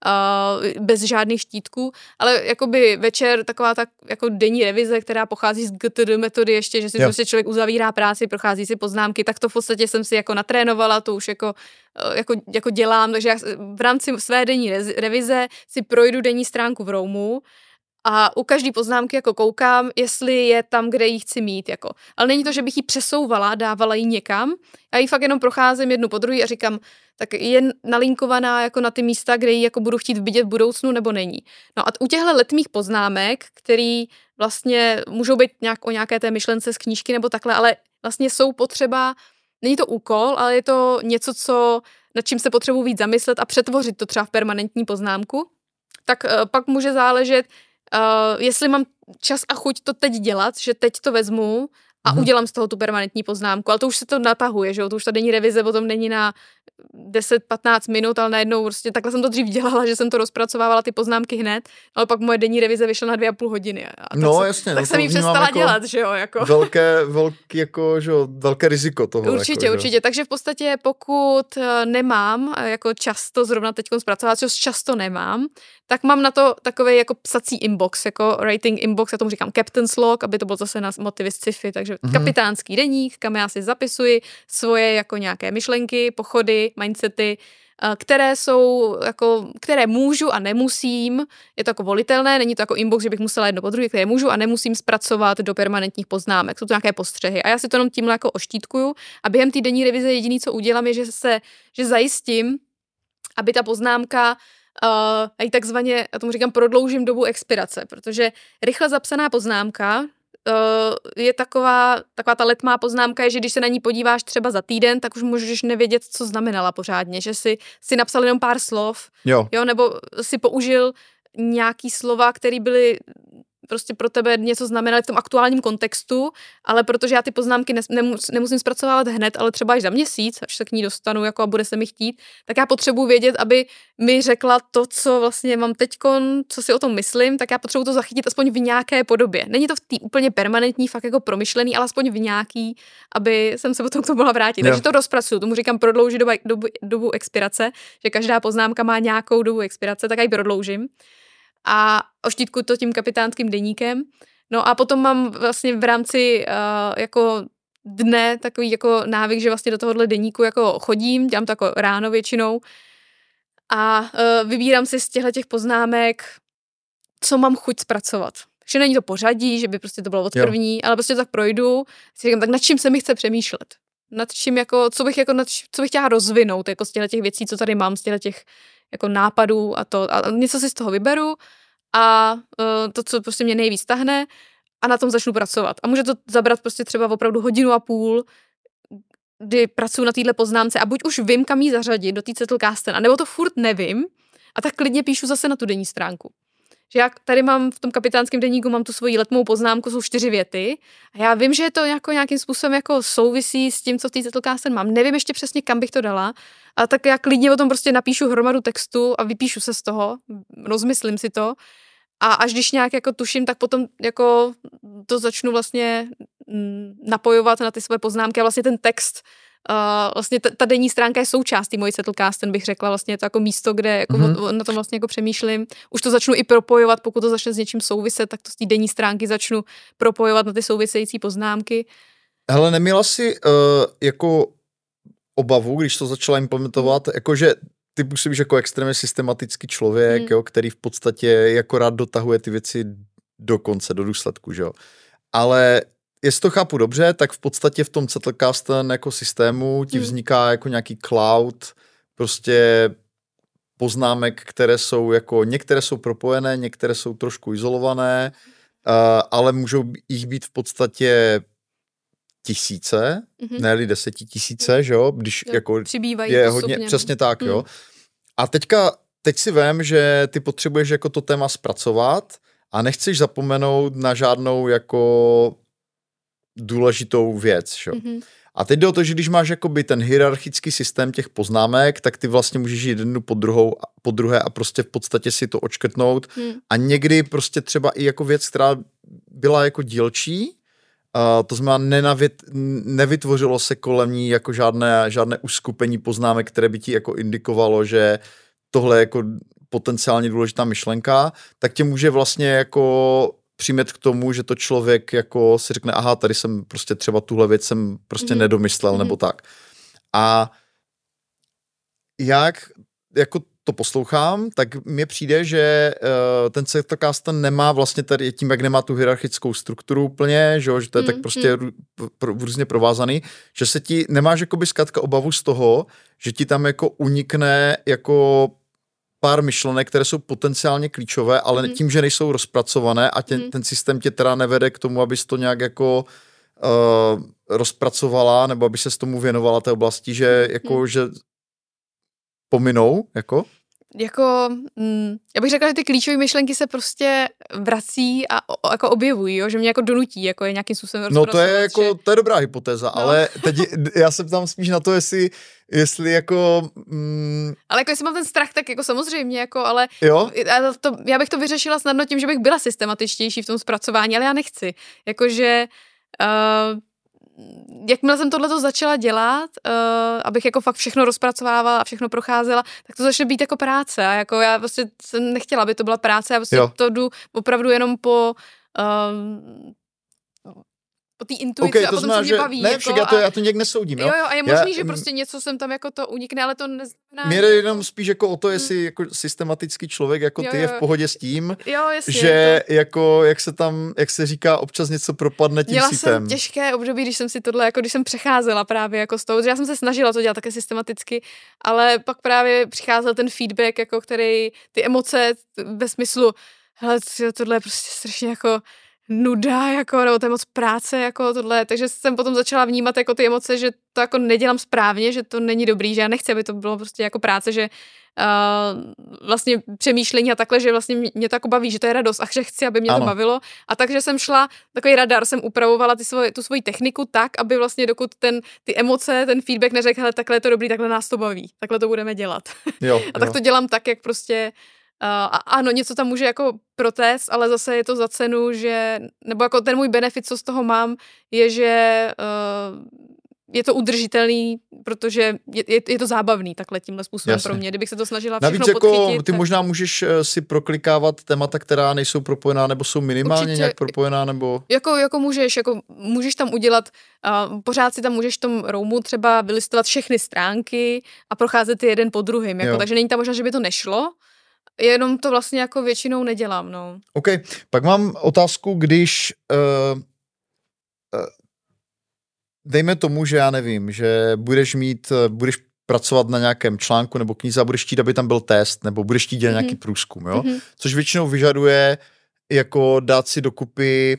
uh, bez žádných štítků, ale jakoby večer taková tak jako denní revize, která pochází z G T D metody ještě, že si jo. prostě člověk uzavírá práci, prochází si poznámky, tak to v podstatě jsem si jako natrénovala, to už jako, uh, jako, jako dělám, takže já v rámci své denní revize si projdu denní stránku v Roumu, a u každý poznámky jako koukám, jestli je tam, kde ji chci mít. Jako. Ale není to, že bych ji přesouvala, dávala ji někam. Já ji fakt jenom procházím jednu po druhé a říkám, tak je nalinkovaná jako na ty místa, kde ji jako budu chtít vidět v budoucnu, nebo není. No a u těchto letmých poznámek, který vlastně můžou být nějak o nějaké té myšlence z knížky nebo takhle, ale vlastně jsou potřeba, není to úkol, ale je to něco, co, nad čím se potřebuji víc zamyslet a přetvořit to třeba v permanentní poznámku. Tak uh, pak může záležet, Uh, jestli mám čas a chuť to teď dělat, že teď to vezmu a hmm. udělám z toho tu permanentní poznámku, ale to už se to natahuje, že jo, to už ta denní revize potom není na deset patnáct minut, ale najednou prostě takhle jsem to dřív dělala, že jsem to rozpracovávala ty poznámky hned, ale pak moje denní revize vyšla na dvě a půl hodiny. A tak no se, jasně. Tak no, jsem ji přestala jako dělat, že jo, jako. Velké, velký, jako, že jo, velké riziko toho. Určitě, jako, určitě. Takže v podstatě pokud nemám jako často zrovna teď zpracovat, což často nemám, tak mám na to takový jako psací inbox, jako writing inbox, já tomu říkám captain's log, aby to bylo zase na motivy z sci-fi, takže mm-hmm. kapitánský deník, kam já si zapisuji svoje jako nějaké myšlenky, pochody, mindsety, které jsou, jako, které můžu a nemusím, je to jako volitelné, není to jako inbox, že bych musela jedno po druhé, které můžu a nemusím zpracovat do permanentních poznámek, jsou to nějaké postřehy a já si to jenom tímhle jako oštítkuju a během té denní revize jediný, co udělám, je, že se, že zajistím, aby ta poznámka Uh, a i takzvaně, já tomu říkám, prodloužím dobu expirace, protože rychle zapsaná poznámka uh, je taková, taková ta letmá poznámka, je, že když se na ní podíváš třeba za týden, tak už můžeš nevědět, co znamenala pořádně, že si, si napsal jenom pár slov, jo. Jo, nebo si použil nějaký slova, které byly prostě pro tebe něco znamenaly v tom aktuálním kontextu, ale protože já ty poznámky nemus, nemusím zpracovávat hned, ale třeba až za měsíc, až se k ní dostanu jako a bude se mi chtít, tak já potřebuji vědět, aby mi řekla to, co vlastně mám teďkon, co si o tom myslím, tak já potřebuji to zachytit aspoň v nějaké podobě. Není to v té úplně permanentní, fakt jako promyšlený, ale aspoň v nějaký, aby jsem se potom k tomu mohla vrátit. Jo. Takže to rozpracuju, tomu říkám prodloužit dobu, dobu, dobu expirace, že každá poznámka má nějakou dobu expirace, tak já ji prodloužím. A oštítku to tím kapitánským deníkem. No a potom mám vlastně v rámci uh, jako dne takový jako návyk, že vlastně do tohohle deníku jako chodím, dělám to jako ráno většinou a uh, vybírám si z těchto těch poznámek, co mám chuť zpracovat. Že není to pořadí, že by prostě to bylo od první, ale prostě tak projdu, si říkám, tak nad čím se mi chce přemýšlet. Nad čím jako, co bych jako, nad, co bych chtěla rozvinout jako z těchto těch věcí, co tady mám, z těchto těch jako nápadů a to. A něco si z toho vyberu a uh, to, co prostě mě nejvíc tahne a na tom začnu pracovat. A může to zabrat prostě třeba opravdu hodinu a půl, kdy pracuji na téhle poznámce a buď už vím, kam ji zařadit do té Zettelkasten, anebo to furt nevím a tak klidně píšu zase na tu denní stránku. Že já tady mám v tom kapitánském deníku, mám tu svoji letmou poznámku, jsou čtyři věty a já vím, že je to jako nějakým způsobem jako souvisí s tím, co v té Zettelkasten mám. Nevím ještě přesně, kam bych to dala, ale tak já klidně o tom prostě napíšu hromadu textu a vypíšu se z toho, rozmyslím si to a až když nějak jako tuším, tak potom jako to začnu vlastně napojovat na ty své poznámky a vlastně ten text vlastně ta, ta denní stránka je součástí mojí Settlecast, ten bych řekla, vlastně je to jako místo, kde jako mm-hmm. na tom vlastně jako přemýšlím. Už to začnu i propojovat, pokud to začne s něčím souviset, tak to z té denní stránky začnu propojovat na ty související poznámky. Hele, neměla jsi uh, jako obavu, když to začala implementovat, mm. jakože ty působíš jako extrémně systematický člověk, mm. jo, který v podstatě jako rád dotahuje ty věci do konce, do důsledku, že jo. Ale jestli to chápu dobře, tak v podstatě v tom Settlecast jako systému ti vzniká jako nějaký cloud, prostě poznámek, které jsou jako, některé jsou propojené, některé jsou trošku izolované, uh, ale můžou jich být v podstatě tisíce, mm-hmm. ne-li desetitisíce, že jo, když jo, jako přibývají je postupně. hodně, přesně tak, mm. jo. A teďka, teď si vem, že ty potřebuješ jako to téma zpracovat a nechceš zapomenout na žádnou jako důležitou věc, jo. Mm-hmm. A teď jde o to, že když máš jakoby ten hierarchický systém těch poznámek, tak ty vlastně můžeš jít jednu po, druhou, po druhé a prostě v podstatě si to odškrtnout mm. a někdy prostě třeba i jako věc, která byla jako dílčí, Uh, to znamená, nenavit, nevytvořilo se kolem ní jako žádné, žádné uskupení poznámek, které by ti jako indikovalo, že tohle je jako potenciálně důležitá myšlenka, tak tě může vlastně jako přimět k tomu, že to člověk jako si řekne, aha, tady jsem prostě třeba tuhle věc jsem prostě mm. nedomyslel, mm. nebo tak. A jak jako to poslouchám, tak mně přijde, že uh, ten Settlecast nemá vlastně tady tím, jak nemá tu hierarchickou strukturu úplně, že, že to je mm, tak prostě mm. rů, různě provázaný, že se ti, nemáš jakoby zkrátka obavu z toho, že ti tam jako unikne jako pár myšlenek, které jsou potenciálně klíčové, ale mm. tím, že nejsou rozpracované a tě, mm. ten systém tě teda nevede k tomu, abys to nějak jako uh, rozpracovala, nebo aby se s tomu věnovala té oblasti, že jako, mm. že pominou, jako? Jako, mm, já bych řekla, že ty klíčové myšlenky se prostě vrací a o, jako objevují, jo? Že mě jako donutí, jako je nějakým způsobem No to je jako, že... to je dobrá hypotéza, no. Ale teď já se ptám spíš na to, jestli, jestli jako... Mm... Ale jako jestli mám ten strach, tak jako samozřejmě, jako, ale jo? To, já bych to vyřešila snadno tím, že bych byla systematičtější v tom zpracování, ale já nechci. Jakože... Uh, jakmile jsem tohleto začala dělat, uh, abych jako fakt všechno rozpracovávala a všechno procházela, tak to začne být jako práce a jako já prostě jsem nechtěla, aby to byla práce, já prostě jo. to jdu opravdu jenom po um, po té intuici okay, a potom znamená, se mě baví. Ne, jako, však já to, já to nějak nesoudím. Jo, jo, jo a je možný, já, že prostě něco sem tam jako to unikne, ale to neznamená. Mě jde jenom spíš jako o to, jestli jako systematický člověk jako jo, ty jo. je v pohodě s tím, jo, jasně, že to... jako, jak se tam, jak se říká, občas něco propadne tím Měla sítem. jsem těžké období, když jsem si tohle, jako když jsem přecházela právě jako z toho, že já jsem se snažila to dělat také systematicky, ale pak právě přicházel ten feedback, jako který, ty emoce ve smyslu, hele, tohle je prostě strašně jako nuda, jako, nebo to je moc práce, jako tohle, takže jsem potom začala vnímat jako ty emoce, že to jako nedělám správně, že to není dobrý, že já nechci, aby to bylo prostě jako práce, že uh, vlastně přemýšlení a takhle, že vlastně mě to jako baví, že to je radost a že chci, aby mě ano. to bavilo a takže jsem šla, takový radar, jsem upravovala ty svoje, tu svoji techniku tak, aby vlastně dokud ten, ty emoce, ten feedback neřekl, hele, takhle je to dobrý, takhle nás to baví, takhle to budeme dělat. Jo, a tak jo. to dělám tak, jak prostě Uh, a ano, něco tam může jako protest, ale zase je to za cenu, že, nebo jako ten můj benefit, co z toho mám, je, že uh, je to udržitelný, protože je, je, je to zábavný takhle tímhle způsobem Jasně. pro mě. Kdybych se to snažila všechno Navíc jako podchytit. ty tak... možná můžeš si proklikávat témata, která nejsou propojená, nebo jsou minimálně určitě, nějak propojená, nebo... Jako, jako můžeš, jako můžeš tam udělat, uh, pořád si tam můžeš v tom Roamu třeba vylistovat všechny stránky a procházet je jeden po druhým. Jako, takže není tam možná, že by to nešlo, jenom to vlastně jako většinou nedělám, no. OK, pak mám otázku, když uh, uh, dejme tomu, že já nevím, že budeš mít, budeš pracovat na nějakém článku nebo knize a budeš chtít, aby tam byl test, nebo budeš chtít dělat mm-hmm. nějaký průzkum, jo? Mm-hmm. Což většinou vyžaduje jako dát si dokupy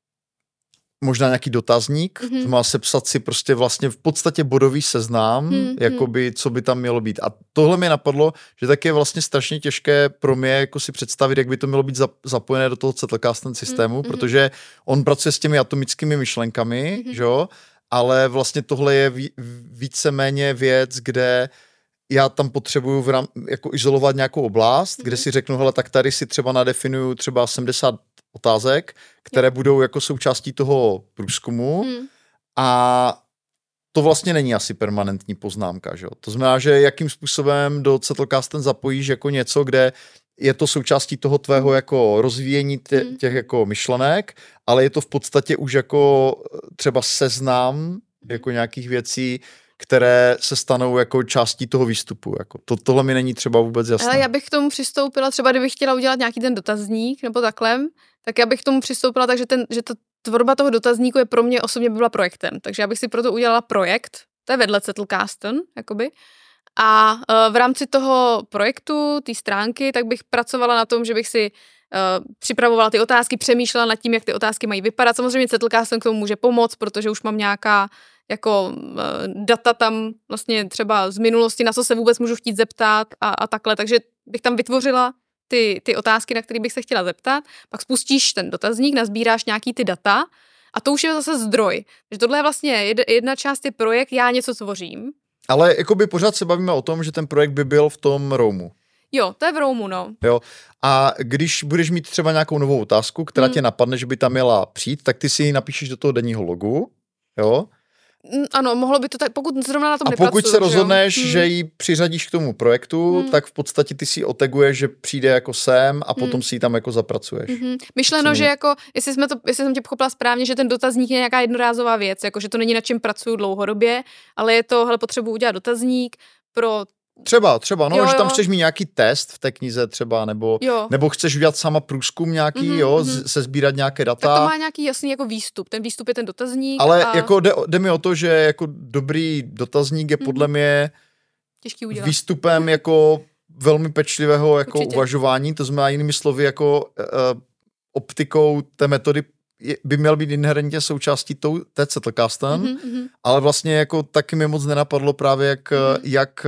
možná nějaký dotazník, mm-hmm. to má sepsat si prostě vlastně v podstatě bodový seznam, mm-hmm. jakoby, co by tam mělo být. A tohle mi napadlo, že tak je vlastně strašně těžké pro mě jako si představit, jak by to mělo být zapojené do toho Settlecast systému, mm-hmm. protože on pracuje s těmi atomickými myšlenkami, mm-hmm. že jo, ale vlastně tohle je víceméně věc, kde já tam potřebuju v rám, jako izolovat nějakou oblast, mm-hmm. kde si řeknu, hele, tak tady si třeba nadefinuju třeba sedmdesát otázek, které budou jako součástí toho průzkumu mm. a to vlastně není asi permanentní poznámka, že jo? To znamená, že jakým způsobem do Zettelkasten zapojíš jako něco, kde je to součástí toho tvého jako rozvíjení tě, těch jako myšlenek, ale je to v podstatě už jako třeba seznam jako nějakých věcí, které se stanou jako částí toho výstupu. Jako to, tohle mi není třeba vůbec jasné. Ale já bych k tomu přistoupila, třeba kdybych chtěla udělat nějaký ten dotazník nebo takhle, tak já bych k tomu přistoupila tak, že, ten, že ta tvorba toho dotazníku je pro mě osobně by byla projektem. Takže já bych si proto udělala projekt, to je vedle Zettelkasten, jakoby. A uh, v rámci toho projektu, té stránky, tak bych pracovala na tom, že bych si uh, připravovala ty otázky, přemýšlela nad tím, jak ty otázky mají vypadat. Samozřejmě Zettelkasten k tomu může pomoct, protože už mám nějaká jako uh, data tam vlastně třeba z minulosti, na co se vůbec můžu chtít zeptat a, a takhle. Takže bych tam vytvořila ty, ty otázky, na které bych se chtěla zeptat. Pak spustíš ten dotazník, nazbíráš nějaký ty data a to už je zase zdroj. Takže tohle je vlastně jedna část, je projekt, já něco tvořím. Ale jakoby pořád se bavíme o tom, že ten projekt by byl v tom Roamu. Jo, to je v Roamu, no. Jo. A když budeš mít třeba nějakou novou otázku, která hmm. tě napadne, že by tam měla přijít, tak ty si ji napíšeš do toho denního logu, jo? Ano, mohlo by to tak, pokud zrovna na tom a nepracuju. A pokud se rozhodneš, hmm. že ji přiřadíš k tomu projektu, hmm. tak v podstatě ty si otaguješ, že přijde jako sem a potom hmm. si ji tam jako zapracuješ. Hmm. Myšleno, že jako, jestli, jsme to, jestli jsem tě pochopila správně, že ten dotazník je nějaká jednorázová věc, jako že to není na čem pracuju dlouhodobě, ale je to, hele, potřebuji udělat dotazník pro... Třeba, třeba, no, jo, že tam jo. chceš mít nějaký test v té knize třeba, nebo, nebo chceš udělat sama průzkum nějaký, mm-hmm, jo, mm-hmm. se sbírat nějaké data. Tak to má nějaký jasný jako výstup, ten výstup je ten dotazník. Ale a... jako jde, jde mi o to, že jako dobrý dotazník je podle mm-hmm. mě těžký udělat. Výstupem jako velmi pečlivého jako Určitě. uvažování, to znamená jinými slovy jako uh, optikou té metody je, by měl být inherentně součástí tou, té Zettelkasten, mm-hmm. ale vlastně jako taky mi moc nenapadlo právě jak, mm-hmm. jak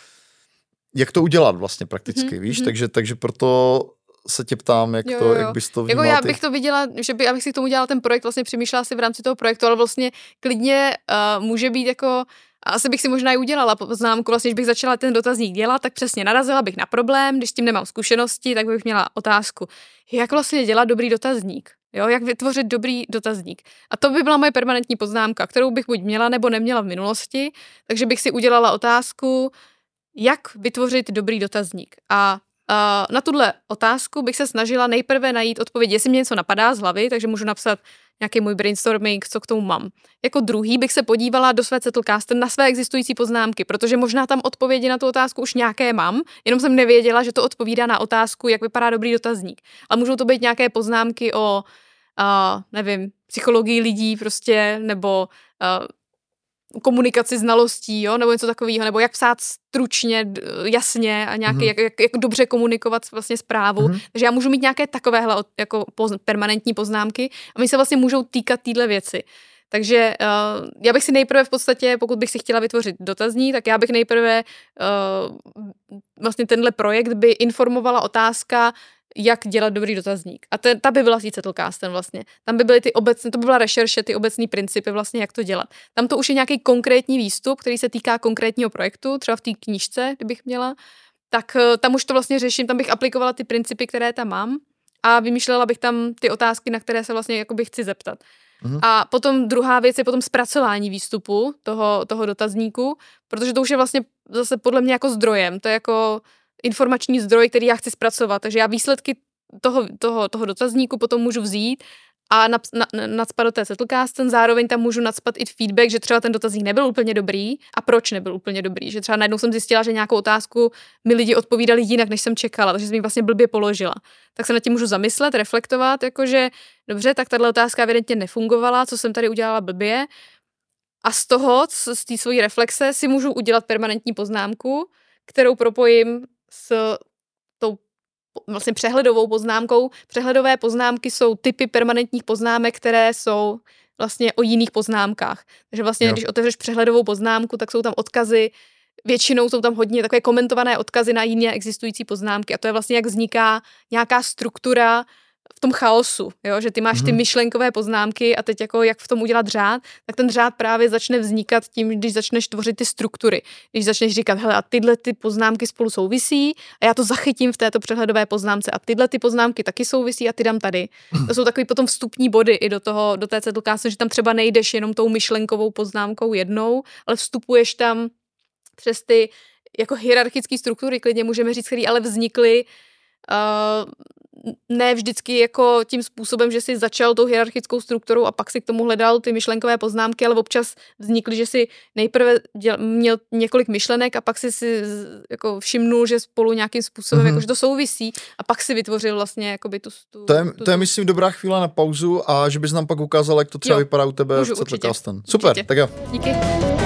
jak to udělat vlastně prakticky, mm-hmm. víš, takže, takže proto se tě ptám, jak, jo, to, jo. jak bys to vnímal. Jako já ty. bych to viděla, že by, abych si k tomu dělala ten projekt, vlastně přemýšlela si v rámci toho projektu, ale vlastně klidně uh, může být jako, asi bych si možná i udělala poznámku, vlastně, když bych začala ten dotazník dělat, tak přesně narazila bych na problém, když s tím nemám zkušenosti, tak bych měla otázku, jak vlastně dělat dobrý dotazník. Jo, jak vytvořit dobrý dotazník. A to by byla moje permanentní poznámka, kterou bych buď měla nebo neměla v minulosti, takže bych si udělala otázku, jak vytvořit dobrý dotazník. A uh, na tuhle otázku bych se snažila nejprve najít odpověď, jestli mě něco napadá z hlavy, takže můžu napsat nějaký můj brainstorming, co k tomu mám. Jako druhý bych se podívala do své Zettelkasten na své existující poznámky, protože možná tam odpovědi na tu otázku už nějaké mám, jenom jsem nevěděla, že to odpovídá na otázku, jak vypadá dobrý dotazník. Ale můžou to být nějaké poznámky o, uh, nevím, psychologii lidí prostě, nebo uh, komunikaci znalostí, jo, nebo něco takového, nebo jak psát stručně, jasně a nějaký, mm-hmm. jak, jak, jak dobře komunikovat vlastně zprávu. Mm-hmm. Takže já můžu mít nějaké takovéhle jako poz, permanentní poznámky a mi se vlastně můžou týkat téhle věci. Takže uh, já bych si nejprve v podstatě, pokud bych si chtěla vytvořit dotazník, tak já bych nejprve uh, vlastně tenhle projekt by informovala otázka, jak dělat dobrý dotazník. A ten, ta by byla Zettelkasten vlastně. Tam by byly ty obecné, to by byla rešerše, ty obecné principy vlastně, jak to dělat. Tam to už je nějaký konkrétní výstup, který se týká konkrétního projektu, třeba v té knížce, kdybych měla, tak tam už to vlastně řeším, tam bych aplikovala ty principy, které tam mám a vymýšlela bych tam ty otázky, na které se vlastně jakoby chci zeptat. Mhm. A potom druhá věc je potom zpracování výstupu toho, toho dotazníku, protože to už je vlastně zase podle mě jako zdrojem, to je jako informační zdroj, který já chci zpracovat. Takže já výsledky toho, toho, toho dotazníku potom můžu vzít a na, na, nacpat do té Zettelkasten, zároveň tam můžu nacpat i feedback, že třeba ten dotazník nebyl úplně dobrý a proč nebyl úplně dobrý. Že třeba najednou jsem zjistila, že nějakou otázku mi lidi odpovídali jinak, než jsem čekala, takže jsem ji vlastně blbě položila. Tak se nad tím můžu zamyslet, reflektovat, jakože dobře, tak tahle otázka evidentně nefungovala, co jsem tady udělala blbě. A z toho, z té svojí reflexe si můžu udělat permanentní poznámku, kterou propojím s tou vlastně přehledovou poznámkou. Přehledové poznámky jsou typy permanentních poznámek, které jsou vlastně o jiných poznámkách. Takže vlastně, jo. Když otevřeš přehledovou poznámku, tak jsou tam odkazy, většinou jsou tam hodně takové komentované odkazy na jiné existující poznámky. A to je vlastně, jak vzniká nějaká struktura v tom chaosu, jo? Že ty máš ty myšlenkové poznámky a teď jako jak v tom udělat řád, tak ten řád právě začne vznikat tím, když začneš tvořit ty struktury. Když začneš říkat, hele, a tyhle ty poznámky spolu souvisí a já to zachytím v této přehledové poznámce a tyhle ty poznámky taky souvisí a ty dám tady. To jsou takový potom vstupní body i do toho, do té Zettelkasten, že tam třeba nejdeš jenom tou myšlenkovou poznámkou jednou, ale vstupuješ tam přes ty jako hierarchické struktury, klidně můžeme říct, které ale vznikly uh, ne vždycky jako tím způsobem, že si začal tou hierarchickou strukturou a pak si k tomu hledal ty myšlenkové poznámky, ale občas vznikly, že si nejprve děl, měl několik myšlenek a pak si si jako všimnul, že spolu nějakým způsobem, mm-hmm. jakože to souvisí a pak si vytvořil vlastně jakoby tu... tu to, je, tu, to je, myslím, dobrá chvíle na pauzu a že bys nám pak ukázal, jak to třeba jo, vypadá u tebe v Zettelkasten. Super, určitě. Tak jo. Díky.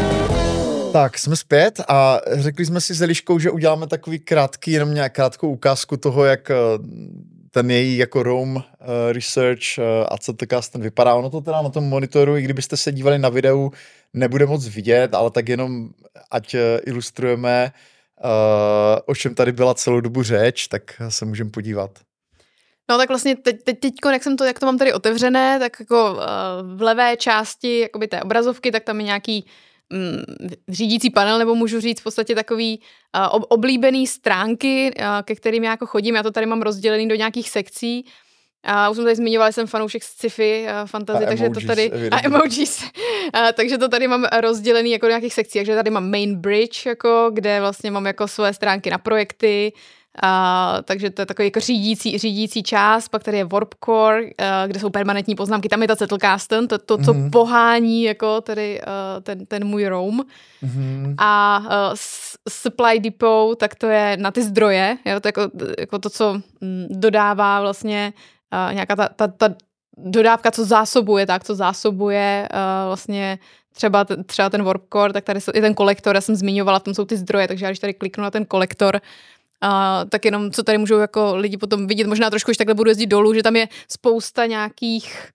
Tak, jsme zpět a řekli jsme si s Eliškou, že uděláme takový krátký, jenom nějak krátkou ukázku toho, jak ten její jako Roam uh, Research uh, a Zettelkasten vypadá. Ono to teda na tom monitoru, i kdybyste se dívali na videu, nebude moc vidět, ale tak jenom, ať uh, ilustrujeme, uh, o čem tady byla celou dobu řeč, tak se můžeme podívat. No tak vlastně teď, teď teďko, jak jsem to, jak to mám tady otevřené, tak jako uh, v levé části jakoby té obrazovky, tak tam je nějaký řídící panel, nebo můžu říct v podstatě takový uh, oblíbený stránky, uh, ke kterým já jako chodím. Já to tady mám rozdělený do nějakých sekcí. Uh, už jsem tady zmiňovala, jsem fanoušek sci-fi, uh, fantasy, a takže emojis, to tady... Evidentně. A emojis. uh, takže to tady mám rozdělený jako do nějakých sekcí. Takže tady mám main bridge, jako, kde vlastně mám jako svoje stránky na projekty. Uh, takže to je takový jako řídící, řídící část, pak tady je Warp Core, uh, kde jsou permanentní poznámky, tam je ta Zettelkasten, to, to co mm-hmm. pohání jako tady uh, ten, ten můj Roam. Mm-hmm. A uh, Supply Depot, tak to je na ty zdroje, jo, to, jako, jako to, co mm, dodává vlastně uh, nějaká ta, ta, ta dodávka, co zásobuje, tak co zásobuje uh, vlastně třeba, třeba ten Warp Core, tak tady je ten kolektor, já jsem zmiňovala, v tom jsou ty zdroje, takže já když tady kliknu na ten kolektor, Uh, tak jenom, co tady můžou jako lidi potom vidět, možná trošku, už takhle budu jezdit dolů, že tam je spousta nějakých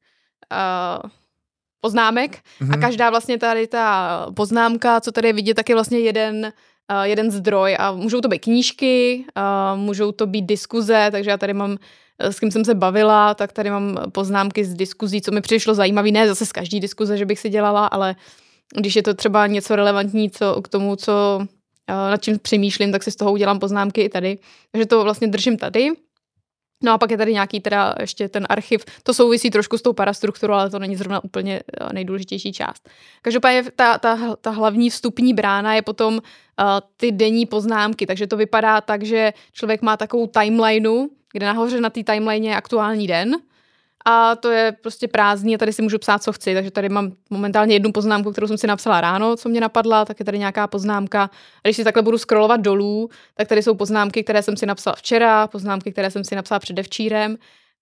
uh, poznámek mm-hmm. a každá vlastně tady ta poznámka, co tady je vidět, tak je vlastně jeden, uh, jeden zdroj a můžou to být knížky, uh, můžou to být diskuze, takže já tady mám, s kým jsem se bavila, tak tady mám poznámky z diskuzí, co mi přišlo zajímavý, ne zase z každý diskuze, že bych si dělala, ale když je to třeba něco relevantní co, k tomu, co nad čím přemýšlím, tak si z toho udělám poznámky i tady. Takže to vlastně držím tady. No a pak je tady nějaký teda ještě ten archiv. To souvisí trošku s tou parastrukturou, ale to není zrovna úplně nejdůležitější část. Každopádně ta, ta, ta hlavní vstupní brána je potom uh, ty denní poznámky. Takže to vypadá tak, že člověk má takovou timelineu, kde nahoře na té timeline je aktuální den. A to je prostě prázdný a tady si můžu psát, co chci. Takže tady mám momentálně jednu poznámku, kterou jsem si napsala ráno, co mě napadla, tak je tady nějaká poznámka. A když si takhle budu scrollovat dolů, tak tady jsou poznámky, které jsem si napsala včera, poznámky, které jsem si napsala předevčírem.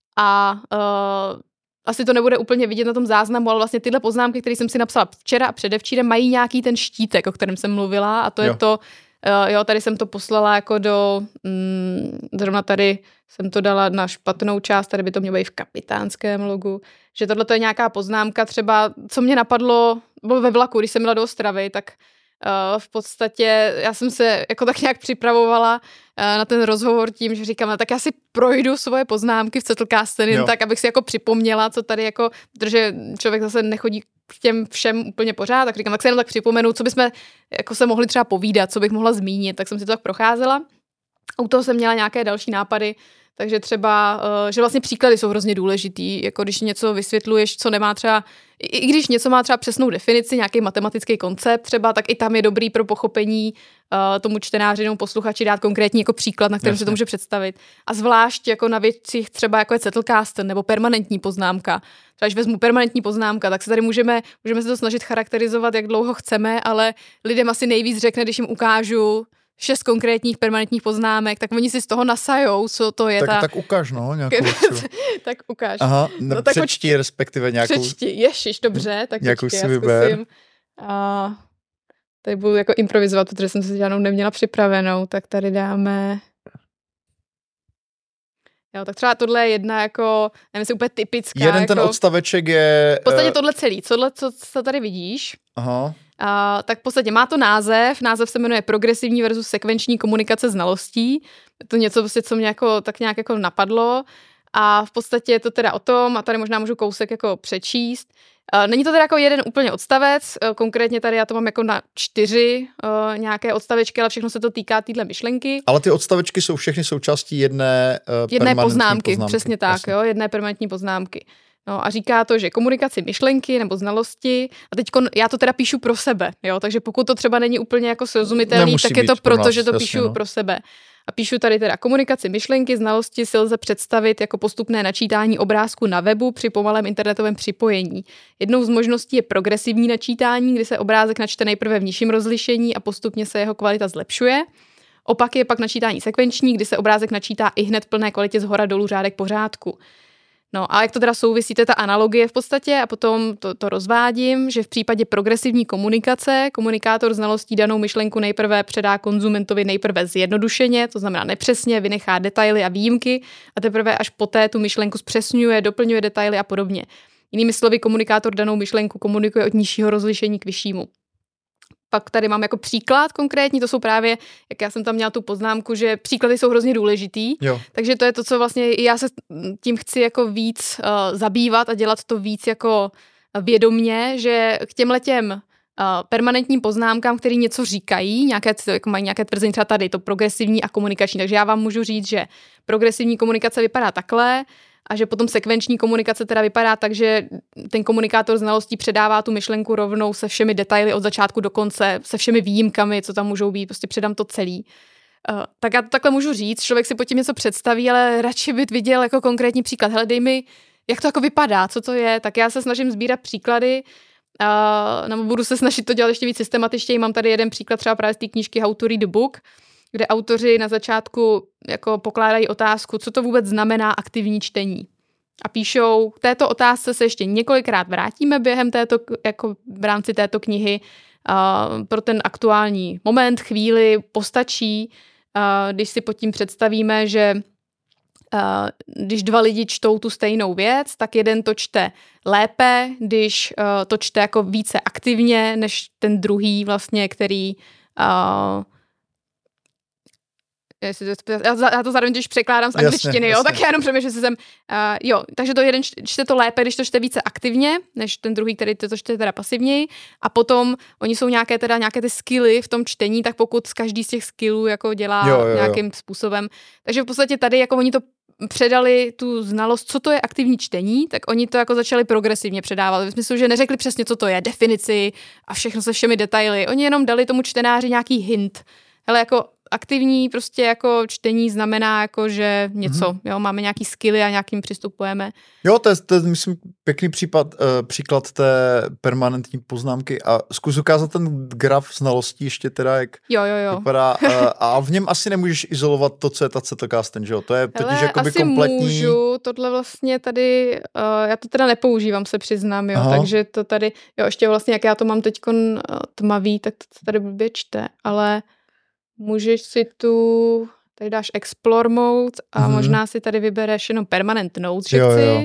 A uh, asi to nebude úplně vidět na tom záznamu, ale vlastně tyhle poznámky, které jsem si napsala včera a předevčírem, mají nějaký ten štítek, o kterém jsem mluvila. A to jo. je to, uh, jo, tady jsem to poslala jako do, mm, zrovna tady jsem to dala na špatnou část, tady by to mělo být v kapitánském logu, že tohle to je nějaká poznámka třeba, co mě napadlo, bylo ve vlaku, když jsem jela do Ostravy, tak uh, v podstatě já jsem se jako tak nějak připravovala uh, na ten rozhovor tím, že říkám, no, tak já si projdu svoje poznámky v Zettelkasten, jen tak, abych si jako připomněla, co tady jako, protože člověk zase nechodí k těm všem úplně pořád, tak říkám, tak se jenom tak připomenu, co bychom jako se mohli třeba povídat, co bych mohla zmínit, tak jsem si to tak procházela. U toho jsem měla nějaké další nápady, takže třeba, že vlastně příklady jsou hrozně důležitý, jako když něco vysvětluješ, co nemá třeba, i když něco má třeba přesnou definici, nějaký matematický koncept třeba, tak i tam je dobrý pro pochopení tomu čtenáři nebo posluchači dát konkrétní jako příklad, na kterém se to může představit. A zvlášť jako na věcích třeba jako je Zettelkasten nebo permanentní poznámka. Třeba když vezmu permanentní poznámka, tak se tady můžeme, můžeme se to snažit charakterizovat, jak dlouho chceme, ale lidem asi nejvíc řekne, když jim ukážu šest konkrétních permanentních poznámek, tak oni si z toho nasajou, co to je. Tak, ta... tak ukáž, no, nějakou Tak ukáž. Aha, no, no, tak přečti respektive nějakou. Přečti, ježiš, dobře, tak nějakou počkej, si vyber. A tady budu jako improvizovat, protože jsem se žádnou neměla připravenou, tak tady dáme... Jo, tak třeba tohle je jedna jako, nevím, jestli úplně typická. Jeden jako... ten odstaveček je... V podstatě tohle celý, tohle, co, co tady vidíš. Aha. Uh, tak v podstatě má to název, název se jmenuje Progresivní versus sekvenční komunikace znalostí. Je to něco, prostě, co mě jako, tak nějak jako napadlo. A v podstatě je to teda o tom, a tady možná můžu kousek jako přečíst. Není to teda jako jeden úplně odstavec, konkrétně tady já to mám jako na čtyři uh, nějaké odstavečky, ale všechno se to týká téhle myšlenky. Ale ty odstavečky jsou všechny součástí jedné uh, jedné poznámky, poznámky, přesně tak, jasně. jo, jedné permanentní poznámky. No a říká to, že komunikaci myšlenky nebo znalosti, a teď já to teda píšu pro sebe, jo, takže pokud to třeba není úplně jako srozumitelný, Nemusí tak je to pro proto, nás, že to jasně, píšu no. pro sebe. A píšu tady teda komunikaci myšlenky, znalosti si lze představit jako postupné načítání obrázku na webu při pomalém internetovém připojení. Jednou z možností je progresivní načítání, kdy se obrázek načte nejprve v nižším rozlišení a postupně se jeho kvalita zlepšuje. Opak je pak načítání sekvenční, kdy se obrázek načítá i hned v plné kvalitě zhora dolů řádek po řádku. No a jak to teda souvisí, to je ta analogie v podstatě a potom to, to rozvádím, že v případě progresivní komunikace komunikátor znalostí danou myšlenku nejprve předá konzumentovi nejprve zjednodušeně, to znamená nepřesně, vynechá detaily a výjimky a teprve až poté tu myšlenku zpřesňuje, doplňuje detaily a podobně. Jinými slovy, komunikátor danou myšlenku komunikuje od nižšího rozlišení k vyššímu. Pak tady mám jako příklad konkrétní, to jsou právě, jak já jsem tam měla tu poznámku, že příklady jsou hrozně důležitý, jo. Takže to je to, co vlastně já se tím chci jako víc uh, zabývat a dělat to víc jako vědomně, že k těmhletěm uh, permanentním poznámkám, který něco říkají, nějaké, jako mají nějaké tvrzení, třeba tady, to progresivní a komunikační, takže já vám můžu říct, že progresivní komunikace vypadá takhle, a že potom sekvenční komunikace teda vypadá tak, že ten komunikátor znalostí předává tu myšlenku rovnou se všemi detaily od začátku do konce, se všemi výjimkami, co tam můžou být, prostě předám to celý. Uh, tak já to takhle můžu říct, člověk si pod tím něco představí, ale radši by viděl jako konkrétní příklad. Hele, dej mi, jak to jako vypadá, co to je, tak já se snažím sbírat příklady, uh, nebo budu se snažit to dělat ještě víc systematičtěji. Mám tady jeden příklad třeba právě z té knížky How to read a book, kde autoři na začátku jako pokládají otázku, co to vůbec znamená aktivní čtení. A píšou, k této otázce se ještě několikrát vrátíme během této, jako v rámci této knihy. Uh, pro ten aktuální moment, chvíli postačí, uh, když si pod tím představíme, že uh, když dva lidi čtou tu stejnou věc, tak jeden to čte lépe, když uh, to čte jako více aktivně, než ten druhý vlastně, který uh, já to zároveň, když překládám z angličtiny, jasně, jo, jasně. Tak já jenom přemýšlím, že jsem, uh, jo, takže to jeden čte to lépe, když to čte více aktivně, než ten druhý, který to čte teda pasivněji, a potom oni jsou nějaké teda nějaké ty skilly v tom čtení, tak pokud z každý z těch skillů jako dělá jo, jo, nějakým jo. způsobem, takže v podstatě tady jako oni to předali tu znalost, co to je aktivní čtení, tak oni to jako začali progresivně předávat. V smyslu, že neřekli přesně, co to je, definici a všechno se všemi detaily. Oni jenom dali tomu čtenáři nějaký hint. Hele, jako aktivní prostě jako čtení znamená jako, že něco, mm-hmm. jo, máme nějaký skilly a nějakým přistupujeme. Jo, to je, to je myslím, pěkný případ, uh, příklad té permanentní poznámky a zkus ukázat ten graf znalostí ještě teda, jak jo, jo, jo. vypadá uh, a v něm asi nemůžeš izolovat to, co je ta Zettelkasten, že jo, to je totiž jakoby kompletní. Asi můžu, tohle vlastně tady, uh, já to teda nepoužívám, se přiznám, jo, Aha. takže to tady, jo, ještě vlastně, jak já to mám teďkon uh, tmavý, tak to tady blbě čte, ale můžeš si tu, tady dáš Explore mode a mm-hmm. možná si tady vybereš jenom Permanent Notes, že jo, chci. Jo.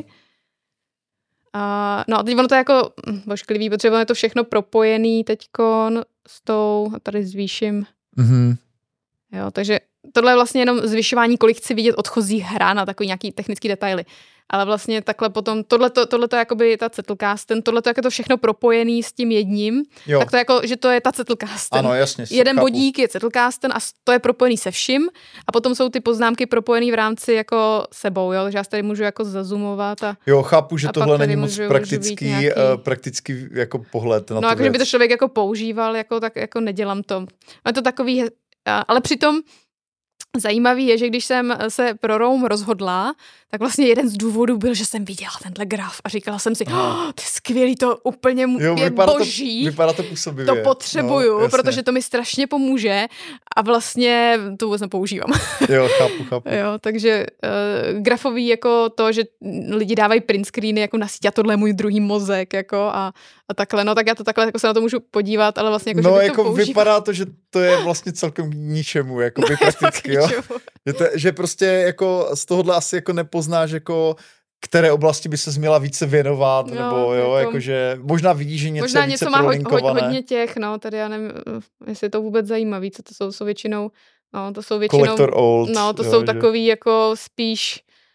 A, no a teď ono to je jako božklivý, protože ono je to všechno propojený teďkon s tou, a tady zvýším. Mm-hmm. Jo, takže tohle je vlastně jenom zvyšování, kolik chci vidět odchozí hra na takový nějaký technický detaily. Ale vlastně takhle potom, tohleto, tohleto je jakoby ta Zettelkasten, tohleto je to všechno propojený s tím jedním, jo. Tak to je jako, že to je ta Zettelkasten. Ano, jasně. Jeden chápu. bodík je Zettelkasten a to je propojený se vším a potom jsou ty poznámky propojený v rámci jako sebou, jo, takže já tady můžu jako zazumovat a jo, chápu, že tohle není moc můžu, praktický, můžu nějaký... uh, praktický jako pohled na no, tu jako, věc. že by to člověk jako používal, jako tak jako nedělám to. No, je to takový, uh, ale přitom zajímavý je, že když jsem se pro Rome rozhodla, tak vlastně jeden z důvodů byl, že jsem viděla tenhle graf a říkala jsem si, oh, to je skvělý, to úplně jo, je vypadá boží. To, vypadá to působivě. To potřebuju, no, protože to mi strašně pomůže a vlastně to vůbec nepoužívám. Jo, chápu, chápu. Jo, takže uh, grafový jako to, že lidi dávají print screeny jako na síť a tohle je můj druhý mozek jako a, a takhle, no tak já to takhle jako se na to můžu podívat, ale vlastně jako, no, že bych jako to používal. vypadá to, že to je vlastně celkem k ničemu, jako by prakticky, jo. Že, to, že prostě jako z tohohle asi jako nepoznáš jako které oblasti by se měla více věnovat, no, nebo jo, jako, jakože možná vidíš, že něco možná je více něco má prolinkované. hodně těch, no, tady já nevím, jestli je to vůbec zajímavý, co to jsou, jsou většinou, no, to jsou většinou, Collector old. no, to jo, jsou že... takový jako spíš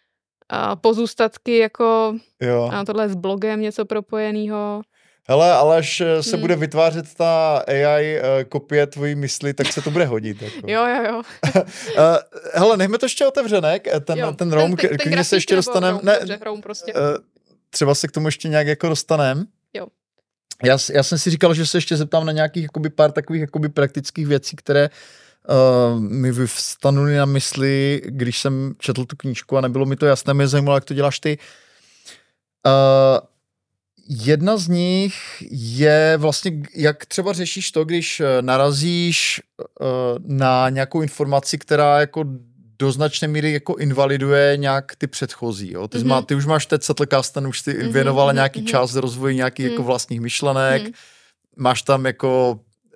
pozůstatky jako jo. A tohle s blogem něco propojenýho. Hele, ale až se hmm. bude vytvářet ta A I uh, kopie tvojí mysli, tak se to bude hodit. Jako. jo, jo, jo. uh, hele, nechme to ještě otevřené, ten, jo, ten Roam, ten, ten, ten klidně se ještě dostaneme. Ne, dobře, Roam prostě. uh, třeba se k tomu ještě nějak jako dostaneme. Jo. Já, já jsem si říkal, že se ještě zeptám na nějakých jakoby, pár takových jakoby, praktických věcí, které uh, mi vyvstanuly na mysli, když jsem četl tu knížku a nebylo mi to jasné, mě zajímalo, jak to děláš ty. Uh, Jedna z nich je vlastně, jak třeba řešíš to, když narazíš uh, na nějakou informaci, která jako do značné míry jako invaliduje nějak ty předchozí. Jo? Ty, mm-hmm. má, ty už máš teď Settlecast, ten už ty mm-hmm, věnovala mm-hmm, nějaký mm-hmm. čas rozvoji nějakých mm-hmm. jako vlastních myšlenek. Mm-hmm. Máš tam jako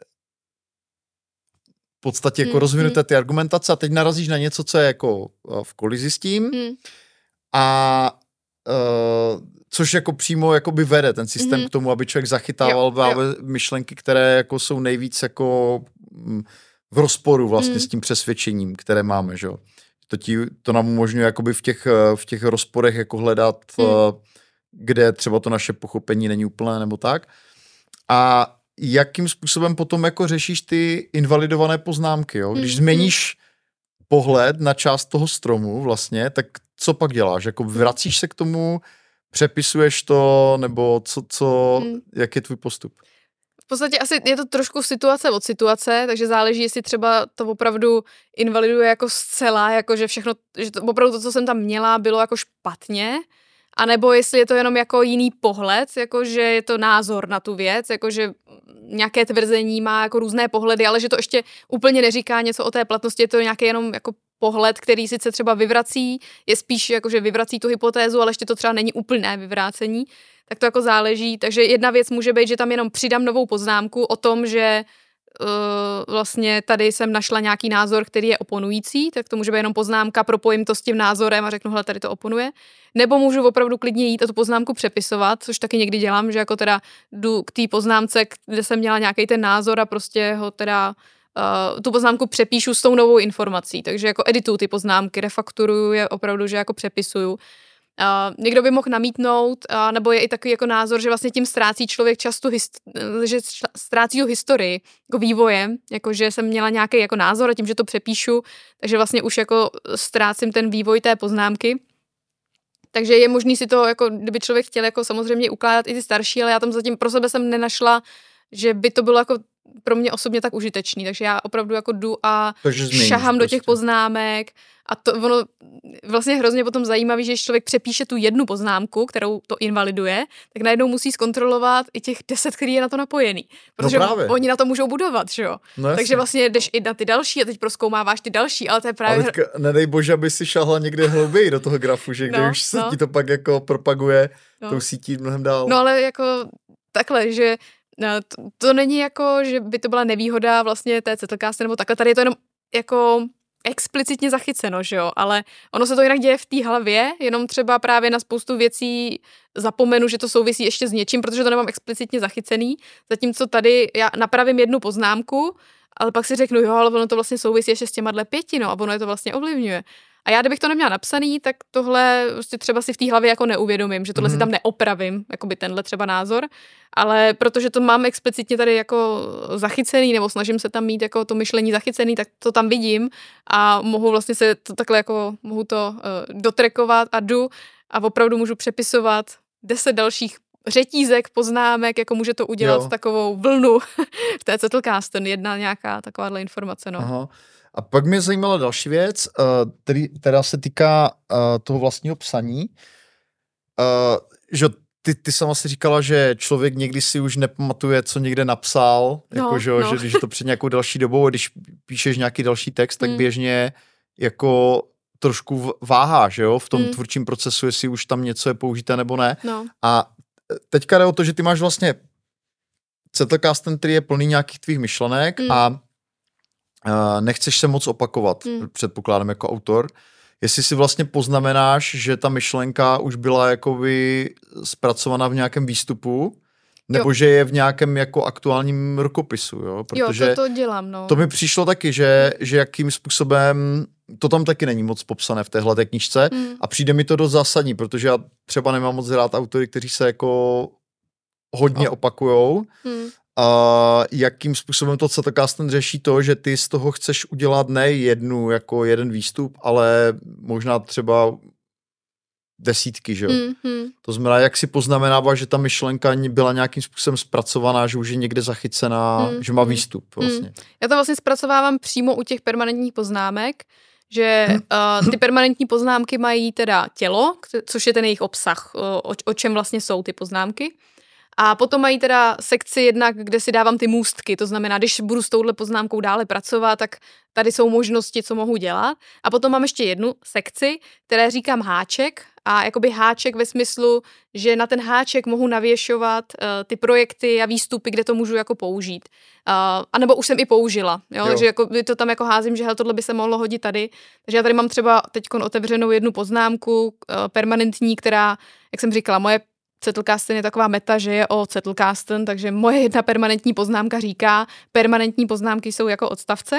v podstatě jako mm-hmm. rozvinuté ty argumentace a teď narazíš na něco, co je jako v kolizi s tím mm-hmm. a uh, což jako přímo jakoby vede ten systém mm-hmm. k tomu, aby člověk zachytával jo, jo. myšlenky, které jako jsou nejvíc jako v rozporu vlastně mm. s tím přesvědčením, které máme, že jo. To, tí, to nám umožňuje jakoby v těch, v těch rozporech jako hledat, mm. kde třeba to naše pochopení není úplné nebo tak. A jakým způsobem potom jako řešíš ty invalidované poznámky, jo. Když mm. změníš pohled na část toho stromu vlastně, tak co pak děláš? Jako vracíš se k tomu, přepisuješ to, nebo co, co hmm. jak je tvůj postup? V podstatě asi je to trošku situace od situace, takže záleží, jestli třeba to opravdu invaliduje jako zcela, jako že všechno, že to, opravdu to, co jsem tam měla, bylo jako špatně, anebo jestli je to jenom jako jiný pohled, jako že je to názor na tu věc, jako že nějaké tvrzení má jako různé pohledy, ale že to ještě úplně neříká něco o té platnosti, je to nějaký jenom jako pohled, který sice třeba vyvrací, je spíš jako, že vyvrací tu hypotézu, ale ještě to třeba není úplné vyvrácení, tak to jako záleží. Takže jedna věc může být, že tam jenom přidám novou poznámku o tom, že uh, vlastně tady jsem našla nějaký názor, který je oponující, tak to může být jenom poznámka, propojím to s tím názorem a řeknu, hele, tady to oponuje. Nebo můžu opravdu klidně jít a tu poznámku přepisovat, což taky někdy dělám, že jako teda jdu k té poznámce, kde jsem měla nějaký ten názor a prostě ho teda Uh, tu poznámku přepíšu s tou novou informací, takže jako edituju ty poznámky, refakturuju je opravdu, že jako přepisuju. Uh, někdo by mohl namítnout, uh, nebo je i takový jako názor, že vlastně tím ztrácí člověk často, hist- že ztrácí tu historii jako vývojem, jako že jsem měla nějaký jako názor a tím, že to přepíšu, takže vlastně už jako ztrácím ten vývoj té poznámky. Takže je možný si to, jako kdyby člověk chtěl jako samozřejmě ukládat i ty starší, ale já tam zatím pro sebe jsem nenašla, že by to bylo jako pro mě osobně tak užitečný, takže já opravdu jako jdu a šahám do těch prostě poznámek a to ono vlastně hrozně potom zajímavý, že když člověk přepíše tu jednu poznámku, kterou to invaliduje, tak najednou musí zkontrolovat i těch deset, který je na to napojený, protože no oni na to můžou budovat, že jo. No takže vlastně jdeš i na ty další a teď prozkoumáváš ty další, ale to je právě... Ale teďka, nedej bože, aby si šahla někde hlouběji do toho grafu, že když no, už se no. ti to pak jako propaguje no. tou sítí mnohem dál. No ale jako takhle, že No, to, to není jako, že by to byla nevýhoda vlastně té Settlecast nebo takhle, tady je to jenom jako explicitně zachyceno, že jo, ale ono se to jinak děje v té hlavě, jenom třeba právě na spoustu věcí zapomenu, že to souvisí ještě s něčím, protože to nemám explicitně zachycený, zatímco tady já napravím jednu poznámku, ale pak si řeknu, jo, ale ono to vlastně souvisí ještě s těma dle pěti, no, a ono je to vlastně ovlivňuje. A já, kdybych to neměla napsaný, tak tohle prostě třeba si v té hlavě jako neuvědomím, že tohle mm-hmm. si tam neopravím, jako by tenhle třeba názor, ale protože to mám explicitně tady jako zachycený, nebo snažím se tam mít jako to myšlení zachycený, tak to tam vidím a mohu vlastně se to takhle jako, mohu to uh, dotrekovat a jdu a opravdu můžu přepisovat deset dalších řetízek, poznámek, jako může to udělat jo. takovou vlnu v té Settlecast, ten jedna nějaká takováhle informace, no. Aha. A pak mě zajímala další věc, který, která se týká uh, toho vlastního psaní. Uh, že ty, ty sama si říkala, že člověk někdy si už nepamatuje, co někde napsal, no, jako, že, no. že když je to před nějakou další dobou a když píšeš nějaký další text, tak mm. běžně jako trošku váhá, že jo, v tom mm. tvůrčím procesu, jestli už tam něco je použité nebo ne. No. A teďka jde o to, že ty máš vlastně Settlecast, který je plný nějakých tvých myšlenek mm. a Uh, nechceš se moc opakovat, hmm. předpokládám jako autor. Jestli si vlastně poznamenáš, že ta myšlenka už byla jakoby zpracovaná v nějakém výstupu, Nebo jo. že je v nějakém jako aktuálním rukopisu, jo? Protože jo, to, to dělám, no. To mi přišlo taky, že, že jakým způsobem, to tam taky není moc popsané v téhle knížce hmm. a přijde mi to dost zásadní, protože já třeba nemám moc rád autory, kteří se jako hodně oh. opakujou. Hmm. A jakým způsobem to Zettelkasten řeší to, že ty z toho chceš udělat ne jednu, jako jeden výstup, ale možná třeba desítky, že jo. Mm-hmm. To znamená, jak si poznamenává, že ta myšlenka byla nějakým způsobem zpracovaná, že už je někde zachycená, mm-hmm. že má výstup vlastně. Mm. Já to vlastně zpracovávám přímo u těch permanentních poznámek, že uh, ty permanentní poznámky mají teda tělo, což je ten jejich obsah, o, o čem vlastně jsou ty poznámky. A potom mají teda sekci jednak, kde si dávám ty můstky, to znamená, když budu s touhle poznámkou dále pracovat, tak tady jsou možnosti, co mohu dělat. A potom mám ještě jednu sekci, které říkám háček a jakoby háček ve smyslu, že na ten háček mohu navěšovat uh, ty projekty a výstupy, kde to můžu jako použít. Uh, a nebo už jsem i použila, jo? Jo. Takže jako, to tam jako házím, že hele, tohle by se mohlo hodit tady. Takže já tady mám třeba teďkon otevřenou jednu poznámku uh, permanentní, která, jak jsem říkala, moje Zettelkasten je taková meta, že je o Zettelkasten, takže moje jedna permanentní poznámka říká, permanentní poznámky jsou jako odstavce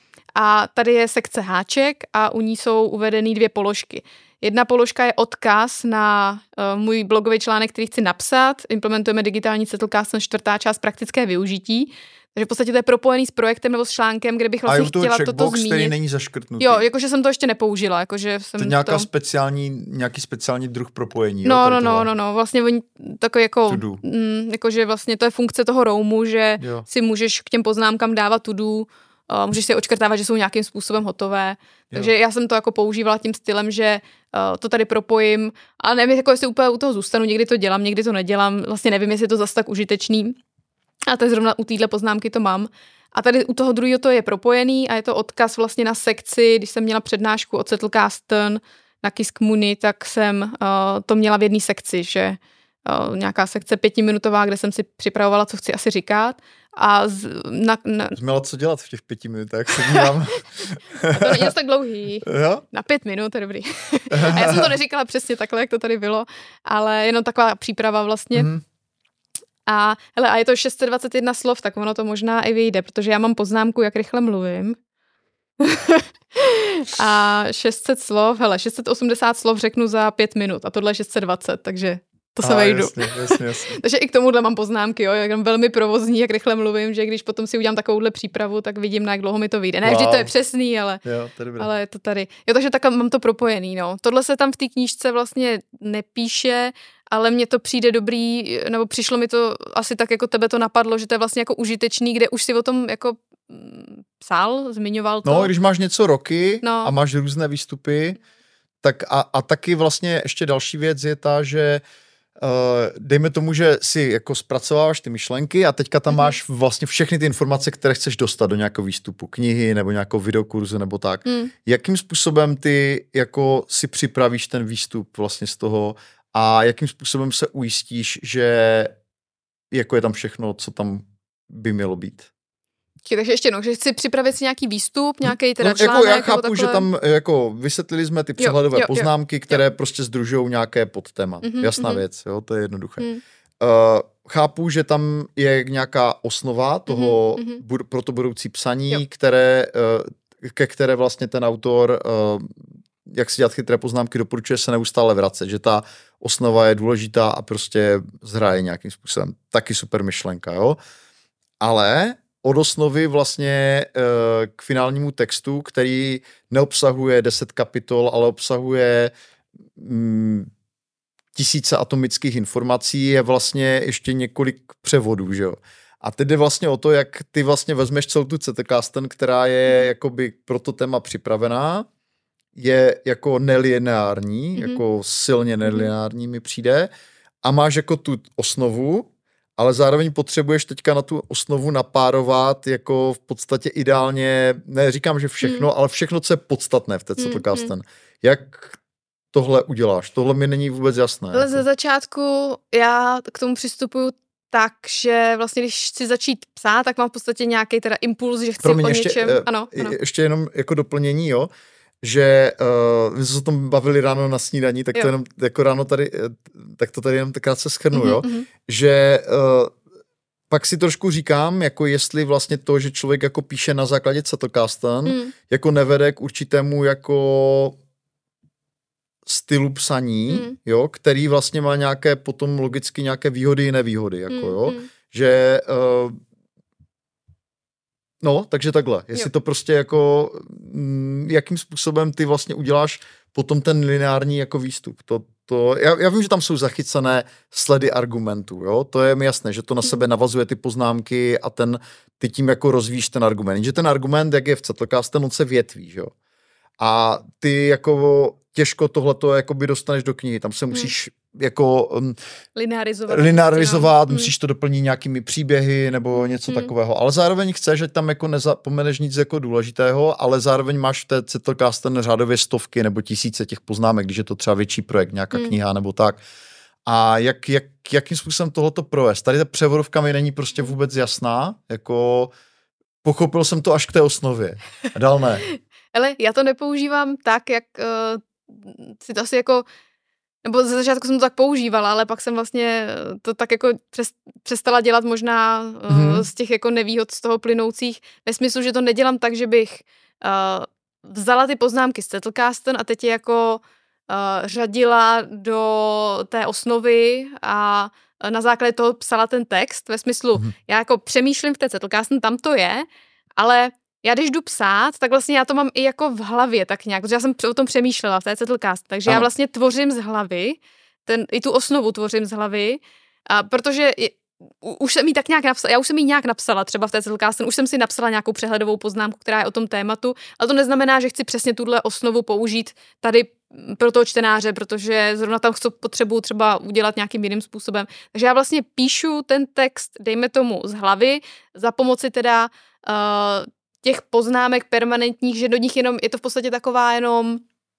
a tady je sekce háček a u ní jsou uvedeny dvě položky. Jedna položka je odkaz na uh, můj blogový článek, který chci napsat. Implementujeme digitální Zettelkasten, čtvrtá část praktické využití. Takže v podstatě to je propojený s projektem nebo s článkem, kde bych vlastně chtěla toto zmínit. Který není zaškrtnutý. Jo, jakože jsem to ještě nepoužila. Jakože jsem to je nějaká to... speciální, nějaký speciální druh propojení. No, jo, no, no, no, no, vlastně oni takový jako, mm, jakože vlastně to je funkce toho Roamu, že jo. si můžeš k těm poznámkám dávat to do, uh, můžeš si očkrtávat, že jsou nějakým způsobem hotové. Takže jo. já jsem to jako používala tím stylem, že uh, to tady propojím, ale nevím, jako jestli úplně u toho zůstanu, někdy to dělám, někdy to nedělám, vlastně nevím, jestli je to zas tak užitečný. A to je zrovna u téhle poznámky to mám. A tady u toho druhého to je propojený a je to odkaz vlastně na sekci, když jsem měla přednášku o Zettelkasten na Kiskmuni, tak jsem uh, to měla v jedné sekci, že uh, nějaká sekce pětiminutová, kde jsem si připravovala, co chci asi říkat. A z, na, na... Měla co dělat v těch pěti minutách, se dívám. To není tak dlouhý. Jo? Na pět minut, to je dobrý. A já jsem to neříkala přesně takhle, jak to tady bylo, ale jenom taková příprava vlastně. Mm. A, hele, a je to šest set dvacet jedna slov, tak ono to možná i vyjde, protože já mám poznámku, jak rychle mluvím. A šest set slov, hele, šest set osmdesát slov řeknu za pět minut a tohle je šest set dvacet, takže to se a, vejdu. Jasně, jasně, jasně. Takže i k tomuhle mám poznámky, jo, jak velmi provozní, jak rychle mluvím, že když potom si udělám takovouhle přípravu, tak vidím, na jak dlouho mi to vyjde. Ne, wow. Vždy to je přesný, ale, jo, to je ale je to tady. Jo, takže takhle mám to propojený, no. Tohle se tam v té knížce vlastně nepíše, ale mně to přijde dobrý, nebo přišlo mi to asi tak, jako tebe to napadlo, že to je vlastně jako užitečný, kde už si o tom jako psal, zmiňoval to. No, když máš něco roky no. a máš různé výstupy, tak a, a taky vlastně ještě další věc je ta, že uh, dejme tomu, že si jako zpracováváš ty myšlenky a teďka tam mm-hmm. máš vlastně všechny ty informace, které chceš dostat do nějakého výstupu, knihy nebo nějakého videokurzu nebo tak. Mm. Jakým způsobem ty jako si připravíš ten výstup vlastně z toho a jakým způsobem se ujistíš, že jako je tam všechno, co tam by mělo být? Takže ještě jednou, že chci připravit si nějaký výstup, nějaký teda no, článek. Jako já chápu, takhle... že tam jako vysvětlili jsme ty přehledové jo, jo, poznámky, jo, které jo. prostě sdružují nějaké podtéma. Mm-hmm, Jasná mm-hmm. věc, jo, to je jednoduché. Mm. Uh, chápu, že tam je nějaká osnova toho mm-hmm. bud- pro to budoucí psaní, jo. které, uh, ke které vlastně ten autor, uh, jak si dělat chytré poznámky, doporučuje se neustále vracet, že ta osnova je důležitá a prostě zhraje nějakým způsobem. Taky super myšlenka, jo. Ale od osnovy vlastně k finálnímu textu, který neobsahuje deset kapitol, ale obsahuje mm, tisíce atomických informací, je vlastně ještě několik převodů, že jo. A teď jde vlastně o to, jak ty vlastně vezmeš celou tu Zettelkasten, která je jakoby pro to téma připravená, je jako nelineární, mm-hmm. jako silně nelineární mi přijde, a máš jako tu osnovu, ale zároveň potřebuješ teďka na tu osnovu napárovat jako v podstatě ideálně, ne říkám, že všechno, mm. ale všechno, co je podstatné v té Zettelkasten. Mm. Jak tohle uděláš? Tohle mi není vůbec jasné. Ale jako. Ze začátku já k tomu přistupuju tak, že vlastně když chci začít psát, tak mám v podstatě nějaký teda impuls, že chci Promiň, o ještě, něčem. Uh, ano, ano. Ještě jenom jako doplnění, jo. že uh, my jsme se o tom bavili ráno na snídaní, tak jo. to jenom jako ráno tady, tak to tady jenom takrát se shrnu, mm-hmm, jo, mm-hmm. že uh, pak si trošku říkám, jako jestli vlastně to, že člověk jako píše na základě Zettelkasten, mm. jako nevede k určitému jako stylu psaní, mm. jo, který vlastně má nějaké potom logicky nějaké výhody i nevýhody, jako mm, jo, mm. že uh, no, takže takhle, jestli jo. to prostě jako m, jakým způsobem ty vlastně uděláš potom ten lineární jako výstup, to To, já, já vím, že tam jsou zachycené sledy argumentů, jo? To je mi jasné, že to na sebe navazuje ty poznámky a ten, ty tím jako rozvíjíš ten argument. Že ten argument, jak je v Zettelkasten, on se větví, že jo? A ty jako těžko tohleto jakoby dostaneš do knihy, tam se musíš hmm. jako um, linearizovat, linearizovat no. musíš to doplnit nějakými příběhy nebo něco hmm. takového, ale zároveň chceš, že tam jako nezapomeneš nic jako důležitého, ale zároveň máš v té Zettelkasten řádově stovky nebo tisíce těch poznámek, když je to třeba větší projekt, nějaká hmm. kniha nebo tak. A jak, jak, jakým způsobem tohleto provést? Tady ta převodovka mi není prostě vůbec jasná, jako pochopil jsem to až k té osnově. A dál ne. Ale já to nepoužívám tak, jak uh, si to asi jako, nebo ze začátku jsem to tak používala, ale pak jsem vlastně to tak jako přes, přestala dělat možná uh, mm-hmm. z těch jako nevýhod z toho plynoucích, ve smyslu, že to nedělám tak, že bych uh, vzala ty poznámky z Zettelkasten a teď je jako uh, řadila do té osnovy a na základě toho psala ten text, ve smyslu, mm-hmm. já jako přemýšlím v té Zettelkasten, tam to je, ale já když jdu psát, tak vlastně já to mám i jako v hlavě tak nějak, protože já jsem o tom přemýšlela v té Zettelkasten, takže Aha. já vlastně tvořím z hlavy, ten, i tu osnovu tvořím z hlavy, a protože je, už jsem jí tak nějak napsala, já už jsem jí nějak napsala třeba v té Zettelkasten, už jsem si napsala nějakou přehledovou poznámku, která je o tom tématu, ale to neznamená, že chci přesně tuhle osnovu použít tady pro toho čtenáře, protože zrovna tam chci potřebuji třeba udělat nějakým jiným způsobem. Takže já vlastně píšu ten text, dejme tomu, z hlavy, za pomoci teda uh, těch poznámek permanentních, že do nich jenom, je to v podstatě taková jenom,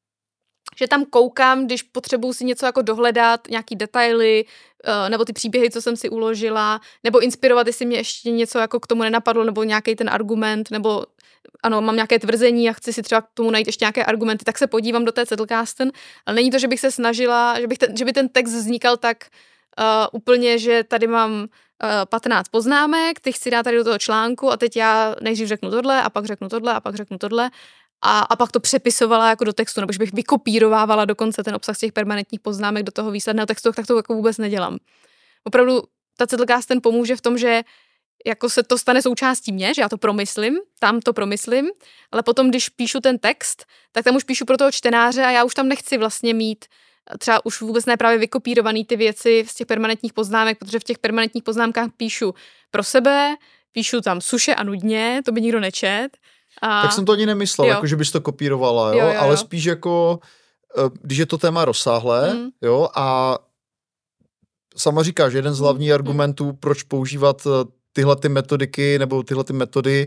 že tam koukám, když potřebuji si něco jako dohledat, nějaký detaily, nebo ty příběhy, co jsem si uložila, nebo inspirovat, jestli mě ještě něco jako k tomu nenapadlo, nebo nějaký ten argument, nebo ano, mám nějaké tvrzení a chci si třeba k tomu najít ještě nějaké argumenty, tak se podívám do té Zettelkasten, ale není to, že bych se snažila, že, bych ten, že by ten text vznikal tak uh, úplně, že tady mám patnáct poznámek, ty chci dát tady do toho článku a teď já nejdřív řeknu tohle a pak řeknu tohle a pak řeknu tohle a, a pak to přepisovala jako do textu, nebo že bych vykopírovávala dokonce ten obsah z těch permanentních poznámek do toho výsledného textu, tak to jako vůbec nedělám. Opravdu ta Zettelkasten pomůže v tom, že jako se to stane součástí mě, že já to promyslím, tam to promyslím, ale potom, když píšu ten text, tak tam už píšu pro toho čtenáře a já už tam nechci vlastně mít třeba už vůbec ne právě vykopírovaný ty věci z těch permanentních poznámek, protože v těch permanentních poznámkách píšu pro sebe, píšu tam suše a nudně, to by nikdo nečet. A... Tak jsem to ani nemyslel, jako že bys to kopírovala, jo? Jo, jo, jo. Ale spíš jako, když je to téma rozsáhlé, mm. jo, a sama říkáš, že jeden z hlavních mm. argumentů, proč používat tyhle ty metodiky nebo tyhle ty metody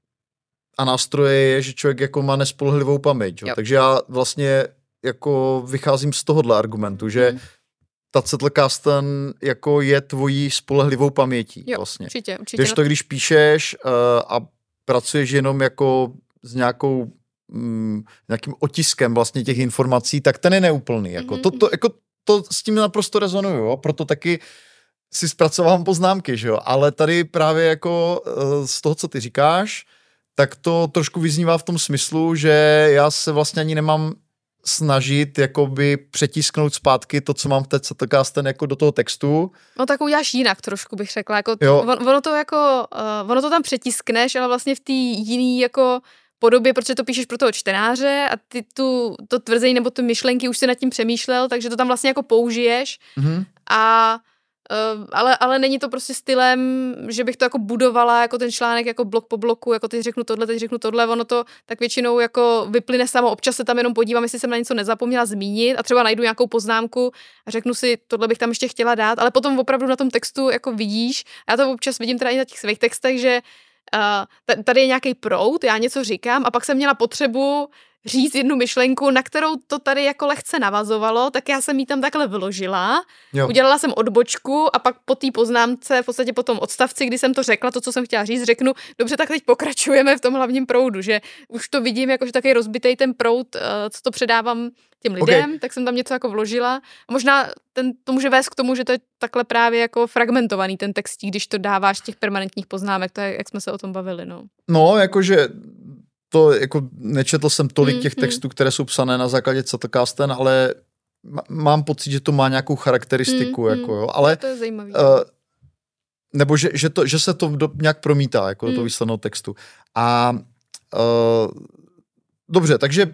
a nástroje je, že člověk jako má nespolehlivou paměť, jo? Jo. Takže já vlastně jako vycházím z tohohle argumentu, že ta Zettelkasten jako je tvojí spolehlivou pamětí. Jo, vlastně. určitě, určitě. Když to, když píšeš uh, a pracuješ jenom jako s nějakou um, nějakým otiskem vlastně těch informací, tak ten je neúplný. Jako. Mm-hmm. To, to, jako, to s tím naprosto rezonuju, jo? Proto taky si zpracovám poznámky, že jo? Ale tady právě jako uh, z toho, co ty říkáš, tak to trošku vyznívá v tom smyslu, že já se vlastně ani nemám snažit jakoby přetisknout zpátky to, co mám v té Zettelkasten jako do toho textu. No tak uděláš jinak trošku, bych řekla. Jako on, ono to jako, uh, ono to tam přetiskneš, ale vlastně v té jiný jako podobě, protože to píšeš pro toho čtenáře a ty tu, to tvrzení nebo ty myšlenky už si nad tím přemýšlel, takže to tam vlastně jako použiješ mm-hmm. a Uh, ale, ale není to prostě stylem, že bych to jako budovala, jako ten článek, jako blok po bloku, jako teď řeknu tohle, teď řeknu tohle, ono to tak většinou jako vyplyne samo, občas se tam jenom podívám, jestli jsem na něco nezapomněla zmínit a třeba najdu nějakou poznámku a řeknu si, tohle bych tam ještě chtěla dát, ale potom opravdu na tom textu jako vidíš, já to občas vidím teda i na těch svých textech, že uh, tady je nějaký proud, já něco říkám a pak jsem měla potřebu říct jednu myšlenku, na kterou to tady jako lehce navazovalo, tak já jsem ji tam takhle vložila, jo. Udělala jsem odbočku a pak po té poznámce, v podstatě po tom odstavci, kdy jsem to řekla, to, co jsem chtěla říct, řeknu, dobře, tak teď pokračujeme v tom hlavním proudu, že už to vidím, jako že taky rozbitej ten proud, co to předávám těm lidem, okay. Tak jsem tam něco jako vložila. A možná ten, to může vést k tomu, že to je takhle právě jako fragmentovaný ten textík, když to dáváš z těch permanentních poznámek, to je, jak jsme se o tom bavili, no. No, jakože to, jako nečetl jsem tolik mm, těch textů, mm. které jsou psané na základě Zettelkasten, ale mám pocit, že to má nějakou charakteristiku, mm, jako jo, ale to je zajímavý. Uh, nebo že, že, to, že se to do, nějak promítá, jako mm. do toho výsledného textu. A uh, dobře, takže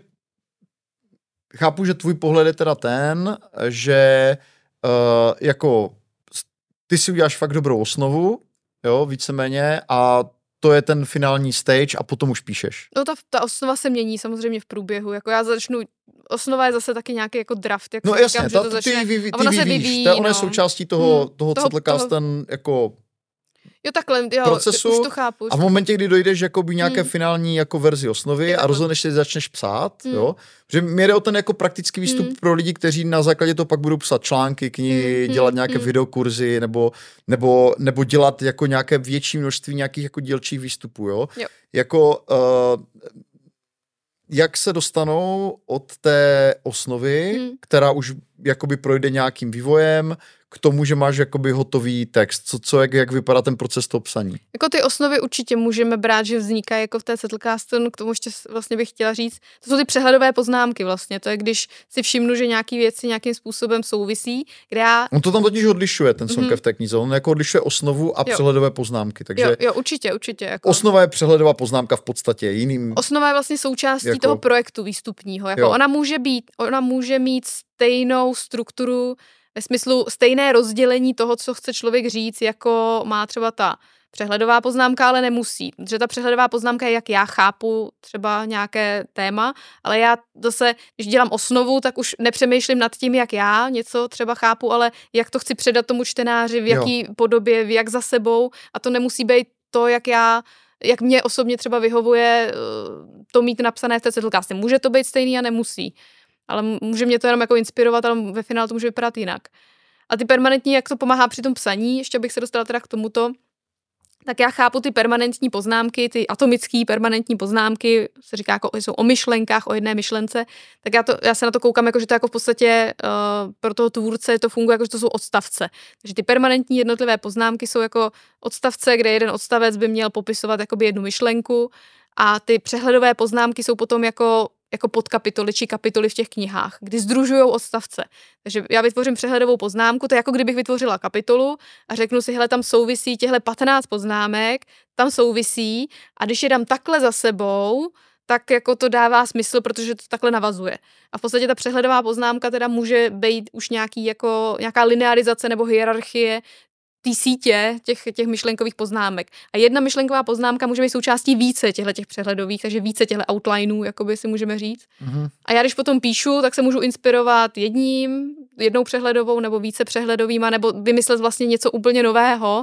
chápu, že tvůj pohled je teda ten, že uh, jako ty si uděláš fakt dobrou osnovu, jo, víceméně, a to je ten finální stage a potom už píšeš. No ta, ta osnova se mění samozřejmě v průběhu, jako já začnu, osnova je zase taky nějaký jako draft, jak no říkám, jasně, že ta, to ty, začne, ty, ty, a ona ty se vyvíjíš, vyvíjí, ta, no. ona je součástí toho, hmm, toho, toho Zettelkasten jako jo, takhle, jo, procesu už to chápu. Už a v momentě, kdy dojdeš jakoby nějaké hmm. finální jako verzi osnovy jo, a rozhodneš se, začneš psát, hmm. jo, že mě jde o ten jako praktický výstup hmm. pro lidi, kteří na základě toho pak budou psat články, knihy, hmm. dělat nějaké hmm. videokurzy nebo, nebo, nebo dělat jako nějaké větší množství nějakých jako dílčích výstupů, jo. jo. Jako uh, jak se dostanou od té osnovy, hmm. která už jakoby projde nějakým vývojem, k tomu, že máš jakoby hotový text. Co, co jak, jak vypadá ten proces toho psaní? Jako ty osnovy určitě můžeme brát, že vznikají jako v té Zettelkasten, k tomu ještě vlastně bych chtěla říct. To jsou ty přehledové poznámky vlastně. To je, když si všimnu, že nějaký věci nějakým způsobem souvisí, kde já... On to tam totiž odlišuje, ten Sonke mm-hmm. v té knize. On jako odlišuje osnovu a jo. přehledové poznámky. Takže jo, jo, určitě, určitě. Jako... Osnova je přehledová poznámka v podstatě jiným... Osnova je vlastně součástí jako... toho projektu výstupního. Jako ona může být, ona může mít stejnou strukturu, ve smyslu stejné rozdělení toho, co chce člověk říct, jako má třeba ta přehledová poznámka, ale nemusí. Protože ta přehledová poznámka je, jak já chápu třeba nějaké téma, ale já zase, když dělám osnovu, tak už nepřemýšlím nad tím, jak já něco třeba chápu, ale jak to chci předat tomu čtenáři, v jaký jo. podobě, v jak za sebou, a to nemusí být to, jak já jak mě osobně třeba vyhovuje to mít napsané v té Zettelkasten. Může to být stejný a nemusí. Ale může mě to jenom jako inspirovat, ale ve finále to může vypadat jinak. A ty permanentní, jak to pomáhá při tom psaní, ještě bych se dostala teda k tomuto, tak já chápu ty permanentní poznámky, ty atomické permanentní poznámky, se říká, jako jsou o myšlenkách, o jedné myšlence, tak já, to, já se na to koukám, jako, že to jako v podstatě uh, pro toho tvůrce to funguje, jako, že to jsou odstavce. Takže ty permanentní jednotlivé poznámky jsou jako odstavce, kde jeden odstavec by měl popisovat jakoby jednu myšlenku, a ty přehledové poznámky jsou potom jako jako podkapitoly či kapitoly v těch knihách, kdy sdružujou odstavce. Takže já vytvořím přehledovou poznámku, to je jako kdybych vytvořila kapitolu a řeknu si, hele, tam souvisí těhle patnáct poznámek, tam souvisí, a když je dám takhle za sebou, tak jako to dává smysl, protože to takhle navazuje. A v podstatě ta přehledová poznámka teda může být už nějaký jako, nějaká linearizace nebo hierarchie té sítě těch, těch myšlenkových poznámek. A jedna myšlenková poznámka může být součástí více těchto těch přehledových, takže více těchto outlineů, jakoby si můžeme říct. Mm-hmm. A já když potom píšu, tak se můžu inspirovat jedním, jednou přehledovou nebo více přehledovýma, nebo vymyslet vlastně něco úplně nového,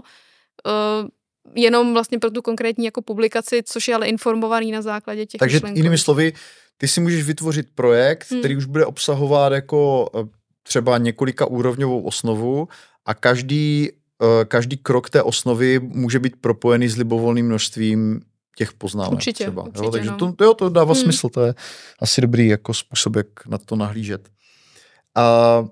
uh, jenom vlastně pro tu konkrétní jako publikaci, což je ale informovaný na základě těch takže myšlenkových. jinými slovy, ty si můžeš vytvořit projekt, hmm. který už bude obsahovat jako třeba několika úrovňovou osnovu a každý každý krok té osnovy může být propojený s libovolným množstvím těch poznámek. Určitě, třeba. určitě, jo, takže no. to, jo, to dává hmm. smysl, to je asi dobrý jako způsob, jak na to nahlížet. A,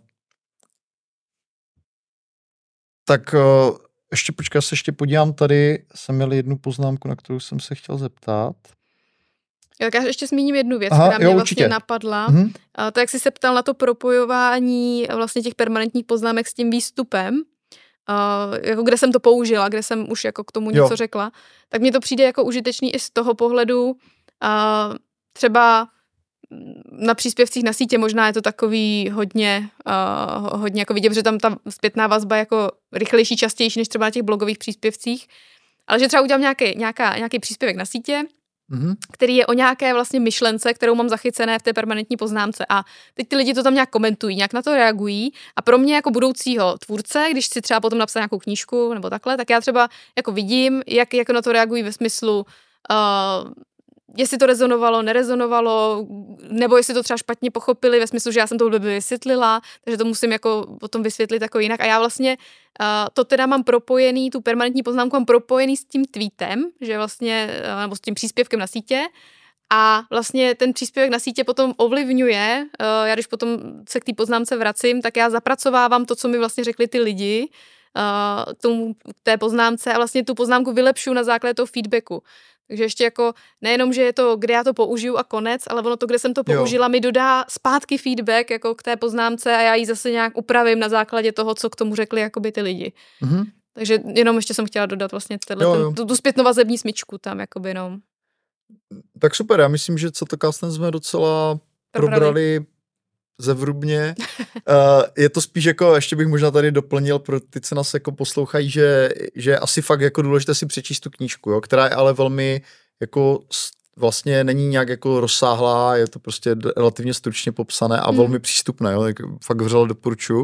tak ještě počkej, já se ještě podívám tady, jsem měl jednu poznámku, na kterou jsem se chtěl zeptat. Tak já ještě zmíním jednu věc, Aha, která mě jo, vlastně určitě. napadla. Mhm. A to, jak jsi se ptal na to propojování vlastně těch permanentních poznámek s tím výstupem, Uh, jako kde jsem to použila, kde jsem už jako k tomu něco jo. řekla, tak mně to přijde jako užitečný i z toho pohledu uh, třeba na příspěvcích na sítě možná je to takový hodně, uh, hodně jako vidět, že tam ta zpětná vazba jako rychlejší, častější než třeba na těch blogových příspěvcích, ale že třeba udělám nějaký, nějaká, nějaký příspěvek na sítě, mm-hmm. který je o nějaké vlastně myšlence, kterou mám zachycené v té permanentní poznámce, a teď ty lidi to tam nějak komentují, nějak na to reagují, a pro mě jako budoucího tvůrce, když si třeba potom napsat nějakou knížku nebo takhle, tak já třeba jako vidím, jak, jak na to reagují ve smyslu uh, jestli to rezonovalo, nerezonovalo, nebo jestli to třeba špatně pochopili, ve smyslu, že já jsem to blbě vysvětlila, takže to musím jako potom vysvětlit jako jinak. A já vlastně uh, to teda mám propojený, tu permanentní poznámku mám propojený s tím tweetem, že vlastně, uh, nebo s tím příspěvkem na sítě. A vlastně ten příspěvek na sítě potom ovlivňuje, uh, já když potom se k té poznámce vracím, tak já zapracovávám to, co mi vlastně řekli ty lidi, uh, k tomu, k té poznámce a vlastně tu poznámku vylepšuju na základě toho feedbacku. Takže ještě jako nejenom, že je to, kde já to použiju a konec, ale ono to, kde jsem to použila, jo. mi dodá zpátky feedback jako k té poznámce a já ji zase nějak upravím na základě toho, co k tomu řekli jakoby ty lidi. Mm-hmm. Takže jenom ještě jsem chtěla dodat vlastně tenhle, jo, jo. Ten, tu, tu zpětnovazební smyčku tam jakoby, no. Tak super, já myslím, že co to Castem jsme docela probrali, probrali zevrubně. uh, je to spíš jako, ještě bych možná tady doplnil pro ty, co nás jako poslouchají, že, že asi fakt jako důležité si přečíst tu knížku, jo, která je ale velmi jako vlastně není nějak jako rozsáhlá, je to prostě relativně stručně popsané a hmm. velmi přístupné, jo, tak fakt vřele doporučuji.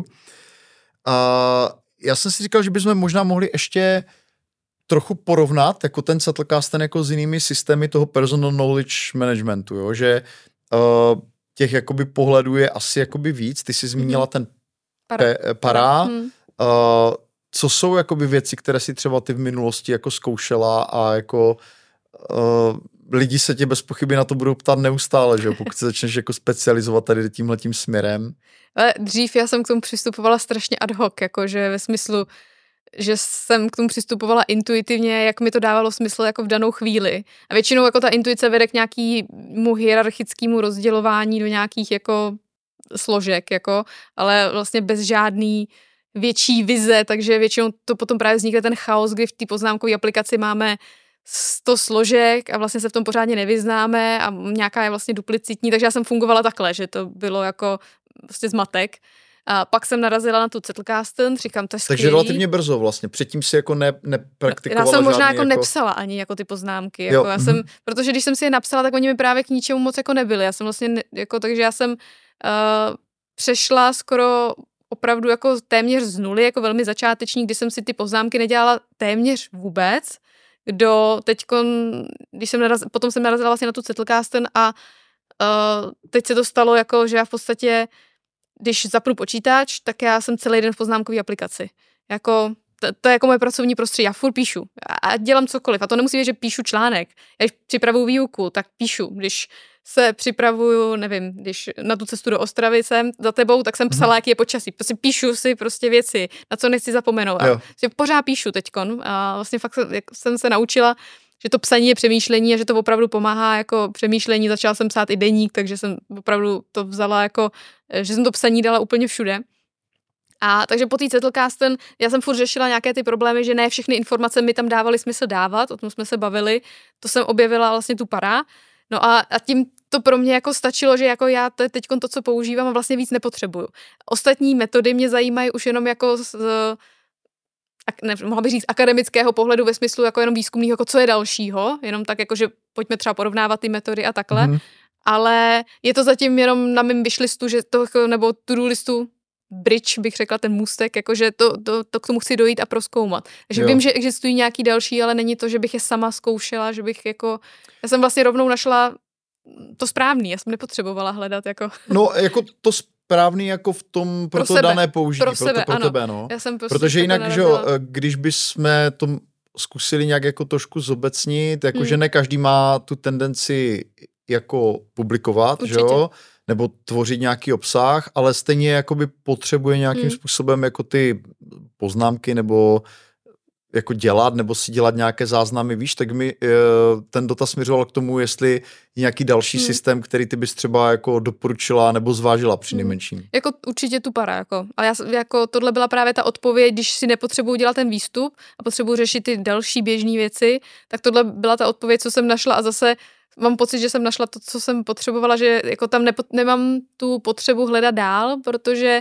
A já jsem si říkal, že bychom možná mohli ještě trochu porovnat jako ten Settlecast jako s jinými systémy toho personal knowledge managementu, jo, že uh, těch jakoby pohledů je asi jakoby víc. Ty jsi zmínila mm. ten para. Pe, para. Mm. Uh, co jsou jakoby věci, které si třeba ty v minulosti jako zkoušela a jako uh, lidi se tě bez pochyby na to budou ptát neustále, že pokud se začneš jako specializovat tady tímhletím směrem. Ale dřív já jsem k tomu přistupovala strašně ad hoc, jakože ve smyslu, že jsem k tomu přistupovala intuitivně, jak mi to dávalo smysl jako v danou chvíli. A většinou jako ta intuice vede k nějakému hierarchickému rozdělování do nějakých jako složek, jako, ale vlastně bez žádný větší vize, takže většinou to potom právě vznikne ten chaos, kdy v té poznámkové aplikaci máme sto složek a vlastně se v tom pořádně nevyznáme a nějaká je vlastně duplicitní, takže já jsem fungovala takhle, že to bylo jako vlastně zmatek. A pak jsem narazila na tu Settlecast, říkám, to je skvělý. Takže relativně brzo vlastně, předtím si jako ne, nepraktikovala žádný. Já jsem možná jako, jako nepsala ani jako ty poznámky, jako já mm-hmm. jsem, protože když jsem si je napsala, tak oni mi právě k ničemu moc jako nebyli. Já jsem vlastně, ne, jako, takže já jsem uh, přešla skoro opravdu jako téměř z nuly, jako velmi začáteční, kdy jsem si ty poznámky nedělala téměř vůbec, do teďkon, když jsem naraz, potom jsem narazila vlastně na tu Settlecast a uh, teď se to stalo jako, že já v podstatě když zapnu počítač, tak já jsem celý den v poznámkové aplikaci. Jako, to, to je jako moje pracovní prostředí. Já furt píšu a dělám cokoliv. A to nemusí být, že píšu článek. Já když připravuju výuku, tak píšu. Když se připravuju, nevím, když na tu cestu do Ostravy jsem za tebou, tak jsem psala, jaký je počasí. Prostě píšu si prostě věci, na co nechci zapomenout. A pořád píšu teďkon. A vlastně fakt jsem se naučila, že to psaní je přemýšlení a že to opravdu pomáhá jako přemýšlení. Začala jsem psát i deník, takže jsem opravdu to vzala jako, že jsem to psaní dala úplně všude. A takže po té Settlecast já jsem furt řešila nějaké ty problémy, že ne všechny informace mi tam dávaly smysl dávat, o tom jsme se bavili, to jsem objevila vlastně tu para. No a, a tím to pro mě jako stačilo, že jako já to je teď to, co používám a vlastně víc nepotřebuju. Ostatní metody mě zajímají už jenom jako z, ne, mohla bych říct akademického pohledu ve smyslu jako jenom výzkumného, jako co je dalšího, jenom tak jako, že pojďme třeba porovnávat ty metody a takhle, mm. ale je to zatím jenom na mém wishlistu, že to, nebo to-do listu bridge, bych řekla, ten můstek, jakože to, to, to k tomu chci dojít a prozkoumat. Takže vím, že existují nějaký další, ale není to, že bych je sama zkoušela, že bych jako, já jsem vlastně rovnou našla to správný, já jsem nepotřebovala hledat jako. No, jako to správný jako v tom, pro, pro to sebe. Dané použití, pro, sebe, pro, to, pro ano. tebe, no. Já jsem prostě protože jinak, že jo, když bychom to zkusili nějak jako trošku zobecnit, jakože hmm. ne každý má tu tendenci jako publikovat, že jo, nebo tvořit nějaký obsah, ale stejně jakoby potřebuje nějakým hmm. způsobem jako ty poznámky nebo jako dělat, nebo si dělat nějaké záznamy, víš, tak mi ten dotaz směřoval k tomu, jestli je nějaký další hmm. systém, který ty bys třeba jako doporučila nebo zvážila při nejmenším. Hmm. Jako určitě tu para, jako. Ale já, jako tohle byla právě ta odpověď, když si nepotřebuji dělat ten výstup a potřebuji řešit ty další běžné věci, tak tohle byla ta odpověď, co jsem našla a zase mám pocit, že jsem našla to, co jsem potřebovala, že jako tam nepo, nemám tu potřebu hledat dál, protože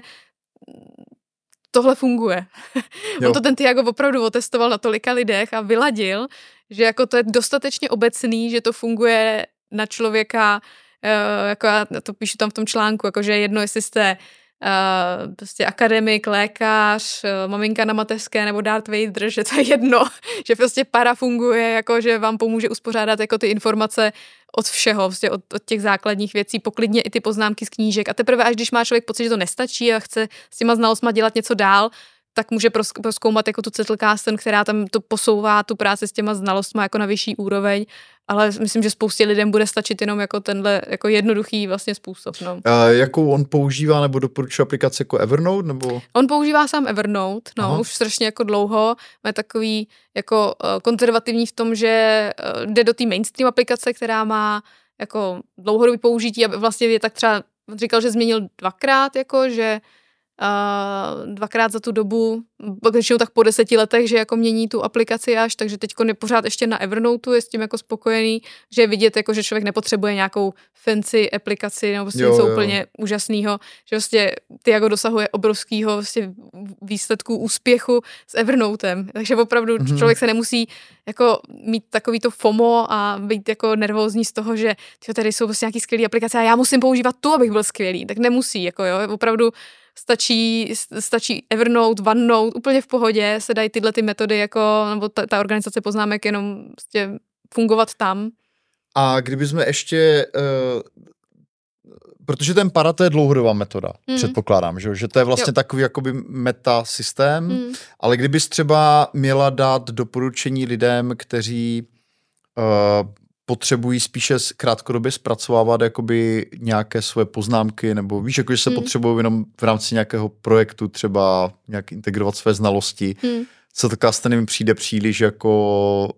tohle funguje. On to ten Tiago opravdu otestoval na tolika lidech a vyladil, že jako to je dostatečně obecný, že to funguje na člověka, jako já to píšu tam v tom článku, jako že jedno, jestli jste uh, prostě akademik, lékař, uh, maminka na mateřské nebo Darth Vader, že to je jedno, že prostě para funguje, jako že vám pomůže uspořádat jako ty informace od všeho, prostě od, od těch základních věcí, poklidně i ty poznámky z knížek. A teprve až když má člověk pocit, že to nestačí a chce s těma znalostma dělat něco dál, tak může prozkoumat jako tu Zettelkasten, která tam to posouvá tu práci s těma znalostma jako na vyšší úroveň, ale myslím, že spoustě lidem bude stačit jenom jako tenhle jako jednoduchý vlastně způsob. No. A jakou on používá nebo doporučuje aplikaci jako Evernote? Nebo? On používá sám Evernote, no, Aha. už strašně jako dlouho, má takový jako uh, konzervativní v tom, že uh, jde do té mainstream aplikace, která má jako dlouhodobý použití a vlastně je tak třeba, říkal, že změnil dvakrát, jako, že Uh, dvakrát za tu dobu, většinou tak po deseti letech, že jako mění tu aplikaci až, takže teďko je pořád ještě na Evernoteu, je s tím jako spokojený, že je vidět, jako, že člověk nepotřebuje nějakou fancy aplikaci nebo prostě jo, něco jo. úplně úžasného, že vlastně ty jako dosahuje obrovského vlastně výsledku úspěchu s Evernotem, takže opravdu mm-hmm. člověk se nemusí jako mít takový to FOMO a být jako nervózní z toho, že tyjo, tady jsou prostě nějaký skvělý aplikace a já musím používat tu, abych byl skvělý, tak nemusí, jako jo, opravdu Stačí, stačí Evernote, OneNote, úplně v pohodě se dají tyhle ty metody, jako, nebo ta, ta organizace poznámek jenom prostě fungovat tam. A kdybychom ještě, uh, protože ten para to je dlouhodobá metoda, mm. předpokládám, že, že to je vlastně jo. takový jakoby meta systém, mm. ale kdybys třeba měla dát doporučení lidem, kteří uh, potřebují spíše krátkodobě zpracovávat jakoby nějaké svoje poznámky, nebo víš, jako, že se hmm. potřebují jenom v rámci nějakého projektu třeba nějak integrovat své znalosti. Hmm. Co to Kasten mi přijde příliš jako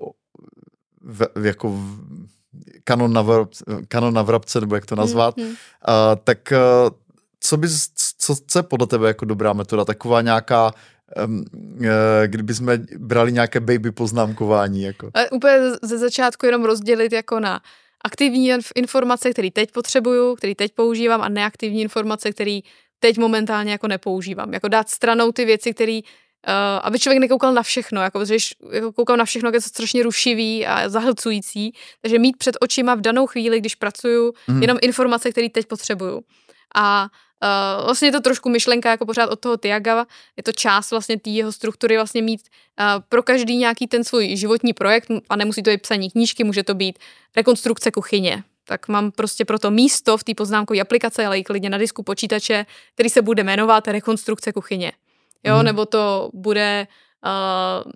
v, jako v, kanon, na vrabce, kanon na vrabce, nebo jak to nazvat. Hmm. Uh, tak uh, co bys, co, co je podle tebe jako dobrá metoda? Taková nějaká Um, uh, kdyby jsme brali nějaké baby poznámkování. Jako. Ale úplně ze začátku jenom rozdělit jako na aktivní informace, které teď potřebuju, které teď používám a neaktivní informace, které teď momentálně jako nepoužívám. Jako dát stranou ty věci, které uh, aby člověk nekoukal na všechno, jako, protože jako koukal na všechno, je to strašně rušivý a zahlcující, takže mít před očima v danou chvíli, když pracuju, mm. jenom informace, které teď potřebuju. A Uh, vlastně je to trošku myšlenka jako pořád od toho Tyagava, je to část vlastně té jeho struktury vlastně mít uh, pro každý nějaký ten svůj životní projekt a nemusí to být psaní knížky, může to být rekonstrukce kuchyně. Tak mám prostě pro to místo v té poznámkové aplikaci, ale i klidně na disku počítače, který se bude jmenovat rekonstrukce kuchyně. Jo, hmm. nebo to bude uh,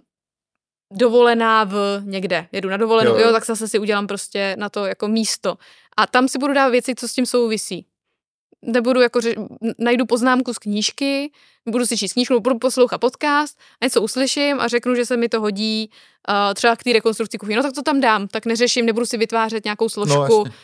dovolená v někde. Jedu na dovolenou, jo, jo, tak zase si udělám prostě na to jako místo. A tam si budu dávat věci, co s tím souvisí. Nebudu jako, že najdu poznámku z knížky, budu si číst knížku, budu poslouchat podcast a něco uslyším a řeknu, že se mi to hodí uh, třeba k té rekonstrukci kuchyně. No tak to tam dám, tak neřeším, nebudu si vytvářet nějakou složku no, uh,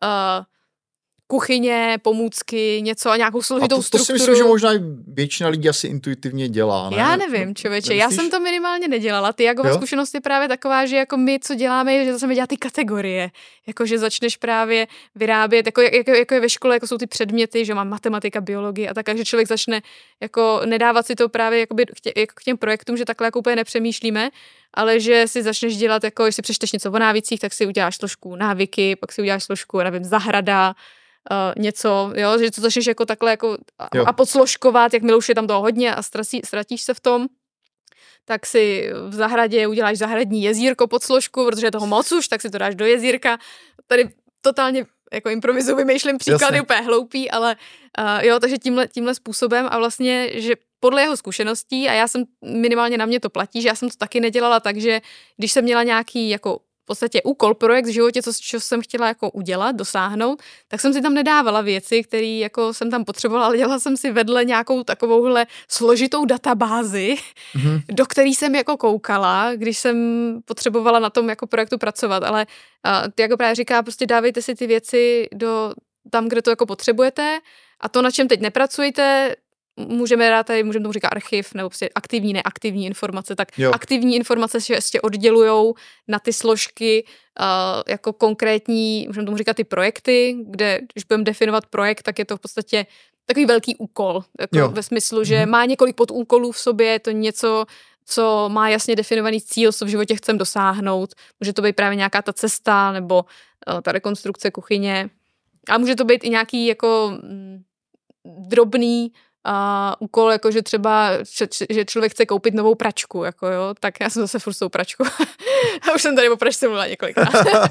kuchyně, pomůcky, něco a nějakou složitou a to, to strukturu. To si myslím, že možná většina lidí asi intuitivně dělá. Ne? Já nevím, člověče, já jsem to minimálně nedělala. Ty Jagova zkušenost je právě taková, že jako my, co děláme, je, že zase dělat ty kategorie. Jako, že začneš právě vyrábět, jako, jako, jako je ve škole, jako jsou ty předměty, že mám matematika, biologie a tak, takže člověk začne jako nedávat si to právě jakoby k, tě, jako k těm projektům, že takhle jako úplně nepřemýšlíme, ale že si začneš dělat, jako, když si přečteš něco o návicích, tak si uděláš složku návyky, pak si uděláš složku, nevím, zahrada, Uh, něco, jo, že to začneš jako takhle jako a, a podsložkovat, jakmile už je tam toho hodně a ztrasí, ztratíš se v tom, tak si v zahradě uděláš zahradní jezírko pod složku, protože je toho moc už, tak si to dáš do jezírka. Tady totálně jako improvizuji, vymýšlím příklady, úplně hloupý, ale uh, jo, takže tímhle, tímhle způsobem a vlastně, že podle jeho zkušeností, a já jsem minimálně na mě to platí, že já jsem to taky nedělala tak, že když jsem měla nějaký jako v podstatě úkol, projekt v životě, co, co jsem chtěla jako udělat, dosáhnout, tak jsem si tam nedávala věci, které jako jsem tam potřebovala, ale dělala jsem si vedle nějakou takovouhle složitou databázi, mm-hmm. do které jsem jako koukala, když jsem potřebovala na tom jako projektu pracovat, ale uh, ty jako právě říká, prostě dávejte si ty věci do tam, kde to jako potřebujete a to, na čem teď nepracujete, můžeme dát tady, můžeme tomu říkat archiv, nebo prostě aktivní, neaktivní informace, tak jo. Aktivní informace se ještě oddělujou na ty složky uh, jako konkrétní, můžeme tomu říkat ty projekty, kde, když budeme definovat projekt, tak je to v podstatě takový velký úkol, jako ve smyslu, že mhm. má několik podúkolů v sobě, je to něco, co má jasně definovaný cíl, co v životě chcem dosáhnout. Může to být právě nějaká ta cesta, nebo uh, ta rekonstrukce kuchyně. A může to být i nějaký jako mm, drobný a úkol, jako že třeba, že člověk chce koupit novou pračku, jako jo, tak já jsem zase furt s tou pračkou. A už jsem tady o pračce mluvila několikrát.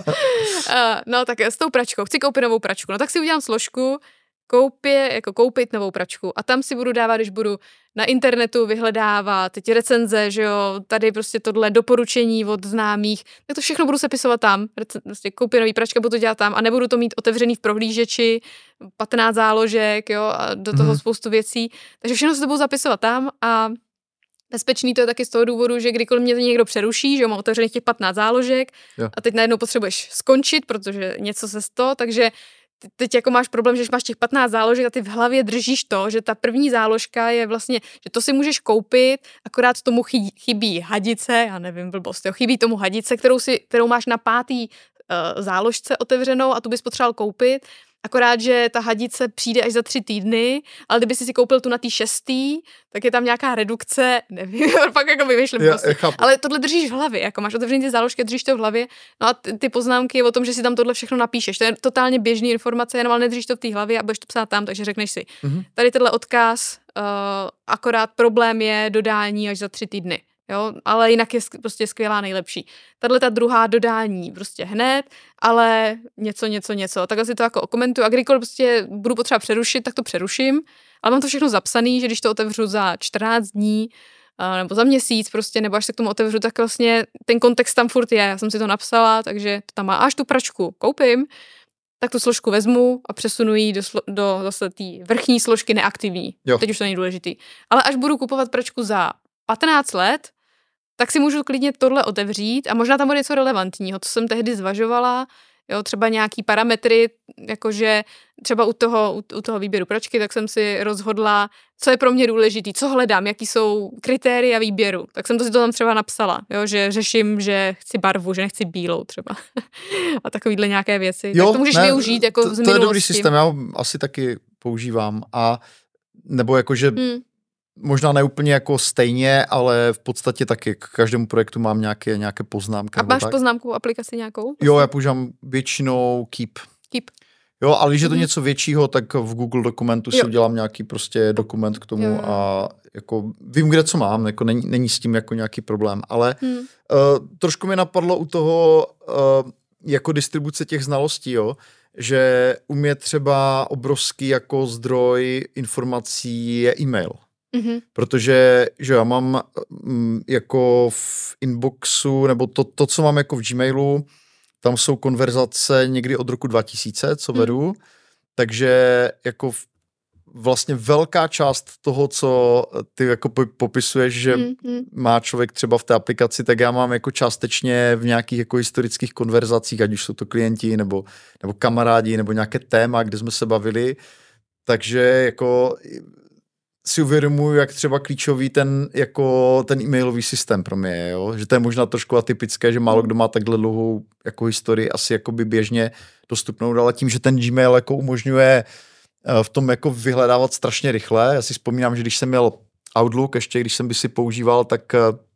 No tak s tou pračkou, chci koupit novou pračku, no tak si udělám složku, koupě, jako koupit novou pračku a tam si budu dávat, když budu na internetu vyhledávat teď recenze, že jo, tady prostě tohle doporučení od známých, tak to všechno budu sepisovat tam, prostě koupit nový pračka, budu to dělat tam a nebudu to mít otevřený v prohlížeči, patnáct záložek, jo, a do toho mm-hmm. spoustu věcí, takže všechno se to budu zapisovat tam a bezpečný to je taky z toho důvodu, že kdykoliv mě to někdo přeruší, že jo, mám otevřených těch patnáct záložek jo. A teď najednou potřebuješ skončit, protože něco se stalo, takže teď jako máš problém, že máš těch patnáct záložek a ty v hlavě držíš to, že ta první záložka je vlastně, že to si můžeš koupit, akorát tomu chybí hadice, já nevím, blbost, jo, chybí tomu hadice, kterou, si, kterou máš na pátý uh, záložce otevřenou a tu bys potřeboval koupit, akorát, že ta hadice přijde až za tři týdny, ale kdyby si si koupil tu na tý šestý, tak je tam nějaká redukce, nevím, pak jako vymýšlím prostě. Ale tohle držíš v hlavě, jako máš otevřený ty záložky, držíš to v hlavě, no a ty, ty poznámky je o tom, že si tam tohle všechno napíšeš. To je totálně běžný informace, jenom ale nedržíš to v té hlavě a budeš to psát tam, takže řekneš si, mm-hmm. tady tenhle odkaz, uh, akorát problém je dodání až za tři týdny. Jo, ale jinak je prostě skvělá, nejlepší. Tahle ta druhá dodání prostě hned, ale něco, něco, něco. Takhle si to jako okomentuju a kdykoliv prostě budu potřeba přerušit, tak to přeruším, ale mám to všechno zapsaný, že když to otevřu za čtrnáct dní nebo za měsíc prostě, nebo až se k tomu otevřu, tak vlastně ten kontext tam furt je. Já jsem si to napsala, takže to tam má. Až tu pračku koupím, tak tu složku vezmu a přesunu ji do, slo- do zase té vrchní složky neaktivní. Jo. Teď už to není důležitý. Ale až budu kupovat pračku za patnáct let, tak si můžu klidně tohle otevřít a možná tam bude něco relevantního, co jsem tehdy zvažovala, jo, třeba nějaký parametry, jakože třeba u toho, u, u toho výběru pračky, tak jsem si rozhodla, co je pro mě důležitý, co hledám, jaký jsou kritéria výběru. Tak jsem to si to tam třeba napsala, jo, že řeším, že chci barvu, že nechci bílou třeba. A takovýhle nějaké věci. Jo, tak to můžeš ne, využít jako to, z to minulosti. To je dobrý systém, já ho asi taky používám a nebo jakože hmm. možná ne úplně jako stejně, ale v podstatě taky k každému projektu mám nějaké, nějaké poznámky. A máš tak. poznámku aplikaci nějakou? Jo, já používám většinou Keep. Keep. Jo, ale když je to mm-hmm. něco většího, tak v Google dokumentu jo. si udělám nějaký prostě dokument k tomu jo, jo. a jako vím, kde co mám, jako není, není s tím jako nějaký problém, ale hmm. uh, trošku mi napadlo u toho uh, jako distribuce těch znalostí, jo, že u mě třeba obrovský jako zdroj informací je e-mail. Mm-hmm. Protože že já mám m, jako v inboxu, nebo to, to, co mám jako v Gmailu, tam jsou konverzace někdy od roku dva tisíce, co vedu, mm. takže jako v, vlastně velká část toho, co ty jako popisuješ, že mm, mm. má člověk třeba v té aplikaci, tak já mám jako částečně v nějakých jako historických konverzacích, ať už jsou to klienti, nebo, nebo kamarádi, nebo nějaké téma, kde jsme se bavili, takže jako si uvědomuji, jak třeba klíčový ten, jako ten e-mailový systém pro mě je, jo? Že to je možná trošku atypické, že málo kdo má takhle dlouhou jako historii asi jakoby běžně dostupnou, ale tím, že ten Gmail jako umožňuje v tom jako vyhledávat strašně rychle. Já si vzpomínám, že když jsem měl Outlook, ještě když jsem by si používal, tak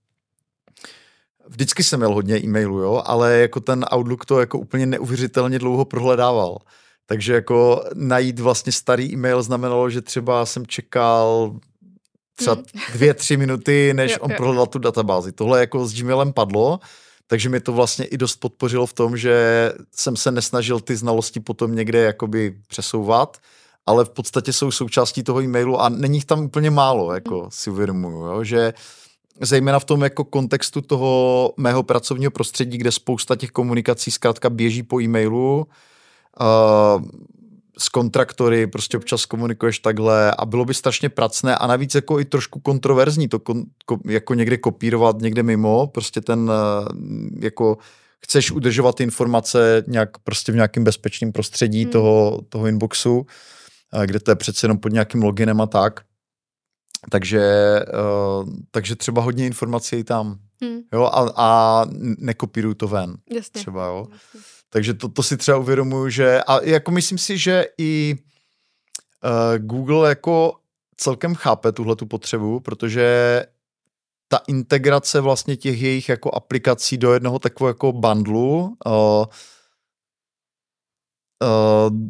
vždycky jsem měl hodně e-mailů, jo? Ale jako ten Outlook to jako úplně neuvěřitelně dlouho prohledával. Takže jako najít vlastně starý e-mail znamenalo, že třeba jsem čekal třeba dvě, tři minuty, než on prohledal tu databázi. Tohle jako s Gmailem padlo, takže mi to vlastně i dost podpořilo v tom, že jsem se nesnažil ty znalosti potom někde jakoby přesouvat, ale v podstatě jsou součástí toho e-mailu a není jich tam úplně málo, jako si uvědomuju, jo? Že zejména v tom jako kontextu toho mého pracovního prostředí, kde spousta těch komunikací zkrátka běží po e-mailu, Uh, s kontraktory, prostě občas komunikuješ takhle a bylo by strašně pracné a navíc jako i trošku kontroverzní to kon, ko, jako někde kopírovat někde mimo, prostě ten uh, jako chceš udržovat ty informace nějak prostě v nějakém bezpečném prostředí hmm. toho, toho inboxu, uh, kde to je přece jenom pod nějakým loginem a tak. Takže, uh, takže třeba hodně informací je tam. Hmm. Jo, a, a nekopíruju to ven. Jasně. Třeba, jo. Jasně. Takže to, to si třeba uvědomuji, že a jako myslím si, že i uh, Google jako celkem chápe tuhletu potřebu, protože ta integrace vlastně těch jejich jako aplikací do jednoho takového jako bundlu uh, uh,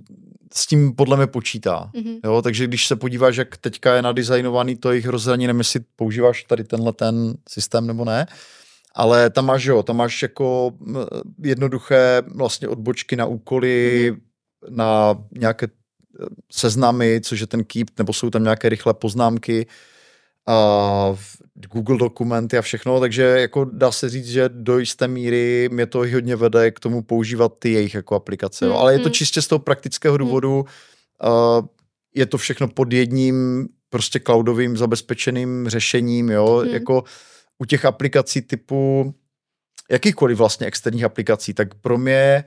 s tím podle mě počítá. Mm-hmm. Jo, takže když se podíváš, jak teďka je nadizajnovaný to jejich rozhraní, nevím, jestli používáš tady tenhle ten systém nebo ne, ale tam máš, jo, tam máš jako jednoduché vlastně odbočky na úkoly, mm-hmm. na nějaké seznamy, což je ten Keep, nebo jsou tam nějaké rychlé poznámky, a Google dokumenty a všechno, takže jako dá se říct, že do jisté míry mě to hodně vede k tomu používat ty jejich jako aplikace. Mm, Ale je to čistě z toho praktického důvodu, mm. uh, je to všechno pod jedním prostě cloudovým zabezpečeným řešením, jo, mm. jako u těch aplikací typu jakýchkoliv vlastně externích aplikací, tak pro mě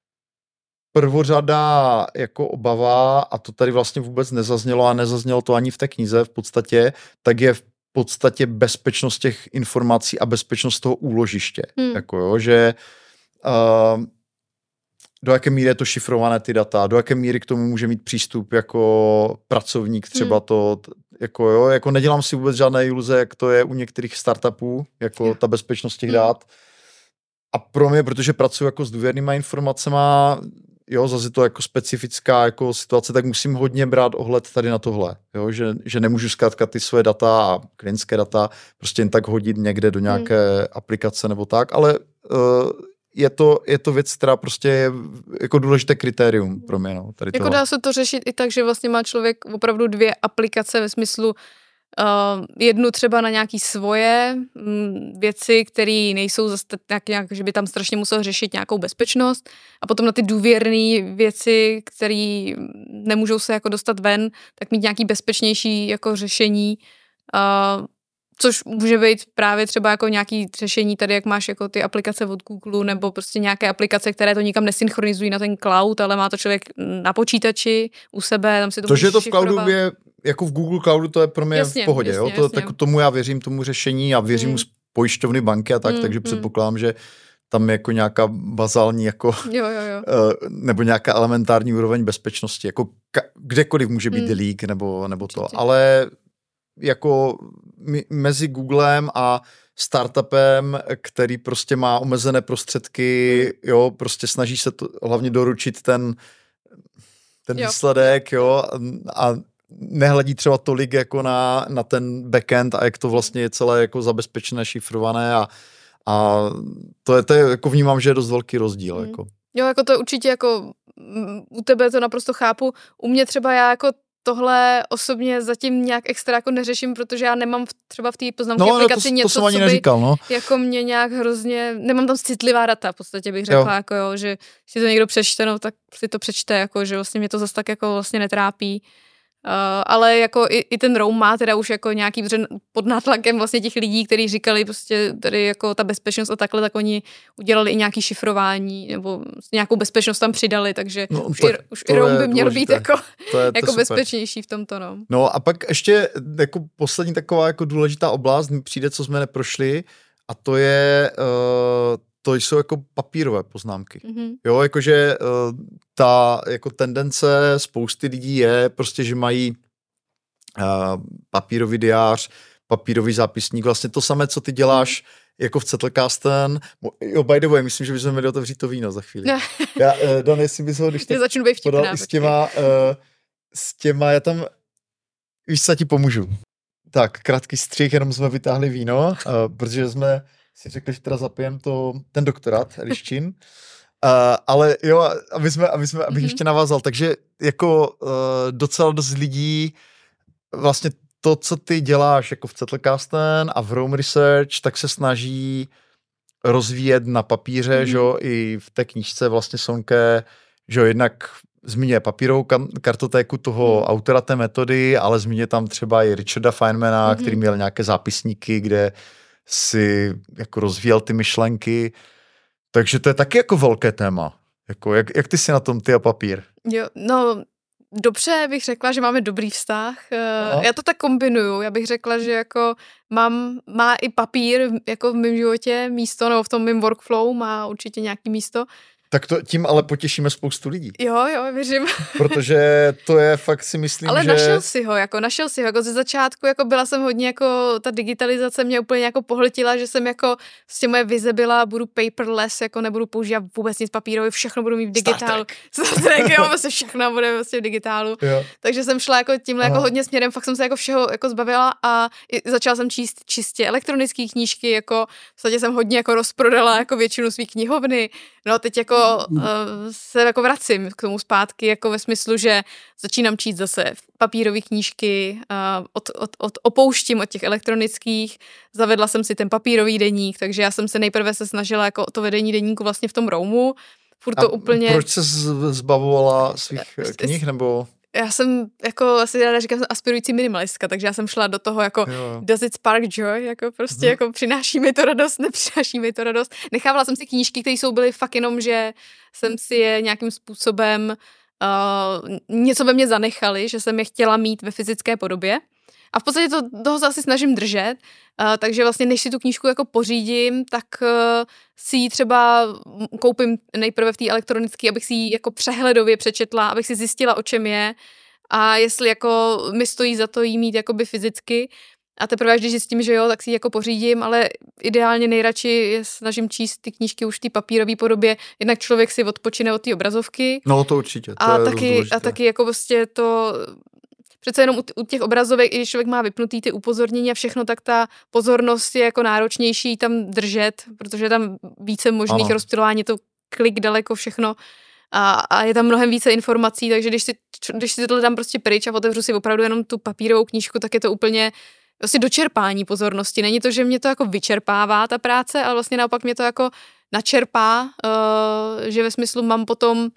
prvořada jako obava, a to tady vlastně vůbec nezaznělo a nezaznělo to ani v té knize v podstatě, tak je v podstatě bezpečnost těch informací a bezpečnost toho úložiště. Hmm. Jako jo, že uh, do jaké míry je to šifrované ty data, do jaké míry k tomu může mít přístup jako pracovník třeba hmm. to, jako jo, jako nedělám si vůbec žádné iluze, jak to je u některých startupů, jako yeah. ta bezpečnost těch hmm. dát. A pro mě, protože pracuji jako s důvěrnýma informacema, jo, zase to jako specifická jako situace, tak musím hodně brát ohled tady na tohle, jo, že, že nemůžu zkrátka ty své data a klientské data prostě jen tak hodit někde do nějaké hmm. aplikace nebo tak, ale uh, je to, je to věc, která prostě je jako důležité kritérium pro mě. No, tady jako toho. Dá se to řešit i tak, že vlastně má člověk opravdu dvě aplikace ve smyslu Uh, jednu třeba na nějaký svoje m, věci, které nejsou zase tak nějak, že by tam strašně musel řešit nějakou bezpečnost, a potom na ty důvěrné věci, které nemůžou se jako dostat ven, tak mít nějaký bezpečnější jako řešení, uh, což může být právě třeba jako nějaký řešení tady, jak máš jako ty aplikace od Google, nebo prostě nějaké aplikace, které to nikam nesynchronizují na ten cloud, ale má to člověk na počítači u sebe, tam si to To, že je to v cloudu je, jako v Google Cloudu, to je pro mě jasně, v pohodě, jasně, jo? To, jasně. tak, tomu já věřím, tomu řešení a věřím mm. z pojišťovny banky a tak, mm, takže mm. předpokládám, že tam je jako nějaká bazální jako, jo, jo, jo. nebo nějaká elementární úroveň bezpečnosti, jako ka- kdekoliv může být mm. leak nebo, nebo to, ale jako mezi Googlem a startupem, který prostě má omezené prostředky, mm. jo, prostě snaží se to hlavně doručit ten, ten jo. výsledek, jo, a nehledí třeba tolik jako na, na ten backend a jak to vlastně je celé jako zabezpečené, šifrované a, a to je, to je, jako vnímám, že je dost velký rozdíl. Mm. Jako. Jo, jako to určitě jako u tebe to naprosto chápu. U mě třeba já jako tohle osobně zatím nějak extra jako neřeším, protože já nemám v, třeba v té poznámky no, aplikaci to, něco, to jsem ani co by neříkal, no. jako mě nějak hrozně, nemám tam citlivá data, v podstatě bych řekla, jo. Jako jo, že si to někdo přečte, no tak si to přečte, jako že vlastně mě to zase tak jako vlastně netrápí. Uh, ale jako i, i ten Roam má teda už jako nějaký pod nátlakem vlastně těch lidí, kteří říkali prostě tady jako ta bezpečnost a takhle, tak oni udělali i nějaký šifrování nebo nějakou bezpečnost tam přidali, takže no, už, i, už i Roam by měl důležité. být jako, to je, to jako bezpečnější v tomto. No. no a pak ještě jako poslední taková jako důležitá oblast mi přijde, co jsme neprošli, a to je uh, to jsou jako papírové poznámky. Mm-hmm. Jo, jakože uh, ta jako tendence spousty lidí je prostě, že mají uh, papírový diář, papírový zápisník, vlastně to samé, co ty děláš mm. jako v Cetlcasten. Jo, by the way, myslím, že bychom měli otevřít to víno za chvíli. Já, uh, Dan, jestli bys ho, když tak začnu být vtipná, podal s těma, uh, s těma, já tam, víš, co ti pomůžu. Tak, krátký střih, jenom jsme vytáhli víno, uh, protože jsme si řekli, že teda zapijem to, ten doktorát, Eliščin. Uh, ale jo, aby jsme, aby jsme, abych mm-hmm. ještě navázal, takže jako uh, docela dost lidí vlastně to, co ty děláš jako v Cetlcasten a v Roam Research, tak se snaží rozvíjet na papíře, mm-hmm. že jo, i v té knížce vlastně Sonke, že jo, jednak zmiňuje papírovou kartotéku toho mm. autora té metody, ale zmiňuje tam třeba i Richarda Feynmana, mm-hmm. který měl nějaké zápisníky, kde si jako rozvíjel ty myšlenky, takže to je taky jako velké téma. Jako, jak, jak ty jsi na tom, ty a papír? Jo, no dobře bych řekla, že máme dobrý vztah. No. Já to tak kombinuju. Já bych řekla, že jako mám, má i papír jako v mém životě místo, nebo v tom mém workflow má určitě nějaký místo. Tak to tím ale potěšíme spoustu lidí. Jo, jo, věřím. Protože to je fakt si myslím, ale že... Ale našel si ho, jako našel si ho, jako ze začátku, jako byla jsem hodně, jako ta digitalizace mě úplně jako pohltila, že jsem jako, vlastně moje vize byla, budu paperless, jako nebudu používat vůbec nic papírového, všechno budu mít v digitálu. Star Trek, jo, vlastně všechno bude vlastně v digitálu. Jo. Takže jsem šla jako tímhle jako hodně směrem, fakt jsem se jako všeho jako zbavila a začala jsem číst čistě elektronické knížky, jako v podstatě jsem hodně jako rozprodala jako většinu svých knihovny. No teď jako uh, se jako vracím k tomu zpátky, jako ve smyslu, že začínám číst zase papírové knížky, uh, od, od, od, opouštím od těch elektronických, zavedla jsem si ten papírový deník, takže já jsem se nejprve se snažila jako to vedení deníku vlastně v tom Roamu. Furt to A úplně... proč se zbavovala svých knih, nebo... Já jsem jako asi ráda říkám, jsem aspirující minimalistka, takže já jsem šla do toho jako jo. Does it spark joy, jako prostě hmm. jako přináší mi to radost, nepřináší mi to radost. Nechávala jsem si knížky, které jsou byly fakt jenom, že jsem si je nějakým způsobem uh, něco ve mně zanechali, že jsem je chtěla mít ve fyzické podobě. A v podstatě to, toho se asi snažím držet, uh, takže vlastně než si tu knížku jako pořídím, tak uh, si ji třeba koupím nejprve v té elektronické, abych si ji jako přehledově přečetla, abych si zjistila, o čem je a jestli jako mi stojí za to jí mít jakoby fyzicky. A teprve, když zjistím, že jo, tak si ji jako pořídím, ale ideálně nejradši je snažím číst ty knížky už v té papírové podobě, jednak člověk si odpočine od té obrazovky. No to určitě, to a je taky, a taky jako vlastně to... Přece jenom u těch obrazovek, i když člověk má vypnutý ty upozornění a všechno, tak ta pozornost je jako náročnější tam držet, protože je tam více možných ano. rozptylování, je to klik daleko všechno a, a je tam mnohem více informací, takže když si, když si tohle dám prostě pryč a otevřu si opravdu jenom tu papírovou knížku, tak je to úplně vlastně dočerpání pozornosti. Není to, že mě to jako vyčerpává ta práce, ale vlastně naopak mě to jako načerpá, uh, že ve smyslu mám potom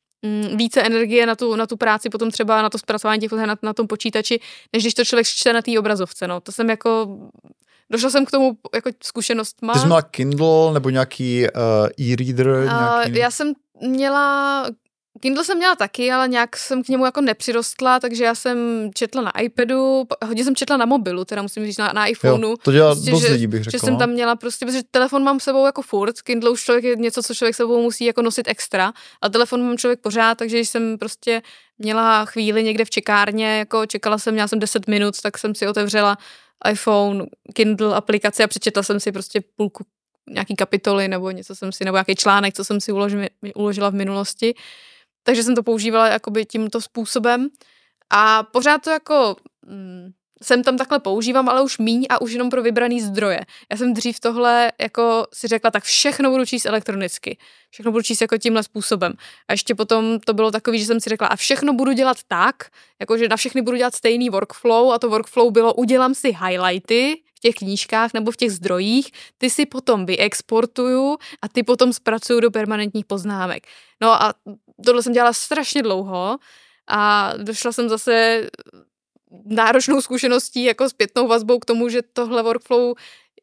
více energie na tu, na tu práci, potom třeba na to zpracování těch na, na tom počítači, než když to člověk čte na té obrazovce, no. To jsem jako, došla jsem k tomu jako zkušenost má. Ty jsi měla Kindle nebo nějaký uh, e-reader? Uh, nějaký... Já jsem měla, Kindle jsem měla taky, ale nějak jsem k němu jako nepřirostla, takže já jsem četla na iPadu, hodně jsem četla na mobilu, teda musím říct na, na iPhoneu. Jo, to dělá prostě, dost že, lidí, bych řekla. Že jsem tam měla prostě, protože telefon mám s sebou jako furt, Kindle už člověk je něco, co člověk sebou musí jako nosit extra, ale telefon mám člověk pořád, takže když jsem prostě měla chvíli někde v čekárně, jako čekala jsem, měla jsem deset minut, tak jsem si otevřela iPhone, Kindle aplikaci a přečetla jsem si prostě půlku nějaký kapitoly nebo něco jsem si, nebo nějaký článek, co jsem si uložila, uložila v minulosti. Takže jsem to používala jakoby tímto způsobem a pořád to jako mm, jsem tam takhle používám, ale už míň a už jenom pro vybraný zdroje. Já jsem dřív tohle jako si řekla, tak všechno budu číst elektronicky. Všechno budu číst jako tímhle způsobem. A ještě potom to bylo takový, že jsem si řekla, a všechno budu dělat tak, jakože na všechny budu dělat stejný workflow a to workflow bylo, udělám si highlighty v těch knížkách nebo v těch zdrojích, ty si potom vyexportuju a ty potom zpracuju do permanentních poznámek. No a tohle jsem dělala strašně dlouho a došla jsem zase náročnou zkušeností jako zpětnou vazbou k tomu, že tohle workflow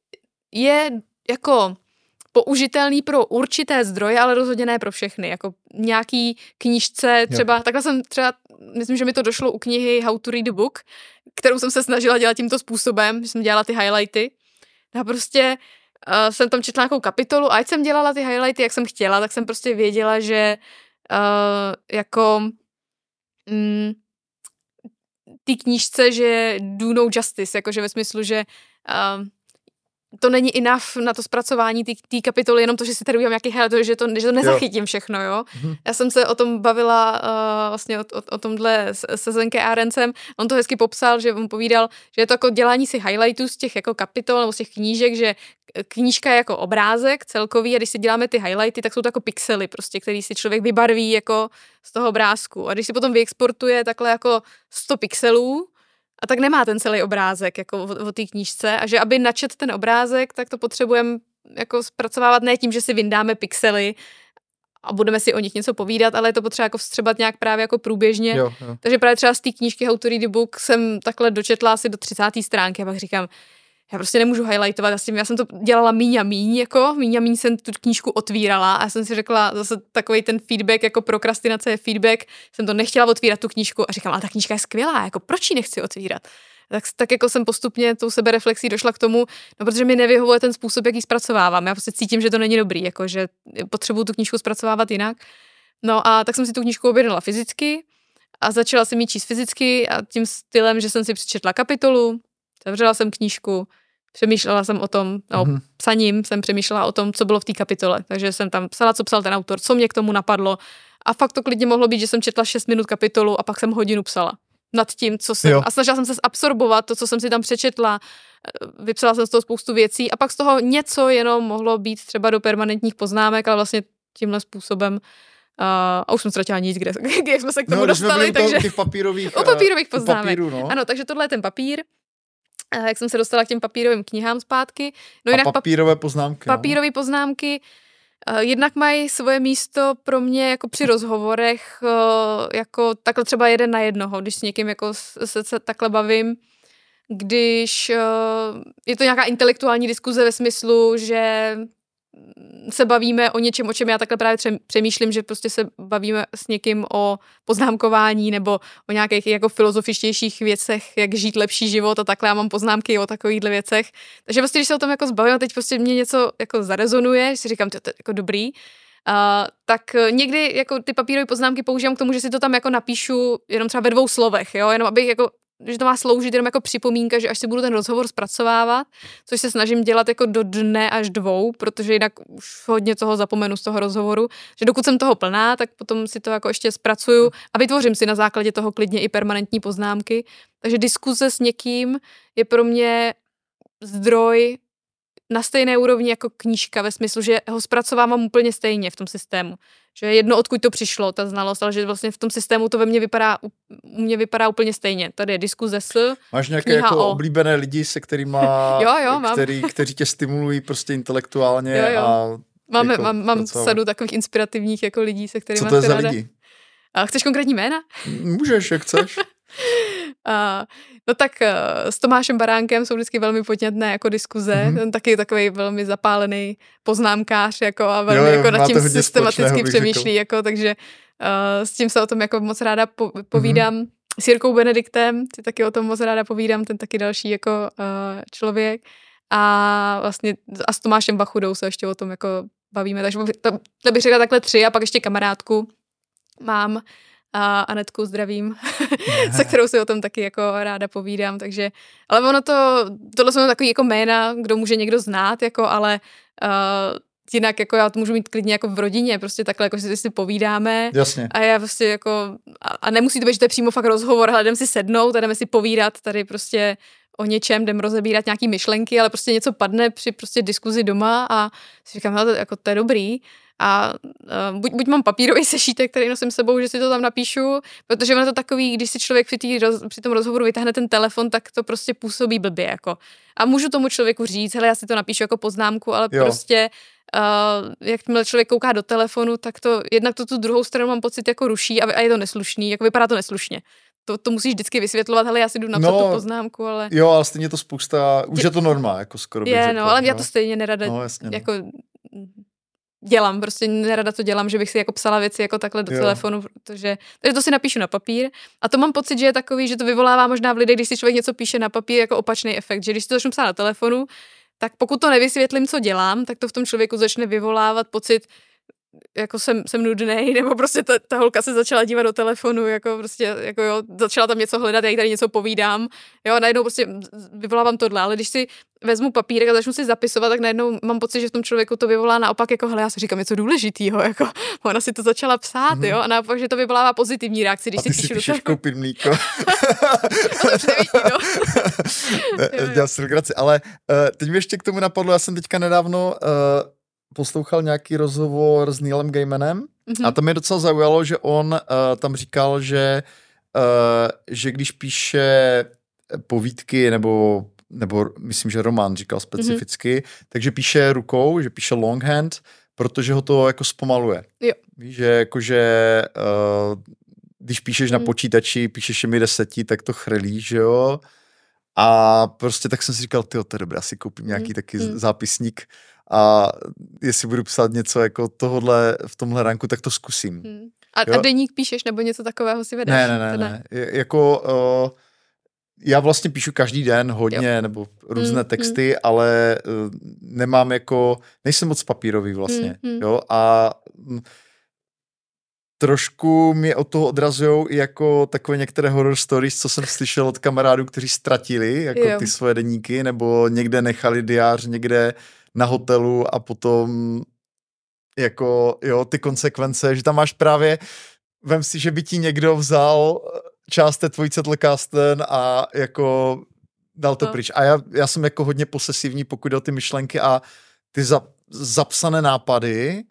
je jako použitelný pro určité zdroje, ale rozhodně ne pro všechny. Jako nějaký knížce třeba, jo. Takhle jsem třeba, myslím, že mi to došlo u knihy How to Read a Book, kterou jsem se snažila dělat tímto způsobem, že jsem dělala ty highlighty. A prostě uh, jsem tam četla nějakou kapitolu a ať jsem dělala ty highlighty, jak jsem chtěla, tak jsem prostě věděla, že uh, jako mm, ty knížce, že do no justice, jakože ve smyslu, že uh, to není enough na to zpracování té kapitoly, jenom to, že si tady udělám nějaký hele, že to, že to nezachytím jo. všechno, jo. Mm-hmm. Já jsem se o tom bavila uh, vlastně o, o, o tomhle se Zenke Arencem, on to hezky popsal, že on povídal, že je to jako dělání si highlightů z těch jako kapitol nebo z těch knížek, že knížka je jako obrázek celkový a když si děláme ty highlighty, tak jsou to jako pixely prostě, který si člověk vybarví jako z toho obrázku a když si potom vyexportuje takhle jako sto pixelů, a tak nemá ten celý obrázek jako o, o té knížce a že aby načet ten obrázek, tak to potřebujeme jako zpracovávat ne tím, že si vyndáme pixely a budeme si o nich něco povídat, ale je to potřeba jako vstřebat nějak právě jako průběžně. Jo, jo. Takže právě třeba z té knížky How to Read a Book jsem takhle dočetla asi do třicáté stránky a pak říkám, já prostě nemůžu highlightovat, já, tím, já jsem to dělala míň a míň, jako míň a míň jsem tu knížku otvírala a já jsem si řekla zase takovej ten feedback, jako prokrastinace je feedback, jsem to nechtěla otvírat tu knížku a říkám, ale ta knížka je skvělá, jako proč ji nechci otvírat? Tak, tak jako jsem postupně tou sebereflexí došla k tomu, no protože mi nevyhovuje ten způsob, jak ji zpracovávám. Já prostě cítím, že to není dobrý, jako že potřebuju tu knížku zpracovávat jinak. No a tak jsem si tu knížku objednala fyzicky a začala jsem ji číst fyzicky a tím stylem, že jsem si přečetla kapitolu, zavřela jsem knížku, přemýšlela jsem o tom, no, mm-hmm. psaním jsem přemýšlela o tom, co bylo v té kapitole. Takže jsem tam psala, co psal ten autor, co mě k tomu napadlo. A fakt to klidně mohlo být, že jsem četla šest minut kapitolu a pak jsem hodinu psala nad tím, co jsem. Jo. A snažila jsem se absorbovat to, co jsem si tam přečetla. Vypsala jsem z toho spoustu věcí a pak z toho něco jenom mohlo být třeba do permanentních poznámek, ale vlastně tímhle způsobem uh, a už jsem ztratila nic, kde, kde jsme se k tomu no, dostali. Takže těch papírových, o papírových poznámek. Papíru, no. Ano, takže tohle je ten papír. A jak jsem se dostala k těm papírovým knihám zpátky. No a jinak papírové poznámky. Papírové no. poznámky jednak mají svoje místo pro mě jako při rozhovorech, jako takhle třeba jeden na jednoho, když s někým jako se, se takhle bavím, když je to nějaká intelektuální diskuze ve smyslu, že se bavíme o něčem, o čem já takhle právě přemýšlím, že prostě se bavíme s někým o poznámkování nebo o nějakých jako filozofičtějších věcech, jak žít lepší život a takhle já mám poznámky o takovýchhle věcech. Takže prostě, když se o tom jako zbavím a teď prostě mě něco jako zarezonuje, že si říkám, to je jako dobrý, Uh, tak někdy jako ty papírové poznámky používám k tomu, že si to tam jako napíšu jenom třeba ve dvou slovech, jo, jenom abych jako že to má sloužit jenom jako připomínka, že až si budu ten rozhovor zpracovávat, což se snažím dělat jako do dne až dvou, protože jinak už hodně toho zapomenu z toho rozhovoru, že dokud jsem toho plná, tak potom si to jako ještě zpracuju a vytvořím si na základě toho klidně i permanentní poznámky. Takže diskuze s někým je pro mě zdroj na stejné úrovni jako knížka ve smyslu, že ho zpracovávám úplně stejně v tom systému. Že jedno, odkud to přišlo, ta znalost, ale že vlastně v tom systému to ve mně vypadá, u mě vypadá úplně stejně. Tady je diskuze s, máš nějaké jako o... oblíbené lidi, se kterýma, jo, jo, mám. který, kteří tě stimulují prostě intelektuálně jo, jo. a Máme, jako mám, mám sadu takových inspirativních jako lidí, se kterými co to je za ráda. lidi? A chceš konkrétní jména? Můžeš, jak chceš. A, no tak s Tomášem Baránkem jsou vždycky velmi podnětné jako diskuze, mm-hmm. Ten taky takový velmi zapálený poznámkář jako a velmi jo, jo, jako nad tím systematicky přemýšlí, jako, takže uh, s tím se o tom jako moc ráda po, povídám. Mm-hmm. S Jirkou Benediktem si taky o tom moc ráda povídám, ten taky další jako uh, člověk a vlastně a s Tomášem Bachudou se ještě o tom jako bavíme, takže to, to bych řekla takhle tři a pak ještě kamarádku mám a Anetku zdravím, se kterou si o tom taky jako ráda povídám, takže, ale ono to, tohle jsou takový jako jména, kdo může někdo znát, jako, ale uh, jinak jako já to můžu mít klidně jako v rodině, prostě takhle jako si, si povídáme. Jasně. A já prostě jako, a, a nemusí to být, že to je přímo fakt rozhovor, ale jdeme si sednout a jdeme si povídat tady prostě o něčem, jdem rozebírat nějaký myšlenky, ale prostě něco padne při prostě diskuzi doma a si říkám, hele, to, jako, to je dobrý. A uh, buď, buď mám papírový sešítek, který nosím sebou, že si to tam napíšu, protože ono to takový, když si člověk při, tý, roz, při tom rozhovoru vytáhne ten telefon, tak to prostě působí blbě. Jako. A můžu tomu člověku říct, hele, já si to napíšu jako poznámku, ale jo. prostě uh, jakmile člověk kouká do telefonu, tak to jednak to tu druhou stranu mám pocit jako ruší a, a je to neslušný, jako vypadá to neslušně. To, to musíš vždycky vysvětlovat, hele, já si jdu napsat no, tu poznámku, ale... Jo, ale stejně to spousta, už je to norma, jako skoro bych je, řekla, no, ale jo? já to stejně nerada, no, jasně, jako... No. Dělám, prostě nerada to dělám, že bych si jako psala věci jako takhle do jo. telefonu, protože, takže to si napíšu na papír a to mám pocit, že je takový, že to vyvolává možná v lidech, když si člověk něco píše na papír, jako opačný efekt, že když si to začnu psát na telefonu, tak pokud to nevysvětlím, co dělám, tak to v tom člověku začne vyvolávat pocit, jako jsem, jsem nudnej, nebo prostě ta, ta holka se začala dívat do telefonu, jako prostě, jako jo, začala tam něco hledat, já jí tady něco povídám, jo, a najednou prostě vyvolávám tohle, ale když si vezmu papírek a začnu si zapisovat, tak najednou mám pocit, že v tom člověku to vyvolá naopak, jako hele, já si říkám něco důležitýho, jako ona si to začala psát, mm-hmm. jo, a naopak, že to vyvolává pozitivní reakci, když a ty si píšu si píšeš koupit mlíko. Ale už nevidí, no. Dělám si legraci, ale uh, teď mi ještě k tomu napadlo, já jsem teďka nedávno uh, poslouchal nějaký rozhovor s Neilem Gaimanem mm-hmm. a to mě docela zaujalo, že on uh, tam říkal, že, uh, že když píše povídky nebo, nebo myslím, že román říkal specificky, mm-hmm. takže píše rukou, že píše longhand, protože ho to jako zpomaluje. Jo. Víš, že jakože uh, když píšeš mm. na počítači, píšeš mi deseti, tak to chrlí, že jo? A prostě tak jsem si říkal, tyjo, to je dobré, asi koupím nějaký mm. taky mm. zápisník a jestli budu psát něco jako tohodle v tomhle ranku, tak to zkusím. Hmm. A, a deník píšeš nebo něco takového si vedeš? Ne, ne, ne, ne. ne. Jako uh, já vlastně píšu každý den hodně, jo. nebo různé mm, texty, mm. ale uh, nemám jako, nejsem moc papírový vlastně, mm, mm. jo, a m, trošku mě od toho odrazujou i jako takové některé horror stories, co jsem slyšel od kamarádů, kteří ztratili jako jo. ty svoje deníky, nebo někde nechali diář někde na hotelu a potom jako, jo, ty konsekvence, že tam máš právě, vem si, že by ti někdo vzal část té tvojí Zettelkasten a jako dal to no. pryč. A já, já jsem jako hodně posesivní, pokud jde o ty myšlenky a ty za, zapsané nápady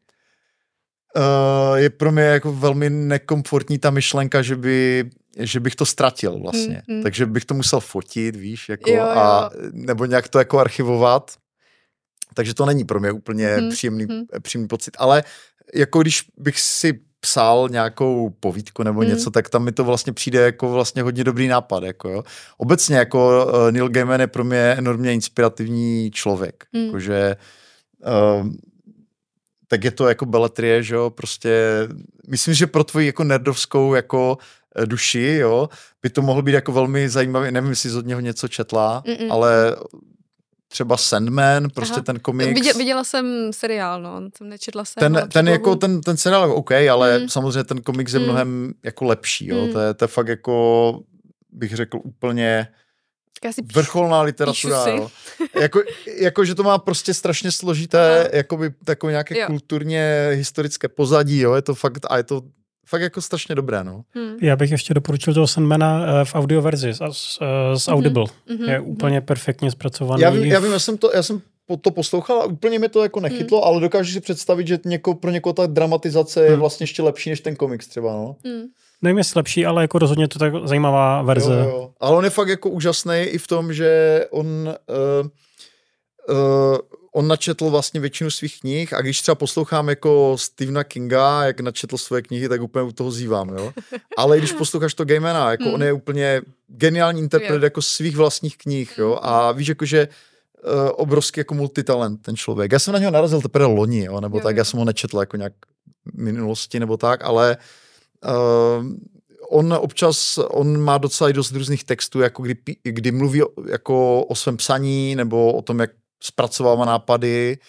uh, je pro mě jako velmi nekomfortní ta myšlenka, že, by, že bych to ztratil vlastně. Mm, mm. Takže bych to musel fotit, víš, jako, jo, a, jo. nebo nějak to jako archivovat. Takže to není pro mě úplně mm, příjemný, mm. příjemný pocit. Ale jako když bych si psal nějakou povídku nebo mm. něco, tak tam mi to vlastně přijde jako vlastně hodně dobrý nápad. Jako jo. Obecně jako uh, Neil Gaiman je pro mě enormně inspirativní člověk. Mm. Jakože uh, tak je to jako beletrie, že jo, prostě myslím, že pro tvoji jako nerdovskou jako duši, jo, by to mohlo být jako velmi zajímavý, nevím, jestli jsi od něho něco četla, Mm-mm. ale třeba Sandman, prostě Aha. ten komiks. Viděla, viděla jsem seriál, no, jsem nečetla jsem. Ten, ten, jako, ten, ten seriál je OK, ale mm. samozřejmě ten komiks je mm. mnohem jako lepší, jo, mm. to, je, to je fakt jako, bych řekl úplně vrcholná literatura, jo. jako, jako, že to má prostě strašně složité, jakoby takové nějaké jo. kulturně historické pozadí, jo, je to fakt, a je to fakt jako strašně dobré, no. Hmm. Já bych ještě doporučil toho Sandmana v audioverzi z, z Audible. Mm-hmm. Je úplně perfektně zpracovaný. Já vím, já, vím, já jsem to, já jsem to poslouchal a úplně mi to jako nechytlo, mm. ale dokážu si představit, že něko, pro někoho ta dramatizace je mm. vlastně ještě lepší než ten komiks třeba, no. Mm. Nevím, jestli lepší, ale jako rozhodně to tak zajímavá verze. Jo, jo. Ale on je fakt jako úžasný i v tom, že on uh, uh, on načetl vlastně většinu svých knih a když třeba poslouchám jako Stephena Kinga, jak načetl své knihy, tak úplně u toho zívám, jo. Ale když posloucháš to Gaimana, jako hmm. on je úplně geniální interpret jako svých vlastních knih, jo. A víš, jakože uh, obrovský jako multitalent ten člověk. Já jsem na něho narazil teprve loni, jo, nebo jo, tak, jo. Já jsem ho nečetl jako nějak v minulosti nebo tak, ale uh, on občas, on má docela i dost různých textů, jako kdy, kdy mluví jako o svém psaní, nebo o tom, jak zpracovává nápady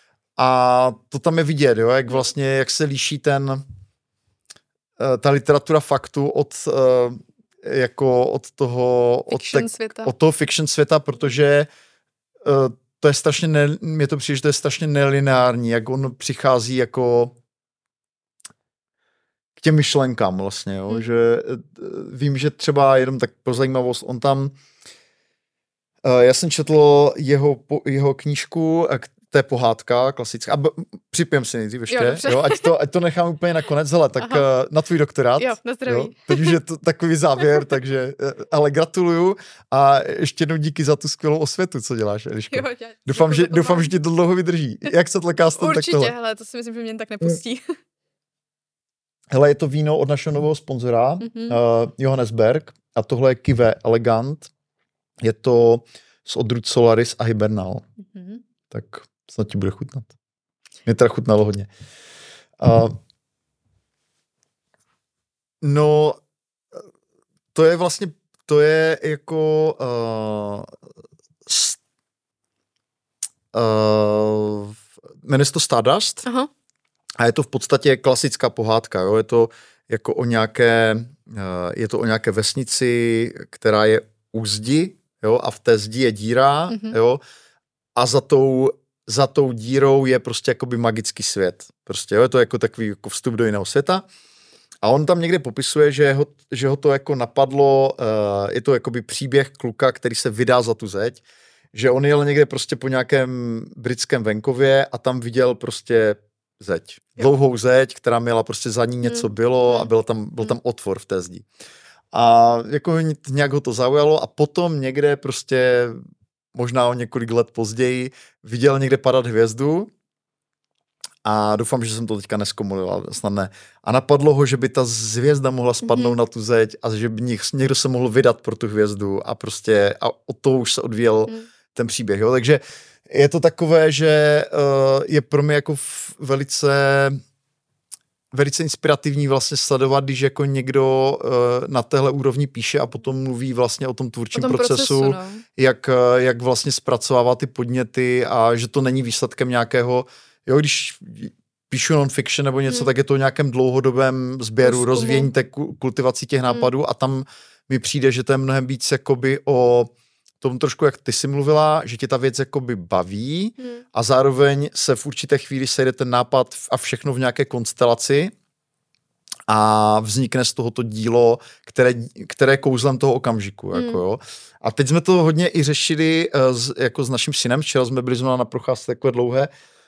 a to tam je vidět, jo, jak vlastně, jak se liší ten ta literatura faktu od jako od toho od, te, od toho fiction světa, protože to je strašně, ne, mě to přijde, že to je strašně nelineární, jak on přichází jako k těm myšlenkám vlastně, jo, hmm. že vím, že třeba jenom tak pro zajímavost, on tam Uh, já jsem četl jeho, jeho knížku, to je pohádka klasická. A b- připijem si nejdřív ještě, jo, jo, ať, to, ať to nechám úplně nakonec. Hele, tak uh, na tvůj doktorát. Jo, na zdraví. Jo, teď už je to takový závěr, takže ale gratuluju a ještě jednou díky za tu skvělou osvětu, co děláš, Eliško. Jo, já, doufám, že, doufám, že ti to dlouho vydrží. Jak se Zettelkasten, tak tohle. Určitě, hele, to si myslím, že mě tak nepustí. Hele, je to víno od našeho nového sponzora, mm-hmm. uh, Johannesberg, a tohle je Kive Elegant. Je to z odrůd Solaris a Hibernal. Mm-hmm. Tak snad ti bude chutnat. Mě teda chutnalo hodně. Uh, no, to je vlastně, to je jako uh, st, uh, jmenuje se to Stardust. Aha. A je to v podstatě klasická pohádka. Jo? Je to jako o nějaké, uh, je to o nějaké vesnici, která je u zdi, jo, a v té zdi je díra, mm-hmm. jo, a za tou, za tou dírou je prostě jakoby magický svět. Prostě, jo, je to jako takový jako vstup do jiného světa. A on tam někde popisuje, že ho, že ho to jako napadlo, uh, je to jakoby příběh kluka, který se vydá za tu zeď, že on jel někde prostě po nějakém britském venkově a tam viděl prostě zeď. Jo. Dlouhou zeď, která měla prostě za ní něco mm. bylo a byl tam, byl tam otvor v té zdi. A jako nějak ho to zaujalo a potom někde prostě možná o několik let později viděl někde padat hvězdu a doufám, že jsem to teďka neskomolil, ale snad ne. A napadlo ho, že by ta hvězda mohla spadnout mm-hmm. na tu zeď a že by někdo se mohl vydat pro tu hvězdu a prostě a od toho už se odvíjel mm. ten příběh. Jo? Takže je to takové, že uh, je pro mě jako velice velice inspirativní vlastně sledovat, když jako někdo uh, na téhle úrovni píše a potom mluví vlastně o tom tvůrčím o tom procesu, procesu no. jak, jak vlastně zpracovává ty podněty a že to není výsledkem nějakého, jo, když píšu non-fiction nebo něco, hmm. tak je to o nějakém dlouhodobém sběru, Zkumu. rozvíjení té kultivací těch nápadů hmm. a tam mi přijde, že to je mnohem víc jakoby o tom trošku, jak ty jsi mluvila, že tě ta věc jakoby baví hmm. a zároveň se v určité chvíli sejde ten nápad a všechno v nějaké konstelaci a vznikne z tohoto dílo, které, které je kouzlem toho okamžiku. Hmm. Jako jo. A teď jsme to hodně i řešili uh, s, jako s naším synem, včera jsme byli jsme na procházce takové dlouhé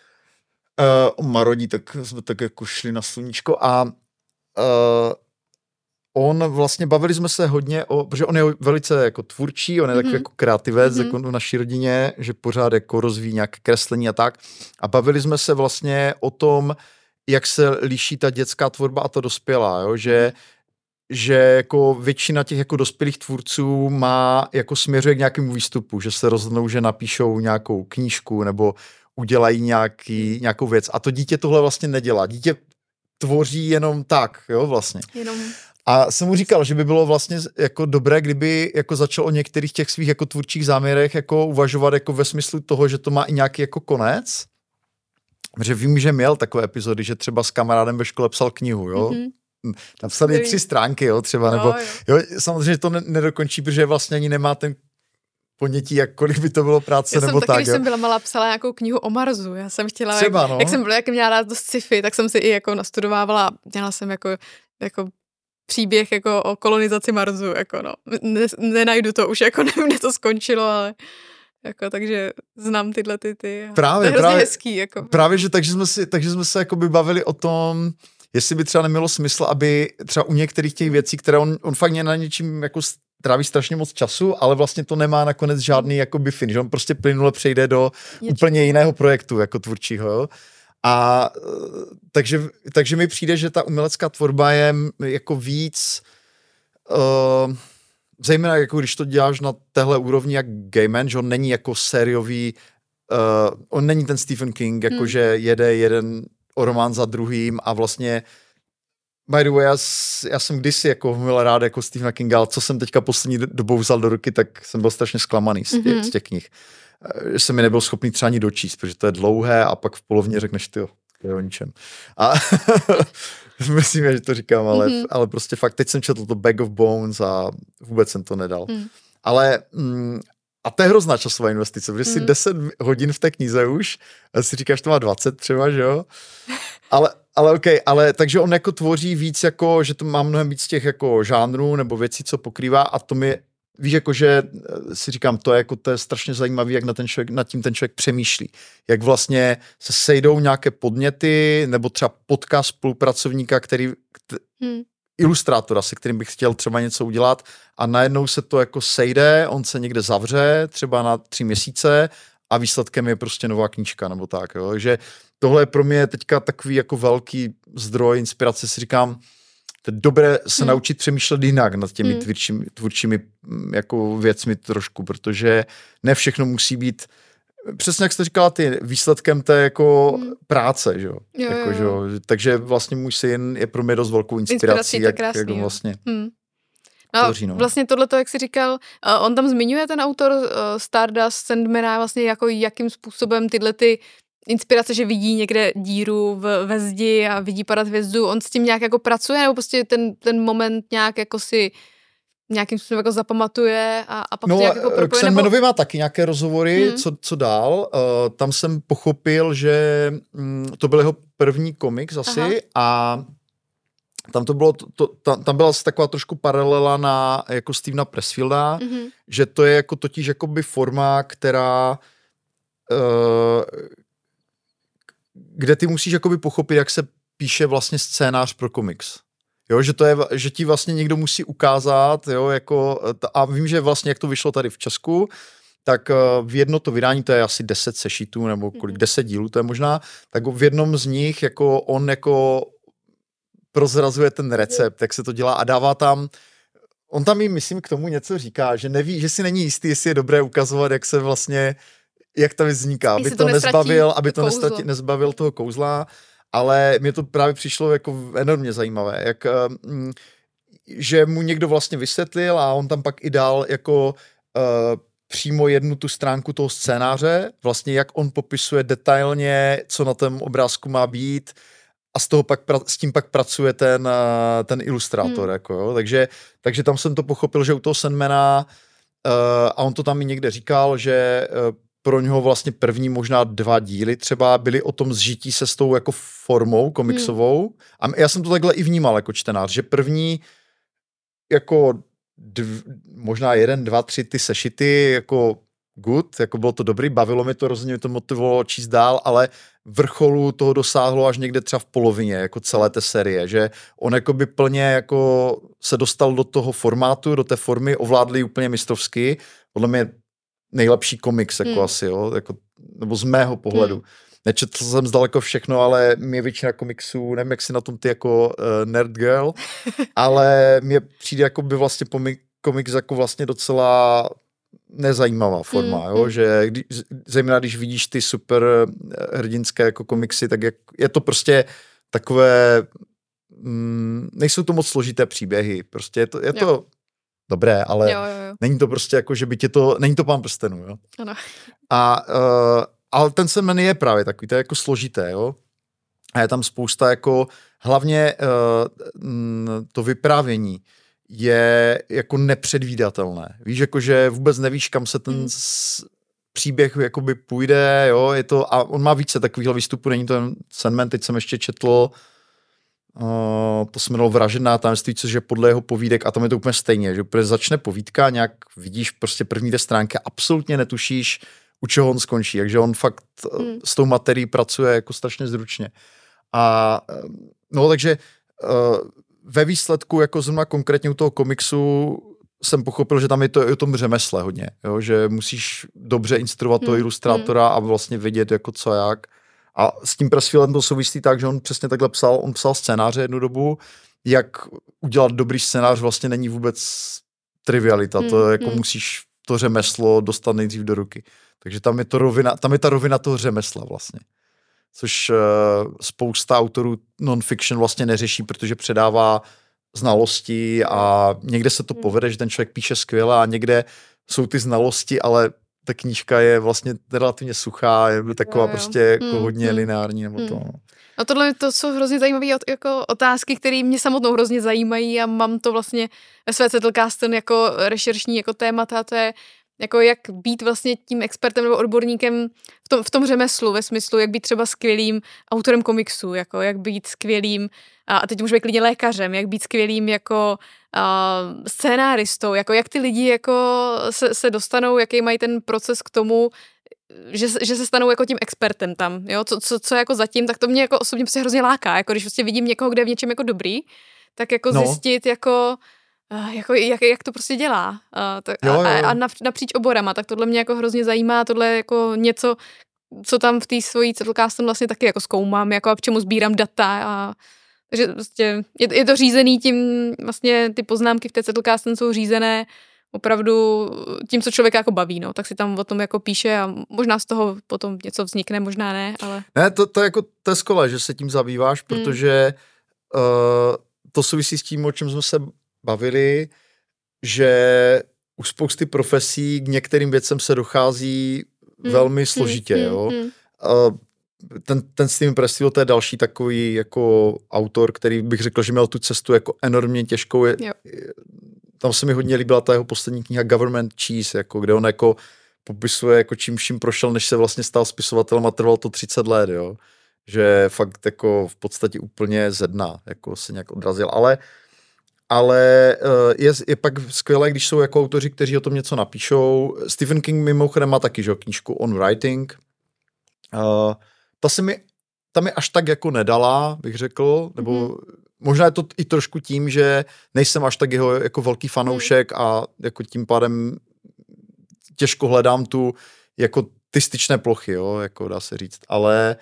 uh, marodí, tak jsme tak jako šli na sluníčko a uh, on vlastně, bavili jsme se hodně o, protože on je velice jako tvůrčí, on je mm-hmm. takový jako kreativec mm-hmm. jako v naší rodině, že pořád jako rozvíjí nějaké kreslení a tak. A bavili jsme se vlastně o tom, jak se liší ta dětská tvorba a ta dospělá, jo? Že, že jako většina těch jako dospělých tvůrců má, jako směřuje k nějakému výstupu, že se rozhodnou, že napíšou nějakou knížku nebo udělají nějaký, nějakou věc. A to dítě tohle vlastně nedělá. Dítě tvoří jenom tak, jo, vlastně. Jenom... A jsem mu říkal, že by bylo vlastně jako dobré, kdyby jako začal o některých těch svých jako tvůrčích záměrech jako uvažovat jako ve smyslu toho, že to má i nějaký jako konec. Protože vím, že měl takové epizody, že třeba s kamarádem ve škole psal knihu, jo. Mm-hmm. Napsali tři stránky, jo, třeba, jo, nebo, jo. jo, samozřejmě to ne- nedokončí, protože vlastně ani nemá ten ponětí, jakkoliv by to bylo práce, já nebo taky, tak. Když jo. jsem byla malá, psala nějakou knihu o Marsu. Já jsem chtěla, třeba, jak, no. jak jsem byla, jak měla rád do sci-fi, tak jsem si i jako nastudovávala, dělala jsem jako, jako příběh jako o kolonizaci Marsu, jako no. Ne, nenajdu to už, jako nevím, kde to skončilo, ale jako, takže znám tyhle ty, ty právě, to je právě, hezký, jako. Právě, že takže jsme, si, takže jsme se jakoby bavili o tom, jestli by třeba nemělo smysl, aby třeba u některých těch věcí, které on, on fakt na něčím jako tráví strašně moc času, ale vlastně to nemá nakonec žádný jakoby fin, že on prostě plynule přejde do Něč... úplně jiného projektu jako tvůrčího, jo. A takže, takže mi přijde, že ta umělecká tvorba je jako víc, uh, zejména jako když to děláš na téhle úrovni jak Gaiman, že on není jako sériový, uh, on není ten Stephen King, jako hmm. že jede jeden román za druhým a vlastně by the way, já, já jsem kdysi jako měl rád jako Stephena Kinga, ale co jsem teďka poslední dobou vzal do ruky, tak jsem byl strašně zklamaný z těch, mm-hmm. z těch knih. Že jsem mi nebyl schopný třeba ani dočíst, protože to je dlouhé a pak v polovině řekneš, tyjo, to je o ničem. A myslím, že to říkám, ale, mm-hmm. ale prostě fakt, teď jsem četl to Bag of Bones a vůbec jsem to nedal. Mm. Ale mm, a to je hrozná časová investice, protože mm. si deset hodin v té knize už, a si říkáš, to má dvacet třeba, že jo? Ale Ale okej, okay, ale takže on jako tvoří víc jako, že to má mnohem víc těch jako žánrů nebo věcí, co pokrývá a to mi, víš, jako že si říkám, to je jako, to je strašně zajímavý, jak na ten člověk, nad tím ten člověk přemýšlí. Jak vlastně se sejdou nějaké podněty nebo třeba podcast spolupracovníka, který, hmm. ilustrátora, se kterým bych chtěl třeba něco udělat a najednou se to jako sejde, on se někde zavře, třeba na tři měsíce a výsledkem je prostě nová knížka nebo tak, jo, takže tohle je pro mě teďka takový jako velký zdroj inspirace, si říkám, to je dobré se hmm. naučit přemýšlet jinak nad těmi hmm. tvůrčími, tvůrčími jako věcmi trošku, protože ne všechno musí být, přesně jak jste říkala ty, výsledkem té jako hmm. práce, že jo? Jo, jako, jo, jo. Že, takže vlastně můj syn je pro mě dost velkou inspirací, jak, krásný, jak vlastně hmm. no, tvoří, no. Vlastně tohleto, jak jsi říkal, uh, on tam zmiňuje ten autor uh, Stardust Sandmana vlastně jako jakým způsobem tyhle ty inspirace, že vidí někde díru v, ve zdi a vidí padat hvězdu, on s tím nějak jako pracuje, nebo prostě ten, ten moment nějak jako si nějakým způsobem jako zapamatuje a, a pak no, to nějak jako propoje, k Sandmanovi nebo... má taky nějaké rozhovory, hmm. co, co dál. Uh, tam jsem pochopil, že um, to byl jeho první komiks asi. Aha. A tam to bylo, to, to, tam, tam byla taková trošku paralela na jako Stevena Pressfielda, mm-hmm. že to je jako totiž jakoby forma, která uh, kde ty musíš jakoby pochopit, jak se píše vlastně scénář pro komiks. Jo, že to je, že ti vlastně někdo musí ukázat, jo, jako, a vím, že vlastně jak to vyšlo tady v Česku, tak v jedno to vydání, to je asi deset sešitů, nebo kolik, deset dílů, to je možná, tak v jednom z nich, jako on jako prozrazuje ten recept, jak se to dělá a dává tam, on tam jim, myslím, k tomu něco říká, že neví, že si není jistý, jestli je dobré ukazovat, jak se vlastně jak to vzniká, aby to, to nezbavil, aby to nestratí, nezbavil toho kouzla ale mě to právě přišlo jako enormně zajímavé, jak, um, že mu někdo vlastně vysvětlil a on tam pak i dal jako uh, přímo jednu tu stránku toho scénáře, vlastně jak on popisuje detailně, co na tom obrázku má být a z toho pak, s tím pak pracuje ten, ten ilustrátor, hmm. jako jo. Takže, takže tam jsem to pochopil, že u toho Sandmana, uh, a on to tam i někde říkal, že uh, pro něho vlastně první možná dva díly třeba byly o tom zžití se s tou jako formou komiksovou. Hmm. A já jsem to takhle i vnímal jako čtenář, že první jako dv, možná jeden, dva, tři ty sešity jako good, jako bylo to dobrý, bavilo mi to, rozhodně mi to motivovalo číst dál, ale vrcholu toho dosáhlo až někde třeba v polovině, jako celé té série, že on jako by plně jako se dostal do toho formátu, do té formy, ovládli úplně mistrovsky, podle mě nejlepší komiks, jako hmm. asi, jo, jako, nebo z mého pohledu. Hmm. Nečetl jsem zdaleko všechno, ale mě většina komiksů, nevím, jak si na tom ty jako uh, nerd girl, ale mně přijde jako by vlastně komiks jako vlastně docela nezajímavá forma, mm, jo, mm. že když, zejména když vidíš ty super hrdinské jako komiksy, tak jak, je to prostě takové, mm, nejsou to moc složité příběhy, prostě je to, je to dobré, ale jo, jo, jo. není to prostě jako, že by tě to, není to Pán prstenů, jo. Ano. A, uh, ale ten Sandman je právě takový, to je jako složité, jo. A je tam spousta jako, hlavně uh, to vyprávění je jako nepředvídatelné. Víš, jako, že vůbec nevíš, kam se ten hmm. s, příběh jakoby půjde, jo, je to, a on má více takovýchhle výstupů, není to jen Sandman, teď jsem ještě četl, uh, to se jmenovalo Vražedná tajemství, což je podle jeho povídek, a tam je to úplně stejně, že úplně začne povídka, nějak vidíš prostě první dvě stránky, absolutně netušíš, u čeho on skončí, takže on fakt hmm. s tou materií pracuje jako strašně zručně. A no, takže uh, ve výsledku, jako zrovna konkrétně u toho komiksu, jsem pochopil, že tam je to i o tom řemesle hodně, jo? Že musíš dobře instruovat hmm. toho ilustrátora hmm. a vlastně vědět, jako co jak. A s tím Pressfieldem to souvisí tak, že on přesně takhle psal, on psal scénáře jednu dobu, jak udělat dobrý scénář vlastně není vůbec trivialita, hmm. to jako hmm. musíš to řemeslo dostat nejdřív do ruky. Takže tam je, to rovina, tam je ta rovina toho řemesla vlastně. Což uh, spousta autorů non-fiction vlastně neřeší, protože předává znalosti a někde se to povede, že ten člověk píše skvěle a někde jsou ty znalosti, ale ta knížka je vlastně relativně suchá, je taková jo, jo. prostě jako hmm, hodně hmm. lineární nebo hmm. to. No tohle to jsou hrozně zajímavé jako otázky, které mě samotnou hrozně zajímají a mám to vlastně ve své Zettelkasten jako rešeršní jako témata, to je jako jak být vlastně tím expertem nebo odborníkem v tom, v tom řemeslu, ve smyslu, jak být třeba skvělým autorem komiksu, jako jak být skvělým, a teď můžeme být klidně lékařem, jak být skvělým jako uh, scénáristou, jako jak ty lidi jako se, se dostanou, jaký mají ten proces k tomu, že, že se stanou jako tím expertem tam, jo, co, co, co jako zatím, tak to mě jako osobně prostě hrozně láká, jako když prostě vidím někoho, kde je v něčem jako dobrý, tak jako no. zjistit jako Jako, jak, jak to prostě dělá a, tak, jo, jo, jo. a, a napříč oborama, tak tohle mě jako hrozně zajímá, tohle je jako něco, co tam v té svojí Zettelkasten vlastně taky jako zkoumám, jako a k čemu sbírám data a takže prostě je, je to řízený tím, vlastně ty poznámky v té Zettelkasten jsou řízené opravdu tím, co člověka jako baví, no, tak si tam o tom jako píše a možná z toho potom něco vznikne, možná ne, ale... Ne, to, to, jako, to je skvělé, že se tím zabýváš, protože hmm. uh, to souvisí s tím, o čem jsme se bavili, že u spousty profesí k některým věcem se dochází mm, velmi složitě, mm, jo. Mm, uh, ten, ten Steven Pressfield, to je další takový jako autor, který bych řekl, že měl tu cestu jako enormně těžkou. Je, tam se mi hodně líbila ta jeho poslední kniha Government Cheese, jako, kde on jako popisuje, jako čím vším prošel, než se vlastně stal spisovatelem a trvalo to třicet let, jo. Že fakt jako v podstatě úplně ze dna, jako se nějak odrazil, ale Ale je, je pak skvělé, když jsou jako autoři, kteří o tom něco napíšou. Stephen King mimochodem má taky, že, knížku On Writing. Uh, ta se mi, ta mi až tak jako nedala, bych řekl, nebo mm. možná je to i trošku tím, že nejsem až tak jeho jako velký fanoušek mm. a jako tím pádem těžko hledám tu jako ty styčné plochy, jo, jako dá se říct. Ale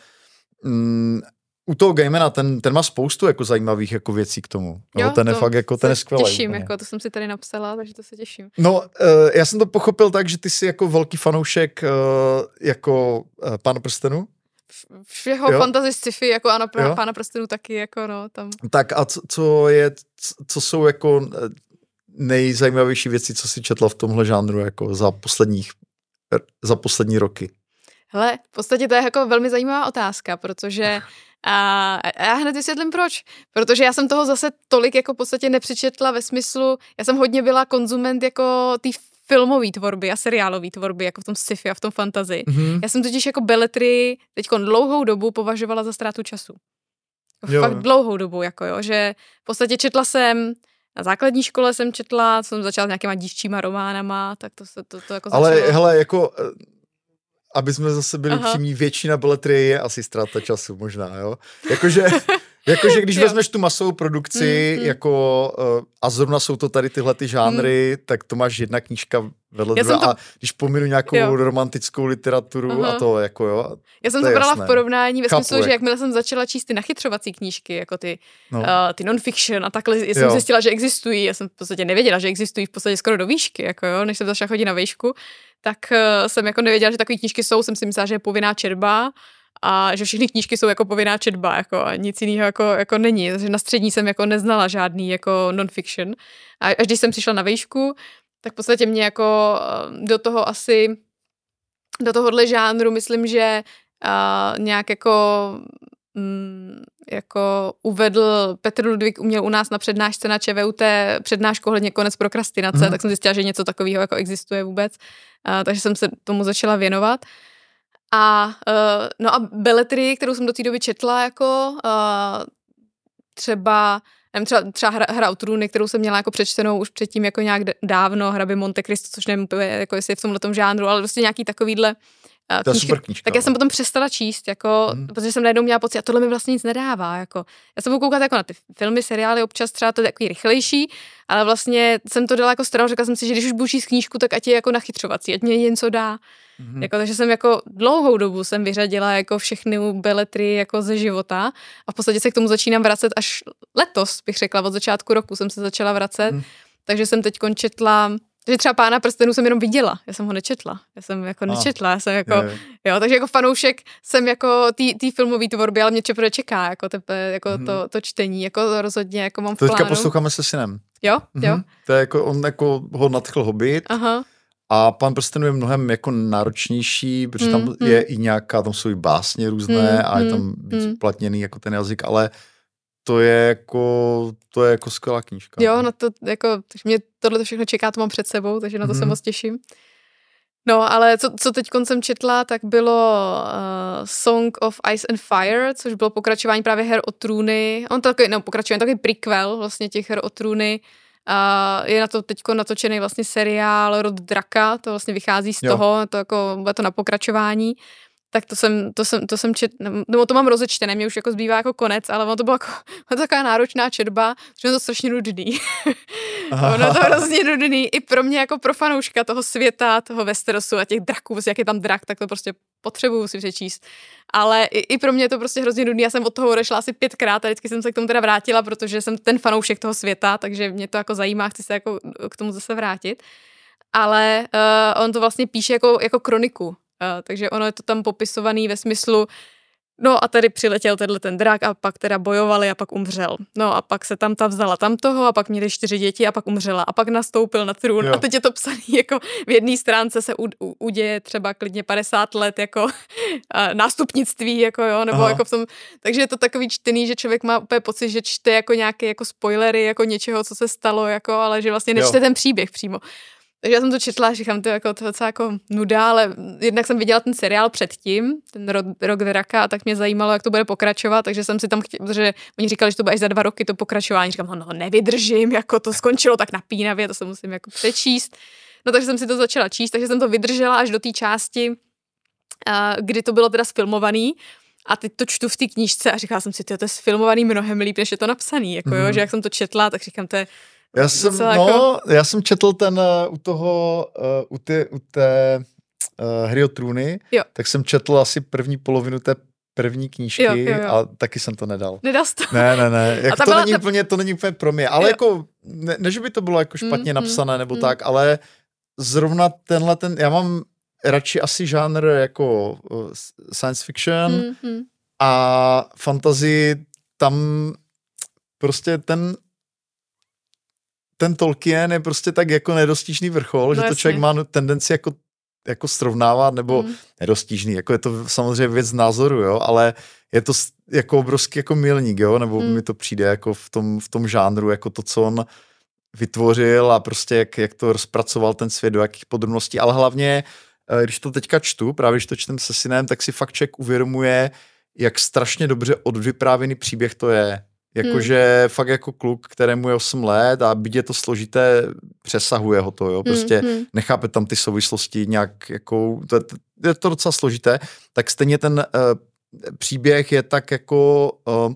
mm, u toho Gaimana, ten, ten má spoustu jako zajímavých jako věcí k tomu. Jo, no, ten je fakt jako, ten je skvělý. Těším, jako, to jsem si tady napsala, takže to se těším. No, uh, já jsem to pochopil tak, že ty jsi jako velký fanoušek uh, jako uh, Pána prstenů. všeho fantasy sci-fi, jako ano, pro Pána prstenů taky, jako no, tam. Tak a co, co je, co jsou jako nejzajímavější věci, co si četla v tomhle žánru, jako za posledních, za poslední roky? Hele, v podstatě to je jako velmi zajímavá otázka, protože a já hned vysvětlím proč. Protože já jsem toho zase tolik jako v podstatě nepřečetla ve smyslu, já jsem hodně byla konzument jako té filmové tvorby a seriálové tvorby, jako v tom sci-fi a v tom fantasy. Mm-hmm. Já jsem totiž jako beletry teďko dlouhou dobu považovala za ztrátu času. Jo. Fakt dlouhou dobu, jako jo, že v podstatě četla jsem, na základní škole jsem četla, jsem začala s nějakýma dívčíma románama, tak to se to, to jako začalo. Ale hele, jako... Aby jsme zase byli přímí, většina beletrie je asi ztráta času možná, jo. Jakože, jakože když vezmeš tu masovou produkci, mm, mm. jako uh, a zrovna jsou to tady tyhle ty žánry, mm. tak to máš jedna knížka vedle druhé to... a když pominu nějakou jo. romantickou literaturu Aha. a to jako jo. Já jsem to, to brala jasné. v porovnání ve Chápu, smyslu, jak... že jakmile jsem začala číst ty nachytřovací knížky, jako ty, no. uh, ty non-fiction a takhle, já jsem jo. zjistila, že existují, já jsem v podstatě nevěděla, že existují v podstatě skoro do výšky, jako jo, než jsem začala chodit na výšku. Tak uh, jsem jako nevěděla, že takové knížky jsou, jsem si myslela, že je povinná četba a že všechny knížky jsou jako povinná četba, jako a nic jiného jako, jako není. Takže na střední jsem jako neznala žádný jako non-fiction. A až když jsem přišla na výšku, tak v podstatě mě jako do toho asi, do tohohle žánru myslím, že uh, nějak jako mm, jako uvedl Petr Ludvík, uměl u nás na přednášce na ČVUT přednášku ohledně konec prokrastinace, mm. tak jsem zjistila, že něco takového jako existuje vůbec. Uh, takže jsem se tomu začala věnovat. A uh, no a beletry, kterou jsem do té doby četla, jako uh, třeba, nevím, třeba, třeba hra, hra o trůny, kterou jsem měla jako přečtenou už předtím jako nějak dávno, Hrabě Monte Cristo, což nevím, jako jestli je v tomhletom žánru, ale prostě nějaký takovýhle To je super knížka. Tak já jsem potom přestala číst, jako, hmm. protože jsem najednou měla pocit, a tohle mi vlastně nic nedává. Jako. Já jsem budu koukat jako na ty filmy, seriály, občas třeba to je takový rychlejší, ale vlastně jsem to dala jako stranou, řekla jsem si, že když už budu číst knížku, tak ať je jako nachytřovací, ať mě něco dá. Hmm. Jako, takže jsem jako dlouhou dobu jsem vyřadila jako všechny beletry jako ze života a v podstatě se k tomu začínám vracet až letos, bych řekla, od začátku roku jsem se začala vracet, hmm. takže jsem teď četla. Takže třeba Pána prstenů jsem jenom viděla, já jsem ho nečetla, já jsem jako nečetla, já jsem jako, je. jo, takže jako fanoušek jsem jako té filmové tvorby, ale mě čeprve čeká, jako, tepe, jako hmm. to, to čtení, jako to rozhodně, jako mám v plánu. To teďka posloucháme se synem. Jo, mhm. jo. To je jako, on jako ho nadchl Hobbit. Aha. A Pán prstenů je mnohem jako náročnější, protože mm, tam mm. je i nějaká, tam jsou i básně různé mm, a je tam víc mm. uplatněný jako ten jazyk, ale to je jako, to je jako skvělá knížka. Jo, no to jako, mě tohle všechno čeká, to mám před sebou, takže na to mm. se moc těším. No, ale co, co teď jsem četla, tak bylo uh, Song of Ice and Fire, což bylo pokračování právě Her o trůny. On to takový, no, pokračování, takový prequel vlastně těch Her o trůny. Uh, je na to teďko natočený vlastně seriál Rod draka, to vlastně vychází z jo. toho, to jako, bude to na pokračování. Tak to jsem, to jsem, to jsem čet, nebo to mám rozečtené, mě už jako zbývá jako konec, ale ono to bylo jako, to taková náročná četba, že je to strašně nudný. Ono to hrozně nudný i pro mě jako pro fanouška toho světa, toho Westerosu a těch draků, jak je tam drak, tak to prostě potřebuju si přečíst. Ale i, i pro mě je to prostě hrozně nudný, já jsem od toho odešla asi pětkrát a vždycky jsem se k tomu teda vrátila, protože jsem ten fanoušek toho světa, takže mě to jako zajímá, chci se jako k tomu zase vrátit. Ale uh, on to vlastně píše jako, jako kroniku. Uh, takže ono je to tam popisovaný ve smyslu, no a tady přiletěl tenhle ten drak a pak teda bojovali a pak umřel. No a pak se tam ta vzala tam toho a pak měli čtyři děti a pak umřela a pak nastoupil na trůn. Jo. A teď je to psaný jako v jedné stránce se u, u, uděje třeba klidně padesát let jako uh, nástupnictví, jako jo, nebo Aha. jako v tom, takže je to takový čtený, že člověk má úplně pocit, že čte jako nějaké jako spoilery jako něčeho, co se stalo, jako, ale že vlastně nečte jo. ten příběh přímo. Takže já jsem to četla a říkám, to je jako, to docela jako nuda, ale jednak jsem viděla ten seriál předtím, ten Rok draka, a tak mě zajímalo, jak to bude pokračovat, takže jsem si tam chtěla, protože oni říkali, že to bude až za dva roky to pokračování, říkám, no nevydržím, jako to skončilo tak napínavě, to se musím jako přečíst. No takže jsem si to začala číst, takže jsem to vydržela až do té části, kdy to bylo teda sfilmovaný. A teď to čtu v té knížce a říkala jsem si, to je sfilmovaný mnohem líp, než je to napsaný, jako mm-hmm. jo, že jak jsem to četla, tak říkám, to je Já jsem, no, jako... já jsem četl ten uh, u toho, uh, u, ty, u té uh, Hry o trůny, jo. tak jsem četl asi první polovinu té první knížky jo, jo, jo. a taky jsem to nedal. Nedal jsi to? Ne, ne, ne, jak to, byla, není ta... úplně, to není úplně pro mě, ale jo. jako, ne, ne, že by to bylo jako špatně mm, napsané nebo mm. tak, ale zrovna tenhle ten, já mám radši asi žánr jako science fiction mm-hmm. a fantasy, tam prostě ten ten Tolkien je prostě tak jako nedostižný vrchol, no že jasně. To člověk má tendenci jako, jako srovnávat, nebo mm. nedostižný, jako je to samozřejmě věc názoru, jo, ale je to jako obrovský jako milník, jo, nebo mm. mi to přijde jako v tom, v tom žánru, jako to, co on vytvořil a prostě jak, jak to rozpracoval ten svět, do jakých podrobností, ale hlavně, když to teďka čtu, právě když to čtem se synem, tak si fakt člověk uvědomuje, jak strašně dobře odvyprávěný příběh to je. Jakože hmm. fakt jako kluk, kterému je osm let a byť je to složité, přesahuje ho to, jo, prostě hmm. nechápe tam ty souvislosti nějak, jako, to, je to docela složité, tak stejně ten uh, příběh je tak jako uh, uh,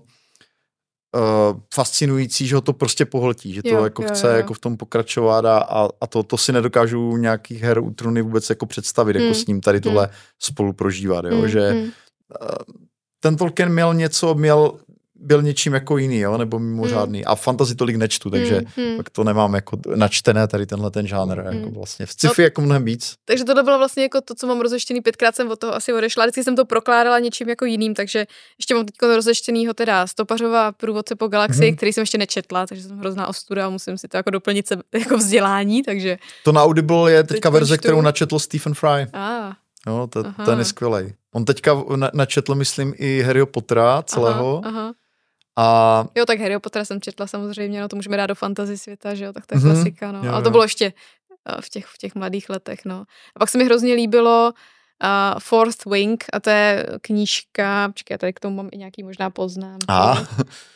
fascinující, že ho to prostě pohltí, že to jo, jako jo, chce jo. Jako v tom pokračovat a, a, a to, to si nedokážu nějakých her u trůny vůbec jako představit, hmm. jako s ním tady tohle hmm. spolu prožívat, jo, hmm. že uh, ten Tolkien měl něco, měl byl něčím jako jiný, jo, nebo mimořádný. Mm. A fantasy tolik nečtu, takže mm. tak to nemám jako načtené tady tenhle ten žánr, mm. jako vlastně. V sci-fi no, jako mnohem víc. Takže tohle bylo vlastně jako to, co mám rozeštěný, pětkrát jsem od toho asi odešla, vždycky jsem to prokládala něčím jako jiným, takže ještě mám teď rozeštěnýho teda Stopařova průvodce po galaxii, mm. který jsem ještě nečetla, takže jsem hrozná ostuda a musím si to jako doplnit se, jako vzdělání, takže... To na Audible je teďka verze, čtu. Kterou načetl Stephen Fry. Ah. No, to, ten je skvělej. On teďka na, načetl, myslím, i Harryho Pottera celého. Aha, aha. A... Jo, tak Harryho Pottera jsem četla samozřejmě, no to můžeme dát do fantasy světa, že jo, tak to je mm-hmm. klasika, no. Jo, ale to jo. bylo ještě v těch, v těch mladých letech, no. A pak se mi hrozně líbilo uh, Fourth Wing, a to je knížka, počkej, já tady k tomu mám i nějaký možná poznámky. Aha.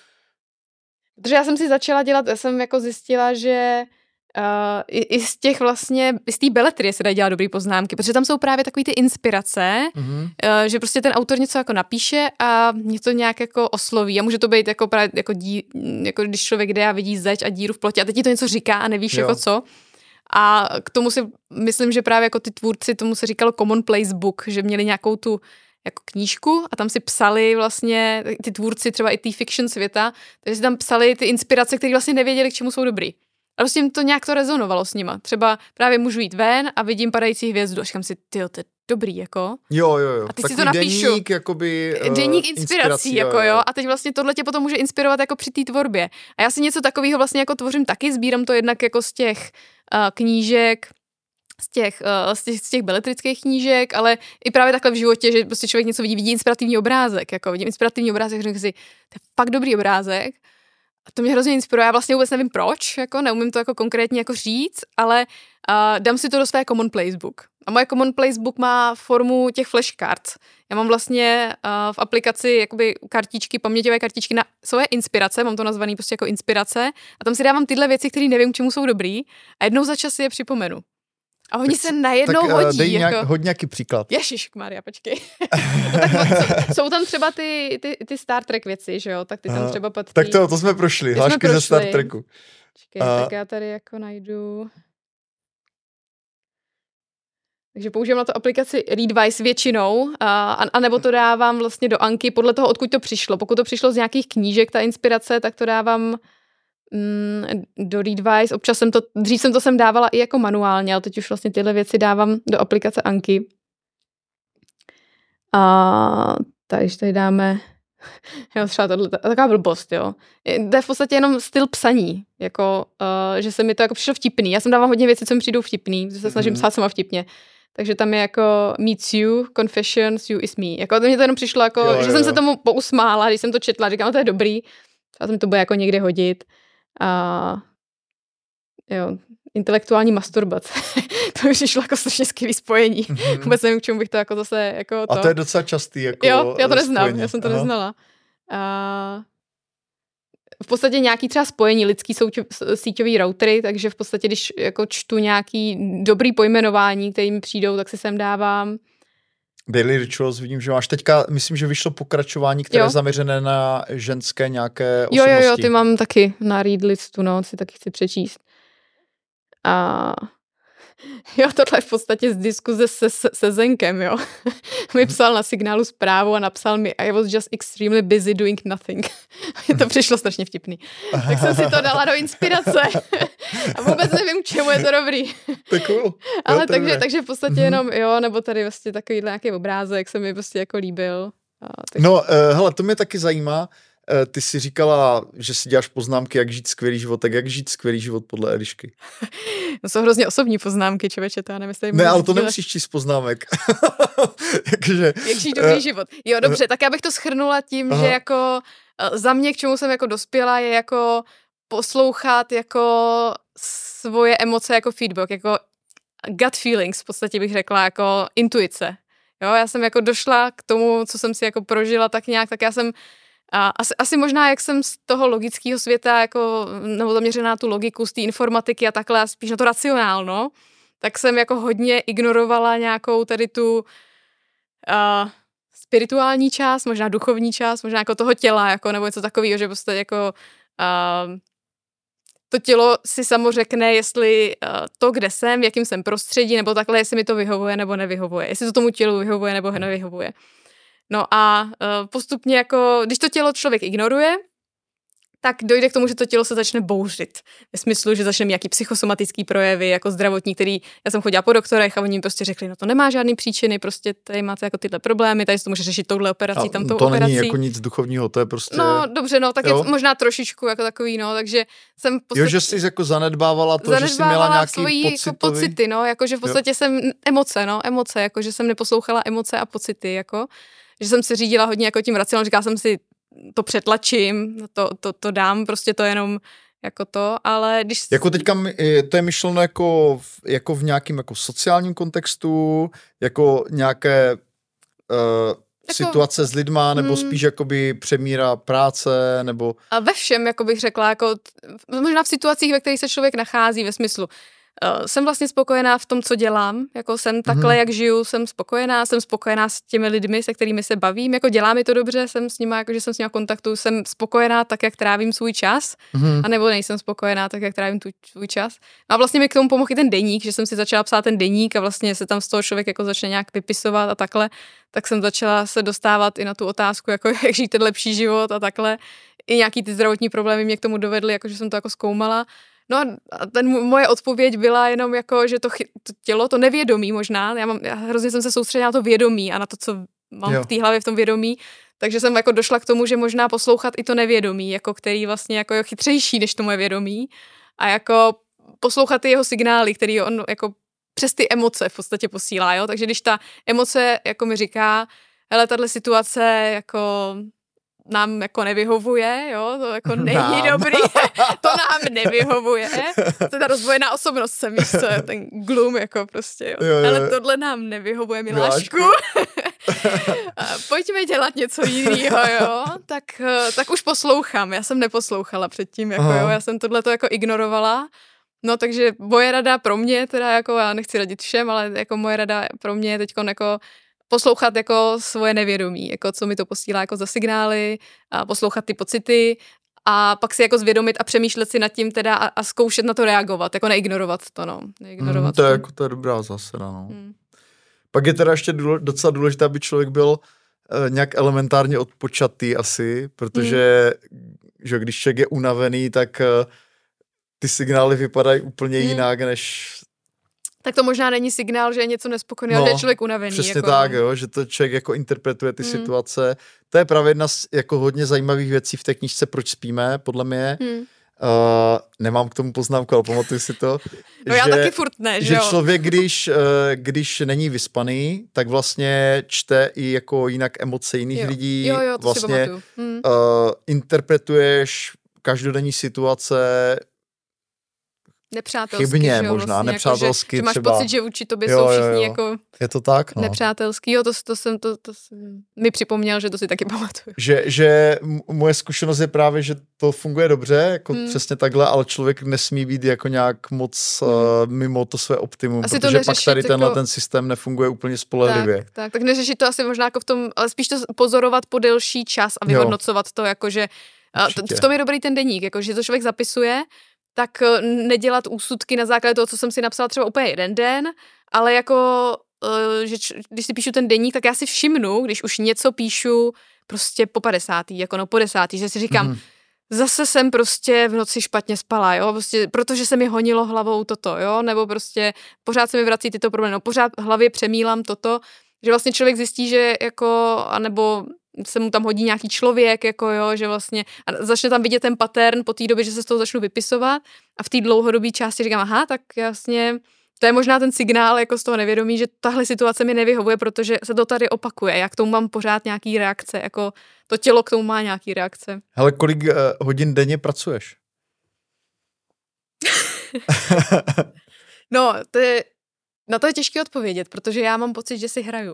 Protože já jsem si začala dělat, já jsem jako zjistila, že Uh, i, i z těch vlastně, z té beletrie se dají dělat dobrý poznámky, protože tam jsou právě takový ty inspirace, mm-hmm. uh, že prostě ten autor něco jako napíše a mě to nějak jako osloví a může to být jako právě jako, dí, jako když člověk jde a vidí zeď a díru v plotě a teď ti to něco říká a nevíš jo. Jako co. A k tomu si myslím, že právě jako ty tvůrci, tomu se říkalo commonplace book, že měli nějakou tu jako knížku a tam si psali vlastně ty tvůrci třeba i té fiction světa, takže si tam psali ty inspirace, které vlastně nevěděli, k čemu jsou dobrý. A prostě jim to nějak to rezonovalo s nima. Třeba právě můžu jít ven a vidím padající hvězdu a říkám si, tyjo, to je dobrý, jako. Jo, jo, jo. A teď si to napíšu. Deník, jakoby, uh, deník inspirací, inspirací jako jo, jo. A teď vlastně tohle tě potom může inspirovat jako při té tvorbě. A já si něco takového vlastně jako tvořím taky, sbírám to jednak jako z těch uh, knížek, z těch, uh, z těch, z těch beletrických knížek, ale i právě takhle v životě, že prostě člověk něco vidí, vidí inspirativní obrázek, jako vidím inspirativní obrázek, řeknu si, to je fakt dobrý obrázek. A to mě hrozně inspiruje, já vlastně vůbec nevím proč, jako neumím to jako konkrétně jako říct, ale uh, dám si to do své commonplace book. A moje commonplace book má formu těch flashcards. Já mám vlastně uh, v aplikaci jakoby kartičky, paměťové kartičky na svoje inspirace, mám to nazvaný prostě jako inspirace a tam si dávám tyhle věci, které nevím, k čemu jsou dobrý a jednou za čas si je připomenu. A oni tak, se najednou tak, hodí. Dej jako... nějak, hoď nějaký příklad. Ježišmarja, počkej. No tak, jsou, jsou tam třeba ty, ty, ty Star Trek věci, že jo? Tak ty tam Aha. třeba patří. Tak to, to jsme prošli, hlášky ze Star Treku. Počkej, A... tak já tady jako najdu... Takže používám na to aplikaci Readwise většinou, a, a nebo to dávám vlastně do Anky podle toho, odkud to přišlo. Pokud to přišlo z nějakých knížek, ta inspirace, tak to dávám mm, do Readwise. Občas jsem to, dřív jsem to sem dávala i jako manuálně, ale teď už vlastně tyhle věci dávám do aplikace Anky. A takže tady dáme, jo, třeba tohle, taková blbost, jo. To je v podstatě jenom styl psaní, jako, uh, že se mi to jako přišlo vtipný. Já jsem dávám hodně věcí, co mi přijdou vtipný, že se snažím psát sama vtipně. Takže tam je jako meets you, confessions, you is me. Jako to mě to jenom přišlo, jako, jo, že jo. jsem se tomu pousmála, když jsem to četla, říkám, no to je dobrý, a to mi to bude jako někde hodit. A jo, intelektuální masturbace. To mi přišlo jako strašně skvělý spojení. Mm-hmm. Vůbec nevím, k čemu bych to jako zase... Jako to... A to je docela častý jako jo, já to neznám, spojení. Já jsem to Aha. neznala. A v podstatě nějaký třeba spojení, lidský součo- síťový routery, takže v podstatě, když jako čtu nějaký dobrý pojmenování, které mi přijdou, tak si sem dávám. Daily Rituals, vidím, že máš teďka, myslím, že vyšlo pokračování, které jo. je zaměřené na ženské nějaké osobnosti. Jo, jo, jo, ty mám taky na read listu, no, si taky chci přečíst. A Jo, tohle je v podstatě z diskuze se, se, se Zenkem, jo. Mi psal na signálu zprávu a napsal mi I was just extremely busy doing nothing. Mně to přišlo strašně vtipný. Tak jsem si to dala do inspirace. A vůbec nevím, k čemu je to dobrý. To je cool. Ale jo, takže, takže v podstatě jenom, jo, nebo tady vlastně takový nějaký obrázek se mi prostě jako líbil. A, takže... No, uh, hele, to mě taky zajímá. Uh, ty jsi říkala, že si děláš poznámky, jak žít skvělý život, tak jak žít skvělý život podle Elišky? No jsou hrozně osobní poznámky, člověče, to já nevím, jestli... Ne, ale to nemusíš číst poznámek. Jakže, jak žít dobrý uh, život. Jo, dobře, uh, tak já bych to shrnula tím, aha. že jako uh, za mě, k čemu jsem jako dospěla, je jako poslouchat jako svoje emoce jako feedback, jako gut feelings, v podstatě bych řekla, jako intuice. Jo, já jsem jako došla k tomu, co jsem si jako prožila tak nějak, tak já jsem a asi, asi možná, jak jsem z toho logického světa, jako, nebo zaměřená na tu logiku, z té informatiky a takhle, a spíš na to racionálno, tak jsem jako hodně ignorovala nějakou tady tu uh, spirituální část, možná duchovní část, možná jako toho těla, jako, nebo něco takového, že prostě jako uh, to tělo si samo řekne, jestli uh, to, kde jsem, v jakým jsem prostředí, nebo takhle, jestli mi to vyhovuje nebo nevyhovuje, jestli to tomu tělu vyhovuje nebo nevyhovuje. No a uh, postupně jako, když to tělo člověk ignoruje, tak dojde k tomu, že to tělo se začne bouřit. Ve smyslu, že začne mít nějaký psychosomatický projevy, jako zdravotní, který, já jsem chodila po doktorech a oni mi prostě řekli, no to nemá žádný příčiny, prostě tady máte jako tyhle problémy, tady se to může řešit touhle operací, a tamtou to operací. To není jako nic duchovního, to je prostě... No dobře, no tak jo? je možná trošičku jako takový, no, takže jsem... Podstatě... Jo, že jsi jako zanedbávala to, zanedbávala že jsi měla nějaký svojí pocitový... jako pocity, no, jakože v podstatě jo. jsem emoce, no, emoce, jako že jsem neposlouchala emoce a pocity, jako, že jsem se řídila hodně jako tím racionálně, říkala jsem si, to přetlačím, to, to, to dám, prostě to jenom jako to, ale když... Jako teďka to je myšleno jako v, jako v nějakým jako sociálním kontextu, jako nějaké uh, jako, situace s lidma, nebo hmm, spíš jakoby přemíra práce, nebo... A ve všem, jako bych řekla, jako možná v situacích, ve kterých se člověk nachází, ve smyslu, Uh, jsem vlastně spokojená v tom, co dělám, jako jsem takhle, mm-hmm. jak žiju, jsem spokojená, jsem spokojená s těmi lidmi, se kterými se bavím, jako dělá mi to dobře, jsem s nima, jakože jsem s nima v kontaktu, jsem spokojená tak, jak trávím svůj čas, mm-hmm. anebo nejsem spokojená tak, jak trávím tu, svůj čas. A vlastně mi k tomu pomohl i ten deník, že jsem si začala psát ten deník a vlastně se tam z toho člověk jako začne nějak vypisovat a takhle, tak jsem začala se dostávat i na tu otázku, jako jak žít ten lepší život a takhle. I nějaký ty zdravotní problémy mě k tomu dovedly, jakože jsem to jako zkoumala. No a ten moje odpověď byla jenom jako, že to, chy, to tělo, to nevědomí možná, já, mám, já hrozně jsem se soustředila na to vědomí a na to, co mám jo. v té hlavě v tom vědomí, takže jsem jako došla k tomu, že možná poslouchat i to nevědomí, jako který vlastně jako je chytřejší než to moje vědomí a jako poslouchat ty jeho signály, který on jako přes ty emoce v podstatě posílá, jo, takže když ta emoce jako mi říká, hele, tahle situace jako... nám jako nevyhovuje, jo, to jako není nám. dobrý, to nám nevyhovuje, to je ta rozvojená osobnost jsem, víš co, ten gloom jako prostě, jo, jo, jo. Ale tohle nám nevyhovuje, miláčku, pojďme dělat něco jiného, jo, tak, tak už poslouchám, já jsem neposlouchala předtím, jako jo, já jsem tohleto jako ignorovala, no takže moje rada pro mě, teda jako já nechci radit všem, ale jako moje rada pro mě je teďkon jako poslouchat jako svoje nevědomí, jako co mi to posílá jako za signály, a poslouchat ty pocity a pak si jako zvědomit a přemýšlet si nad tím teda a, a zkoušet na to reagovat, jako neignorovat to, no. Neignorovat mm, to, je, jako, to je dobrá zásada, no. Mm. Pak je teda ještě důle, docela důležité, aby člověk byl uh, nějak elementárně odpočatý asi, protože mm. že když člověk je unavený, tak uh, ty signály vypadají úplně mm. jinak, než... Tak to možná není signál, že je něco nespokojeného, no, že je člověk unavený. Přesně jako, tak, no. jo, že to člověk jako interpretuje ty mm. situace. To je právě jedna z jako hodně zajímavých věcí v té knížce Proč spíme, podle mě. Mm. Uh, nemám k tomu poznámku, ale pamatuju si to. No že, já taky furt ne, že, že jo. člověk, když, uh, když není vyspaný, tak vlastně čte i jako jinak emoce jiných jo. lidí. Jo, jo, to vlastně si pamatuju. Mm. Uh, interpretuješ každodenní situace nepřátelsky, chybně, že jo, možná, vlastně, nepřátelsky jako, že, že máš třeba. pocit, že vůči tobě jo, jsou všichni jo, jo. jako je to tak, no. nepřátelský, jo, to, to jsem, to, to jsem mi připomněl, že to si taky pamatuju. Že, že moje zkušenost je právě, že to funguje dobře, jako hmm. přesně takhle, ale člověk nesmí být jako nějak moc hmm. uh, mimo to své optimum, asi protože pak tady tenhle jako... ten systém nefunguje úplně spolehlivě. Tak, tak, tak neřešit to asi možná jako v tom, ale spíš to pozorovat po delší čas a vyhodnocovat jo. to, jakože v tom je dobrý ten deník, jako, že to člověk zapisuje tak nedělat úsudky na základě toho, co jsem si napsala třeba úplně jeden den, ale jako, že když si píšu ten deník, tak já si všimnu, když už něco píšu prostě po padesátý, jako no po desátý, že si říkám, mm. zase jsem prostě v noci špatně spala, jo, prostě, protože se mi honilo hlavou toto, jo, nebo prostě pořád se mi vrací tyto problémy, no pořád v hlavě přemýlám toto, že vlastně člověk zjistí, že jako, anebo se mu tam hodí nějaký člověk, jako jo, že vlastně a začne tam vidět ten pattern po té době, že se z toho začnu vypisovat a v té dlouhodobé části říkám, aha, tak jasně, to je možná ten signál jako z toho nevědomí, že tahle situace mi nevyhovuje, protože se to tady opakuje, já k tomu mám pořád nějaký reakce, jako to tělo k tomu má nějaký reakce. Hele, kolik uh, hodin denně pracuješ? No, to je, na to je těžké odpovědět, protože já mám pocit, že si hraju.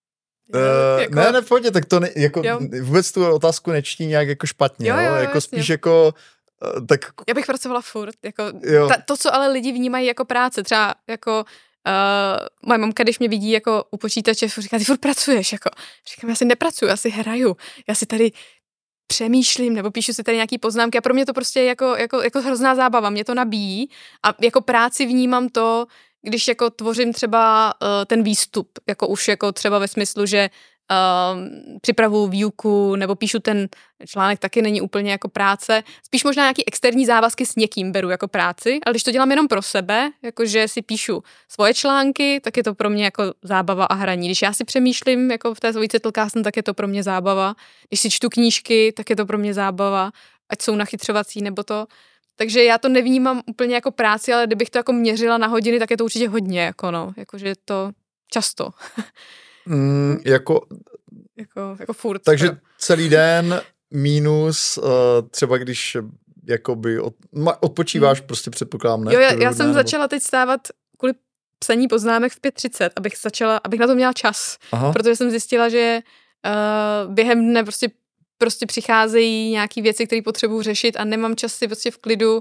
Uh, jako... Ne, ne, pojďte, tak to ne, jako vůbec tu otázku nečtí nějak jako špatně, jo, jo, jo, jako jasně. Spíš jako uh, tak... Já bych pracovala furt, jako ta, to, co ale lidi vnímají jako práce, třeba jako uh, moje mamka, když mě vidí jako u počítače, říká, ty furt pracuješ, jako říkám, já si nepracuju, já si hraju, já si tady přemýšlím, nebo píšu si tady nějaký poznámky a pro mě to prostě je jako, jako, jako hrozná zábava, mě to nabíjí a jako práci vnímám to, když jako tvořím třeba uh, ten výstup, jako už jako třeba ve smyslu, že uh, připravuju výuku nebo píšu ten článek, taky není úplně jako práce. Spíš možná nějaký externí závazky s někým beru jako práci, ale když to dělám jenom pro sebe, jakože si píšu svoje články, tak je to pro mě jako zábava a hraní. Když já si přemýšlím jako v té svojí Zettelkasten, tak je to pro mě zábava. Když si čtu knížky, tak je to pro mě zábava, ať jsou nachytřovací nebo to. Takže já to nevnímám úplně jako práci, ale kdybych to jako měřila na hodiny, tak je to určitě hodně, jako no, jakože je to často. mm, jako, jako, jako furt. Takže to. Celý den minus, uh, třeba když jakoby od, odpočíváš, hmm. prostě předpokládám, ne? Jo, já, já jsem nebo... začala teď stávat kvůli psaní poznámek v pět třicet, abych začala, abych na to měla čas, Aha. protože jsem zjistila, že uh, během dne prostě prostě přicházejí nějaký věci, které potřebuji řešit a nemám čas si prostě v klidu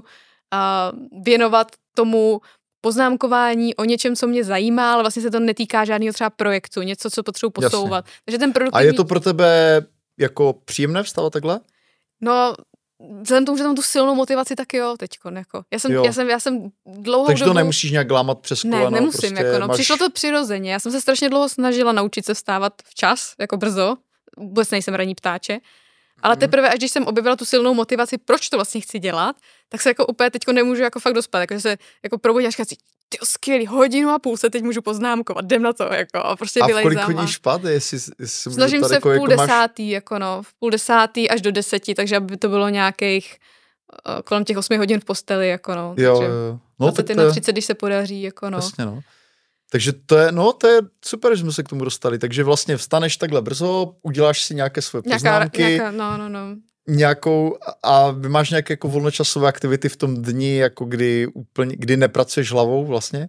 uh, věnovat tomu poznámkování o něčem, co mě zajímá, ale vlastně se to netýká žádného třeba projektu, něco, co potřebuji posouvat. Takže ten produktivní... A je to pro tebe jako příjemné vstávat takhle? No, vzhledem tomu, že tam tu silnou motivaci, tak jo, teďko, jako. Já jsem, já jsem, já jsem dlouhou Takže dobu... to nemusíš nějak lámat přes koleno. Ne, nemusím, prostě jako no. Máš... Přišlo to přirozeně. Já jsem se strašně dlouho snažila naučit se vstávat včas, jako brzo. Vůbec nejsem ranní ptáče. Ale teprve, až když jsem objevila tu silnou motivaci, proč to vlastně chci dělat, tak se jako úplně teďko nemůžu jako fakt dospat. Jako, že se jako probudím a říkám si, tyjo, skvělý, hodinu a půl se teď můžu poznámkovat, jdem na to, jako, a prostě vylejzám. A v kolik chodíš spát? Jestli, jestli Snažím se v jako, půl jako desátý, máš... jako no, v půl desátý až do deseti, takže aby to bylo nějakých uh, kolem těch osmi hodin v posteli, jako no. Jo, takže jo. No, dvacet jedna třicet, když se podaří, jako no. Jasně, no. Takže to je, no, to je super, že jsme se k tomu dostali. Takže vlastně vstaneš takhle brzo, uděláš si nějaké svoje poznámky. Nějaká, no, no, no. Nějakou, a vy máš nějaké jako volnočasové aktivity v tom dni, jako kdy úplně, kdy nepracuješ hlavou vlastně?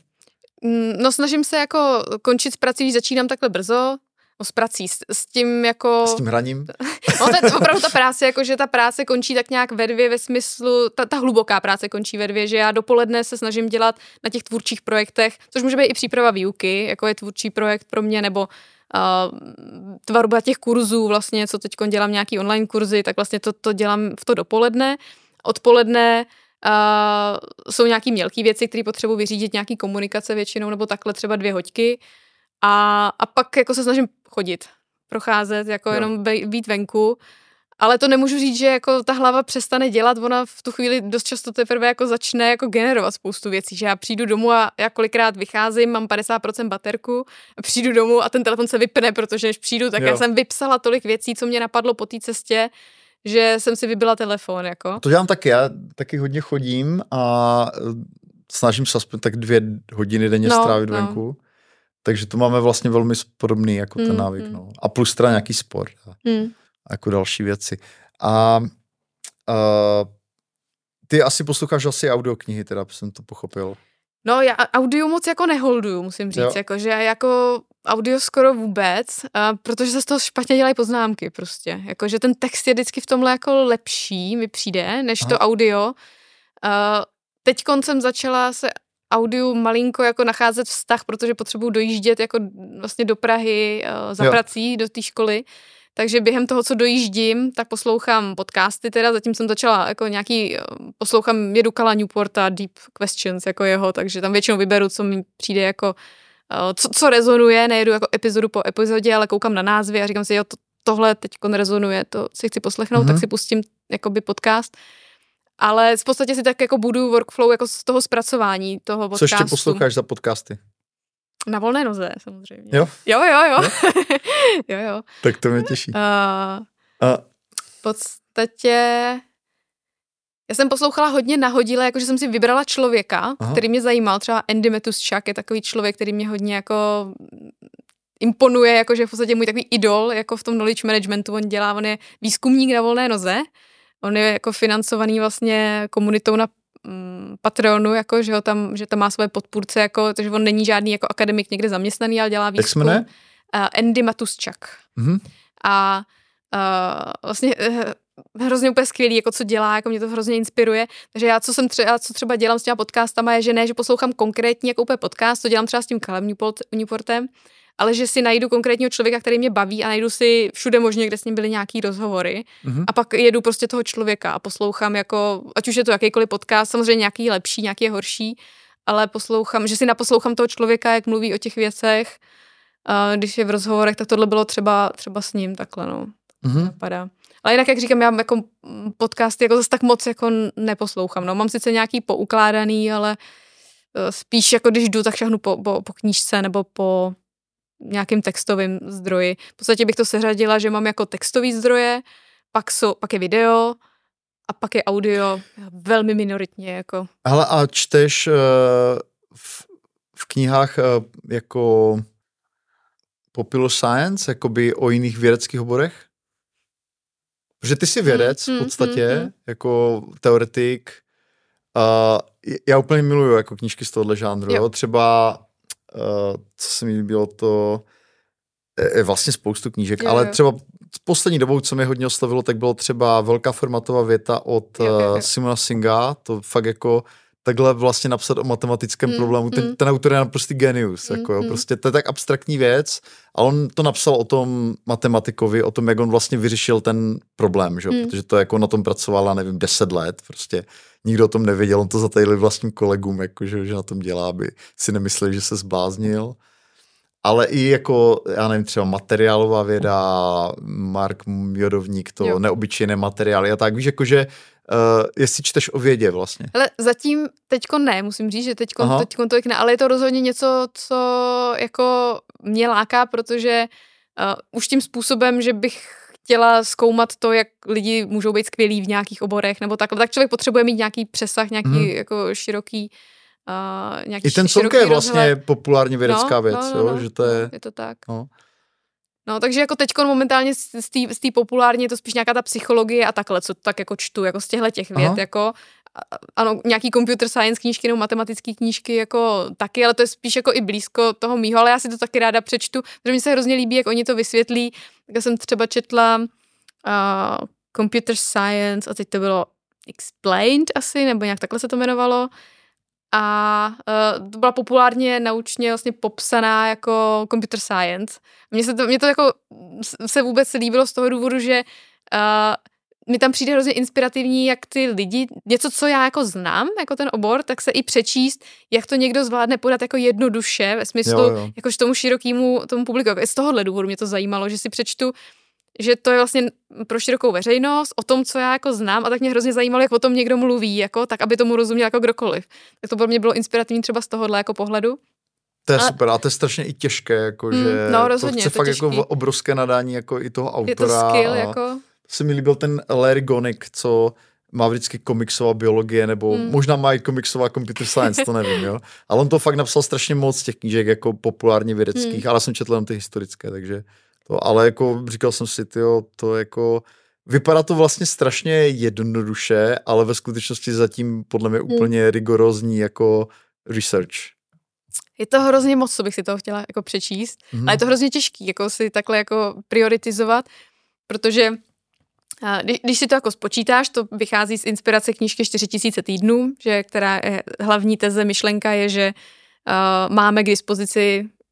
No, snažím se jako končit s prací, když začínám takhle brzo. No, s prací, s, s tím jako... S tím hraním? No, to je opravdu ta práce, jako že ta práce končí tak nějak ve dvě ve smyslu, ta, ta hluboká práce končí ve dvě, že já dopoledne se snažím dělat na těch tvůrčích projektech, což může být i příprava výuky, jako je tvůrčí projekt pro mě, nebo uh, tvorba těch kurzů vlastně, co teď dělám nějaký online kurzy, tak vlastně to, to dělám v to dopoledne. Odpoledne uh, jsou nějaký mělký věci, které potřebuji vyřídit, nějaký komunikace většinou, nebo takhle třeba dvě hoďky. A, a pak jako se snažím chodit, procházet, jako no. jenom být venku, ale to nemůžu říct, že jako ta hlava přestane dělat, ona v tu chvíli dost často teprve jako začne jako generovat spoustu věcí, že já přijdu domů a já kolikrát vycházím, mám padesát procent baterku, a přijdu domů a ten telefon se vypne, protože když přijdu, tak jo. já jsem vypsala tolik věcí, co mě napadlo po té cestě, že jsem si vybila telefon, jako. To dělám taky, já taky hodně chodím a snažím se aspoň tak dvě hodiny denně no, strávit no. venku. Takže to máme vlastně velmi podobný jako ten mm, návyk. Mm. No. A plus teda nějaký sport. A mm. jako další věci. A uh, ty asi posloucháš asi audioknihy, teda jsem to pochopil. No já audio moc jako neholduju, musím říct. Jako, že jako audio skoro vůbec, uh, protože se z toho špatně dělají poznámky prostě. Jako, že ten text je vždycky v tomhle jako lepší, mi přijde, než Aha. to audio. Uh, teď koncem začala se audiu malinko jako nacházet vztah, protože potřebuju dojíždět jako vlastně do Prahy uh, za jo. prací, do té školy, takže během toho, co dojíždím, tak poslouchám podcasty teda, zatím jsem začala jako nějaký, poslouchám Jedu Kala Newporta, Deep Questions jako jeho, takže tam většinou vyberu, co mi přijde jako, co, co rezonuje, nejedu jako epizodu po epizodě, ale koukám na názvy a říkám si, jo, to, tohle teď rezonuje, to si chci poslechnout, mm-hmm. tak si pustím jakoby podcast. Ale v podstatě si tak jako budu workflow jako z toho zpracování toho podcastu. Co ještě posloucháš za podcasty? Na volné noze, samozřejmě. Jo? Jo, jo, jo. jo, jo. Tak to mě těší. Uh, A... V podstatě já jsem poslouchala hodně nahodile, jakože jsem si vybrala člověka, Aha. který mě zajímal. Třeba Andy Matuschak je takový člověk, který mě hodně jako imponuje, jakože v podstatě můj takový idol, jako v tom knowledge managementu on dělá, on je výzkumník na volné noze. On je jako financovaný vlastně komunitou na mm, Patreonu, jako, že, ho tam, že tam má svoje podpůrce, jako, takže on není žádný jako akademik někde zaměstnaný, ale dělá výzkum. Jak se jmenuje? Uh, Andy Matuschak. Mm-hmm. A uh, vlastně uh, hrozně úplně skvělý, jako co dělá, jako mě to hrozně inspiruje. Takže já, co jsem třeba, co třeba dělám s těma podcastama, je, že ne, že poslouchám konkrétně jako úplně podcast, to dělám třeba s tím Calem Newport, Newportem, ale že si najdu konkrétního člověka, který mě baví a najdu si všude možně, kde s ním byly nějaký rozhovory mm-hmm. a pak jedu prostě toho člověka a poslouchám jako, ať už je to jakýkoliv podcast, samozřejmě nějaký je lepší, nějaký je horší, ale poslouchám, že si naposlouchám toho člověka, jak mluví o těch věcech, a když je v rozhovorech, tak tohle bylo třeba, třeba s ním takhle, no. Mm-hmm. Napadá. Ale jinak, jak říkám, já jako podcasty jako zase tak moc jako neposlouchám, no. Mám sice nějaký poukládaný, ale spíš jako když jdu, tak šahnu po, po, po knížce nebo po nějakým textovým zdroji. V podstatě bych to seřadila, že mám jako textový zdroje, pak, jsou, pak je video a pak je audio velmi minoritně. Jako. Hele, a čteš uh, v, v knihách uh, jako popular science, jakoby o jiných vědeckých oborech? Protože ty jsi vědec hmm, v podstatě, hmm, hmm. jako teoretik. Uh, já úplně miluju jako knížky z tohohle žánru. Jo. Třeba Uh, co se mi líbilo, to je vlastně spoustu knížek, jo, ale jo. třeba poslední dobou, co mě hodně oslovilo, tak bylo třeba velká formatová věta od jo, jo, jo. Simona Singa, to fakt jako takhle vlastně napsat o matematickém mm, problému, ten, mm. ten autor je naprostý genius, mm, jako jo, mm. prostě to je tak abstraktní věc, a on to napsal o tom matematikovi, o tom, jak on vlastně vyřešil ten problém, že? Mm. Protože to jako na tom pracovala, nevím, deset let, prostě nikdo o tom nevěděl, on to zatajili vlastním kolegům, jako, že, že na tom dělá, aby si nemysleli, že se zbláznil. Ale i jako, já nevím, třeba materiálová věda, Mark Jodovník, to jo. neobyčejné materiály a tak, víš, jakože Uh, jestli čteš o vědě vlastně. Ale zatím teďko ne, musím říct, že teďko, teďko tolik ne, ale je to rozhodně něco, co jako mě láká, protože uh, už tím způsobem, že bych chtěla zkoumat to, jak lidi můžou být skvělí v nějakých oborech, nebo takhle, tak člověk potřebuje mít nějaký přesah, nějaký hmm. jako široký uh, nějaký I ten Sonka je vlastně rozhled. Populárně vědecká no, věc, no, no, jo, no, že to je... je to tak. No. No, takže jako teďko momentálně z té populární je to spíš nějaká ta psychologie a takhle, co tak jako čtu, jako z těchto těch věd, Aha. jako ano, nějaký computer science knížky nebo matematické knížky jako taky, ale to je spíš jako i blízko toho mýho, ale já si to taky ráda přečtu, protože mi se hrozně líbí, jak oni to vysvětlí. Tak jsem třeba četla uh, computer science a teď to bylo explained asi, nebo nějak takhle se to jmenovalo. A uh, to byla populárně naučně vlastně popsaná jako computer science. Mně se to, mě to jako se vůbec líbilo z toho důvodu, že uh, mi tam přijde hrozně inspirativní, jak ty lidi, něco, co já jako znám, jako ten obor, tak se i přečíst, jak to někdo zvládne podat jako jednoduše, ve smyslu, jo, jo. jakož tomu širokému tomu publiku. Z tohohle důvodu mě to zajímalo, že si přečtu, že to je vlastně pro širokou veřejnost, o tom, co já jako znám, a tak mě hrozně zajímalo, jak o tom někdo mluví, jako, tak aby tomu rozuměl jako kdokoliv. Tak to pro mě bylo inspirativní třeba z tohohle jako pohledu. To je ale... super, a to je strašně i těžké, jako, mm, že no, rozhodně, to chce to fakt jako obrovské nadání jako i toho autora. Je to skill, jako... Se mi líbil ten Larry Gonick, co má vždycky komiksová biologie, nebo mm. možná má i komiksová computer science, to nevím, jo. Ale on to fakt napsal strašně moc těch knížek jako populárně vědeckých, mm. ale jsem četl jen ty historické, takže to, ale jako říkal jsem si, tyjo, to jako, vypadá to vlastně strašně jednoduše, ale ve skutečnosti zatím podle mě úplně mm. rigorózní jako research. Je to hrozně moc, co bych si toho chtěla jako přečíst, mm. ale je to hrozně těžký, jako si takhle jako prioritizovat, protože Když, když si to jako spočítáš, to vychází z inspirace knížky čtyři tisíce týdnů, že, která je, hlavní teze, myšlenka je, že uh, máme k dispozici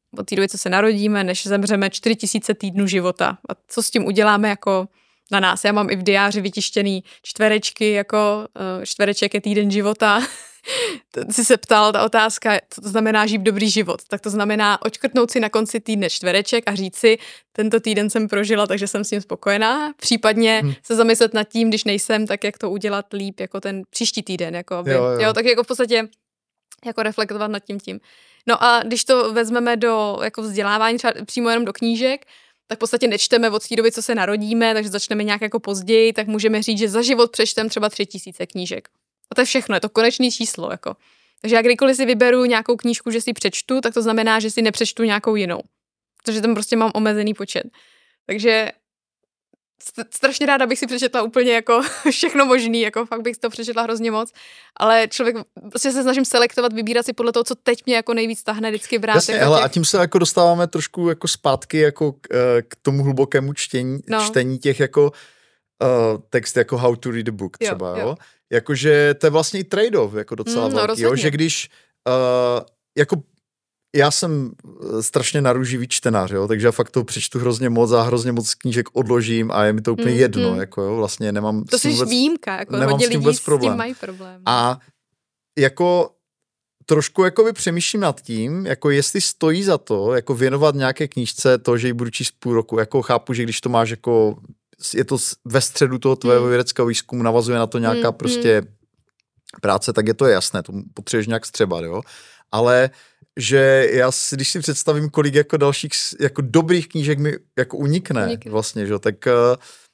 od té doby, co se narodíme, než zemřeme, čtyři tisíce týdnů života. A co s tím uděláme jako na nás? Já mám i v diáři vytištěný čtverečky, jako čtvereček je týden života. Jsi se ptal, ta otázka, co to znamená žít dobrý život. Tak to znamená odškrtnout si na konci týdne čtvereček a říct si, tento týden jsem prožila, takže jsem s ním spokojená. Případně hmm. se zamyslet nad tím, když nejsem, tak jak to udělat líp jako ten příští týden. Jako aby, jo, jo. Jo, tak jako v podstatě jako reflektovat nad tím tím. No a když to vezmeme do jako vzdělávání, třeba přímo jenom do knížek, tak v podstatě nečteme od té doby, co se narodíme, takže začneme nějak jako později, tak můžeme říct, že za život přečtem třeba tři tisíce knížek. A to je všechno, je to konečné číslo. Jako. Takže já kdykoliv si vyberu nějakou knížku, že si přečtu, tak to znamená, že si nepřečtu nějakou jinou. Protože tam prostě mám omezený počet. Takže strašně ráda bych si přečetla úplně jako všechno možný, jako fakt bych to přečetla hrozně moc, ale člověk, prostě se snažím selektovat, vybírat si podle toho, co teď mě jako nejvíc tahne vždycky brát. Jasně, jako hele, těch... a tím se jako dostáváme trošku jako zpátky jako k, k tomu hlubokému čtení, no. čtení těch jako uh, text jako how to read a book třeba, jo. jo? Jakože to je vlastně i trade-off jako docela mm, velký, no, jo? Že když uh, jako já jsem strašně naruživý čtenář, jo, takže já fakt to přečtu hrozně moc a hrozně moc knížek odložím a je mi to úplně mm, jedno, mm. jako jo, vlastně nemám to jsi výjimka, jako hodně lidí s tím mají problém. A jako trošku jakoby přemýšlím nad tím, jako jestli stojí za to, jako věnovat nějaké knížce to, že ji budu číst půl roku, jako chápu, že když to máš jako, je to ve středu toho tvého mm. vědeckého výzkumu, navazuje na to nějaká mm, prostě mm. práce, tak je to jasné, to potřebuješ nějak střebat, jo, ale že já si, když si představím, kolik jako dalších jako dobrých knížek mi jako unikne, unikne. vlastně, že tak uh,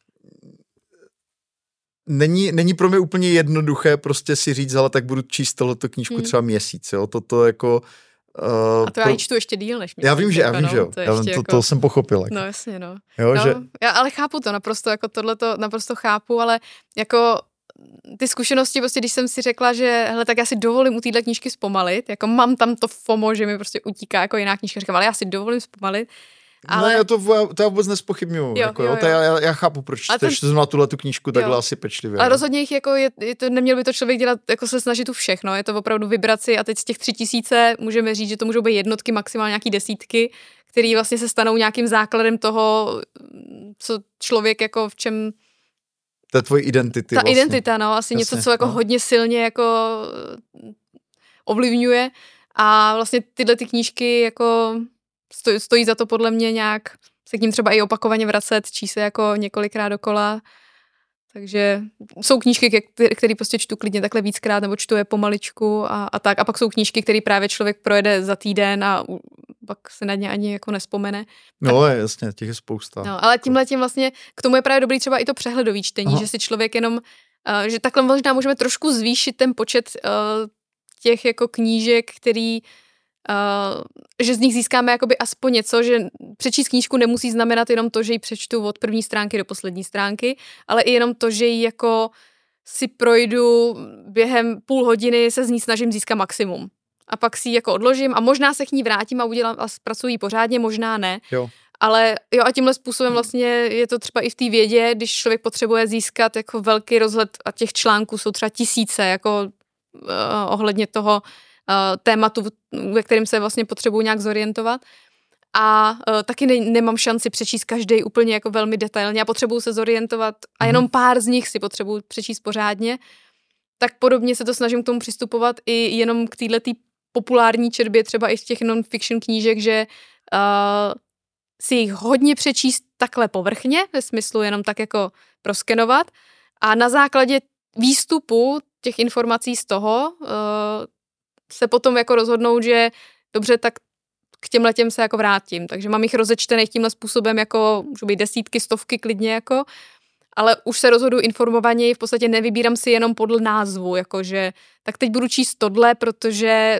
není, není pro mě úplně jednoduché prostě si říct, ale tak budu číst tohleto knížku hmm. třeba měsíc, jo, toto jako Uh, a to já ji čtu ještě díl než měsíc. Já vím, že, já vím, no, že jo. To, já, to, jako... to jsem pochopil. Jako. No jasně, no. Jo, no že... Já ale chápu to, naprosto, jako tohleto naprosto chápu, ale jako ty zkušenosti, prostě když jsem si řekla, že hele, tak já si dovolím u téhle knížky zpomalit, jako mám tam to FOMO, že mi prostě utíká jako jiná knížka, říkám, ale já si dovolím zpomalit. Ale... No, já to, to já vůbec nespochybnuju. Jo, jako, jo, jo. To já, já chápu, proč čteš ten... na tuhle tu knížku takhle jo. asi pečlivě. Ale rozhodně jich jako je, je to, neměl by to člověk dělat, jako se snažit tu všechno, je to opravdu vybrat si a teď z těch tři tisíce můžeme říct, že to můžou být jednotky, maximálně nějaký desítky, který vlastně se stanou nějakým základem toho, co člověk jako v čem... To je tvoje identity Ta vlastně. identita, no, asi Jasně, něco, co jako no. hodně silně jako ovlivňuje a vlastně tyhle ty knížky jako stojí, stojí za to podle mě nějak se k ním třeba i opakovaně vracet, číst se jako několikrát dokola. Takže jsou knížky, které prostě čtu klidně takhle víckrát, nebo čtu je pomaličku a, a tak. A pak jsou knížky, které právě člověk projede za týden a pak se na ně ani jako nespomene. No tak, jasně, těch je spousta. No, ale tímhletím vlastně, k tomu je právě dobrý třeba i to přehledový čtení, Aha. že si člověk jenom, uh, že takhle možná můžeme trošku zvýšit ten počet uh, těch jako knížek, který Uh, že z nich získáme jakoby aspoň něco, že přečíst knížku nemusí znamenat jenom to, že ji přečtu od první stránky do poslední stránky, ale i jenom to, že ji jako si projdu během půl hodiny, se z ní snažím získat maximum. A pak si ji jako odložím a možná se k ní vrátím a udělám a zpracuji ji pořádně, možná ne. Jo. Ale jo a tímhle způsobem vlastně je to třeba i v té vědě, když člověk potřebuje získat jako velký rozhled a těch článků jsou třeba tisíce jako uh, ohledně toho Uh, tématu, ve kterém se vlastně potřebuji nějak zorientovat. A uh, taky ne, nemám šanci přečíst každý úplně jako velmi detailně a potřebuji se zorientovat a jenom pár z nich si potřebuji přečíst pořádně. Tak podobně se to snažím k tomu přistupovat i jenom k této populární četbě, třeba i z těch non-fiction knížek, že uh, si jich hodně přečíst takhle povrchně, ve smyslu jenom tak jako proskenovat a na základě výstupu těch informací z toho uh, se potom jako rozhodnout, že dobře, tak k těmhletěm se jako vrátím. Takže mám jich rozečtených tímhle způsobem, jako můžou být desítky, stovky klidně, jako, ale už se rozhoduji informovaně, v podstatě nevybírám si jenom podle názvu, jakože tak teď budu číst tohle, protože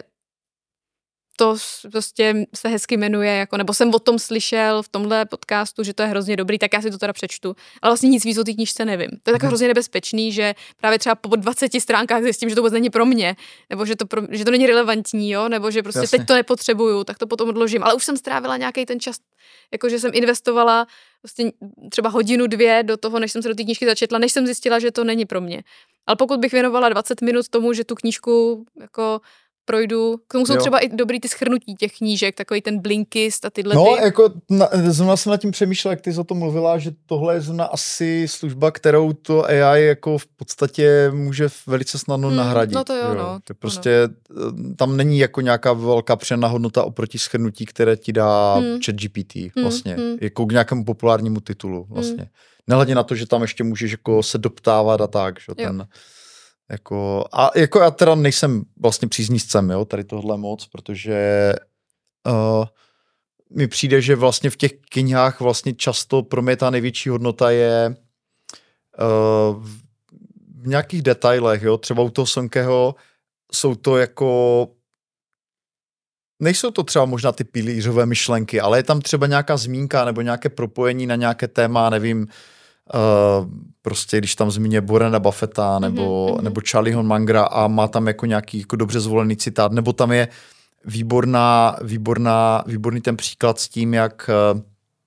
to prostě se hezky jmenuje, jako, nebo jsem o tom slyšel v tomhle podcastu, že to je hrozně dobrý, tak já si to teda přečtu. Ale vlastně nic víc o té knížce nevím. To je tak hrozně nebezpečný, že právě třeba po dvaceti stránkách zjistím, že to vůbec není pro mě, nebo že to, pro, že to není relevantní, jo? Nebo že prostě Jasně. teď to nepotřebuju, tak to potom odložím. Ale už jsem strávila nějaký ten čas, jakože jsem investovala vlastně třeba hodinu, dvě do toho, než jsem se do té knížky začetla, než jsem zjistila, že to není pro mě. Ale pokud bych věnovala dvacet minut tomu, že tu knížku jako projdu. K tomu jsou jo. třeba i dobrý ty shrnutí těch knížek, takový ten Blinkist a tyhle No, ty. jako na, zrovna jsem nad tím přemýšlel, jak ty jsi o tom mluvila, že tohle je zrovna asi služba, kterou to A I jako v podstatě může velice snadno hmm, nahradit. No to jo, jo. no. To prostě no. Tam není jako nějaká velká přidaná hodnota oproti shrnutí, které ti dá hmm. ChatGPT vlastně, hmm. jako k nějakému populárnímu titulu vlastně. Hmm. Nehledě na to, že tam ještě můžeš jako se doptávat a tak, že ten... Jako, a jako já teda nejsem vlastně příznivcem, jo, tady tohle moc, protože uh, mi přijde, že vlastně v těch knihách vlastně často pro mě ta největší hodnota je uh, v nějakých detailech, jo, třeba u toho Sonkeho jsou to jako, nejsou to třeba možná ty pilířové myšlenky, ale je tam třeba nějaká zmínka nebo nějaké propojení na nějaké téma, nevím, Uh, prostě když tam zmíně Warrena Buffetta nebo, mm-hmm. nebo Charlieho Mangera a má tam jako nějaký jako dobře zvolený citát, nebo tam je výborná, výborná, výborný ten příklad s tím, jak uh,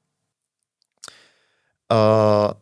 uh,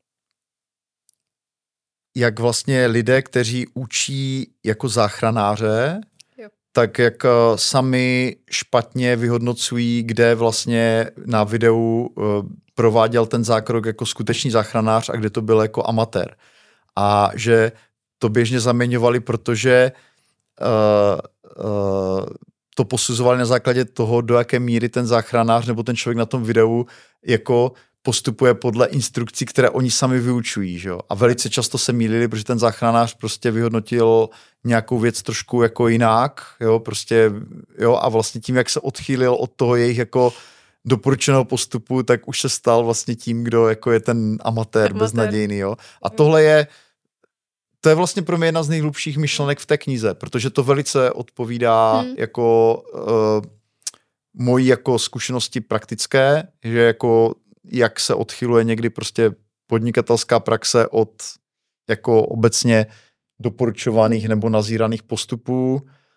jak vlastně lidé, kteří učí jako záchranáře, jo. tak jak uh, sami špatně vyhodnocují, kde vlastně na videu uh, prováděl ten zákrok jako skutečný záchranář a kde to byl jako amatér. A že to běžně zaměňovali, protože uh, uh, to posuzovali na základě toho, do jaké míry ten záchranář nebo ten člověk na tom videu jako postupuje podle instrukcí, které oni sami vyučují. Že jo? A velice často se mýlili, protože ten záchranář prostě vyhodnotil nějakou věc trošku jako jinak, jo? Prostě, jo? A vlastně tím, jak se odchýlil od toho jejich jako doporučeného postupu, tak už se stal vlastně tím, kdo jako je ten amatér, amatér. beznadějný. Jo? A tohle je, to je vlastně pro mě jedna z nejhlubších myšlenek v té knize, protože to velice odpovídá hmm. jako uh, mojí jako zkušenosti praktické, že jako jak se odchyluje někdy prostě podnikatelská praxe od jako obecně doporučovaných nebo nazíraných postupů.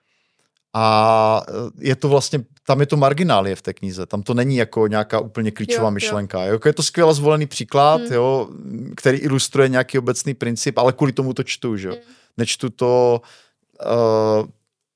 A je to vlastně, tam je to marginálie v té knize, tam to není jako nějaká úplně klíčová jo, myšlenka. Jo. Je to skvěle zvolený příklad, hmm. jo, který ilustruje nějaký obecný princip, ale kvůli tomu to čtu, že jo. Hmm. Nečtu to, uh,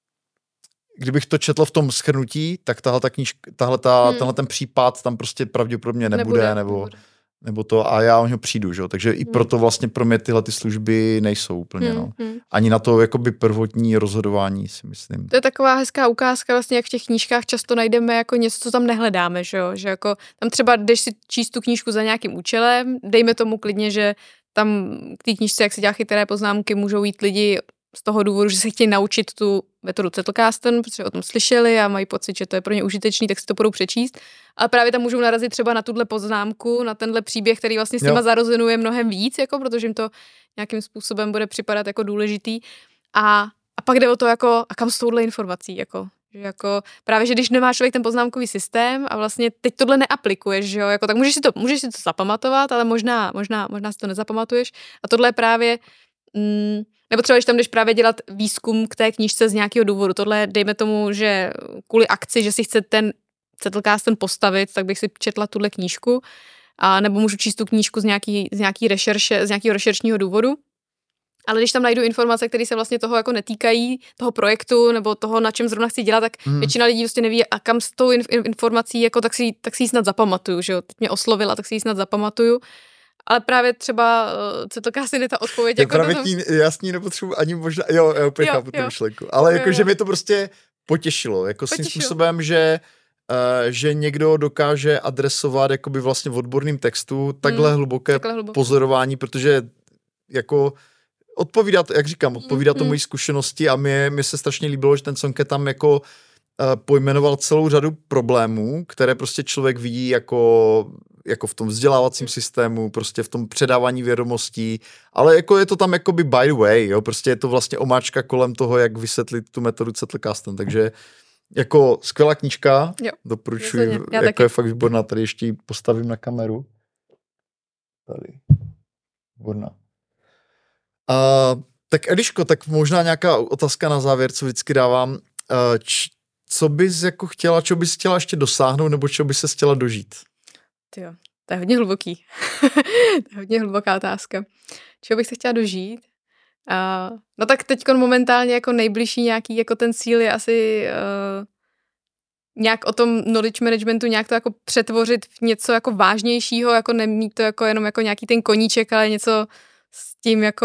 kdybych to četl v tom shrnutí, tak tahle ta knížka, tahle ta, hmm. tenhle ten případ tam prostě pravděpodobně nebude, nebude nebo... Nebude. Nebo to a já o něho přijdu, že? Takže i proto vlastně pro mě tyhle ty služby nejsou úplně, hmm, no. Hmm. Ani na to jakoby prvotní rozhodování, si myslím. To je taková hezká ukázka vlastně, jak v těch knížkách často najdeme jako něco, co tam nehledáme, že jo? Že jako tam třeba jdeš si číst tu knížku za nějakým účelem, dejme tomu klidně, že tam k té knížce, jak se dělá chytré poznámky, můžou jít lidi z toho důvodu, že se chtějí naučit tu metodu Zettelkasten, protože o tom slyšeli a mají pocit, že to je pro ně užitečný, tak si to budou přečíst. Ale právě tam můžou narazit třeba na tuhle poznámku, na tenhle příběh, který vlastně s nima zarozenuje mnohem víc, jako, protože jim to nějakým způsobem bude připadat jako důležitý. A, a pak jde o to, jako, a kam s touhle informací, jako, že jako, právě, že když nemá člověk ten poznámkový systém a vlastně teď tohle neaplikuješ, že jo, jako, tak můžeš si to, můžeš si to zapamatovat, ale možná, možná, možná si to nezapamatuješ. A tohle je právě mm, nebo třeba, když tam jdeš právě dělat výzkum k té knížce z nějakého důvodu. Tohle, dejme tomu, že kvůli akci, že si chce ten Zettelkasten postavit, tak bych si četla tuhle knížku. A nebo můžu číst tu knížku z nějaký, z nějaký rešerše, z nějakého rešeršního důvodu. Ale když tam najdu informace, které se vlastně toho jako netýkají, toho projektu nebo toho, na čem zrovna chci dělat, tak hmm. většina lidí prostě neví, a kam s tou informací, jako, tak, si, tak si ji snad zapamatuju. Že jo? Teď mě oslovila, tak si ji snad zapamatuju. Ale právě třeba uh, Zettelkasten je ta odpověď. Já jako právě to, tím, já s ní nepotřebuji ani možná, jo, já úplně chápu tu myšlenku. Ale jakože mě to prostě potěšilo, jako s tím způsobem, že, uh, že někdo dokáže adresovat jakoby vlastně v odborným textu takhle hmm, hluboké takhle hluboko. pozorování, protože jako odpovídá, jak říkám, odpovídá to mm, mojí zkušenosti a mě, mě se strašně líbilo, že ten Sonke tam jako uh, pojmenoval celou řadu problémů, které prostě člověk vidí jako jako v tom vzdělávacím systému, prostě v tom předávání vědomostí, ale jako je to tam jakoby by the way, jo, prostě je to vlastně omáčka kolem toho, jak vysvětlit tu metodu Zettelkasten, takže jako skvělá knížka, jo, doporučuji, jako taky. Je fakt výborná, tady ještě ji postavím na kameru. Tady, výborná. Uh, tak Eliško, tak možná nějaká otázka na závěr, co vždycky dávám, uh, č- co bys jako chtěla, čo bys chtěla ještě dosáhnout, nebo čo bys se chtěla dožít? Tyjo, to je hodně hluboký. To je hodně hluboká otázka. Čeho bych se chtěla dožít? Uh, no tak teď momentálně jako nejbližší nějaký jako ten cíl je asi uh, nějak o tom knowledge managementu nějak to jako přetvořit v něco jako vážnějšího, jako nemít to jako jenom jako nějaký ten koníček, ale něco s tím jako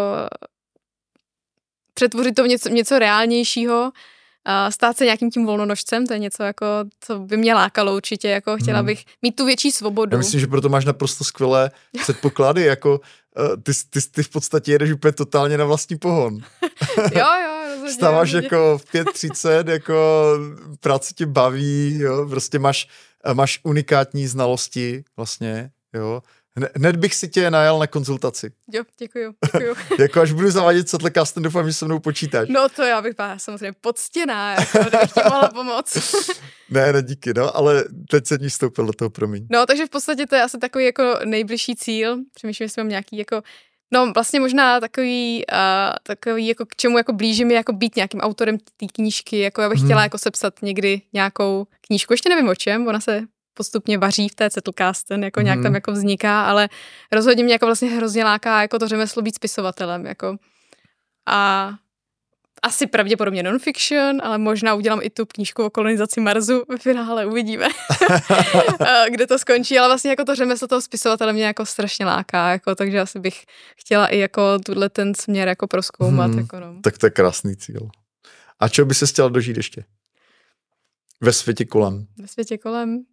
přetvořit to v něco, něco reálnějšího, a stát se nějakým tím volnonožcem, to je něco jako, co by mě lákalo určitě, jako chtěla hmm. bych mít tu větší svobodu. Já myslím, že proto máš naprosto skvělé předpoklady, jako uh, ty, ty, ty v podstatě jedeš úplně totálně na vlastní pohon. jo, jo, rozhodně. Vstáváš jako v pět třicet, jako práce tě baví, jo, prostě máš, máš unikátní znalosti vlastně, jo. Hned bych si tě najal na konzultaci. Jo, děkuju, děkuju. Jako až budu zavádět Settlecastem, doufám, že se mnou počítáš. No to já bych byla samozřejmě poctěná, jako, kdybych ti mohla pomoct. ne, ne, díky, no, ale teď se ní vstoupil do toho, promiň. No, takže v podstatě to je asi takový jako nejbližší cíl. Přemýšlím, jestli mám nějaký jako, no vlastně možná takový, uh, takový jako k čemu jako blíží mi jako být nějakým autorem té knížky, jako já bych hmm. chtěla jako sepsat někdy nějakou knížku, ještě nevím o čem, ona se postupně vaří v té Settlecasten, jako nějak mm. tam jako vzniká, ale rozhodně mě jako vlastně hrozně láká jako to řemeslo být spisovatelem, jako a asi pravděpodobně non-fiction, ale možná udělám i tu knížku o kolonizaci Marsu ve finále, uvidíme, kde to skončí, ale vlastně jako to řemeslo toho spisovatele mě jako strašně láká, jako, takže asi bych chtěla i jako tuhle ten směr jako prozkoumat. Hmm. Jako no. Tak to je krásný cíl. A čeho by se chtěla dožít ještě? Ve světě kolem. Ve světě kolem.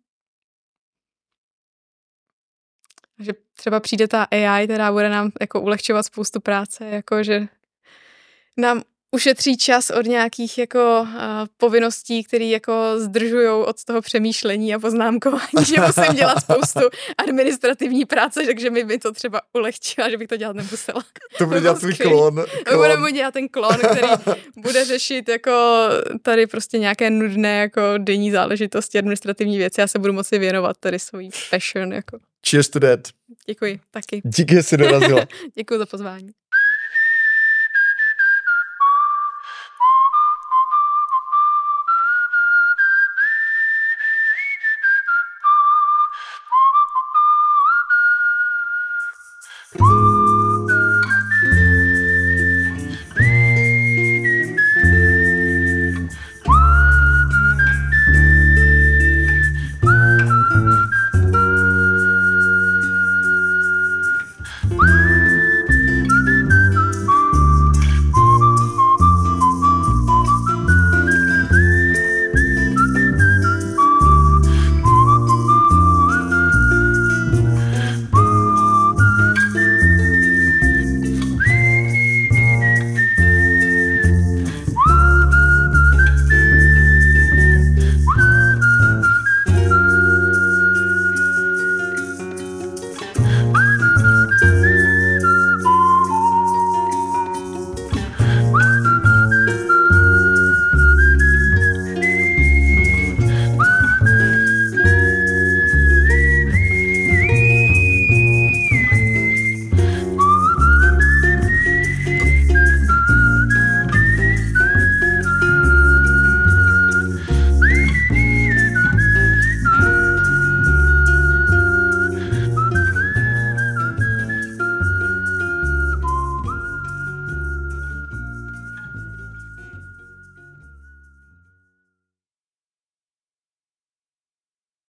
Že třeba přijde ta A I, která bude nám jako ulehčovat spoustu práce, jako že nám ušetří čas od nějakých jako uh, povinností, které jako zdržujou od toho přemýšlení a poznámkování, že musím dělat spoustu administrativní práce, takže mi by to třeba ulehčila, že bych to dělat nemusela. To bude dělat tvůj klon. To bude mu dělat ten klon, který bude řešit jako tady prostě nějaké nudné jako denní záležitosti, administrativní věci. Já se budu moci věnovat tady svůj passion. Jako. Cheers to that. Děkuji, taky. Díky, že jsi dorazila. Děkuji za pozvání.